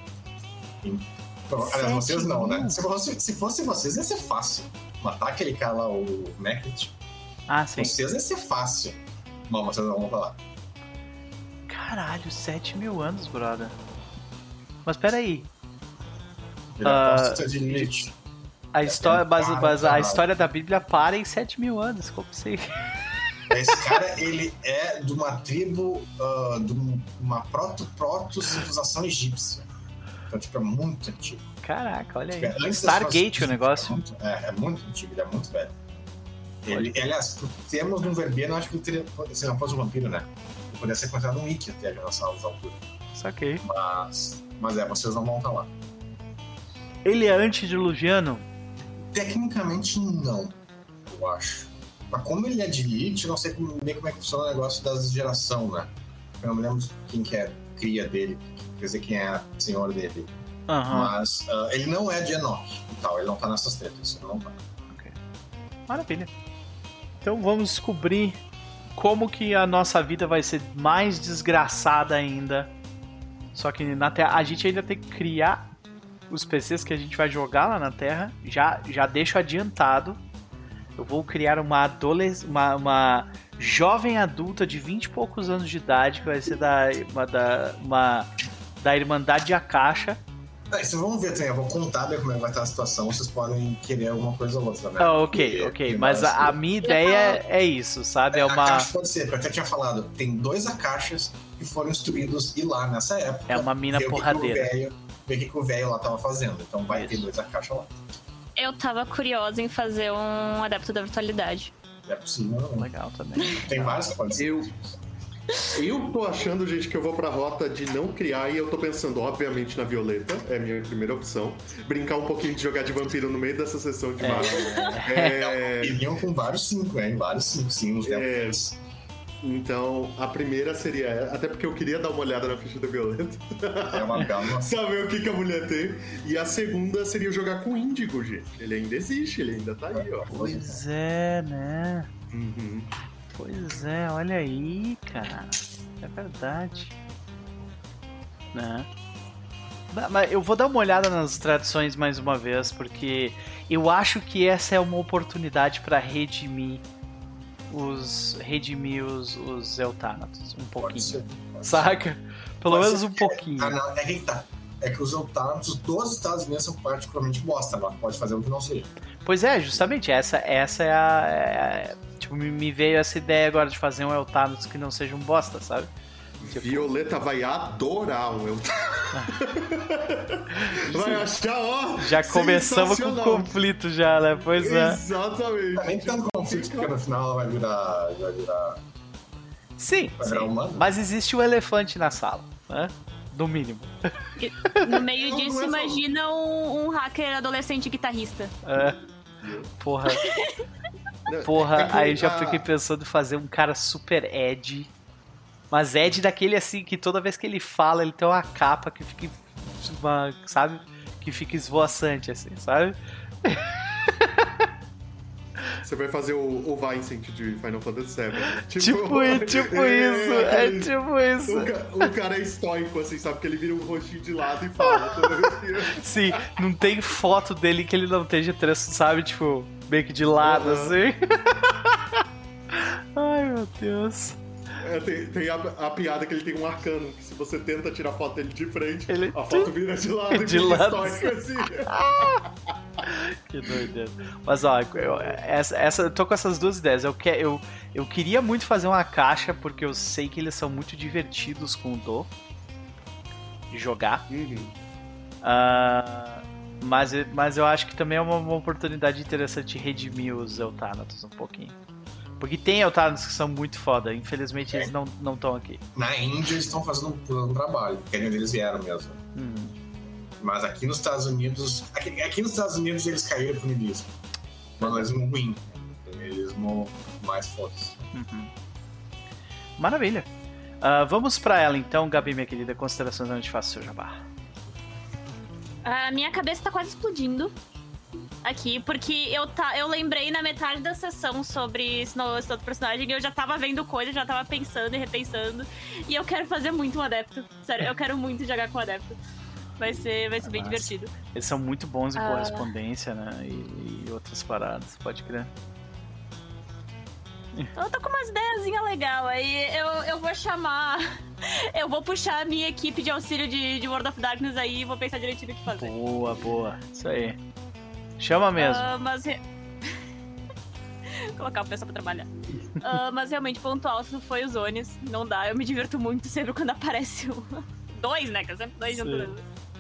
Speaker 3: Então, aliás, vocês não, né? Se fosse, se fosse vocês, ia ser fácil. Matar aquele cara lá, o Macbeth.
Speaker 1: Ah, sim.
Speaker 3: Vocês ia ser fácil. Não, vocês não vão falar.
Speaker 1: Caralho, sete mil anos, brother. Mas peraí.
Speaker 3: Ele
Speaker 1: Ah,
Speaker 3: aposta de Lich.
Speaker 1: A história, mas,
Speaker 3: para,
Speaker 1: mas a
Speaker 3: cara.
Speaker 1: história da Bíblia para em sete mil anos, como assim?
Speaker 3: Esse cara, ele é de uma tribo, uh, de uma proto-proto-civilização egípcia. Então, tipo, é muito antigo.
Speaker 1: Caraca, olha
Speaker 3: Tipo, é
Speaker 1: aí.
Speaker 3: antes das
Speaker 1: Stargate
Speaker 3: suas-
Speaker 1: o negócio.
Speaker 3: É muito, é, é muito antigo, ele é muito velho. Ele,
Speaker 1: Pode.
Speaker 3: aliás, por termos de um verbeiro, eu acho que ele teria, se não fosse um vampiro, né? Ele poderia ser considerado um wiki até nessa altura.
Speaker 1: Saquei.
Speaker 3: Mas, mas é, vocês não vão estar lá.
Speaker 1: Ele é antediluviano?
Speaker 3: Tecnicamente, não, eu acho. Mas como ele é de elite, eu não sei como, bem como é que funciona o negócio das geração, né? Eu não me lembro quem que é cria dele, quer dizer, quem é senhor dele.
Speaker 1: Aham.
Speaker 3: Mas uh, ele não é de Enoch e tal, ele não tá nessas tretas, ele não tá.
Speaker 1: Maravilha. Então vamos descobrir como que a nossa vida vai ser mais desgraçada ainda. Só que na Terra a gente ainda tem que criar os P Cs que a gente vai jogar lá na Terra. Já, já deixo adiantado. Eu vou criar uma adolescente, uma, uma jovem adulta de vinte e poucos anos de idade, que vai ser da, uma, da, uma, da Irmandade Akasha.
Speaker 3: Tá, e vocês vão ver também, eu vou contar bem como é que vai estar a situação, vocês podem querer alguma coisa ou outra, né?
Speaker 1: Ah, ok,
Speaker 3: E-
Speaker 1: ok.
Speaker 3: e
Speaker 1: Mas a, a
Speaker 3: mais-
Speaker 1: minha ideia é isso, sabe? É
Speaker 3: A
Speaker 1: uma,
Speaker 3: caixa pode ser, porque eu até tinha falado, tem dois Akashas que foram instruídos ir lá nessa época.
Speaker 1: é uma mina
Speaker 3: ver o que que o
Speaker 1: porradeira.
Speaker 3: velho- Ver o que que o velho lá tava fazendo. Então vai ter
Speaker 1: Isso.
Speaker 3: dois Akashas lá.
Speaker 4: Eu tava curiosa em fazer um adepto da virtualidade.
Speaker 3: É possível.
Speaker 1: Legal também.
Speaker 3: Tem vários que podem ser.
Speaker 2: Eu, eu tô achando, gente, que eu vou pra rota de não criar e eu tô pensando, obviamente, na Violeta. É a minha primeira opção. Brincar um pouquinho de jogar de vampiro no meio dessa sessão de mago. É...
Speaker 3: E vinham com vários cinco, hein? Vários cinco, sim, os
Speaker 2: É... Então, a primeira seria... Até porque eu queria dar uma olhada na ficha da Violeta.
Speaker 3: É uma gama.
Speaker 2: Saber o que, que a mulher tem. E a segunda seria jogar com Índigo, gente. Ele ainda existe, ele ainda tá aí, ó.
Speaker 1: Pois é, né?
Speaker 2: Uhum.
Speaker 1: Pois é, olha aí, cara. É verdade. Né? Mas eu vou dar uma olhada nas tradições mais uma vez, porque eu acho que essa é uma oportunidade pra redimir os redimir os, os Eltanatos um pouquinho.
Speaker 3: Pode ser, pode
Speaker 1: saca?
Speaker 3: ser.
Speaker 1: Pelo
Speaker 3: Pode
Speaker 1: menos
Speaker 3: ser.
Speaker 1: um pouquinho.
Speaker 3: Ah, não, é que tá. É que os Eltanatos dos Estados Unidos são particularmente bosta, lá. Pode fazer o que não seja.
Speaker 1: Pois é, justamente, essa, essa é a. É, tipo, me, me veio essa ideia agora de fazer um Eltanatos que não seja um bosta, sabe?
Speaker 2: Tipo... Violeta vai adorar um Eltanatos. Vai achar, ó.
Speaker 1: Já começamos com o conflito, já, né? Pois é.
Speaker 2: Exatamente.
Speaker 3: Tá nem tanto conflito, porque no final ela vai virar. Vai virar.
Speaker 1: Sim,
Speaker 3: vai virar
Speaker 1: sim.
Speaker 3: humano.
Speaker 1: Mas existe um elefante na sala, né? No mínimo.
Speaker 4: No meio
Speaker 2: Não,
Speaker 4: disso,
Speaker 2: não é só-
Speaker 4: imagina um, um hacker adolescente guitarrista.
Speaker 1: É. Porra. Porra,
Speaker 2: É que
Speaker 1: aí já
Speaker 2: a-
Speaker 1: fiquei pensando em fazer um cara super Ed. Mas Ed daquele assim, que toda vez que ele fala, ele tem uma capa que fica, uma, sabe? Que fica esvoaçante, assim, sabe?
Speaker 2: Você vai fazer o, o Vincent de Final Fantasy sete.
Speaker 1: Tipo, é, tipo isso, é
Speaker 2: aquele-
Speaker 1: tipo isso.
Speaker 2: O, ca- o cara é estoico, assim, sabe? Que ele vira um rostinho de lado e fala. toda vez que-
Speaker 1: Sim, não tem foto dele que ele não esteja, trans- sabe? Tipo, meio que de lado,
Speaker 2: Uhum.
Speaker 1: assim. Ai, meu Deus.
Speaker 2: É, tem tem a, a piada que ele tem um arcano, que se você tenta tirar foto dele de frente,
Speaker 1: Ele-
Speaker 2: a foto vira de lado e
Speaker 1: De
Speaker 2: fica
Speaker 1: lado.
Speaker 2: estoico, assim.
Speaker 1: Que doideira. Mas ó, eu, essa, essa, eu tô com essas duas ideias. Eu, que, eu, eu queria muito fazer uma caixa, porque eu sei que eles são muito divertidos com o Do. De jogar.
Speaker 2: Uhum.
Speaker 1: Ah, mas, mas eu acho que também é uma, uma oportunidade interessante de redimir os Eltanatos um pouquinho. Porque tem Eltanatos que são muito foda. Infelizmente eles não não estão aqui.
Speaker 3: Na Índia eles estão fazendo um, um trabalho, porque é onde eles vieram mesmo.
Speaker 1: Hum.
Speaker 3: Mas aqui nos Estados Unidos. Aqui, aqui nos Estados Unidos eles caíram pro niilismo. Mas niilismo ruim. Niilismo mais foda-se.
Speaker 1: Uhum. Maravilha. Ah, vamos pra ela então, Gabi, minha querida. Considerações onde faço o seu jabá.
Speaker 4: A minha cabeça tá quase explodindo aqui, porque eu, tá, eu lembrei na metade da sessão sobre esse novo esse outro personagem e eu já tava vendo coisas, já tava pensando e repensando. E eu quero fazer muito um adepto. Sério, eu quero muito jogar com um adepto. Vai ser, vai ser bem
Speaker 1: Massa.
Speaker 4: divertido.
Speaker 1: Eles são muito bons em
Speaker 4: Ah.
Speaker 1: correspondência, né? E, e outras paradas, pode crer.
Speaker 4: Eu tô com umas ideiazinhas legais aí. Eu, eu vou chamar. Eu vou puxar a minha equipe de auxílio de, de World of Darkness aí e vou pensar direitinho o que fazer.
Speaker 1: Boa, boa. Isso aí. Chama mesmo.
Speaker 4: Ah, mas. Re... Colocar o pessoal pra trabalhar. Ah, mas realmente, ponto alto foi os Onias. Não dá, eu me divirto muito sempre quando aparece um. Dois, né? Que é sempre dois
Speaker 1: Sim.
Speaker 4: juntos.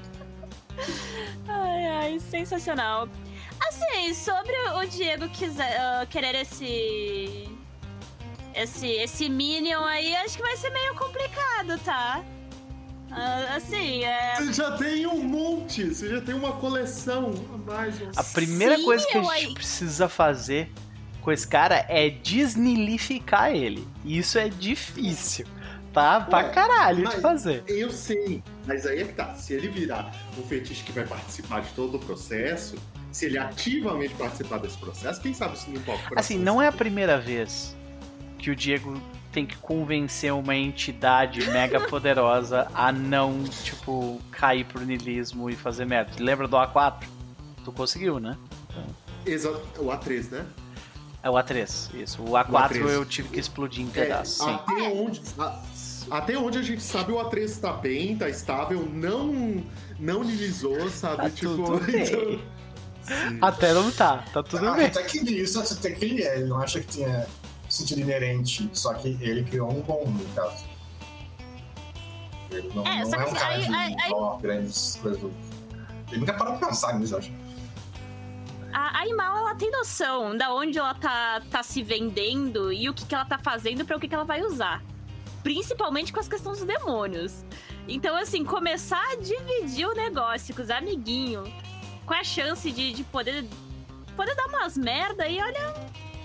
Speaker 4: Ai, ai, sensacional. Assim, sobre o Diego quiser, ah, querer esse. Esse, esse Minion aí, acho que vai ser meio complicado, tá? Ah, assim, é.
Speaker 2: Você já tem um monte, você já tem uma coleção a mais. um-
Speaker 1: A primeira
Speaker 4: Sim,
Speaker 1: coisa que a
Speaker 4: eu
Speaker 1: gente
Speaker 4: aí-
Speaker 1: precisa fazer com esse cara é desnilificar ele. E isso é difícil, tá? Pra
Speaker 2: Ué,
Speaker 1: caralho
Speaker 2: mas
Speaker 1: de fazer.
Speaker 2: Eu sei, mas aí é que tá. Se ele virar um fetiche que vai participar de todo o processo, se ele ativamente participar desse processo, quem sabe se não toca o coração.
Speaker 1: Assim, não é a primeira vez que o Diego tem que convencer uma entidade mega poderosa a não, tipo, cair pro niilismo e fazer merda. Lembra do A quatro? Tu conseguiu, né?
Speaker 2: Exato, o A três, né?
Speaker 1: É o A três, isso. O A quatro
Speaker 2: A três.
Speaker 1: eu tive que explodir em
Speaker 2: É,
Speaker 1: pedaços, sim.
Speaker 2: até, onde, a- até onde a gente sabe, o A três tá bem, tá estável, não, não nilizou, sabe?
Speaker 1: Tá
Speaker 2: tipo,
Speaker 1: tudo bem.
Speaker 2: então- Sim.
Speaker 1: Até não tá, tá tudo
Speaker 3: Ah,
Speaker 1: bem.
Speaker 3: até que isso, até que ele é. Ele não acha que tinha sentido inerente, só que ele criou um bom, no caso. Ele não
Speaker 4: É,
Speaker 3: não
Speaker 4: só
Speaker 3: é
Speaker 4: que
Speaker 3: um cara
Speaker 4: aí-
Speaker 3: de
Speaker 4: aí- aí-
Speaker 3: ó, grandes coisas. Ele nunca parou pra pensar nisso, eu acho.
Speaker 4: a, a Imal, ela tem noção da onde ela tá, tá se vendendo e o que, que ela tá fazendo pra o que, que ela vai usar. Principalmente com as questões dos demônios. Então, assim, começar a dividir o negócio com os amiguinhos, com a chance de, de poder, poder dar umas merda e olha...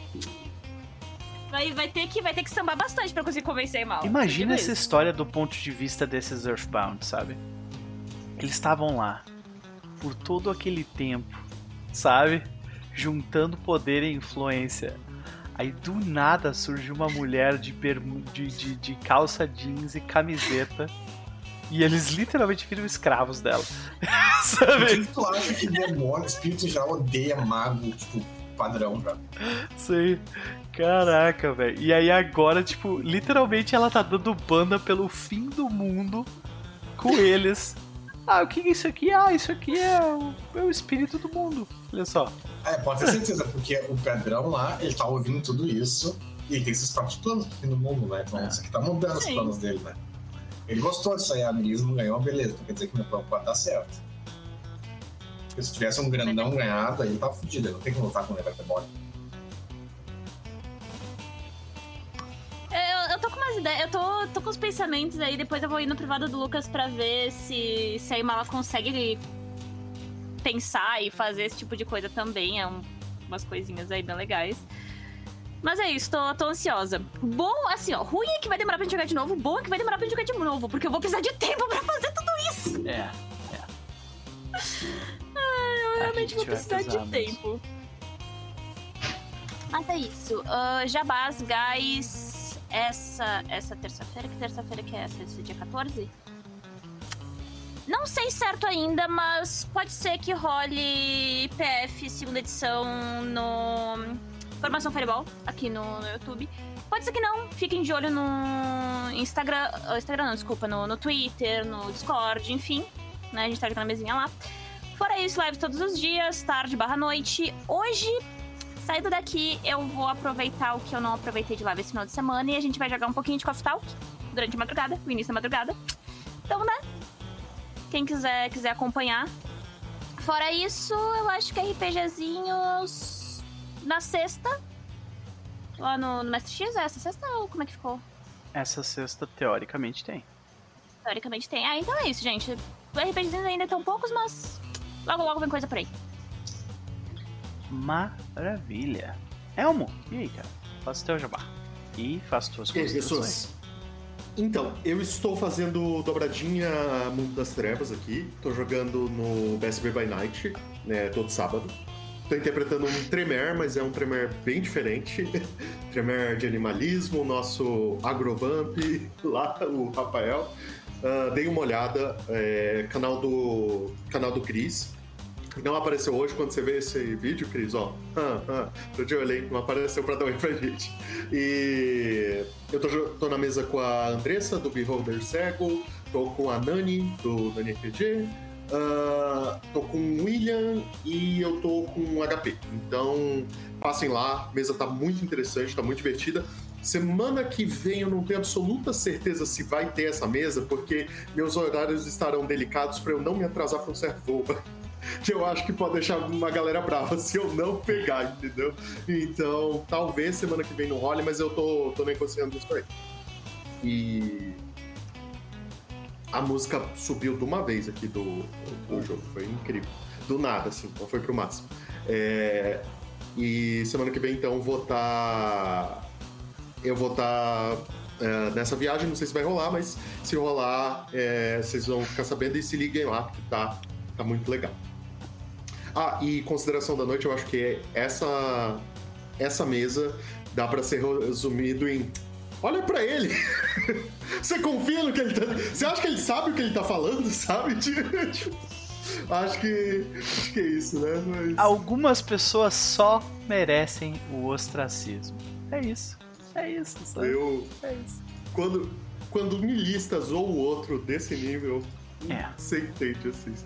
Speaker 4: Vai, vai, ter que, vai ter que sambar bastante pra conseguir convencer a Imal.
Speaker 1: Imagina essa história do ponto de vista desses Earthbound, sabe? Eles estavam lá por todo aquele tempo, sabe? Juntando poder e influência. Aí do nada surge uma mulher de, bermu... de, de, de calça jeans e camiseta. E eles literalmente viram escravos dela. Sabe?
Speaker 3: Tu acha que demônio, espírito já odeia mago, tipo, padrão, já?
Speaker 1: Sei. Caraca, velho. E aí agora, tipo, literalmente ela tá dando banda pelo fim do mundo com eles. Ah, o que é isso aqui? Ah, isso aqui é o, é o espírito do mundo. Olha só.
Speaker 3: É, pode ter certeza, porque o Pedrão lá, ele tá ouvindo tudo isso e ele tem seus próprios planos pro fim do mundo, né? Então isso aqui tá mudando Sim. os planos dele, né? Ele gostou disso aí, amilismo, ganhou, beleza. Então quer dizer que meu plano pode dar certo. Porque se tivesse um grandão ganhado, aí ele tá fudido, ele não tem que lutar com o Nevermore.
Speaker 4: Eu, eu tô com umas ideias, eu tô, tô com os pensamentos aí, depois eu vou ir no privado do Lucas pra ver se, se a Imala consegue pensar e fazer esse tipo de coisa também. É um, umas coisinhas aí bem legais. Mas é isso, tô, tô ansiosa. Bom, assim, ó, ruim é que vai demorar pra gente jogar de novo, bom é que vai demorar pra gente jogar de novo, porque eu vou precisar de tempo pra fazer tudo isso.
Speaker 1: É, é.
Speaker 4: Ah, eu realmente vou precisar de tempo. Mas é isso. Uh, Jabás, guys, essa, essa terça-feira, que terça-feira que é essa? Esse dia quatorze? Não sei certo ainda, mas pode ser que role P F segunda edição no Formação Fireball, aqui no, no YouTube. Pode ser que não, fiquem de olho no Instagram, Instagram não, desculpa, no, no Twitter, no Discord, enfim, né, a gente tá aqui na mesinha lá. Fora isso, live todos os dias, tarde barra noite. Hoje, saindo daqui, eu vou aproveitar o que eu não aproveitei de live esse final de semana e a gente vai jogar um pouquinho de Coffee Talk durante a madrugada, o início da madrugada. Então, né, quem quiser, quiser acompanhar. Fora isso, eu acho que RPGzinhos na sexta, lá no, no Mestre X, é essa sexta ou como é que ficou?
Speaker 1: Essa sexta, teoricamente, tem.
Speaker 4: Teoricamente tem. Ah, então é isso, gente. Os RPGzinhos ainda estão poucos, mas logo logo vem coisa por aí.
Speaker 1: Maravilha. Elmo, e aí, cara? Faça o teu jabá. E faça tuas considerações.
Speaker 2: Então, eu estou fazendo dobradinha Mundo das Trevas aqui. Tô jogando no B S B by Night, né, todo sábado. Tô interpretando um Tremere, mas é um Tremere bem diferente. Tremere de animalismo, nosso Agrovamp, lá, o Rafael. Uh, dei uma olhada, é, canal do canal do Cris. Não apareceu hoje, quando você vê esse vídeo, Cris, ó. Ah, ah, tô de olho, hein? Não apareceu pra dar um oi pra gente. E eu tô, tô na mesa com a Andressa, do Beholder Cego. Tô com a Nani, do Nani R P G. Uh, tô com o William e eu tô com o H P. Então, passem lá. A mesa tá muito interessante, tá muito divertida. Semana que vem eu não tenho absoluta certeza se vai ter essa mesa, porque meus horários estarão delicados pra eu não me atrasar pra um certo voo. Que eu acho que pode deixar uma galera brava se eu não pegar, entendeu? Então, talvez semana que vem não role, mas eu tô, tô negociando isso aí. E a música subiu de uma vez aqui do, do jogo, foi incrível. Do nada, assim, então foi pro máximo. É, e semana que vem, então, vou estar... Tá, eu vou estar tá, é, nessa viagem, não sei se vai rolar, mas se rolar, é, vocês vão ficar sabendo e se liguem lá, porque tá, tá muito legal. Ah, e consideração da noite, eu acho que essa, essa mesa dá pra ser resumido em... Olha pra ele! Você confia no que ele tá... Você acha que ele sabe o que ele tá falando, sabe? Acho que... Acho que é isso, né? Mas...
Speaker 1: Algumas pessoas só merecem o ostracismo. É isso. É isso, sabe?
Speaker 2: Eu...
Speaker 1: É isso.
Speaker 2: Quando, quando um milista zoa o outro desse nível,
Speaker 1: é.
Speaker 2: Aceitei de assistir.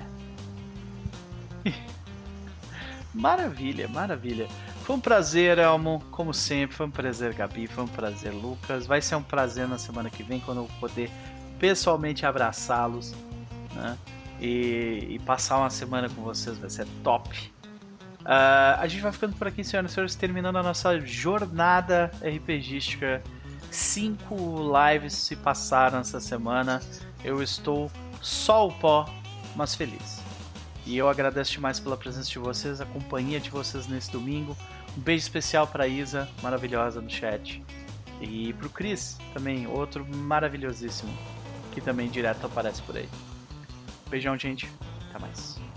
Speaker 1: Maravilha, maravilha. Foi um prazer, Elmo, como sempre. Foi um prazer, Gabi. Foi um prazer, Lucas. Vai ser um prazer na semana que vem, quando eu poder pessoalmente abraçá-los, né? E, e passar uma semana com vocês vai ser top. Uh, a gente vai ficando por aqui, senhoras e senhores, terminando a nossa jornada RPGística. Cinco lives se passaram essa semana. Eu estou só o pó, mas feliz. E eu agradeço demais pela presença de vocês, a companhia de vocês nesse domingo. Um beijo especial para Isa, maravilhosa no chat. E pro Chris, também, outro maravilhosíssimo, que também direto aparece por aí. Beijão, gente. Até mais.